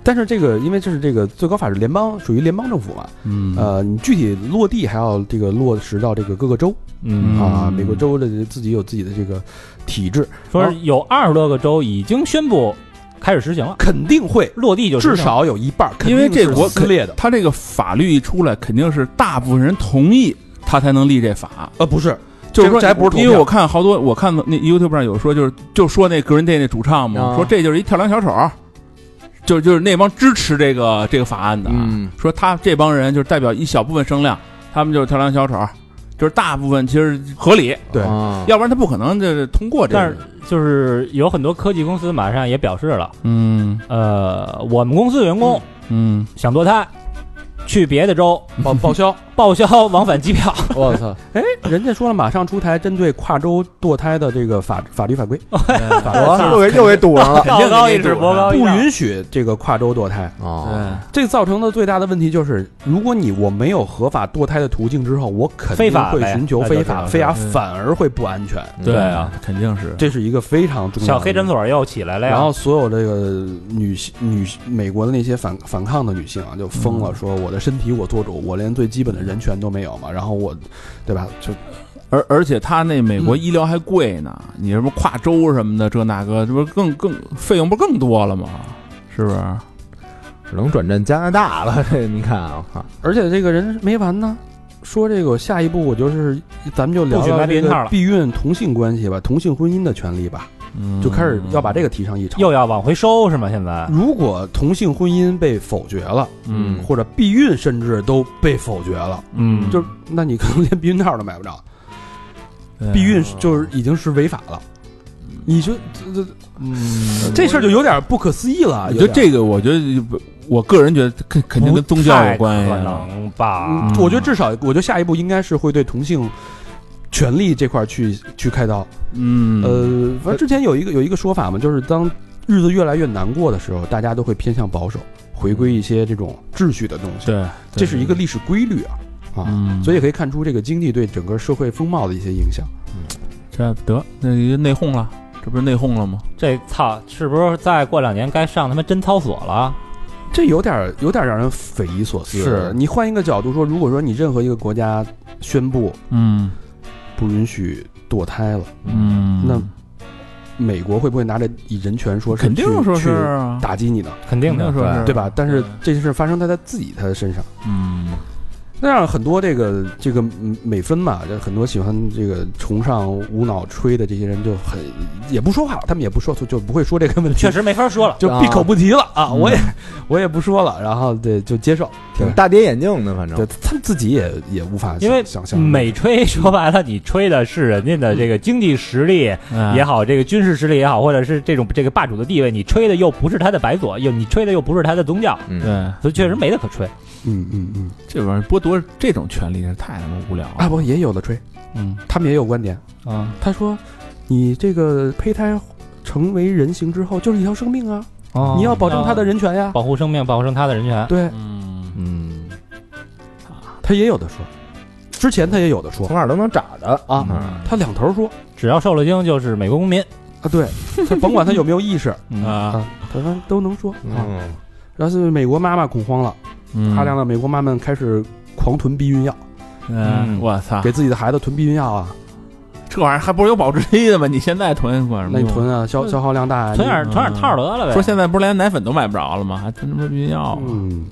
但是这个因为这是这个最高法是联邦，属于联邦政府嘛， 嗯呃，你具体落地还要这个落实到这个各个州， 嗯啊，美国州的自己有自己的这个体制， 说是有二十多个州已经宣布开始实行了， 肯定会落地就至少有一半， 因为这国撕裂的， 他这个法律一出来，肯定是大部分人同意，他才能立这法。 呃，不是。 就是说， 这还不是投票， 因为我看好多，我看那 YouTube 上有说，就是就说那 Green Day 那主唱嘛， 啊、 说这就是一跳梁小丑，就就是那帮支持这个这个法案的， 嗯， 说他这帮人就是代表一小部分声量，他们就是跳梁小丑，就是大部分其实合理， 对， 啊、 要不然他不可能这通过这个。 但是就是有很多科技公司马上也表示了， 嗯， 呃，我们公司的员工， 嗯， 想堕胎，去别的州报报销报销往返机票。 我操！哎，人家说了，马上出台针对跨州堕胎的这个法法律法规， 我又给又给堵上了， 道高一尺，魔高一不丈。 允许这个跨州堕胎。 哦， 这造成的最大的问题就是，如果你我没有合法堕胎的途径之后，我肯定会寻求非法，非法反而会不安全。 对啊，肯定是， 这是一个非常重要的。 小黑诊所又起来了呀。 然后所有这个女性女美国的那些反反抗的女性啊，就疯了，说我的身体我做主，我连最基本的人权都没有嘛。然后我，对吧？就。 而而且他那美国医疗还贵呢，嗯、你什么跨州什么的，这那个，这不是更更费用不更多了吗？是不是？ 只能转战加拿大了。这你看啊， 而且这个人没完呢，说这个下一步我就是咱们就聊聊这个避孕同性关系吧，同性婚姻的权利吧，嗯，就开始要把这个提上议程， 又要往回收是吗？现在如果同性婚姻被否决了，嗯，或者避孕甚至都被否决了，嗯，就那你可能连避孕套都买不着。避孕就是已经是违法了，你说这这嗯，这事儿就有点不可思议了。 我觉得这个，我觉得我个人觉得肯肯定跟宗教有关系， 可能吧？ 嗯、我觉得至少，我觉得下一步应该是会对同性权利这块去去开刀。嗯，呃，反正之前有一个有一个说法嘛，就是当日子越来越难过的时候，大家都会偏向保守，回归一些这种秩序的东西。 对， 这是一个历史规律啊。啊、嗯，所以可以看出这个经济对整个社会风貌的一些影响。 嗯，这得那个内讧了，这不是内讧了吗？ 这操，是不是再过两年该上他妈贞操所了？ 这有点有点让人匪夷所思。 是你换一个角度说，如果说你任何一个国家宣布，嗯，不允许堕胎了，嗯，那美国会不会拿着以人权说是肯定说是打击你呢？ 肯定的， 说是对吧？但是这件事发生在他自己他的身上，嗯。那样很多这个这个美分嘛，很多喜欢这个崇尚无脑吹的这些人就很也不说话，他们也不说，就不会说这个问题， 确实没法说了， 就闭口不提了啊！啊我也、嗯、我也不说了，然后对就接受， 挺大跌眼镜的，反正对他们自己也也无法因为想象。 美吹说白了，你吹的是人家的这个经济实力也好，这个军事实力也好，或者是这种这个霸主的地位，你吹的又不是他的白左，又你吹的又不是他的宗教， 嗯、对， 所以确实没得可吹。 嗯嗯嗯， 这玩意儿剥夺这种权利是太他妈无聊了啊！不也有的吹，嗯，他们也有观点啊。他说，你这个胚胎成为人形之后就是一条生命啊，哦、你要保证他的人权呀， 保护生命，保护他的人权。 对， 嗯嗯，他也有的说，之前他也有的说， 从哪儿都能找着啊。 嗯、他两头说， 只要受了精就是美国公民啊。对，他甭管他有没有意识啊， 啊，他说都能说啊。然后是美国妈妈恐慌了。大量的美国妈们开始狂囤避孕药， 嗯，我操， 给自己的孩子囤避孕药啊！ 这玩意儿还不是有保质期的吗？你现在囤管什么？ 那你囤啊，消消耗量大， 囤点囤点套得了呗。 说现在不是连奶粉都买不着了吗？还囤什么避孕药？ 嗯，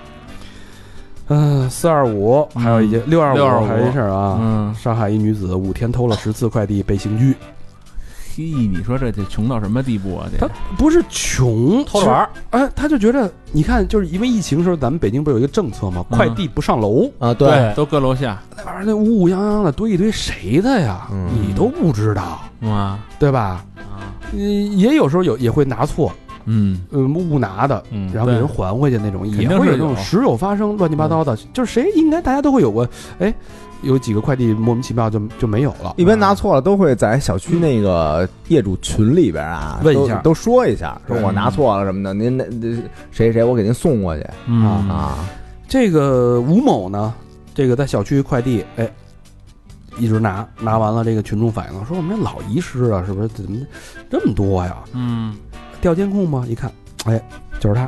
嗯，四二五还有一件六二五还有一事儿啊，嗯，上海一女子五天偷了十次快递被刑拘。 嘿，你说这得穷到什么地步啊？ 他不是穷， 偷着玩儿， 哎，他就觉得，你看，就是因为疫情的时候，咱们北京不是有一个政策吗？快递不上楼啊，对， 都搁楼下， 那玩意儿那乌乌泱泱的堆一堆，谁的呀？你都不知道啊， 对吧？啊，也有时候有也会拿错，嗯嗯，误拿的，然后给人还回去那种，也会有这种时有发生，乱七八糟的，就是谁应该大家都会有过，哎。有几个快递莫名其妙就就没有了。 一般拿错了都会在小区那个业主群里边啊问一下， 都说一下，说我拿错了什么的，您那谁谁我给您送过去啊啊。 这个吴某呢，这个在小区快递，哎，一直拿拿完了，这个群众反映了说我们这老遗失啊，是不是怎么这么多呀？嗯，调监控吗？一看，哎，就是他，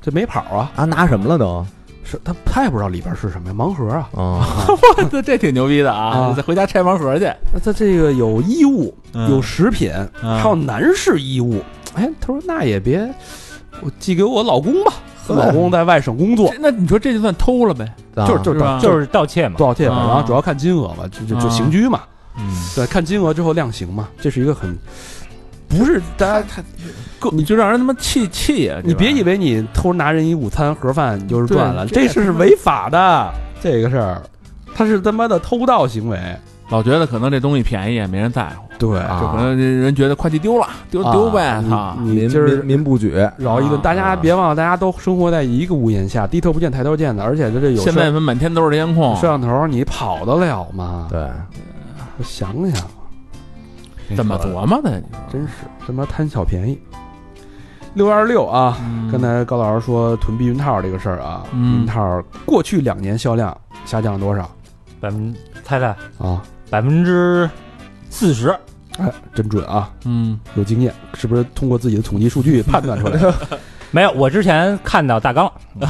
这没跑啊啊，拿什么了都？ 是他他也不知道里边是什么呀，盲盒啊。 哦， 这这挺牛逼的啊！再回家拆盲盒去。 那他这个有衣物， 嗯、 有食品， 嗯、 还有男士衣物。哎，他说那也别，我寄给我老公吧。老公在外省工作， 那你说这就算偷了呗？ 啊、 就是就是就是盗窃嘛， 盗窃嘛。 啊、 然后主要看金额嘛，就就就刑拘嘛。 嗯， 对，看金额之后量刑嘛，这是一个很。不是大家太， 你就让人他妈气气呀！ 你别以为你偷拿人一午餐盒饭你就是赚了，这事是违法的。这个事儿，他是他妈的偷盗行为。 老觉得可能这东西便宜，没人在乎。 对， 就可能人觉得快递丢了，丢丢呗。 啊， 你今儿民不举， 饶一顿。大家别忘了，大家都生活在一个屋檐下，低头不见抬头见的，而且这这有现在满天都是监控， 摄像头，你跑得了吗？ 对， 我想想。 怎么琢磨的？ 真是他妈贪小便宜。六二六啊， 嗯、 刚才高老师说囤避孕套这个事儿啊， 嗯、 避孕套过去两年销量下降了多少？ 百分猜猜啊， 百分之四十。 哎，真准啊！ 嗯， 有经验，是不是通过自己的统计数据判断出来的？ 没有，我之前看到大纲。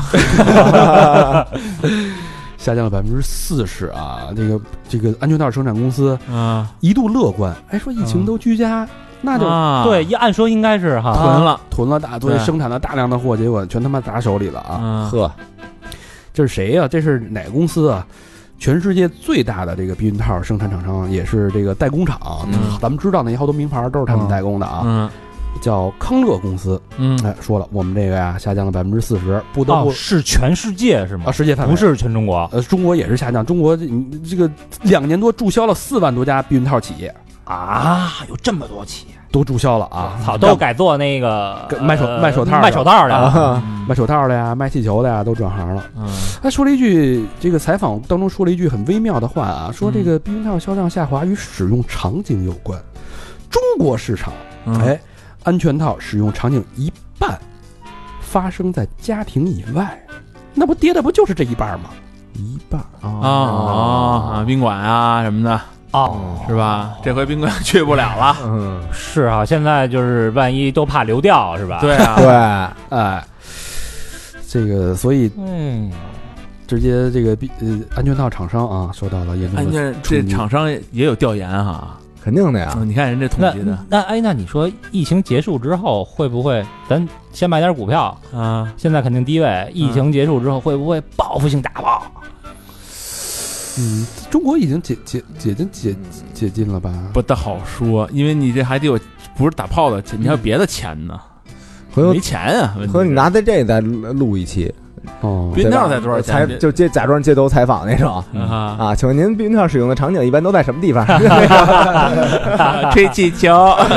下降了百分之四十啊！这个这个安全套生产公司啊一度乐观，哎，说疫情都居家，那就、 啊、 对，一按说应该是哈囤了囤了大堆，生产了大量的货，结果全他妈砸手里了啊！ 呵、 啊，这是谁呀、啊？这是哪个公司啊？全世界最大的这个避孕套生产厂商，也是这个代工厂。 嗯， 咱们知道那些好多名牌都是他们代工的啊。 嗯。 叫康乐公司， 嗯， 哎，说了，我们这个呀下降了百分之四十，不得不、 哦、是全世界是吗？ 啊，世界范围不是全中国， 呃，中国也是下降。中国这这个两年多注销了四万多家避孕套企业啊，有这么多企业都注销了啊， 好，都改做那个卖手、呃、卖手套、 卖手套的、 啊嗯，卖手套的呀，卖气球的呀，都转行了。 嗯， 他说了一句，这个采访当中说了一句很微妙的话啊，说这个避孕套销量下滑与使用场景有关，中国市场， 嗯、 哎。安全套使用场景一半发生在家庭以外，那不跌的不就是这一半吗？ 一半啊啊啊！宾馆啊什么的哦， 是吧？这回宾馆去不了了。 嗯，是啊，现在就是万一都怕流掉是吧？ 对啊， 对， 哎，这个所以嗯， 直接这个呃安全套厂商啊受到了严重的冲击。 这厂商也有调研哈。 肯定的呀、 嗯，你看人这统计的， 那哎，那你说疫情结束之后会不会，咱先买点股票啊？ 现在肯定低位，疫情结束之后会不会报复性大爆？ 嗯，中国已经解解解禁解解禁了吧？ 不大好说，因为你这还得有不是打炮的钱，你还有别的钱呢， 没钱啊。 和你拿在这再录一期。 哦， 避孕套才多少钱？ 就接假装街头采访那种、 嗯、 啊！请问您避孕套使用的场景一般都在什么地方？ 吹气球。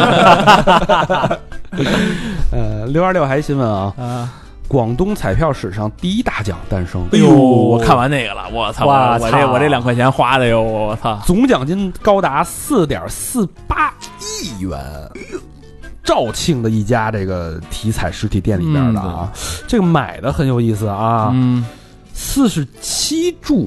呃，六二六还新闻啊， 啊广东彩票史上第一大奖诞生。 哎呦，我看完那个了，我操！我这我这两块钱花的哟，我操！ 总奖金高达四点四八亿元。肇庆的一家这个体彩实体店里边的啊，嗯、这个买的很有意思啊， 嗯， 四十七注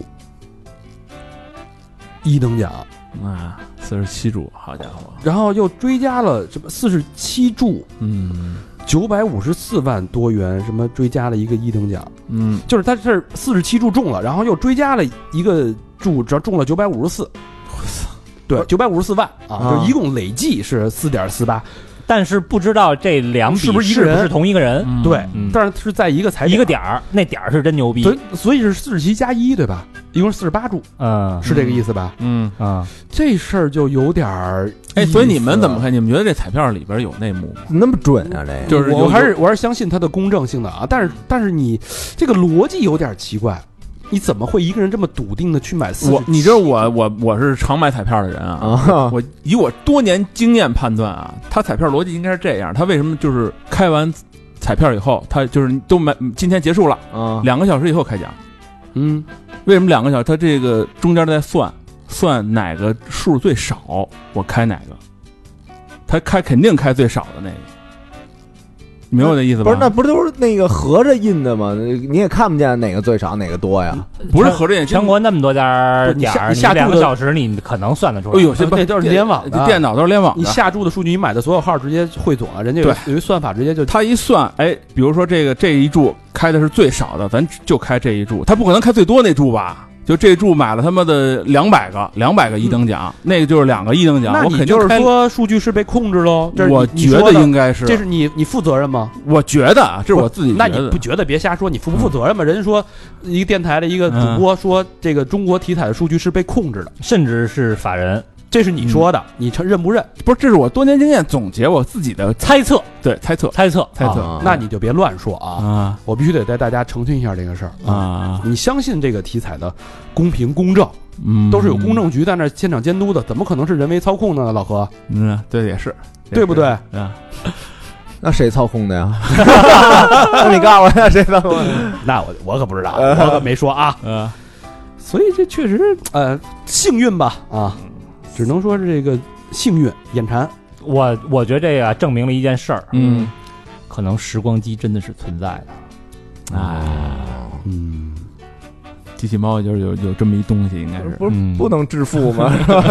一等奖啊，四十七注，好家伙！ 然后又追加了什么四十七注， 嗯， 九百五十四万多元，什么追加了一个一等奖， 嗯， 就是他是四十七注中了，然后又追加了一个注，只要中了九百五十四，对，九百五十四万啊，啊就一共累计是四点四八。 但是不知道这两笔是不是一个人， 是不是同一个人？ 嗯、对、嗯，但是是在一个彩一个点儿，那点儿是真牛逼。 所以所以是四十七加一，对吧？一共四十八注， 嗯， 是这个意思吧？ 嗯啊， 这事儿就有点儿哎，所以你们怎么看？你们觉得这彩票里边有内幕吗？ 那么准啊？这个就是我还是我还是相信它的公正性的啊。但是但是你这个逻辑有点奇怪。你怎么会一个人这么笃定的去买四？ 我你知道我我我是常买彩票的人啊， 啊我以我多年经验判断啊，他彩票逻辑应该是这样，他为什么就是开完彩票以后，他就是都买，今天结束了， 啊， 两个小时以后开奖， 嗯， 为什么两个小时？他这个中间在算算哪个数最少，我开哪个，他开肯定开最少的那个。你明白我的意思吧？ 不是，那不都是那个合着印的吗？你也看不见哪个最少哪个多呀。 不是合着印， 全国那么多家点儿， 你下两个小时你可能算得出来。 哎呦，这那都是联网的， 电脑都是联网的。 你下注的数据，你买的所有号直接汇总了，人家有有一算法直接就他一算，哎，比如说这个这一注开的是最少的，咱就开这一注，他不可能开最多那注吧？就这注买了他妈的两百个，两百个一等奖，嗯、那个就是两个一等奖。 那你就是说数据是被控制喽？ 我觉得应该是， 这是你你负责任吗？ 我觉得啊，这是我自己觉得。 那你不觉得别瞎说，你负不负责任吗？嗯、人家说一个电台的一个主播说，这个中国体彩的数据是被控制的， 甚至是法人。 这是你说的，嗯、你承认不认？ 不是，这是我多年经验总结我自己的猜测， 对猜测， 猜测， 猜测。 啊、那你就别乱说啊！啊，我必须得带大家澄清一下这个事儿啊！你相信这个体彩的公平公正，嗯，都是有公证局在那现场监督的，怎么可能是人为操控呢？老何， 嗯，对，也是， 对不对？ 啊，那谁操控的呀？那你告诉我，那谁操控的？ 那我我可不知道，我可没说啊。嗯，所以这确实呃幸运吧啊。只能说是这个幸运眼馋， 我我觉得这个证明了一件事儿， 嗯， 可能时光机真的是存在的， 啊，嗯，机器猫就是有有这么一东西，应该是不是、嗯、不能致富吗？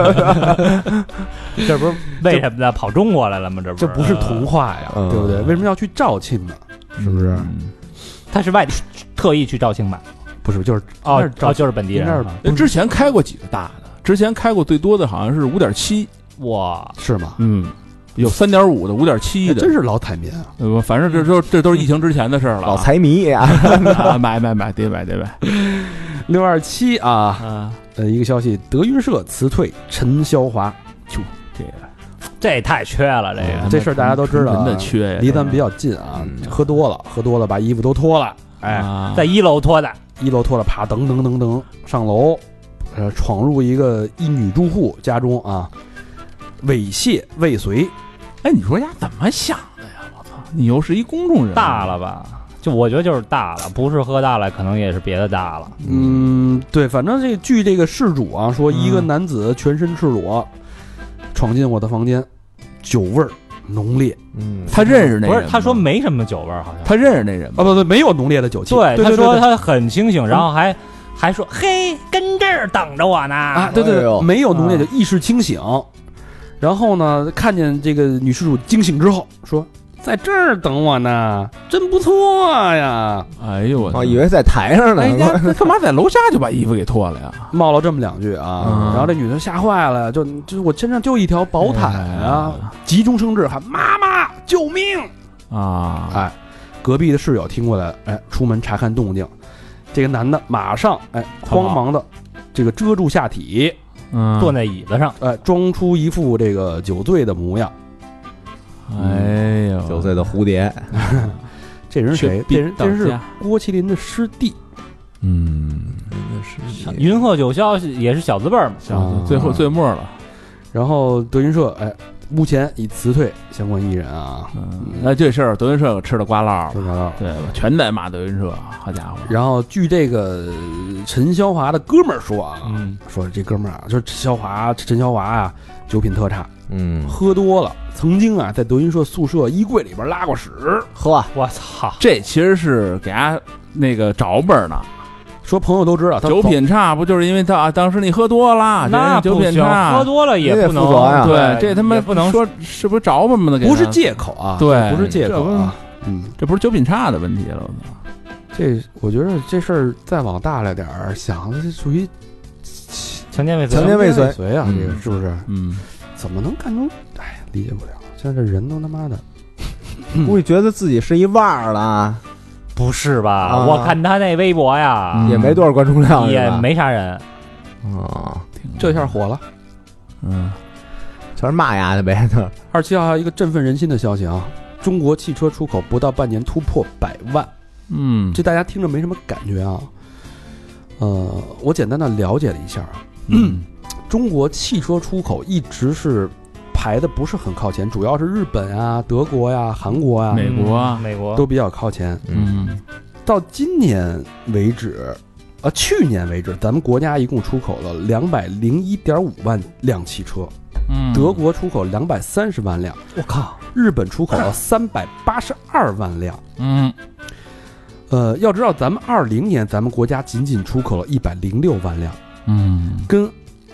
这不是为什么呢？跑中国来了吗？这不这不是童话呀，嗯、对不对？为什么要去肇庆呢？是不是？ 嗯、他是外地特意去肇庆买， 不是就是哦哦，就是本地人。 之前开过几个大的。之前开过最多的好像是五点七， 哇， 是吗？ 嗯，有三点五的，五点七的， 真是老彩民啊！ 呃，反正这都这都是疫情之前的事儿了。 老财迷呀， 啊，买买买，得买得买。 六二七啊，呃，一个消息，德云社辞退陈霄华， 就这个， 这也太缺了，这个这事儿大家都知道， 真的缺呀， 离咱们比较近啊，喝多了，喝多了，把衣服都脱了，哎， 在一楼脱的， 一楼脱了，啪，噔噔噔噔上楼。呃，闯入一个一女住户家中啊，猥亵未遂。 哎，你说丫怎么想的呀？我操，你又是一公众人物， 大了吧？就我觉得就是大了，不是喝大了，可能也是别的大了。 嗯，对，反正这据这个事主啊说，一个男子全身赤裸、嗯、闯进我的房间，酒味儿浓烈。 嗯，他认识那人不是？他说没什么酒味儿，好像他认识那人啊，不不，没有浓烈的酒气。 对， 对他说他很清醒，然后还。还说嘿，跟这儿等着我呢啊！对对对，没有浓烈的意识清醒。然后呢，看见这个女事主惊醒之后，说在这儿等我呢，真不错呀！ 哎呦我， 我以为在台上呢。 哎呀，干嘛在楼下就把衣服给脱了呀？ 冒了这么两句啊，嗯、然后这女的吓坏了，就就我身上就一条薄毯啊，哎、急中生智喊妈妈救命啊！ 哎，隔壁的室友听过来，哎，出门查看动静。这个男的马上哎，慌忙的这个遮住下体， 嗯，坐在椅子上， 哎，装出一副这个酒醉的模样。 哎呦， 酒醉的蝴蝶， 这人谁？这人这人是郭麒麟的师弟。 嗯， 云鹤九霄也是小字辈嘛， 啊、最后最末了。 然后德云社哎。目前已辞退相关艺人啊， 嗯，那这事儿德云社吃了瓜烙， 吃瓜烙， 对，全在骂德云社，好家伙！ 然后据这个陈霄华的哥们儿说啊，嗯，说这哥们儿啊，就是陈霄华，陈霄华啊，酒品特差， 嗯， 喝多了，曾经啊在德云社宿舍衣柜里边拉过屎， 喝， 我操， 这其实是给他那个找本呢。 说朋友都知道， 酒品差不就是因为他当时你喝多了， 那酒品差， 喝多了也不能呀。 对，这他妈不能说是不是着吧吗？ 不是借口啊， 对， 不是借口啊，嗯， 这不是酒品差的问题了。 这我觉得这事儿再往大了点儿想，这属于强奸未遂， 强奸未遂啊，这个是不是？ 嗯， 怎么能干出？哎，理解不了。现在这人都他妈的， 不会觉得自己是一腕儿了。 不是吧？ 啊、 我看他那微博呀， 嗯、也没多少关注量， 也没啥人。 哦， 这下火了。 嗯， 全是骂丫的呗。 二十七号还有一个振奋人心的消息啊，中国汽车出口不到半年突破百万。 嗯， 这大家听着没什么感觉啊。呃，我简单的了解了一下啊， 嗯， 中国汽车出口一直是排的不是很靠前，主要是日本啊、德国呀、啊、韩国呀、啊、 美国啊、 美国都比较靠前。 嗯， 到今年为止，呃，去年为止，咱们国家一共出口了两百零一点五万辆汽车， 嗯， 德国出口两百三十万辆， 我靠， 日本出口了三百八十二万辆， 嗯， 呃，要知道咱们二零年咱们国家仅仅出口了一百零六万辆， 嗯， 跟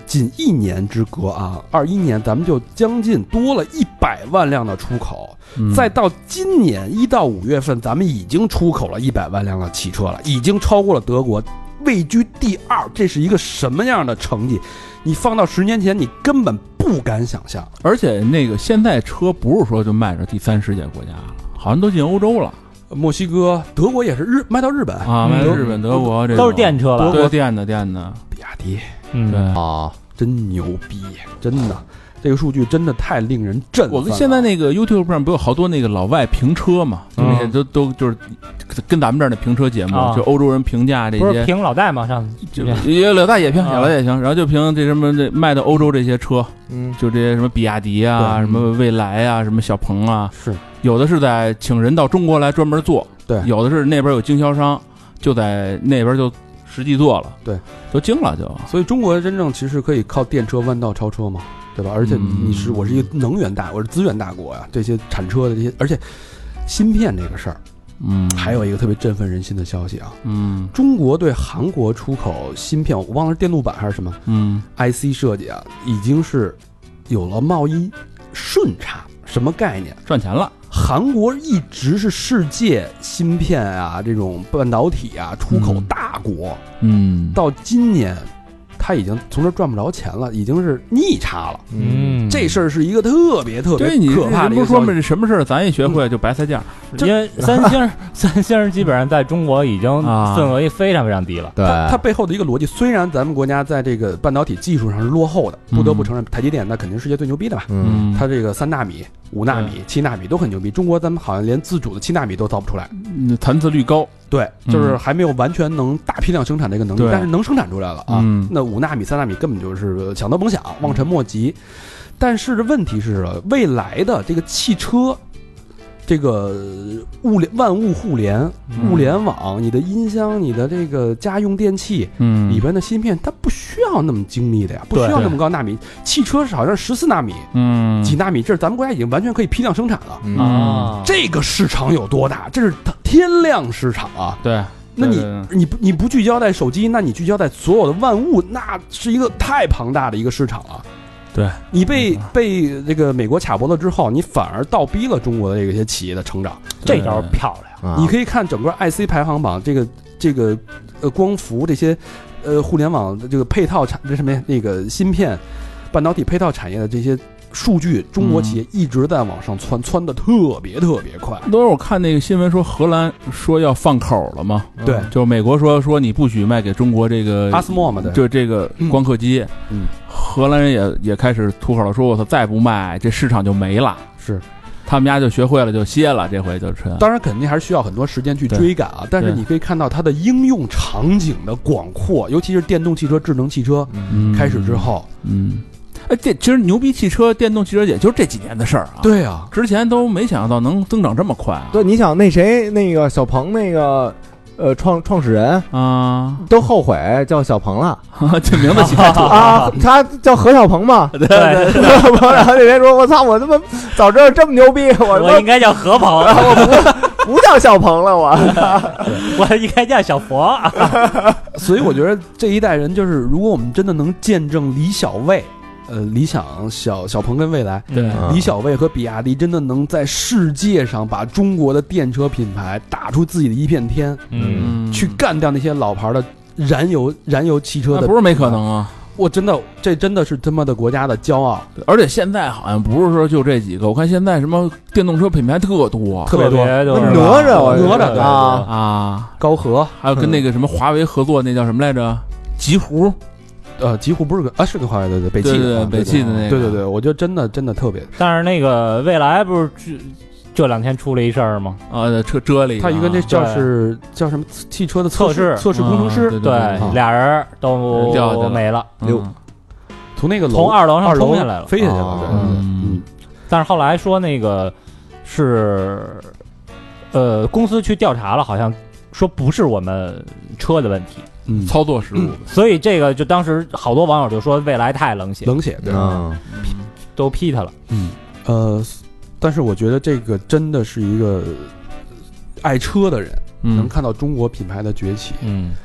仅一年之隔啊，二一年咱们就将近多了一百万辆的出口， 嗯再到今年一到五月份，咱们已经出口了一百万辆的汽车了，已经超过了德国，位居第二。这是一个什么样的成绩？你放到十年前，你根本不敢想象。 而且那个现在车不是说就卖着第三世界国家了，好像都进欧洲了。 墨西哥、德国也是日卖到日本啊，卖到日本、德国，这都是电车吧？ 对，电的电的， 比亚迪， 嗯， 对啊，真牛逼，真的，这个数据真的太令人振奋了。 我跟现在那个 YouTube 上不有好多那个老外评车嘛，就那些都都就是跟咱们这儿的评车节目， 啊就欧洲人评价这些， 不是评老戴吗？上次就也老大也评， 啊老大也行，然后就评这什么这卖到欧洲这些车， 嗯， 就这些什么比亚迪啊，什么蔚来啊，什么小鹏啊， 是有的是在请人到中国来专门做， 对， 有的是那边有经销商就在那边就实际做了， 对， 都精了就。 所以中国真正其实可以靠电车弯道超车嘛，对吧？而且你是、 嗯、 我是一个能源大，我是资源大国呀，这些产车的这些，而且芯片这个事儿， 嗯， 还有一个特别振奋人心的消息啊， 嗯， 中国对韩国出口芯片，我忘了是电路板还是什么， 嗯 ，I C 设计啊，已经是有了贸易顺差，什么概念？ 赚钱了。 韩国一直是世界芯片啊这种半导体啊出口大国， 嗯， 到今年他已经从这赚不着钱了，已经是逆差了。 嗯， 这事儿是一个特别特别可怕的一个消息。 不是说嘛，这什么事儿咱一学会就白菜价， 因为三星三星基本上在中国已经份额非常非常低了。 对， 它它背后的一个逻辑，虽然咱们国家在这个半导体技术上是落后的，不得不承认台积电那肯定是世界最牛逼的吧。 嗯， 它这个三纳米、五纳米、七纳米都很牛逼，中国咱们好像连自主的七纳米都造不出来， 嗯，残次率高。 对，就是还没有完全能大批量生产这个能力，但是能生产出来了啊。 嗯、 那五纳米、三纳米根本就是想都甭想，望尘莫及。但是问题是，未来的这个汽车，这个物联万物互联、物联网，你的音箱、你的这个家用电器， 嗯， 里边的芯片，它不需要那么精密的呀，不需要那么高纳米。汽车是好像十四纳米， 嗯， 几纳米，这是咱们国家已经完全可以批量生产了。 嗯、 啊， 这个市场有多大？这是天量市场啊！ 对， 那你你不你不聚焦在手机，那你聚焦在所有的万物，那是一个太庞大的一个市场了。 对， 你被被这个美国卡脖子之后，你反而倒逼了中国的这些企业的成长， 这招漂亮。 你可以看整个 I C 排行榜，这个这个呃光伏这些呃互联网的这个配套产这什么呀那个芯片、半导体配套产业的这些数据，中国企业一直在往上窜，窜的特别特别快。 都是我看那个新闻说荷兰说要放口了嘛， 对， 就美国说说你不许卖给中国这个阿斯莫嘛， 就这个光刻机， 嗯， 荷兰人也也开始吐口了，说我操，再不卖这市场就没了。 是。 他们家就学会了，就歇了，这回就成。 当然，肯定还是需要很多时间去追赶啊。但是你可以看到它的应用场景的广阔，尤其是电动汽车、智能汽车开始之后， 嗯，哎，这其实牛逼汽车、电动汽车也就是这几年的事儿啊。 对啊， 之前都没想到能增长这么快啊。 对，你想那谁那个小鹏那个。呃，创创始人啊， 都后悔叫小鹏了， 这名字起太土啊！他叫何小鹏嘛， 对对对。 然后那天说：“我操，我他妈早知道这么牛逼，我我应该叫何鹏， 我不不叫小鹏了，我我应该叫小佛。” 所以我觉得这一代人就是，如果我们真的能见证李小卫。呃，理想小小鹏跟蔚来， 对， 李小卫和比亚迪真的能在世界上把中国的电车品牌打出自己的一片天， 嗯， 去干掉那些老牌的燃油燃油汽车的， 不是没可能啊！ 我真的，这真的是他妈的国家的骄傲。 而且现在好像不是说就这几个，我看现在什么电动车品牌特多， 特别多， 哪吒， 哪吒啊啊， 高和， 还有跟那个什么华为合作那叫什么来着？极狐。 呃，几乎不是个啊，是个华为，对对，北汽的，北汽的那个， 对对对，我觉得真的真的特别。 但是那个蔚来不是这这两天出了一事儿吗？ 啊，车遮了一个， 他一个那叫是叫什么汽车的测试测试工程师， 对，俩人都掉没了， 从那个从二楼上冲下来了， 飞下去了，对对对。嗯， 但是后来说那个是呃公司去调查了，好像说不是我们车的问题。 嗯，操作失误、嗯， 所以这个就当时好多网友就说蔚来太冷血， 冷血，对吧？ 嗯、都批他了。 嗯，呃，但是我觉得这个真的是一个爱车的人、嗯、能看到中国品牌的崛起， 嗯，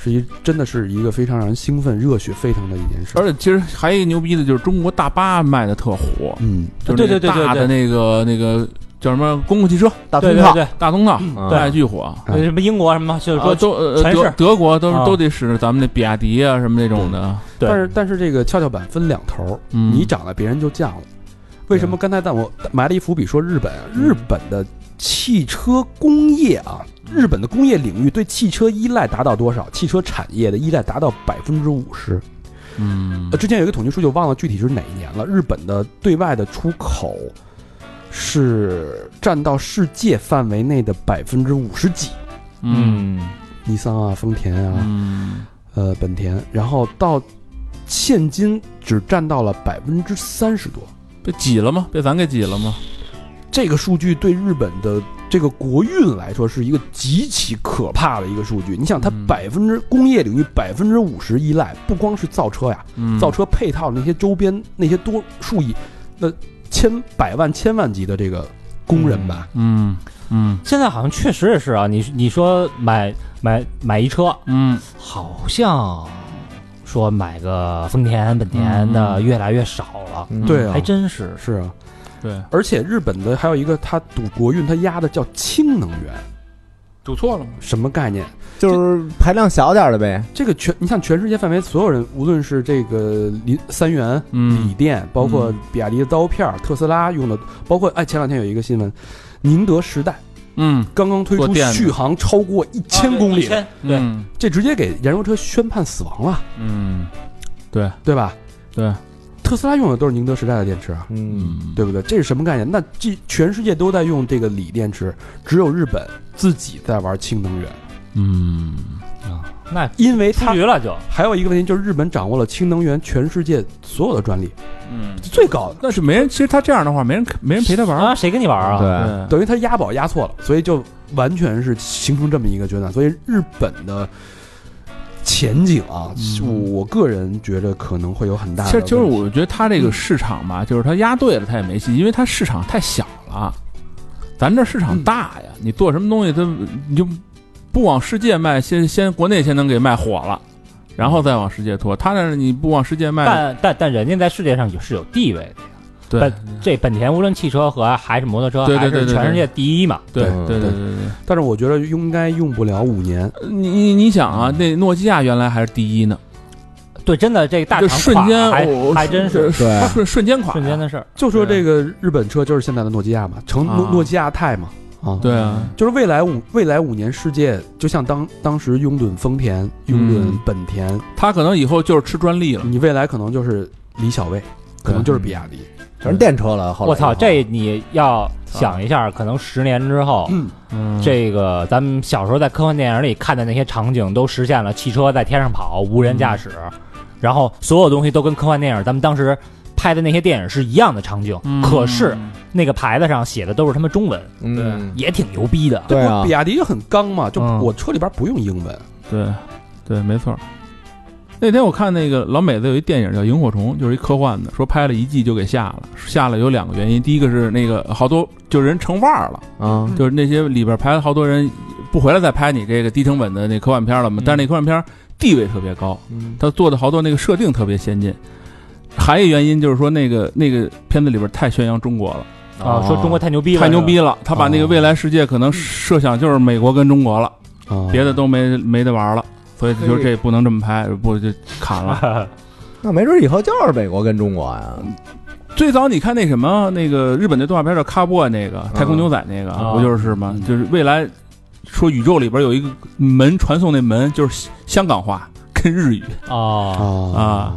是一真的是一个非常让人兴奋、热血沸腾的一件事。 而且其实还有一个牛逼的就是中国大巴卖的特火， 嗯， 就是对对对对大的那个那个叫什么公共汽车大通套， 对对大通套对卖巨火。 对，什么英国什么，就是说啊都呃全是德德国都是啊都得使咱们那比亚迪啊什么那种的。 对但是但是这个跷跷板分两头， 嗯你涨了别人就降了。为什么刚才但我埋了一伏笔说日本日本的汽车工业啊，日本的工业领域对汽车依赖达到多少？汽车产业的依赖达到百分之五十。 嗯呃，之前有一个统计数据，我忘了具体是哪一年了。日本的对外的出口是占到世界范围内的百分之五十几， 嗯尼桑啊、丰田啊、 嗯呃本田，然后到现今只占到了百分之三十多。 被挤了吗？被咱给挤了吗？ 这个数据对日本的这个国运来说是一个极其可怕的一个数据。你想，它嗯百分之工业领域百分之五十依赖，不光是造车呀， 嗯造车配套那些周边那些多数亿，那千百万千万级的这个工人吧， 嗯嗯现在好像确实也是啊，你你说买买买一车， 嗯好像说买个丰田、本田的嗯越来越少了， 嗯对啊还真是。 是啊。 对， 而且日本的还有一个，它赌国运，它压的叫氢能源， 赌错了吗？ 什么概念？ 就是排量小点的呗。 这个全，你像全世界范围所有人，无论是这个锂三元、 嗯锂电，包括比亚迪的刀片、特斯拉用的，包括哎，前两天有一个新闻，宁德时代嗯， 刚刚推出做电的续航超过一千公里， 对， 嗯这直接给燃油车宣判死亡了， 嗯，对对吧？ 对， 特斯拉用的都是宁德时代的电池啊， 嗯， 对不对？这是什么概念？那这全世界都在用这个锂电池，只有日本自己在玩氢能源， 嗯那因为它出局了就。 还有一个问题就是日本掌握了氢能源全世界所有的专利， 嗯， 最高的。 但是没人，其实他这样的话，没人没人陪他玩儿。 啊，谁跟你玩啊？ 对， 对， 等于他押宝押错了，所以就完全是形成这么一个阶段。所以日本的前景啊， 嗯我个人觉得可能会有很大的其问题。 实就是我觉得他这个市场吧，就是他押对了，他也没戏，因为他市场太小了。咱这市场大呀，你做什么东西，它你就不往世界卖，先先国内先能给卖火了，然后再往世界拖。他那你不往世界卖， 但但但人家在世界上也是有地位的呀。 对本这本田无论汽车和还是摩托车， 对对对对对还是全世界第一嘛。 对嗯对对对对。 但是我觉得应该用不了五年。 呃你你你想啊，那诺基亚原来还是第一呢， 对，真的这个大就厂瞬间垮还我还真是对瞬瞬间垮， 瞬间的事儿。 就说这个日本车就是现在的诺基亚嘛，成诺啊诺基亚泰嘛，啊， 对啊， 就是未来五未来五年世界，就像当当时拥趸丰田、拥趸嗯本田， 他可能以后就是吃专利了。 你未来可能就是李小卫，可能就是比亚迪。 全是电车了。后来我操， 以后这你要想一下，可能十年之后， 嗯， 这个咱们小时候在科幻电影里看的那些场景都实现了，汽车在天上跑，无人驾驶，然后所有东西都跟科幻电影咱们当时拍的那些电影是一样的场景， 嗯可是那个牌子上写的都是他妈中文， 嗯， 也挺牛逼的。 对啊比，亚迪也很刚嘛，就嗯我车里边不用英文。 对对，没错。那天我看那个老美子有一电影叫《萤火虫》，就是一科幻的，说拍了一季就给下了，下了有两个原因，第一个是那个好多就是人成腕儿了， 啊， 就是那些里边拍了好多人不回来再拍你这个低成本的那科幻片了嘛，但是那科幻片地位特别高， 嗯他做的好多那个设定特别先进。还有一原因就是说那个那个片子里边太宣扬中国了， 啊，说中国太牛逼了， 太牛逼了。 了，他把那个未来世界可能设想就是美国跟中国了， 啊别的都没没得玩了。所以就是这不能这么拍，不就砍了。 那没准以后就是美国跟中国呀。 最早你看那什么那个日本的动画片叫《卡波》那个太空牛仔那个， 啊不就是吗？就是未来说宇宙里边有一个门传送，那门就是香港话跟日语哦， 啊。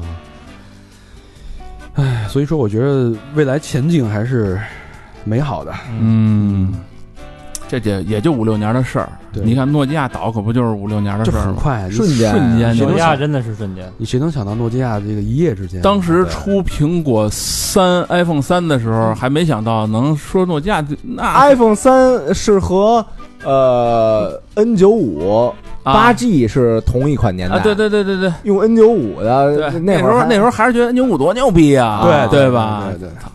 唉，所以说我觉得未来前景还是美好的。 嗯，这也也就五六年的事儿。 对你看诺基亚倒可不就是五六年的就事儿吗？ 很快， 瞬间瞬间就谁能想诺基亚真的是瞬间。 你谁能想到诺基亚这个一夜之间？ 当时出苹果三 iPhone 三的时候，还没想到能说诺基亚那 iPhone 三是和呃 N 九五八 G 是同一款年代， 啊，对对对对对。 用 N 九五的对，那时候那会儿还那时候还是觉得 N 九五多牛逼啊， 对对吧？ 对对，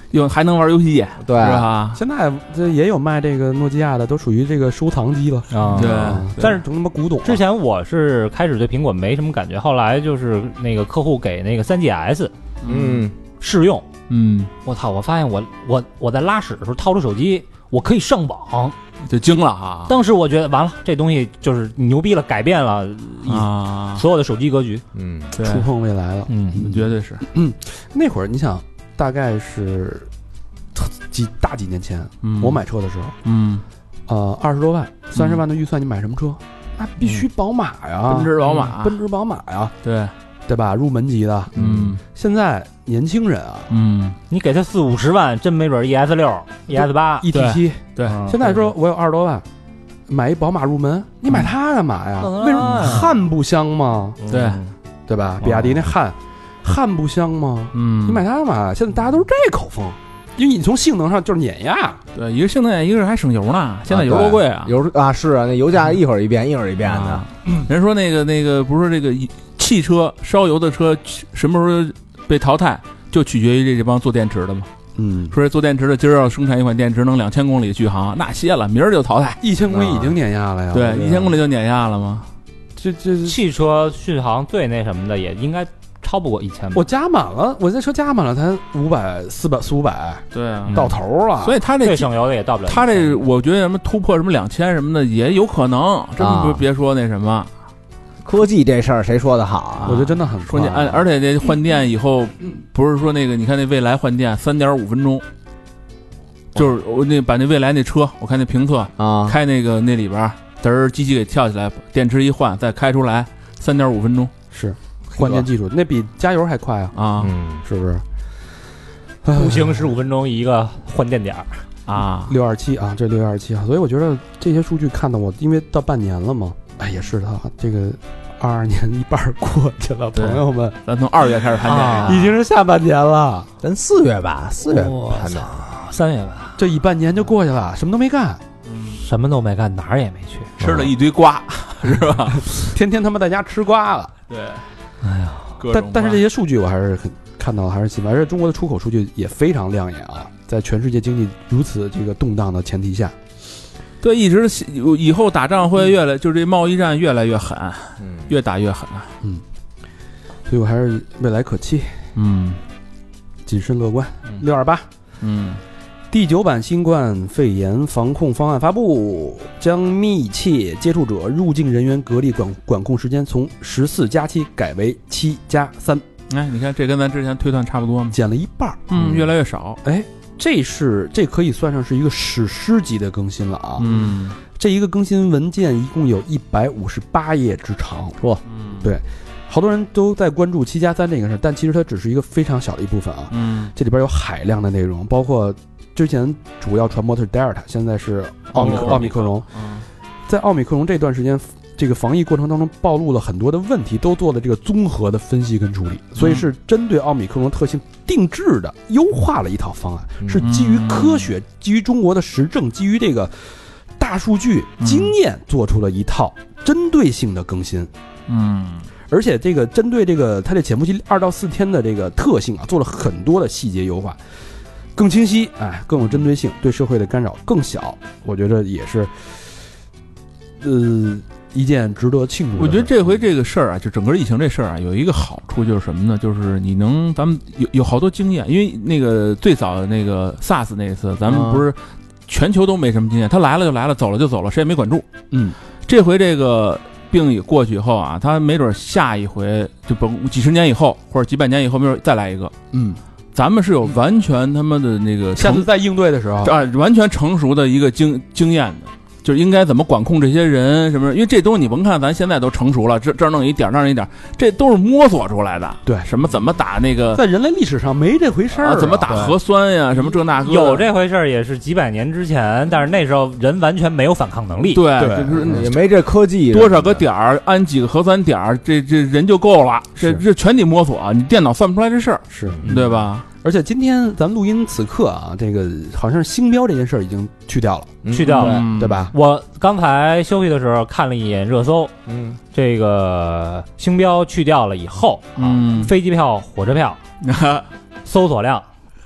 又还能玩游戏， 对是吧？ 现在这也有卖这个诺基亚的，都属于这个收藏机了啊。 对， 但是成他妈古董。 之前我是开始对苹果没什么感觉，后来就是那个客户给那个 三 G S 嗯试用， 嗯， 我操！我发现我我我在拉屎的时候掏出手机，我可以上网， 就惊了哈。 当时我觉得完了，这东西就是牛逼了，改变了啊所有的手机格局。 嗯， 触碰未来了。 嗯， 绝对是。 嗯，那会儿你想，大概是几大几年前， 嗯我买车的时候， 嗯， 呃，二十多万、三十万的预算，你买什么车？那必须宝马呀， 奔驰、宝马、 奔驰、宝马呀， 对对吧？入门级的。 嗯现在年轻人啊嗯， 你给他四五十万，真没准 E S 六、E S 八、 ，E T 七， 对， 现在说我有二十多万，买一宝马入门，你买它干嘛呀？ 嗯为什么汉不香吗？ 对对吧？比亚迪那汉，汉不香吗？ 嗯， 你买它干嘛？现在大家都是这口风，因为你从性能上就是碾压。 对，一个性能，一个是还省油呢。现在油多贵啊！ 油啊是啊，那油价一会儿一变，一会儿一变的啊。人说那个那个不是这个汽车烧油的车什么时候被淘汰，就取决于这这帮做电池的嘛。 嗯， 说这做电池的今儿要生产一款电池能两千公里续航，那歇了，明儿就淘汰。 一千公里已经碾压了呀。 对，一千公里就碾压了吗？ 这这汽车续航最那什么的也应该超不过一千吧。 我加满了，我这车加满了才五百、四百、四五百， 对啊， 到头了。 所以他这最省油的也到不了。 他这我觉得什么突破什么两千什么的也有可能，真不别说那什么。 科技这事儿谁说的好啊？ 我觉得真的很说你按，而且这换电以后，不是说那个，你看那蔚来换电三点五分钟，就是我那把那蔚来那车，我看那评测啊， 开那个那里边，嘚儿机器给跳起来，电池一换再开出来，三点五分钟是换电技术，那比加油还快啊！ 啊， 嗯， 是不是？ 步行十五分钟一个换电点啊， 六二七啊，这六二七啊，所以我觉得这些数据看的我，因为到半年了嘛，哎，也是的，这个二二年一半过去了，朋友们， 咱从二月开始盘点、啊， 已经是下半年了， 咱四月吧，四月盘点， 三月吧， 这一半年就过去了，什么都没干， 什么都没干，哪儿也没去， 吃了一堆瓜，是吧？ 天天他妈在家吃瓜了。 对， 哎呀， 但但是这些数据我还是很看到，还是喜欢，而且中国的出口数据也非常亮眼啊，在全世界经济如此这个动荡的前提下。 对，一直以后打仗会越来，就是这贸易战越来越狠， 嗯， 越打越狠， 嗯，所以我还是未来可期， 嗯， 谨慎乐观。六二八， 嗯， 第九版新冠肺炎防控方案发布，将密切接触者入境人员隔离管管控时间从十四加七改为七加三。 哎，你看这跟咱之前推断差不多吗？ 减了一半， 嗯，越来越少。 哎。这是这可以算上是一个史诗级的更新了啊！ 嗯， 这一个更新文件一共有一百五十八页之长， 哇， 嗯， 对，好多人都在关注七加三这个事，但其实它只是一个非常小的一部分啊。 嗯， 这里边有海量的内容，包括之前主要传播的是 Delta， 现在是奥密克奥密克戎。 嗯， 在奥密克戎这段时间，这个防疫过程当中暴露了很多的问题，都做了这个综合的分析跟处理，所以是针对奥密克戎特性定制的优化了一套方案，是基于科学、基于中国的实证、基于这个大数据经验做出了一套针对性的更新。 嗯， 而且这个针对这个它这潜伏期二到四天的这个特性啊，做了很多的细节优化，更清晰，哎，更有针对性，对社会的干扰更小。我觉得也是，呃。一件值得庆祝的。 我觉得这回这个事儿啊，就整个疫情这事儿啊，有一个好处就是什么呢？就是你能，咱们有有好多经验，因为那个最早的那个 SARS 那一次，咱们不是全球都没什么经验，他来了就来了，走了就走了，谁也没管住。 嗯， 这回这个病也过去以后啊，他没准下一回就甭几十年以后或者几百年以后，没准再来一个。 嗯， 咱们是有完全他妈的那个下次在应对的时候啊，完全成熟的一个经经验的。就是应该怎么管控这些人什么？因为这东西你甭看咱现在都成熟了，这这儿弄一点，那儿弄一点，这都是摸索出来的。 对， 什么怎么打那个， 在人类历史上没这回事儿、啊啊，怎么打核酸呀？什么这那个有这回事儿也是几百年之前，但是那时候人完全没有反抗能力。 对， 对就是也没这科技， 多少个点儿安几个核酸点儿，这这人就够了。这这全得摸索，你电脑算不出来这事儿， 是对吧？ 而且今天咱们录音此刻啊，这个好像是星标这件事儿已经去掉了， 嗯去掉了， 嗯、 对吧？ 我刚才休息的时候看了一眼热搜， 嗯， 这个星标去掉了以后， 嗯， 飞机票、火车票搜索量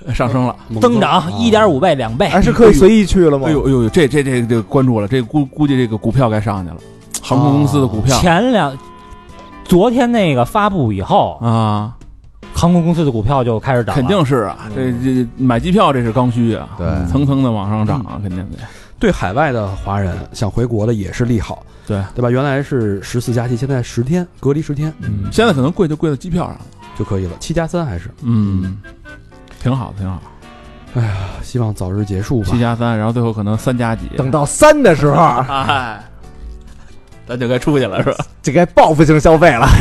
上升了， 增长一点五倍、两倍， 还是可以随意去了吗？ 哎呦哎呦，这这这这关注了，这估估计这个股票该上去了，航空公司的股票。 前两，昨天那个发布以后啊， 航空公司的股票就开始涨了。 肯定是啊，这这买机票这是刚需啊， 对， 层层的往上涨啊，肯定得。 对海外的华人想回国的也是利好， 对对吧？原来是十四加七，现在十天隔离十天， 嗯，现在可能贵就贵到机票上了就可以了，七加三还是， 嗯，挺好的，挺好。 哎呀，希望早日结束吧。 七加三，然后最后可能三加几， 等到三的时候， 哎，咱就该出去了，是吧？ 这该报复性消费了。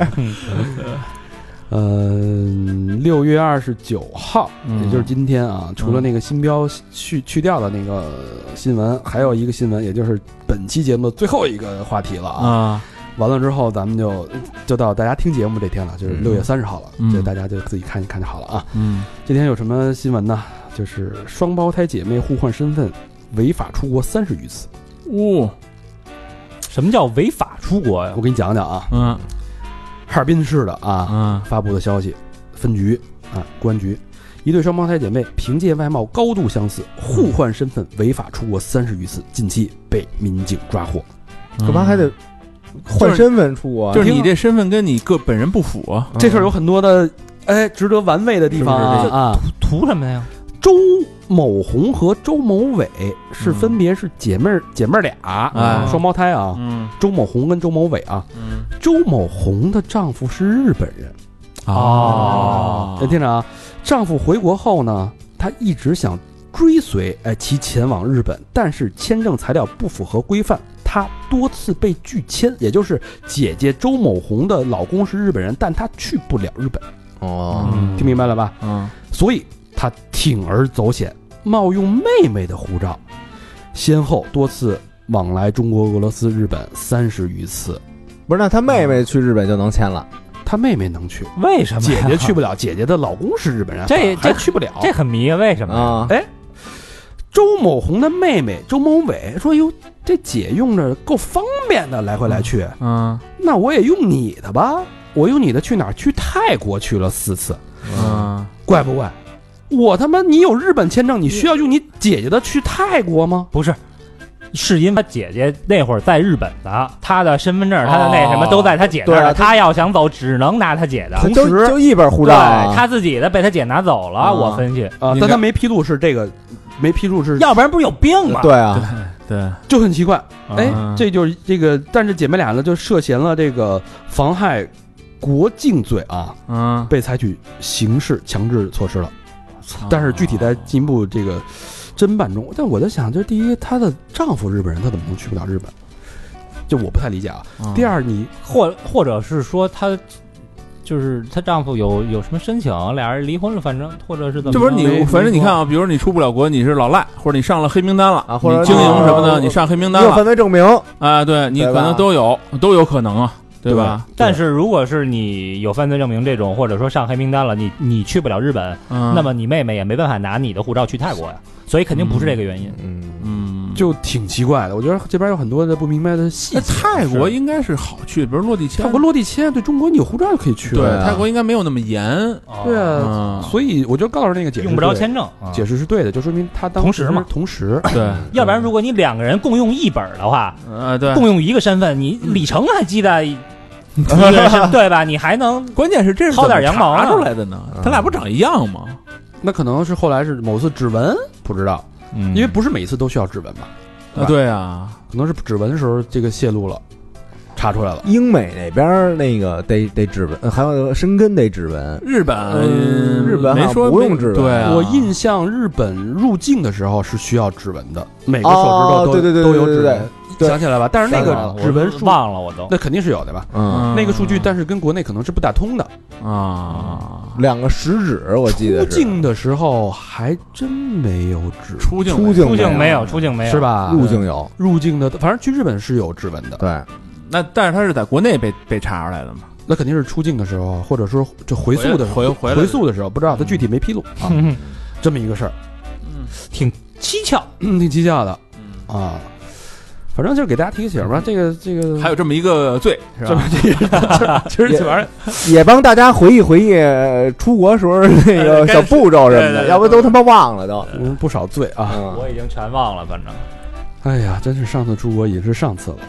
嗯，六月二十九号， 嗯也就是今天啊，除了那个新标去去掉的那个新闻，还有一个新闻，也就是本期节目的最后一个话题了啊。 啊， 完了之后，咱们就就到大家听节目这天了，就是六月三十号了， 嗯这大家就自己看一看就好了啊。 嗯， 这天有什么新闻呢？就是双胞胎姐妹互换身份，违法出国三十余次。 哦， 什么叫违法出国呀？ 我给你讲讲啊， 嗯哈尔滨市的啊嗯发布的消息，分局啊公安局，一对双胞胎姐妹凭借外貌高度相似，互换身份违法出国三十余次，近期被民警抓获。 干嘛还得换身份出国？ 就是你这身份跟你个本人不符啊。 这事儿有很多的哎值得玩味的地方啊是是是啊！ 图什么呀？ 周某红和周某伟是分别是姐妹儿姐妹儿俩， 哎双胞胎啊。 嗯周某红跟周某伟啊， 嗯周某红的丈夫是日本人。 哦哎，听着啊，丈夫回国后呢，他一直想追随哎其前往日本，但是签证材料不符合规范，他多次被拒签。也就是姐姐周某红的老公是日本人，但他去不了日本。 哦， 嗯听明白了吧？ 嗯所以他铤而走险，冒用妹妹的护照，先后多次往来中国、俄罗斯、日本三十余次。 不是，那他妹妹去日本就能签了？ 他妹妹能去， 为什么呀？ 姐姐去不了。姐姐的老公是日本人， 这还去不了。 这很迷啊，为什么呀？ 啊， 哎，周某红的妹妹周某伟说：“哟，这姐用着够方便的，来回来去。 嗯那我也用你的吧。我用你的去哪儿？去泰国去了四次， 嗯， 怪不怪？我他妈你有日本签证，你需要用你姐姐的去泰国吗？ 不是，是因为他姐姐那会儿在日本的，他的身份证、他的那什么都在他姐那儿呢。 对啊他要想走，只能拿他姐的。 同就时就一本护照啊， 对，他自己的被他姐拿走了。 啊我分析， 啊， 应该但他没披露是这个，没披露是， 要不然不是有病吗？ 对啊， 对， 就很奇怪。哎嗯， 这就是这个，但是姐妹俩呢就涉嫌了这个妨害国境罪啊， 嗯， 被采取刑事强制措施了。但是具体在进一步这个侦办中，但我在想，就是第一，她的丈夫日本人，她怎么能去不了日本？就我不太理解啊。 嗯第二，你或或者是说她就是她丈夫有有什么申请，俩人离婚了，反正或者是怎么着？ 这不是你， 没反正你看啊，比如你出不了国，你是老赖，或者你上了黑名单了啊或者你经营什么的， 哦你上黑名单你有犯了罪证明， 啊，对你对吧可能都有，都有可能啊，对吧？ 但是如果是你有犯罪证明这种，或者说上黑名单了，你你去不了日本， 嗯， 那么你妹妹也没办法拿你的护照去泰国呀，所以肯定不是这个原因。 嗯， 嗯， 就挺奇怪的，我觉得这边有很多的不明白的细那节。 泰国应该是好去，比如落地签， 泰国落地签，对中国你有护照就可以去对了。 啊泰国应该没有那么严， 对啊， 嗯， 所以我就告诉那个解释用不着对签证，啊解释是对的，就说明他当同时嘛同时对， 要不然如果你两个人共用一本的话， 呃，对， 共用一个身份，你里程还记在一个人身，对吧？你还能关键是这是薅点羊毛呢怎么查出来的呢？他俩不长一样吗？ 那可能是后来是某次指纹不知道， 嗯因为不是每次都需要指纹嘛， 啊，对啊， 可能是指纹的时候这个泄露了，查出来了。 英美那边那个得得指纹，呃还有申根得指纹， 日本嗯日本好像没说不用指纹对啊， 我印象日本入境的时候是需要指纹的，每个手指哦头都对对对对都有指纹， 对想起来吧？但是那个想起来了指纹数忘了我都。 那肯定是有的吧？ 嗯， 那个数据，但是跟国内可能是不打通的。 啊， 两个食指我记得是出境的时候还真没有指纹， 出境出境出境没有，出境没有， 是？吧？ 入境有， 入境的，反正去日本是有指纹的。 对， 那但是他是在国内被被查出来的嘛？ 那肯定是出境的时候，或者说就回溯的时候， 回回来回溯的时候，不知道他具体没披露啊， 嗯这么一个事儿， 挺蹊跷。 嗯，挺蹊跷的啊。 反正就是给大家提个醒吧。这个这个还有这么一个罪是吧？ 其实这玩意儿也帮大家回忆回忆出国时候那个小步骤什么的，要不都他妈忘了都。 嗯，不少罪啊。 我已经全忘了，反正。 哎呀，真是上次出国也是上次了。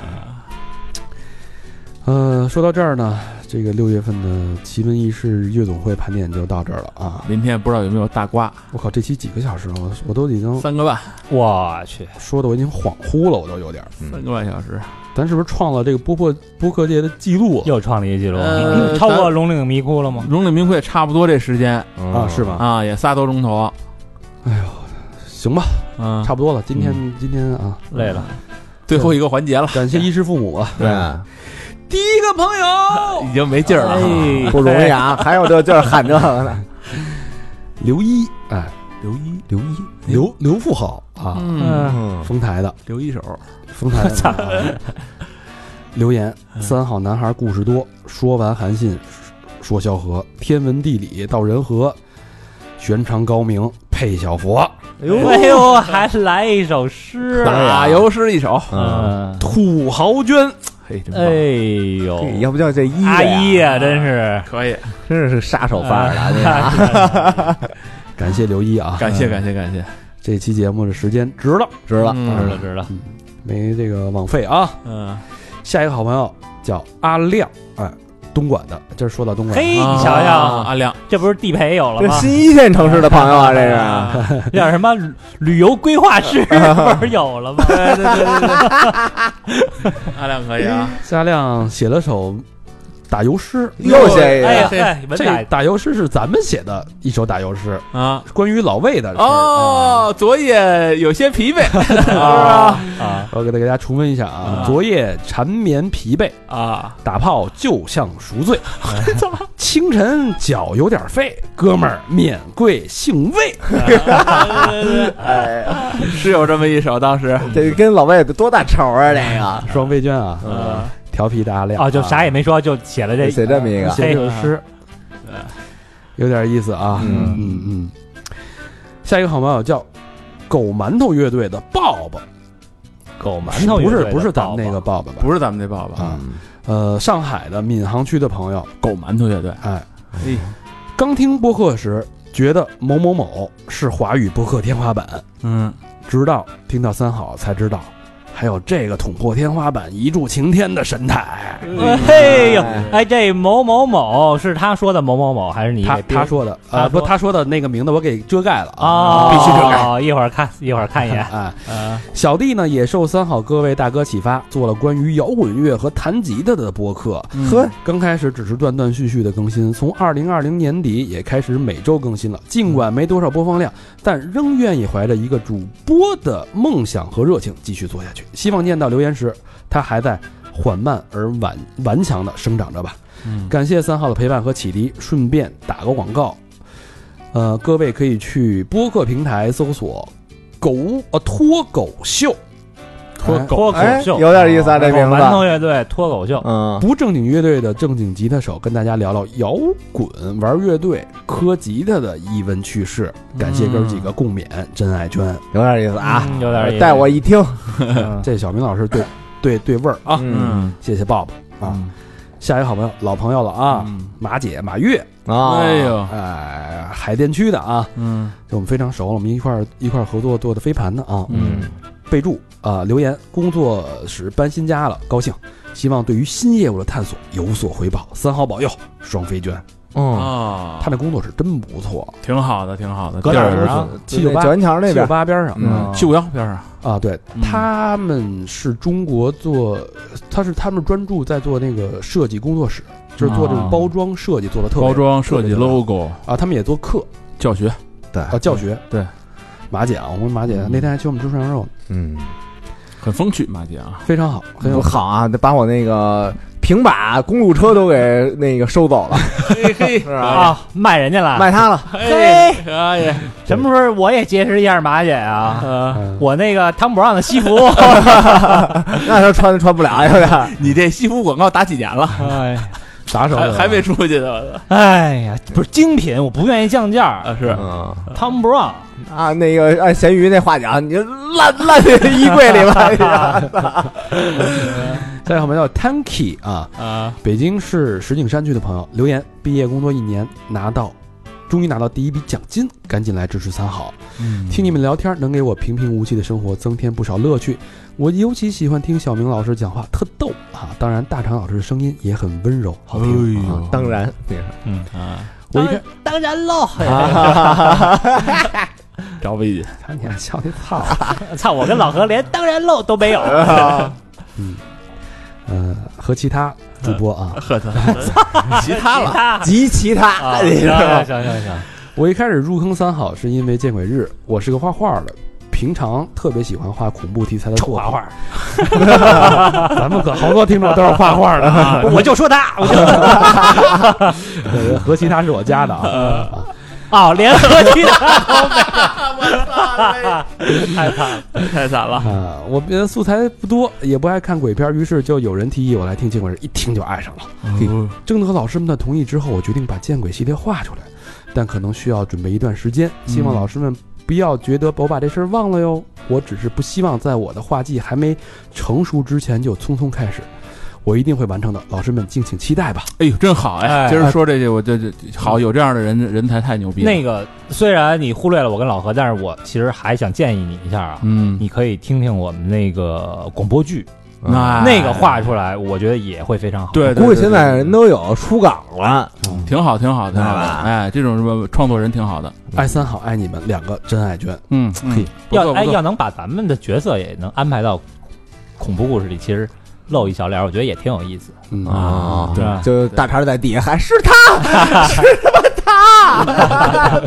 呃，说到这儿呢，这个六月份的奇闻异事夜总会盘点就到这儿了啊。 明天不知道有没有大瓜？ 我靠，这期几个小时了，我我都已经三个半， 我去， 说的我已经恍惚了，我都有点三个半小时。 咱是不是创了这个播客播客界的记录？ 又创了一记录， 呃、 超过龙岭迷窟了吗？ 龙岭迷窟也差不多这时间、 嗯、啊，是吧？ 啊，也仨多钟头。 哎呦，行吧， 嗯， 差不多了。今天、 嗯、 今天啊， 累了， 最后一个环节了， 感谢衣食父母啊。 对。 第一个朋友已经没劲儿了、 哎， 不容易啊！还有这劲儿喊这个呢。 刘一，哎， 刘一， 刘一，刘刘富豪啊， 嗯， 丰台的刘一手， 丰台的、啊、留言：三好男孩故事多，说完韩信说萧何，天文地理到人和，玄常高明配小佛。 哎呦，哎呦，还来一首诗， 打油诗一首， 嗯，土豪捐。 嘿，真棒！ 哎呦， 要不叫这一阿姨呀，真是可以， 真是杀手范儿的。 感谢刘一啊， 感谢感谢感谢， 这期节目的时间值了， 值了， 值了，值了， 没这个枉费啊。 嗯， 下一个好朋友叫阿亮，哎，东莞的，这是说到东莞， 嘿，你瞧瞧， 阿亮， 这不是地陪有了吗？ 这新一线城市的朋友啊，这是有点什么旅游规划师不是有了吗？ 对对对对对，阿亮可以啊， 阿亮写了首打油诗， 又写一个， 哎呀， 这打油诗是咱们写的一首打油诗啊， 关于老魏的哦，昨夜有些疲惫啊啊，我给大家重温一下啊，昨夜缠绵疲惫啊， 打炮就像赎罪，清晨脚有点废，哥们儿免贵姓魏， 哎， 是有这么一首，当时这跟老魏多大仇啊？这个双飞娟啊，嗯。调皮的阿亮啊，就啥也没说，就写了这写这么一个写这首诗，有点意思啊。嗯嗯嗯。下一个好朋友叫狗馒头乐队的抱抱， 狗馒头不是不是咱们那个抱抱吧？ 不是咱们那抱抱啊。呃，上海的闵行区的朋友， 狗馒头乐队， 哎，刚听播客时觉得某某某是华语播客天花板， 嗯， 直到听到三好才知道。还有这个捅破天花板、一柱擎天的神态， 哎呦，哎，这某某某是他说的某某某，还是你他他说的？呃，不，他说的那个名字我给遮盖了啊， 必须遮盖。 一会儿看，一会儿看一眼。 哎，小弟呢也受三好各位大哥启发，做了关于摇滚乐和弹吉他的播客。呵，刚开始只是断断续续的更新，从二零二零年底也开始每周更新了。尽管没多少播放量，但仍愿意怀着一个主播的梦想和热情继续做下去。希望念到留言时，他还在缓慢而顽顽强的生长着吧。嗯，感谢三号的陪伴和启迪，顺便打个广告，呃，各位可以去播客平台搜索“狗呃脱狗秀”， 脱脱狗秀、 哎、有点意思啊，这名字。 馒头乐队脱狗秀， 嗯，不正经乐队的正经吉他手跟大家聊聊摇滚、玩乐队、磕吉他的逸闻趣事。感谢哥几个共勉，真爱圈， 有点意思啊， 嗯、有点意思。 带我一听， 这小明老师对对对味儿啊， 嗯， 谢谢爸爸啊。嗯，下一个好朋友，老朋友了啊，嗯、马姐马月啊，哎呦， 哎，海淀区的啊，嗯，就我们非常熟了，我们一块儿一块儿合作做的飞盘的啊，嗯，备注啊、呃，留言工作室搬新家了，高兴，希望对于新业务的探索有所回报，三好保佑，双飞娟。 哦， 他那工作室真不错， 挺好的，挺好的。 搁哪儿啊？七九八九元桥那边， 七九八边上， 嗯，七五幺边上啊。对，他们是中国做，他是他们专注在做那个设计工作室，就是做这种包装设计，做的特别包装设计 logo 啊。他们也做课教学， 对啊，教学对。 马姐啊，我们马姐那天还请我们吃涮羊肉， 嗯，很风趣，马姐啊， 非常好，很有好啊，把我那个。平把公路车都给那个收走了， 嘿嘿，是啊，卖人家了， 卖他了， 嘿，哎呀，什么时候我也结识一下马姐啊？呃，我那个汤姆让的西服， 那他穿穿不了，有点。 你这西服广告打几年了？ 哎， 打手还还没出去呢。 哎呀，不是精品，我不愿意降价。 啊，是嗯 Tom Brown 啊，那个按咸鱼那话讲，你就烂烂在衣柜里吧。 下一个好朋友叫 Tanky 啊啊， 北京市石景山区的朋友留言：毕业工作一年，拿到，终于拿到第一笔奖金，赶紧来支持三好。 嗯， 听你们聊天，能给我平平无奇的生活增添不少乐趣。我尤其喜欢听小明老师讲话，特逗啊！当然，大长老师的声音也很温柔，好听。 哎呦啊当然， 嗯啊， 我一看， 当然喽， 找危险。 看你还笑你操！ 操，我跟老何连当然喽都没有。 嗯，呃，和其他主播啊， 呵，其他了， 他极其他， 啊，行行行行行， 我一开始入坑三好是因为见鬼日，我是个画画的，平常特别喜欢画恐怖题材的作品。 画画， 咱们可好多听众都是画画的啊。 我就说他，我就呃和其他是我家的啊。 啊，连和其他都没有，太惨了， 太惨了。 啊，我别的素材不多，也不爱看鬼片，于是就有人提议我来听见鬼日，一听就爱上了。征得老师们的同意之后，我决定把见鬼系列画出来，但可能需要准备一段时间，希望老师们不要觉得我把这事儿忘了哟。我只是不希望在我的画技还没成熟之前就匆匆开始，我一定会完成的，老师们敬请期待吧。 哎呦，真好哎！ 哎今儿说这些，我这这好，有这样的人，人才太牛逼了。 那个虽然你忽略了我跟老何，但是我其实还想建议你一下啊， 嗯， 你可以听听我们那个广播剧， 那那个画出来，我觉得也会非常好。 对，对估计现在人都有出岗了。 挺好，挺好，挺好的。哎，这种什么创作人挺好的。 爱三好，爱你们两个真爱娟。 嗯， 嘿， 要哎不错不错要能把咱们的角色也能安排到恐怖故事里，其实露一小脸，我觉得也挺有意思。 嗯啊， 对吧就大肠在底下还是他，是他妈他。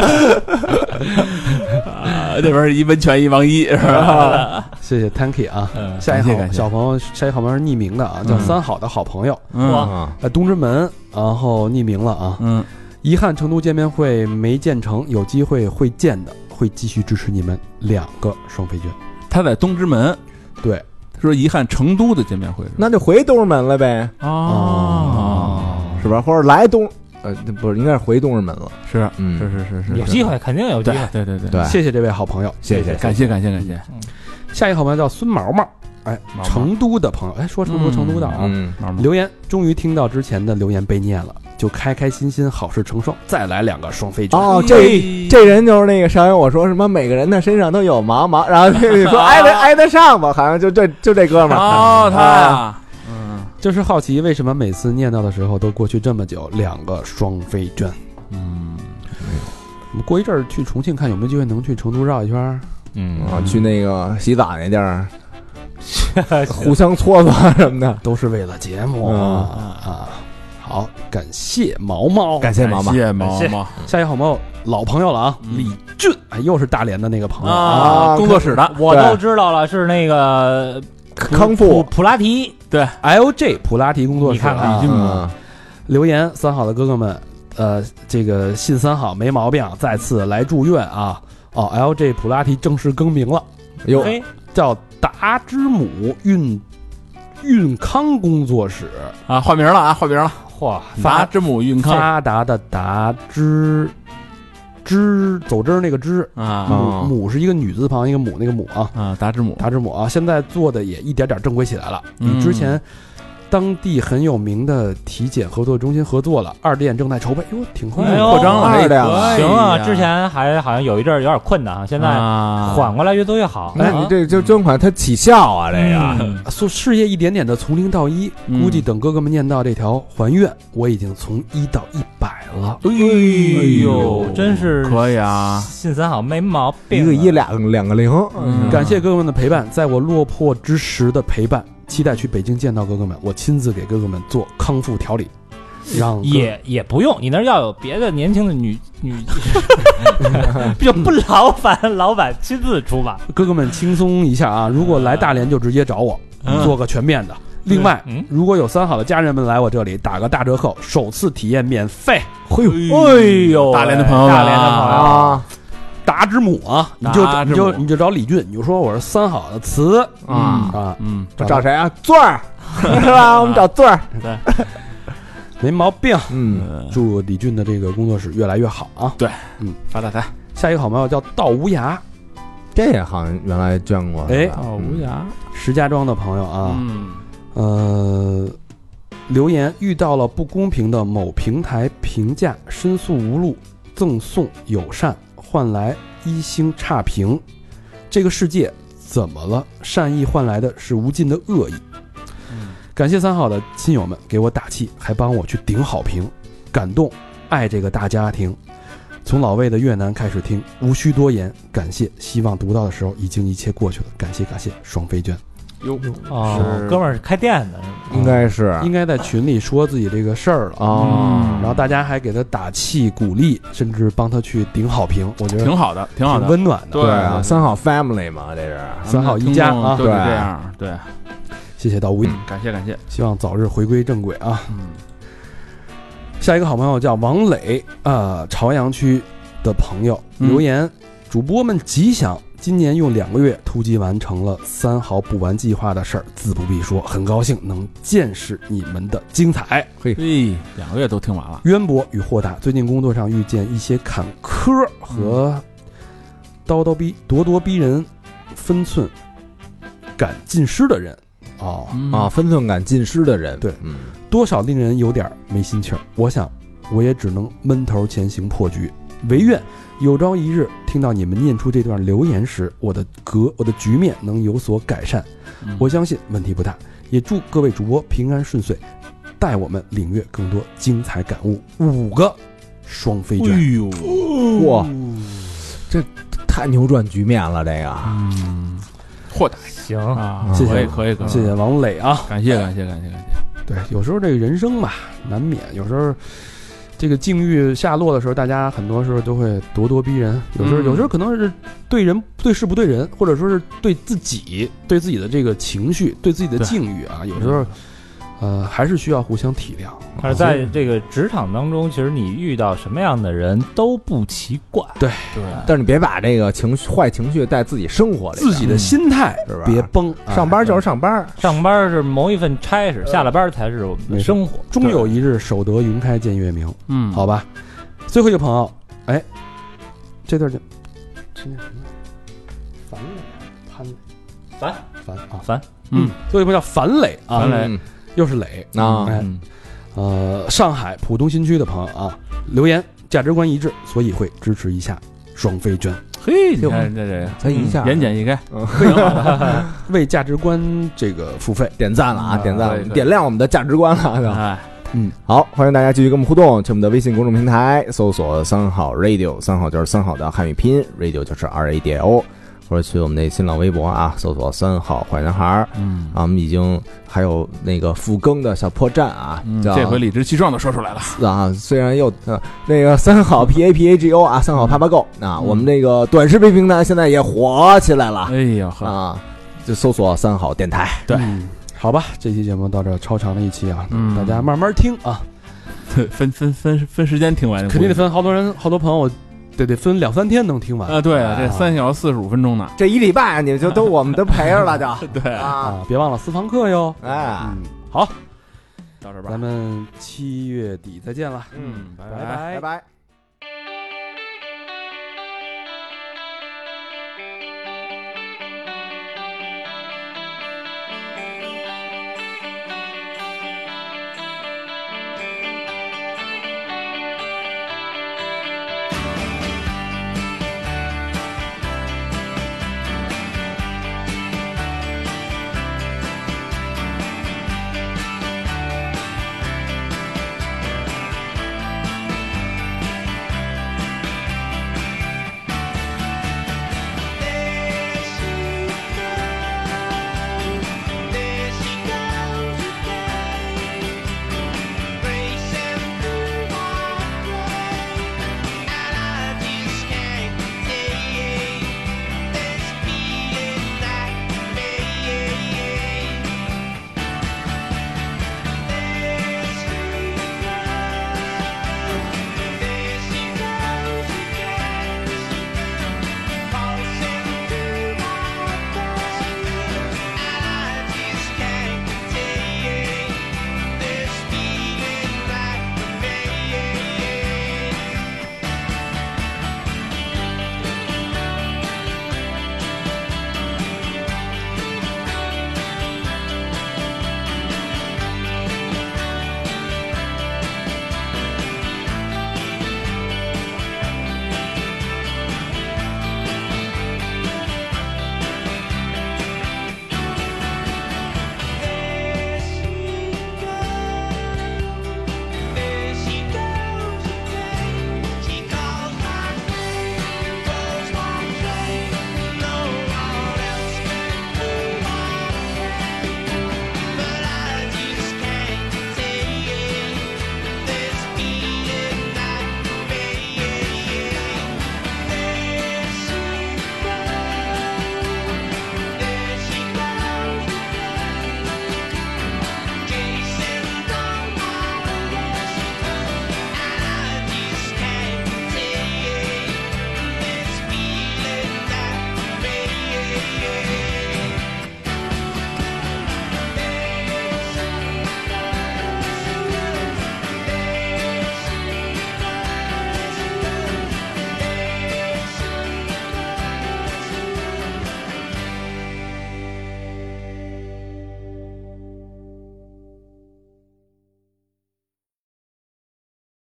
啊，这边一温泉一王一是吧？ 谢谢 Tanky 啊。 嗯下一好感谢感谢小朋友，下一好朋友是匿名的啊，叫嗯三好的好朋友， 嗯啊在东直门，然后匿名了啊。 嗯， 遗憾成都见面会没建成，有机会会见的，会继续支持你们两个双飞券。 他在东直门， 对， 说遗憾成都的见面会是吧？ 那就回东直门了呗， 哦， 是吧？或者来东，呃，不是，应该是回东直门了。 是嗯是是是是， 有机会肯定有机对会。 对对对对谢谢这位好朋友， 谢谢感谢感谢感谢。 下一个好朋友叫孙毛毛，哎， 毛毛成都的朋友，哎，说成都嗯成都的啊。 嗯， 毛毛留言终于听到之前的留言被念了，就开开心心，好事成双，再来两个双飞券。 哦，这这人就是那个上回我说什么每个人的身上都有毛毛，然后那个说挨得挨得上吧，好像就这就这哥们儿。 哦，他呀，嗯就是好奇为什么每次念叨的时候都过去这么久，两个双飞券。 嗯， 我们过一阵儿去重庆看有没有机会能去成都绕一圈儿。 嗯啊，去那个洗澡那地儿，互相搓搓什么的。 都是为了节目、 嗯啊！好，感谢毛毛， 感谢毛毛感谢毛感毛下一个好朋友老朋友了啊， 嗯李俊，哎，又是大连的那个朋友啊，工作室的， 我都知道了，是那个康复， 普普拉提， 对， L J 普拉提工作室你看看啊李俊嗯， 留言三好的哥哥们，呃，这个信三好没毛病，再次来祝愿啊！哦 ，L J 普拉提正式更名了， 哟， 嘿， 叫达之姆运运康工作室， 啊，换名了啊，换名了， 嚯， 达之姆运康发达的达之之走之儿那个之啊母母是一个女字旁一个母那个母啊， 啊，达之姆， 达之姆啊，现在做的也一点点正规起来了， 嗯与之前当地很有名的体检合作中心合作了，二店正在筹备，哟，挺快的， 哎呦扩张了， 二的呀可以行啊， 呀之前还好像有一阵儿有点困难啊，现在啊缓过来越做越好。 那你这就捐款它起效啊，这个。 嗯做事业一点点的从零到一， 嗯估计等哥哥们念到这条还愿，我已经从一到一百了。 哎呦， 真是可以啊， 信三好没毛病， 一个一，两个两个零， 嗯感谢哥哥们的陪伴，在我落魄之时的陪伴，期待去北京见到哥哥们，我亲自给哥哥们做康复调理，让哥也也不用，你那儿要有别的年轻的女女，就不劳烦老板亲自出马。 哥哥们轻松一下啊！如果来大连就直接找我， 嗯做个全面的。另外， 嗯如果有三好的家人们来我这里，打个大折扣，首次体验免费。 嘿呦， 哎呦， 大连的朋友们大连的朋友， 啊达之母啊，你就达之母你就你就找李俊，你就说我是三好的词啊， 啊， 嗯， 找谁啊？钻儿是吧？我们找钻儿。 没毛病。 嗯， 祝李俊的这个工作室越来越好啊！ 对， 嗯， 发大财。 下一个好朋友叫道无涯， 这也好像原来捐过， 哎， 哦，无涯， 石家庄的朋友啊， 嗯， 呃，留言遇到了不公平的某平台评价，申诉无路，赠送友善，换来一星差评，这个世界怎么了？善意换来的是无尽的恶意。感谢三好的亲友们给我打气，还帮我去顶好评，感动，爱这个大家庭。从老魏的越南开始听，无需多言，感谢。希望读到的时候已经一切过去了，感谢感谢。双飞娟， 哟， 哦， 是哥们儿是开店的， 应该是应该在群里说自己这个事儿了哦， 然后大家还给他打气鼓励，甚至帮他去顶好评，我觉得挺好的，挺好的， 温暖的。 对对啊，三好 family 嘛，这是三好一家啊， 都是对这样，对， 谢谢到位， 感谢感谢， 希望早日回归正轨啊。 嗯， 下一个好朋友叫王磊，呃，朝阳区的朋友嗯留言，主播们吉祥，今年用两个月突击完成了三好补完计划的事儿，自不必说，很高兴能见识你们的精彩。 嘿，两个月都听完了， 渊博与豁达，最近工作上遇见一些坎坷和叨叨逼、咄咄逼人、分寸感尽失的人。哦， 嗯啊，分寸感尽失的人， 对， 嗯， 多少令人有点没心气儿。我想，我也只能闷头前行破局。唯愿有朝一日听到你们念出这段留言时，我的格我的局面能有所改善。 嗯我相信问题不大，也祝各位主播平安顺遂，带我们领略更多精彩感悟。五个双飞卷， 哎呦， 哇，这太扭转局面了，这个， 嗯，豁达行， 啊， 谢谢可以可以可以， 谢谢王磊啊！ 感谢感谢感谢感谢， 对，有时候这个人生嘛，难免有时候这个境遇下落的时候，大家很多时候都会咄咄逼人。有时候、 嗯有时候可能是对人对事不对人，或者说是对自己对自己的这个情绪、对自己的境遇啊，有时候呃还是需要互相体谅。 但是在这个职场当中，其实你遇到什么样的人都不奇怪。 对对， 但是你别把这个情绪坏情绪带自己生活里， 自己的心态是吧别崩， 上班就是上班， 上班是谋一份差事，下了班才是我们的生活。 终有一日守得云开见月明。 嗯， 好吧，最后一个朋友，哎，这段就这叫什么？樊磊，潘磊， 樊樊啊， 樊， 嗯， 最后一个朋友叫樊磊啊， 樊磊嗯又是磊啊哎， 嗯呃，上海浦东新区的朋友啊，留言价值观一致，所以会支持一下双飞娟， 嘿，你看这这才一下言简意赅， 为价值观这个付费。 点赞了啊， 嗯点赞了， 可以可以点亮我们的价值观了，是吧？ 哎， 嗯， 好，欢迎大家继续跟我们互动，去我们的微信公众平台搜索三好 radio， 三好就是三好的汉语拼音 ，radio 就是 R A D I O， 或者去我们的新浪微博啊，搜索三好坏男孩儿嗯啊，我们已经还有那个复更的小破站啊， 嗯， 叫这回理直气壮的说出来了， 啊，虽然又呃那个三好 P A P A G O 啊，三好 Papa Go 啊，我们这个短视频平台现在也火起来了哎呀呵， 啊，就搜索三好电台。 对嗯好吧，这期节目到这超长的一期啊， 嗯大家慢慢听啊， 分分分分时间听完， 肯定得分好多人，好多朋友得得分两三天能听完啊，对啊，这三小时四十五分钟呢， 这一礼拜你就都我们都陪着了就对， 啊， 啊，别忘了私房课哟。 哎， 嗯，好， 到这儿吧咱，们七月底再见了。 嗯，拜拜拜拜拜。